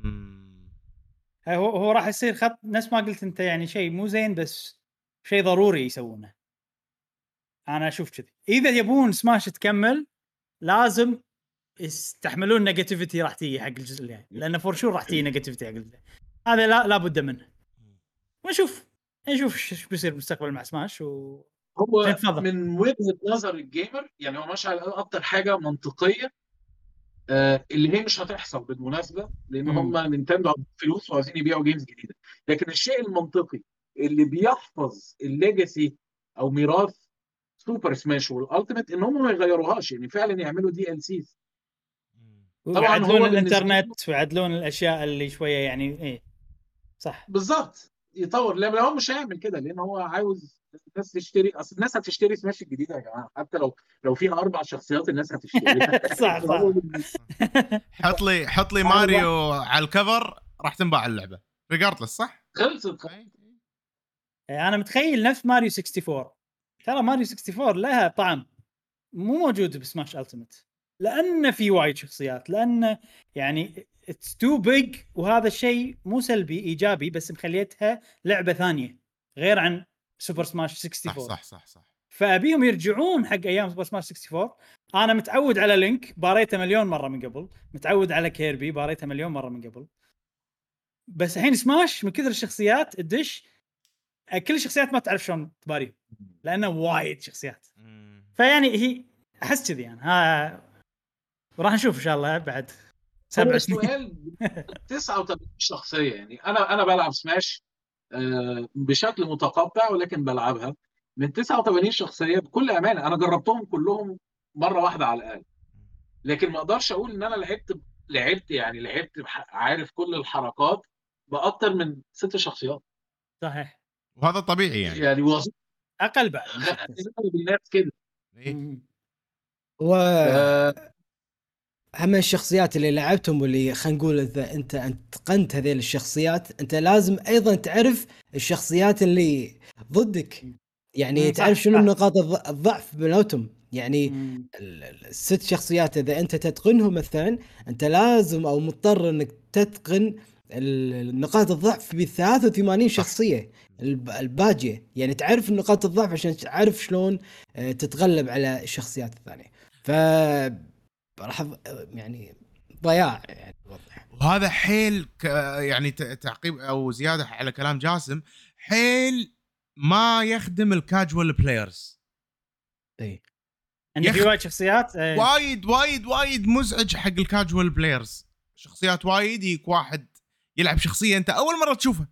هو راح يصير خط نفس ما قلت انت، يعني شيء مو زين بس شيء ضروري يسوونه. انا اشوف كذي اذا يبون سماش تكمل لازم يستحملون نيجاتيفيتي راح تيجي حق الجزء الجاي، لانه فور شور راح تيجي نيجاتيفيتي حق الجزء هذا، لا بد منه. ونشوف نشوف ايش بيصير بالمستقبل مع سماش هو تفضل. من وجهة نظر الجيمر يعني هو ماشي على اكتر حاجة منطقية اللي هي مش هتحصل بالمناسبة لان هم نينتندو عندهم فلوس وعايزين يبيعوا جيمز جديدة. لكن الشيء المنطقي اللي بيحفظ الليجاسي او ميراث سوبر سماش والالتيميت ان هم ما يغيروهاش يعني فعلا يعملوا دي ال سيز. طبعا هو الانترنت ويعدلون الاشياء اللي شويه يعني ايه صح بالظبط يطور. لما هو مش هيعمل كده لان هو عاوز الناس تشتري. اصل الناس هتشتري سماش الجديده يا جماعه حتى لو فيها 4 شخصيات الناس هتشتريها. صح حط لي ماريو على الكفر راح تنباع اللعبه ريجاردلس صح. خلصت. انا متخيل نفس ماريو 64. ترى ماريو 64 لها طعم مو موجود بسماش التيمت لان في وايد شخصيات لان يعني اتس تو بيج وهذا الشيء مو سلبي ايجابي بس مخليتها لعبه ثانيه غير عن سوبر سماش 64. صح فابيهم يرجعون حق ايام سوبر سماش 64. انا متعود على لينك باريته مليون مره من قبل متعود على كيربي باريته مليون مره من قبل بس الحين سماش من كثر الشخصيات الدش كل الشخصيات ما تعرف شلون تباري لانه وايد شخصيات. فيعني هي احس كذي يعني ها وراح نشوف ان شاء الله بعد 7 سنين. سؤال 39 شخصيه يعني انا بلعب سماش بشكل متقطع ولكن بلعبها من 89 شخصيه بكل امانه. انا جربتهم كلهم مره واحده على الاقل لكن ما اقدرش اقول ان انا لعبت عارف كل الحركات باكتر من 6 شخصيات. صحيح وهذا طبيعي يعني اقل بعد بالناس كده. و هم الشخصيات اللي لعبتهم واللي خلينا نقول اذا انت اتقنت هذيل الشخصيات انت لازم ايضا تعرف الشخصيات اللي ضدك يعني تعرف شنو نقاط الضعف بيناتهم يعني الست شخصيات اذا انت تتقنهم مثلا انت لازم او مضطر انك تتقن النقاط الضعف ب 83 شخصيه الباجيه يعني تعرف نقاط الضعف عشان تعرف شلون تتغلب على الشخصيات الثانيه. ف راح يعني ضياع يعني واضح. وهذا حيل يعني تعقيب او زياده على كلام جاسم حيل ما يخدم الكاجوال بلايرز. اي ان في وايد شخصيات وايد مزعج حق الكاجوال بلايرز. شخصيات وايد يك واحد يلعب شخصيه انت اول مره تشوفها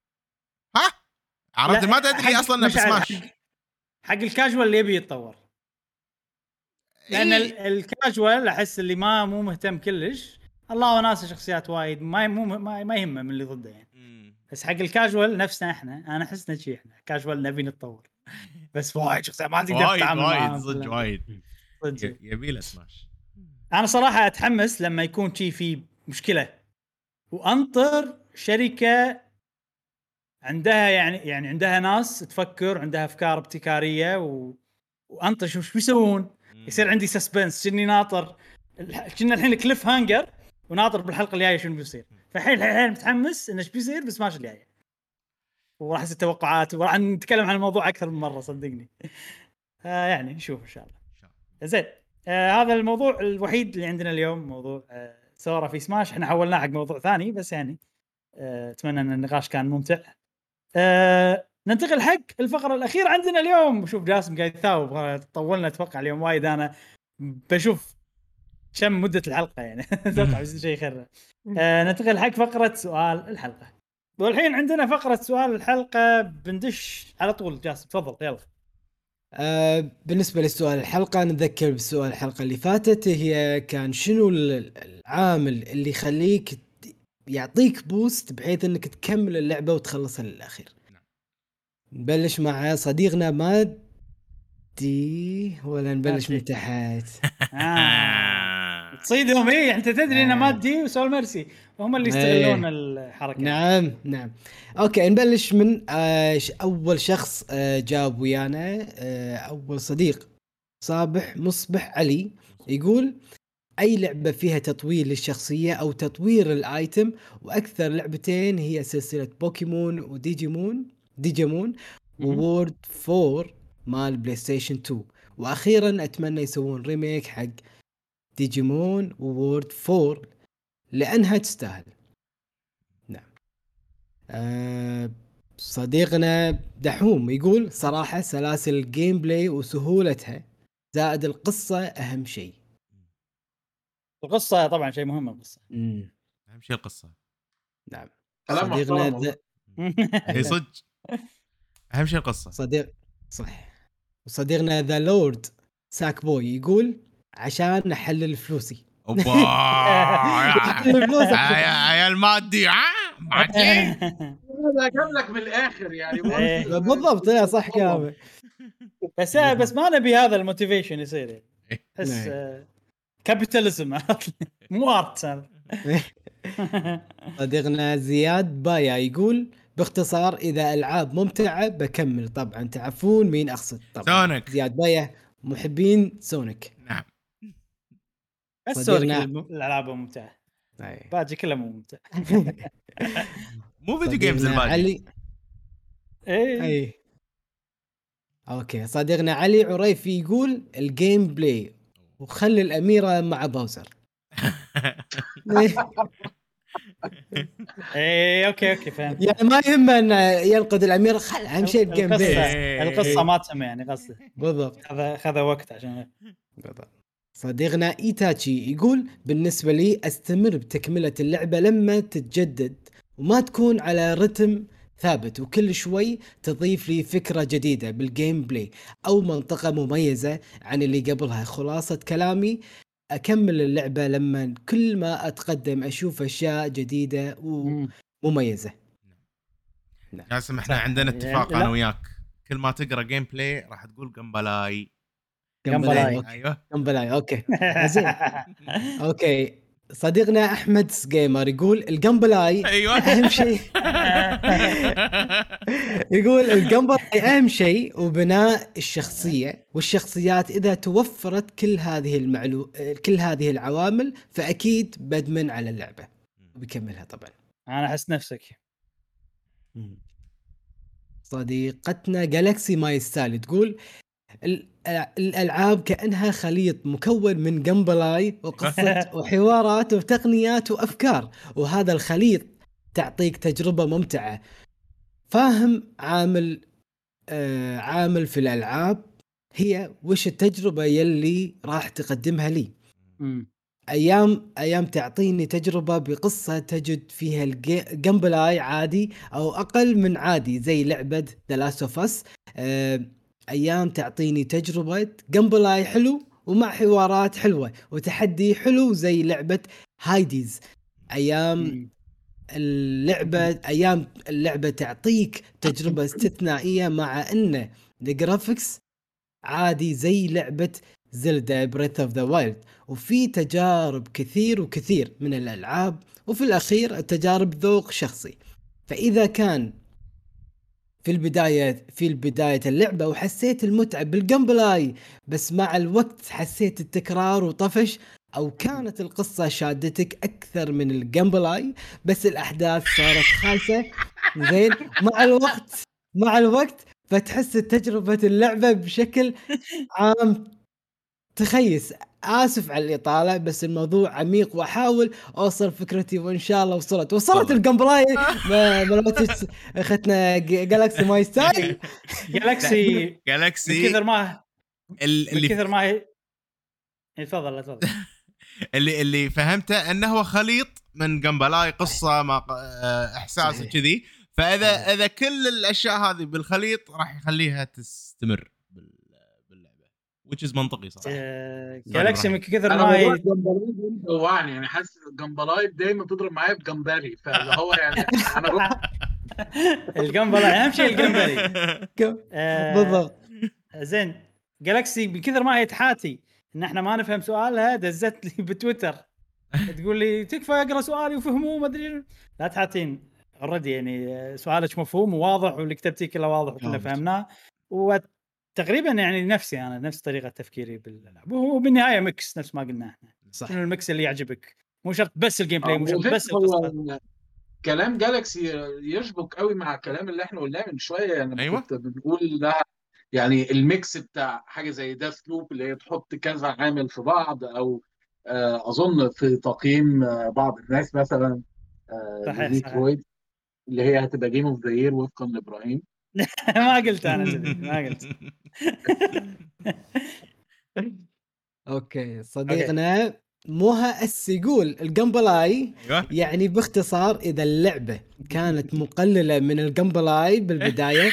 عرفت ما تدري اصلا بسماش حق الكاجوال اللي يبي يتطور لان الكاجوال احس اللي مو مهتم كلش الله وناسه شخصيات وايد ما يهمه من اللي ضده يعني بس حق الكاجوال نفسنا انا احسنا شيء احنا كاجوال نبي نتطور بس وايد شخصيات ما تقدر تتعامل معهم صدق وايد يبي له سماش. انا صراحه اتحمس لما يكون شيء في مشكله وانطر شركه عندها يعني عندها ناس تفكر عندها افكار ابتكاريه وانطر شوف بيسوون يصير عندي سسبنس كني ناطر كنا الحين كليف هانجر وناطر بالحلقه الجايه شنو بيصير. فالحين متحمس انه ايش بيصير بس ماشي الجايه وراح اسوي توقعات وراح نتكلم عن الموضوع اكثر من مره صدقني. يعني نشوف ان شاء الله. زين هذا الموضوع الوحيد اللي عندنا اليوم موضوع سورة في سماش. احنا حولناه حق موضوع ثاني بس يعني اتمنى ان النقاش كان ممتع. ننتقل حق الفقره الاخيره عندنا اليوم. شوف جاسم قاعد يثاوب طولنا اتوقع اليوم وايد. انا بشوف كم مده الحلقه يعني اتوقع بس شيء خير. ننتقل حق فقره سؤال الحلقه والحين عندنا فقره سؤال الحلقه بندش على طول. جاسم تفضل يلا. بالنسبه لسؤال الحلقه نتذكر بسؤال الحلقه اللي فاتت هي كان شنو العامل اللي يخليك يعطيك بوست بحيث انك تكمل اللعبه وتخلصها للاخير. نبلش مع صديقنا مادي ولا نبلش من تحت؟ تصيدهم ايه انت تدري ان مادي وسول ميرسي هم اللي يستغلون الحركه. نعم اوكي نبلش من اول شخص جاب ويانا. اول صديق صابح مصبح علي يقول اي لعبه فيها تطوير للشخصيه او تطوير الايتم واكثر لعبتين هي سلسله بوكيمون وديجيمون وورد 4 مال بلاي ستيشن 2 واخيرا اتمنى يسوون ريميك حق ديجيمون وورد 4 لانها تستاهل. نعم صديقنا دحوم يقول صراحة سلاسل الجيم بلاي وسهولتها زائد القصة أهم شيء. القصه طبعا شيء مهم. القصه اهم شيء القصه. نعم. كلام صديقنا محترم هي صدق اهم شيء القصه. صديق صح. وصديقنا ذا لورد ساك بوي يقول عشان نحلل فلوسي. اوبا الفلوس يا المادي مادي. هذا جاب لك من الاخر يعني. بالضبط. لا صح كلامه. بس ما نبي هذا الموتيفيشن يصير يعني. تحس كابيتاليزم مو ارت. صديقنا زياد بايا يقول باختصار اذا العاب ممتعه بكمل. طبعا تعرفون مين اقصد طبعا. سونيك. زياد بايا محبين سونيك. نعم. بس صديقنا- الالعاب ممتعه. أي. باجي كله مو ممتع. مو فيديو جيمز صديقنا الباقي. علي اي اوكي. صديقنا علي عريفي يقول الجيم بلاي وخلي الاميره مع باوزر. اي اوكي فهمت. يعني ما يهمه انه ينقذ الاميره، خل اهم شيء الجيم بلاي. القصه ما تهم يعني قصدي. بالضبط. هذا خذ وقت عشان. صديقنا ايتاتشي يقول بالنسبه لي استمر بتكمله اللعبه لما تتجدد وما تكون على رتم ثابت، وكل شوي تضيف لي فكره جديده بالجيم بلاي او منطقه مميزه عن اللي قبلها. خلاصه كلامي اكمل اللعبه لما كل ما اتقدم اشوف اشياء جديده ومميزه. جاسم احنا عندنا اتفاق انا وياك، كل ما تقرا جيم بلاي راح تقول جمبلاي. ايوه جمبلاي. اوكي زين. اوكي. صديقنا احمد جيمر يقول الجمبلاي ايوه اهم شيء. يقول الجمبلاي اهم شيء وبناء الشخصيه والشخصيات. اذا توفرت كل هذه العوامل فاكيد بدمن على اللعبه وبيكملها طبعا. انا احس نفسك. صديقتنا جالكسي ماي ستايل تقول الألعاب كأنها خليط مكون من جمبلاي وقصة وحوارات وتقنيات وأفكار، وهذا الخليط تعطيك تجربة ممتعة. فاهم عامل في الألعاب هي وش التجربة يلي راح تقدمها لي. أيام تعطيني تجربة بقصة تجد فيها الجمبلاي عادي أو أقل من عادي زي لعبة The Last of Us. أيام تعطيني تجربة جمبلاي حلو ومع حوارات حلوة وتحدي حلو زي لعبة هايديز. أيام اللعبة تعطيك تجربة استثنائية مع أن الجرافيكس عادي زي لعبة زلدا بريث اوف ذا وايلد. وفي تجارب كثير من الألعاب، وفي الأخير التجارب ذوق شخصي. فإذا كان في البداية اللعبة وحسيت المتعة بالجمبلاي بس مع الوقت حسيت التكرار وطفش، أو كانت القصة شادتك أكثر من الجمبلاي بس الأحداث صارت خايسة زين مع الوقت فتحس تجربة اللعبة بشكل عام تخيس. آسف على الإطالة بس الموضوع عميق وأحاول أوصل فكرتي وإن شاء الله وصلت الجمبلاي. ما أخذنا جالكسي ماي ستايل. جالكسي كثر ما تفضل. اللي فهمته انه هو خليط من جمبلاي قصه ما احساس كذي. فاذا كل الاشياء هذه بالخليط راح يخليها تستمر باللعبه which is منطقي صراحه. جالكسي من كثر ما يعني حاسس جمبلاي دايما تضرب معايا بجمبري، فاللي هو يعني انا الجمبلاي اهم شيء الجمبري. بالضبط. زين جالكسي بكثر ما هي تحاتي ان احنا ما نفهم سؤالها دزت لي بتويتر تقول لي تكفى اقرا سؤالي وفهموه ما ادري. لا تحاتين اوريدي يعني سؤالك مفهوم وواضح واللي كتبتيه كله واضح وكله فهمناه. وتقريبا يعني نفس طريقه تفكيري بالالعاب. وبالنهايه ميكس نفس ما قلنا احنا. شنو الميكس اللي يعجبك؟ مو شرط بس الجيم بلاي، مو شرط بس القصه. كلام جالكسي يشبك قوي مع الكلام اللي احنا قلناه من شويه. يعني أيوة. كنت بنقول لها يعني الميكس بتاع حاجه زي داث لوب اللي هي تحط كذا عامل في بعض، او اظن في تقييم بعض الناس مثلا صحيح. اللي هي هتبقى جيم اوف ذا يير وفقا لابراهيم. ما قلت انا كذي، ما قلت. اوكي صديقنا موها اس يقول الجمبلاي ايوه يعني باختصار اذا اللعبه كانت مقلله من الجمبلاي بالبدايه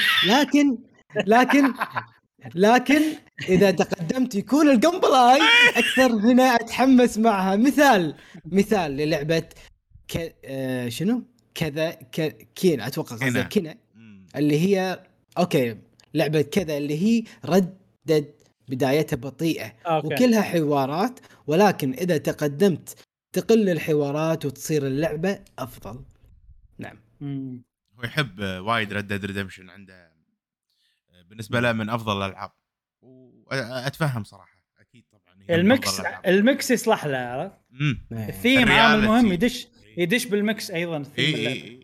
لكن اذا تقدمت يكون الجمبلاي اكثر، هنا اتحمس معها. مثال للعبه شنو كذا كين، اتوقع قصدي كنا، اللي هي اوكي لعبه كذا اللي هي ردد بدايتها بطيئه وكلها حوارات، ولكن اذا تقدمت تقل الحوارات وتصير اللعبه افضل. نعم. هو يحب وايد ريد ديد ريدمشن، عنده بالنسبه له من افضل الالعاب، واتفهم صراحه اكيد طبعا الميكس يصلح له، عرفت؟ الثيم عامل مهم، يدش بالميكس ايضا الثيم اللعبه.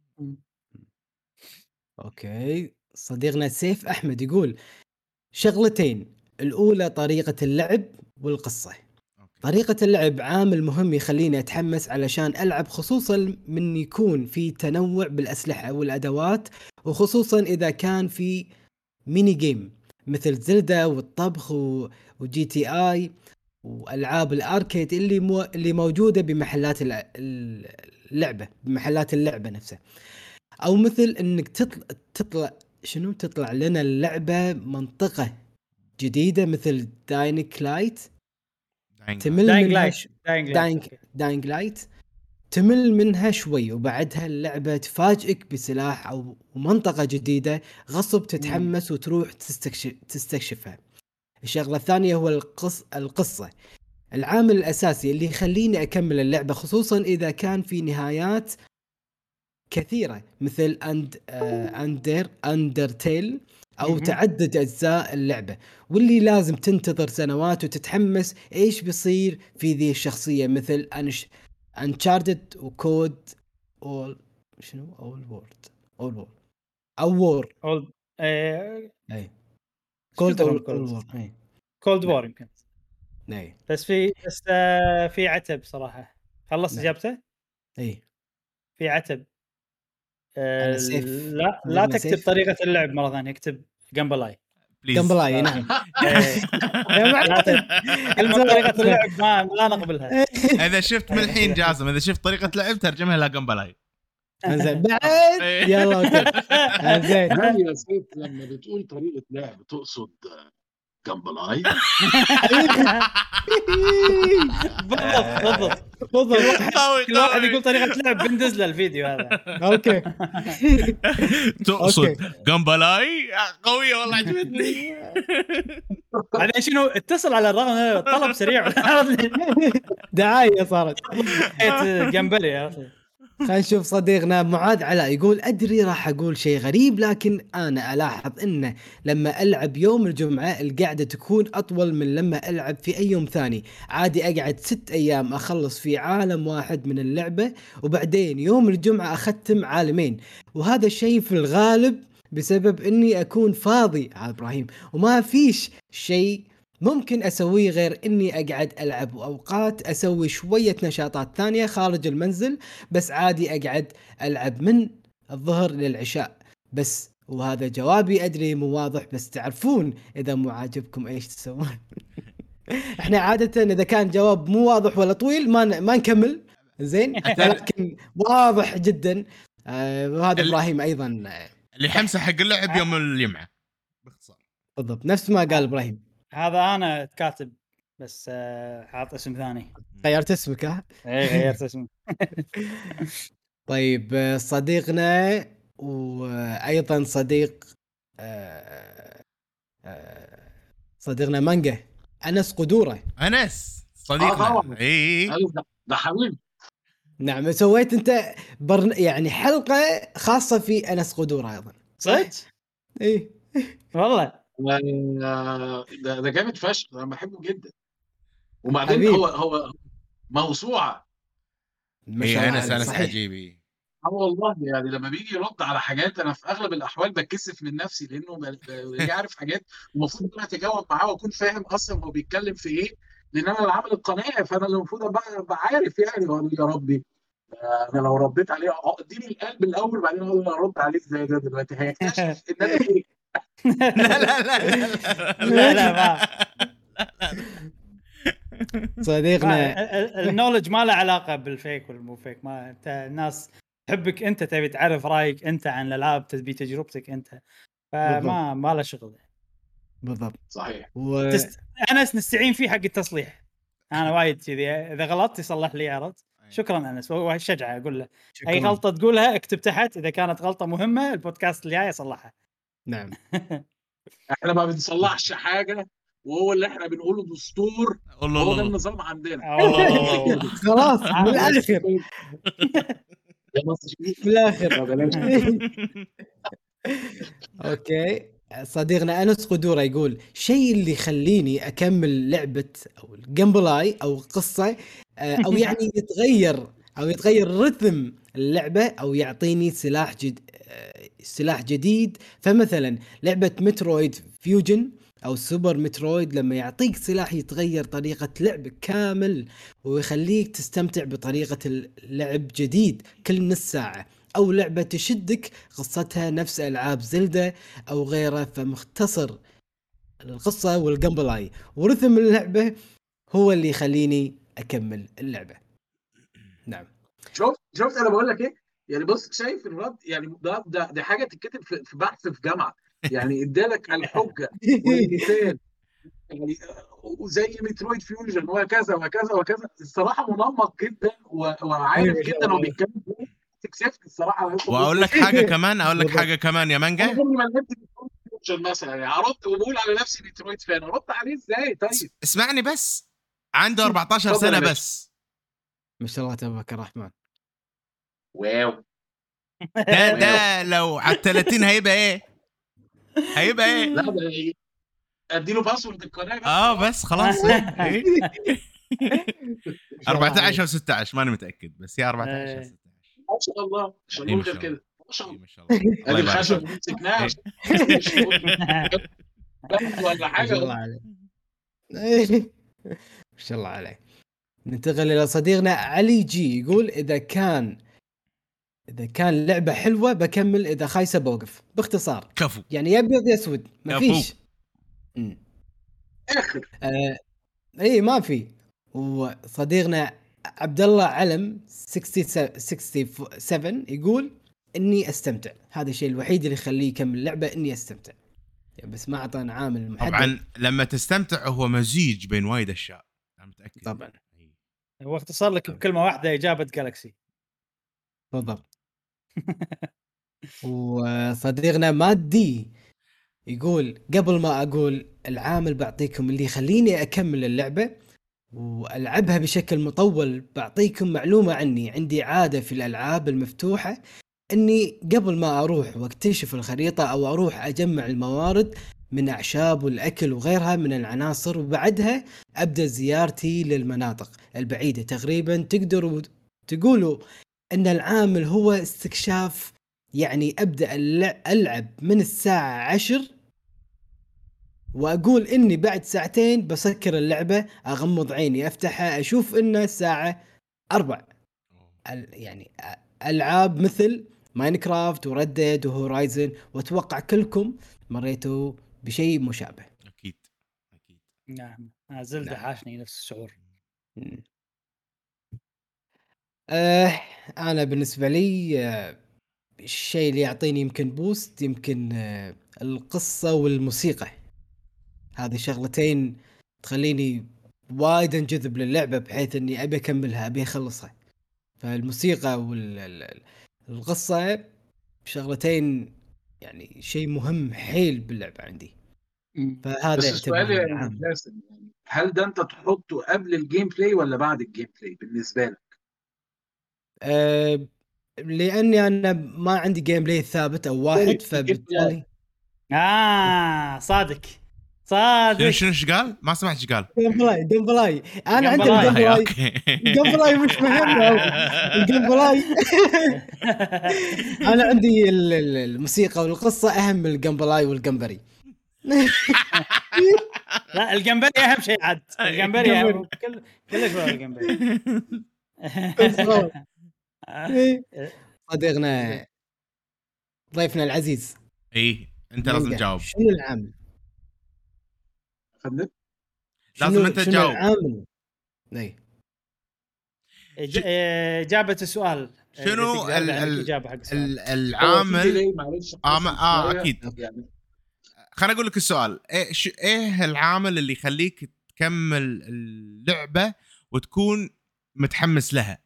اوكي صديقنا سيف احمد يقول شغلتين، الاولى طريقه اللعب والقصه. طريقة اللعب عامل مهم يخليني أتحمس علشان ألعب، خصوصا من يكون في تنوع بالأسلحة والأدوات، وخصوصا إذا كان في ميني جيم مثل زلدة والطبخ وجي تي آي وألعاب الأركيد اللي موجودة بمحلات اللعبة، بمحلات اللعبة نفسها، أو مثل إنك تطلع لنا اللعبة منطقة جديدة مثل داينغ لايت تمل منها شوي، وبعدها اللعبة تفاجئك بسلاح أو منطقة جديدة غصب تتحمس وتروح تستكشفها. الشغلة الثانية هو القصة، العامل الأساسي اللي يخليني أكمل اللعبة، خصوصا إذا كان في نهايات كثيرة مثل أندرتيل أو تعدد أجزاء اللعبة، واللي لازم تنتظر سنوات وتتحمس إيش بيصير في ذي الشخصية، مثل Uncharted وكود أول وورد كولد وور يمكن. بس في عتب صراحة خلص إجابته. في عتب. لا تكتب طريقة اللعب مرة ثانية، اكتب جمبلاي. نعم. طريقة اللعب لا نقبلها. إذا شفت من الحين جازم، إذا شفت طريقة لعب ترجمها إلى جمبلاي. زين بعد يلا زين. هل يا سيف لما بتقول طريقة لعب تقصد جمبلاي؟ بالضبط. كل واحد يقول طريقة لعب بندز له الفيديو هذا. اوكي تقصد جمبلاي قوية والله، عجبتني. بعدين شنو اتصل على الرقم، طلب سريع دعاية صارت جمبلي يا اخي. خلينا نشوف صديقنا معاذ علاء يقول أدري راح أقول شيء غريب، لكن أنا ألاحظ إنه لما ألعب يوم الجمعة القعدة تكون أطول من لما ألعب في أي يوم ثاني. عادي أقعد 6 أيام أخلص في عالم واحد من اللعبة، وبعدين يوم الجمعة أختم عالمين، وهذا الشيء في الغالب بسبب إني أكون فاضي على إبراهيم وما فيش شيء ممكن أسويه غير إني أقعد ألعب، وأوقات أسوي شوية نشاطات ثانية خارج المنزل، بس عادي أقعد ألعب من الظهر للعشاء بس. وهذا جوابي، أدري مو واضح، بس تعرفون إذا مو عاجبكم إيش تسوون. إحنا عادة إذا كان جواب مو واضح ولا طويل ما نكمل، زين، لكن واضح جدا. وهذا إبراهيم أيضا اللي حمسه حق اللعب يوم الجمعة باختصار. بالضبط نفس ما قال إبراهيم. هذا أنا كاتب بس حاط اسم ثاني. غيرت اسمك؟ ها؟ إيه غيرت اسمي. طيب صديقنا وأيضا صديقنا مانجا أنس قدورة. أنس صديقنا. إيه ده حبيبي. نعم سويت أنت يعني حلقة خاصة في أنس قدورة أيضا صح؟ إيه والله ده جامد فشخ، انا بحبه جدا. وبعدين هو موسوعه. ايه أنس عجيبي. والله يعني لما بيجي يرد على حاجات انا في اغلب الاحوال بتكسف من نفسي، لانه بيجي عارف حاجات المفروض ان انا اتجاوب معاه واكون فاهم اصلا هو بيتكلم في ايه، لان انا اللي عامل القناه، فانا اللي المفروض ابقى عارف يعني. يا ربي انا لو رديت عليه اديني القلب الاول بعدين اقول له ارد عليه ازاي. ده دلوقتي هيكتشف ان انا فيك. لا لا لا لا لا ما صديقنا النولج ما له علاقه بالفيك والمو فيك. ما انت الناس تحبك انت، تبي تعرف رايك انت عن الالعاب، تبي تجربتك انت، فما ما له شغل. بالضبط صحيح. انس نستعين فيه حق التصليح. انا وايد كذي اذا غلطت يصلح لي، عرفت؟ شكرا انس، وشجعه اقول له اي غلطه تقولها اكتب تحت، اذا كانت غلطه مهمه البودكاست الجاي يصلحها. نعم. احنا ما بنصلحش حاجه، وهو اللي احنا بنقوله دستور، هو ده النظام عندنا. خلاص من الاخر من الاخر. اوكي صديقنا انس قدوره يقول شيء اللي يخليني اكمل لعبه او الجيمبلاي او القصه، او يعني يتغير رتم اللعبه، او يعطيني سلاح جديد. فمثلا لعبه مترويد فيوجن او سوبر مترويد لما يعطيك سلاح يتغير طريقه لعبك كامل ويخليك تستمتع بطريقه اللعب جديد كل نص ساعه، أو لعبة تشدك قصتها نفس ألعاب زلدة أو غيره، فمختصر القصة والجيمبلاي ورثم اللعبة هو اللي يخليني أكمل اللعبة. نعم. شوف أنا بقول لك إيه، يعني بص شايف الرد، يعني ده حاجة تتكتب في بحث في جامعة، يعني ادالك الحجة والمثال يعني، وزي مترويد فيوجن وكذا وكذا وكذا. الصراحة منمق جدا وعارف جدا هو بيتكلم تكسفت الصراحه. واقول لك حاجه كمان يا مانجا. انا ما لعبت فيوجن مثلا، يعني ارد وبقول على نفسي ديترويت فان، ارد عليه ازاي؟ طيب اسمعني بس، عنده 14 سنه بس. ما شاء الله تبارك الرحمن. واو. ده لو على 30 هيبقى ايه؟ لا ده اديله باسورد القناه بس خلاص. 14 او 16 ماني متاكد، بس هي 14 او 16 ما شاء الله. مش هنقول غير كده، ما شاء الله. ادي الخشب اللي مسكناه ولا حاجه. ما شاء الله عليه. ما شاء الله عليه. ننتقل الى صديقنا علي جي يقول اذا كان لعبه حلوه بكمل، اذا خايسه بوقف. باختصار كفو، يعني يا ابيض يا اسود، ما فيش اخر. اي ما في. وصديقنا عبد الله علم 67 يقول اني استمتع، هذا الشيء الوحيد اللي يخليه يكمل اللعبه، اني استمتع، بس ما اعطانا عامل محدد. طبعا لما تستمتع هو مزيج بين وايد اشياء، انا متاكد. طبعا هو اختصر لك بكلمه واحده اجابه جالكسي. بالضبط. وصديقنا مادي يقول قبل ما اقول العامل بعطيكم اللي يخليني اكمل اللعبه والعبها بشكل مطول، بعطيكم معلومه عني. عندي عاده في الالعاب المفتوحه اني قبل ما اروح واكتشف الخريطه او اروح اجمع الموارد من اعشاب والاكل وغيرها من العناصر، وبعدها ابدا زيارتي للمناطق البعيده. تقريبا تقدروا تقولوا ان العامل هو استكشاف، يعني ابدا العب من الساعه 10 واقول اني بعد ساعتين بسكر اللعبه، اغمض عيني افتحها اشوف انه الساعه 4. يعني العاب مثل ماينكرافت وردد وهورايزن، واتوقع كلكم مريتوا بشيء مشابه. اكيد. نعم زلدة حاشني نفس الشعور. انا بالنسبه لي الشيء اللي يعطيني يمكن بوست، يمكن القصه والموسيقى. هذه شغلتين تخليني وايد انجذب للعبه بحيث اني ابي اكملها، ابي اخلصها. فالموسيقى والقصه شغلتين يعني شيء مهم حيل باللعبه عندي. فهذا بس السؤال يعني هل ده انت تحطه قبل الجيم بلاي ولا بعد الجيم بلاي بالنسبه لك؟ لاني انا ما عندي جيم بلاي ثابت او واحد، فبالتالي صادق شنو قال؟ ما سمعت ايش قال. جيم بلاي انا عندي جيم بلاي مش مهم. الجيم بلاي انا عندي الموسيقى والقصه اهم من الجيم بلاي والجمبري. لا الجمبري اهم شيء عاد. الجمبري كلش هو الجمبري. صديقنا ضيفنا العزيز اي انت لازم مانجا، تجاوب. شنو العامل؟ فهمت؟ لازم انت شنو تجاوب. العامل؟ اي اجابه السؤال شنو الاجابه حق السؤال. العامل؟ معلش اكيد يعني. خليني اقول لك السؤال. ايه العامل اللي يخليك تكمل اللعبه وتكون متحمس لها؟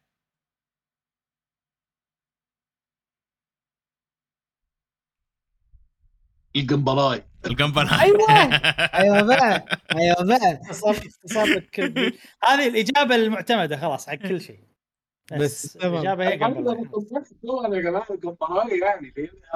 الجمبلاي. ايوه بقى تصابك هذه الاجابه المعتمده خلاص حق كل شيء. بس الاجابه هي جمبلاي. يا جماعه الجمبلاي يعني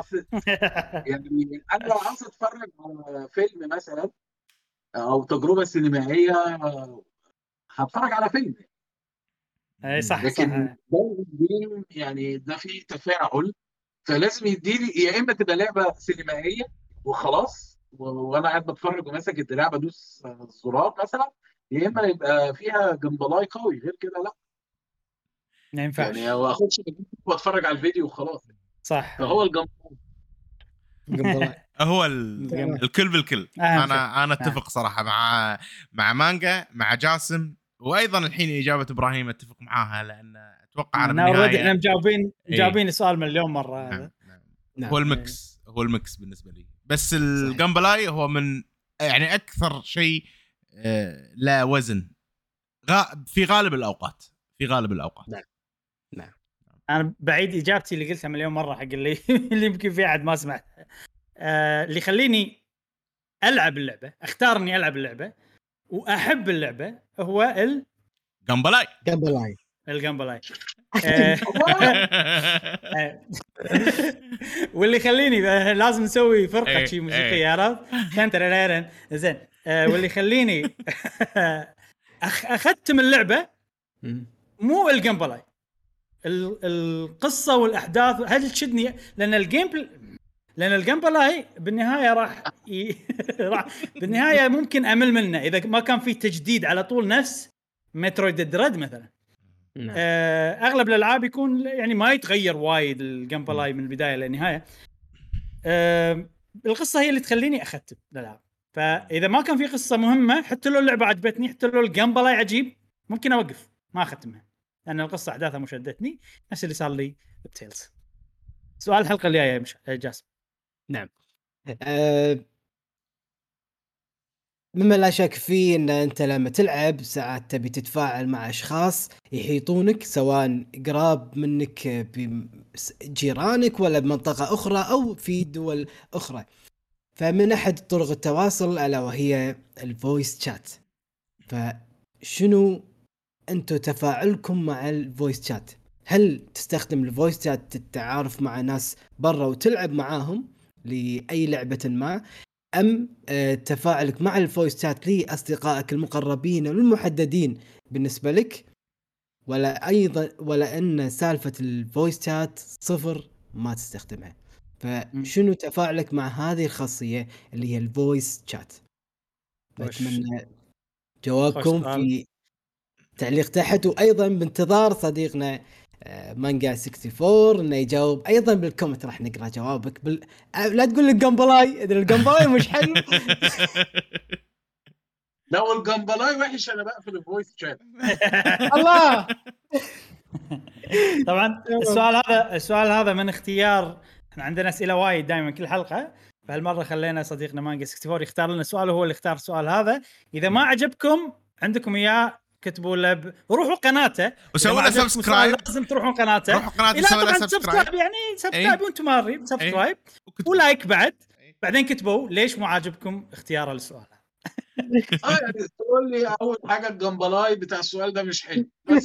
يعني انا لو عاوز اتفرج على فيلم مثلا او تجربه سينمائيه هتفرج على فيلم. اي صح لكن ده يعني ده فيه تفاعل، فلازم يديني يا اما تبقى لعبه سينمائيه وخلاص وانا قاعد بتفرج وماسك الدراع بدوس الزرار مثلا، يا اما يبقى فيها جمبلاي قوي. غير كده لا، ما ينفعش يعني اخش واتفرج على الفيديو وخلاص. صح. فهو جمبلاي هو الكل بالكل. انا اتفق صراحه مع مانجا، مع جاسم، وايضا الحين اجابه ابراهيم اتفق معاها، لان اتوقع انا بالنهايه احنا مجاوبين السؤال مليون مره. هذا هو المكس. هو المكس بالنسبه لي. بس الجمبلاي هو من يعني اكثر شيء لا وزن في غالب الاوقات. نعم. انا بعيد اجابتي اللي قلتها مليون مره حق اللي يمكن في احد ما سمع. اللي يخليني العب اللعبه، اختار اني العب اللعبه واحب اللعبه، هو جمبلاي. الجمبلاي. واللي يخليني لازم نسوي فرقه شيء موسيقيه، عرفت؟ زين. واللي يخليني اختم اللعبه مو الجمبلاي، القصه والاحداث هل تشدني، لان الجمبلاي بالنهايه راح بالنهايه ممكن امل منه اذا ما كان في تجديد على طول، نفس مترويد دريد مثلا. اغلب الالعاب يكون يعني ما يتغير وايد الجمبلاي من البدايه للنهايه. القصه هي اللي تخليني اختم الالعاب. فاذا ما كان في قصه مهمه، حتى لو اللعبه عجبتني، حتى لو الجمبلاي عجيب، ممكن اوقف ما اختمها، لان القصه احداثها مو شدتني، نفس اللي صار لي بتيلز. سؤال الحلقه الجايه مش جاسم. نعم. مما لا شك فيه ان انت لما تلعب ساعات تبي تتفاعل مع اشخاص يحيطونك، سواء قراب منك بجيرانك ولا بمنطقة اخرى او في دول اخرى. فمن احد طرق التواصل الا وهي الفويس شات. فشنو انتو تفاعلكم مع الفويس شات؟ هل تستخدم الفويس شات للتعارف مع ناس برا وتلعب معاهم لأي لعبة ما، أم تفاعلك مع الفويس شات لأصدقائك المقربين والمحددين بالنسبة لك، ولا أن سالفة الفويس شات صفر ما تستخدمها؟ فشنو تفاعلك مع هذه الخاصية اللي هي الفويس شات؟ أتمنى جوابكم في تعليق تحت، وأيضا بانتظار صديقنا مانجا 64 انه يجاوب ايضا بالكومنت. راح نقرا جوابك لا تقول لي الجمبلاي، اذا الجمبلاي مش حلو لو الجمبلاي وحش انا بقفل الفويس شات. الله. طبعا السؤال هذا من اختيار، احنا عندنا اسئله وايد دائما كل حلقه، فهالمره خلينا صديقنا مانجا 64 يختار لنا سؤال، وهو اللي اختار السؤال هذا. اذا ما عجبكم عندكم اياه كتبوا له، روحوا قناته وسووا له سبسكرايب. لازم تروحون قناته، روحوا قناته سووا له سبسكرايب، يعني سبسكرايب وانتم مارين سبسكرايب ولايك بعدين كتبوا ليش مو عاجبكم اختياره للسؤال. يعني تقول لي اول حاجه الجمبلاي بتاع السؤال ده مش حلو بس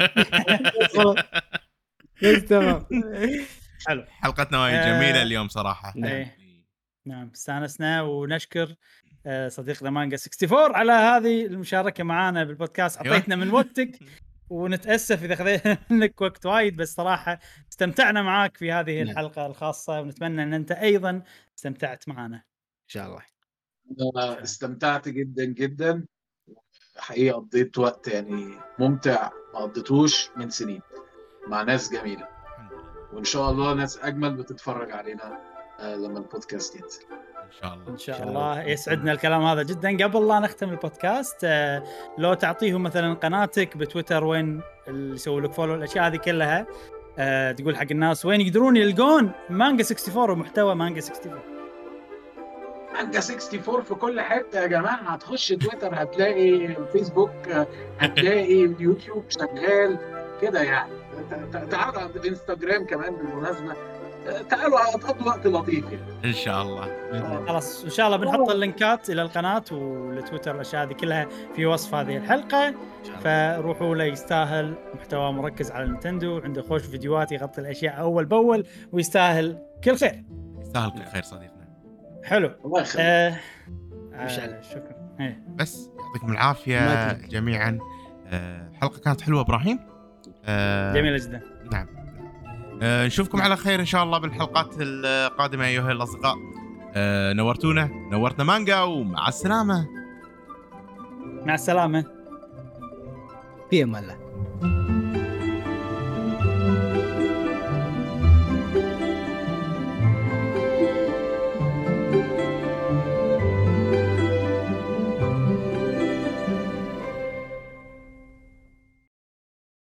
تمام. حلو. حلقتنا وايد جميله اليوم صراحه. نعم استانسنا، ونشكر صديقنا مانجا 64 على هذه المشاركه معنا بالبودكاست. عطيتنا من وقتك ونتاسف اذا خذينا منك وقت وايد، بس صراحه استمتعنا معاك في هذه الحلقه الخاصه، ونتمنى ان انت ايضا استمتعت معنا ان شاء الله. استمتعت جدا جدا حقيقه، قضيت وقت يعني ممتع ما قضيتوش من سنين. مع ناس جميله، وان شاء الله ناس اجمل بتتفرج علينا لما البودكاست ينزل ان شاء الله. يسعدنا الكلام هذا جدا. قبل لا نختم البودكاست لو تعطيهم مثلا قناتك بتويتر وين اللي يسوي لك فولو الاشياء هذه كلها، تقول حق الناس وين يقدرون يلقون مانجا 64 ومحتوى مانجا 64. مانجا 64 في كل حته يا جماعه. هتخش تويتر هتلاقي فيسبوك، هتلاقي اليوتيوب شغال كده يعني. تعالوا على الانستغرام كمان بالمناسبه، تعالوا هتقضوا وقت لطيف يعني. ان شاء الله. خلاص ان شاء الله بنحط اللينكات الى القناه والتويتر الاشياء هذه كلها في وصف هذه الحلقه، فروحوا له. يستاهل محتوى مركز على نينتندو، عنده خوش فيديوهات يغطي الاشياء اول باول، ويستاهل كل خير. يستاهل كل خير صديقنا. حلو الله يخليك. شكرا. بس يعطيكم العافيه جميعا. الحلقه كانت حلوه ابراهيم. جميله جدا. نعم. نشوفكم على خير ان شاء الله بالحلقات القادمه ايها الاصدقاء. نورتنا مانجا، ومع السلامه. مع السلامه. في امان الله.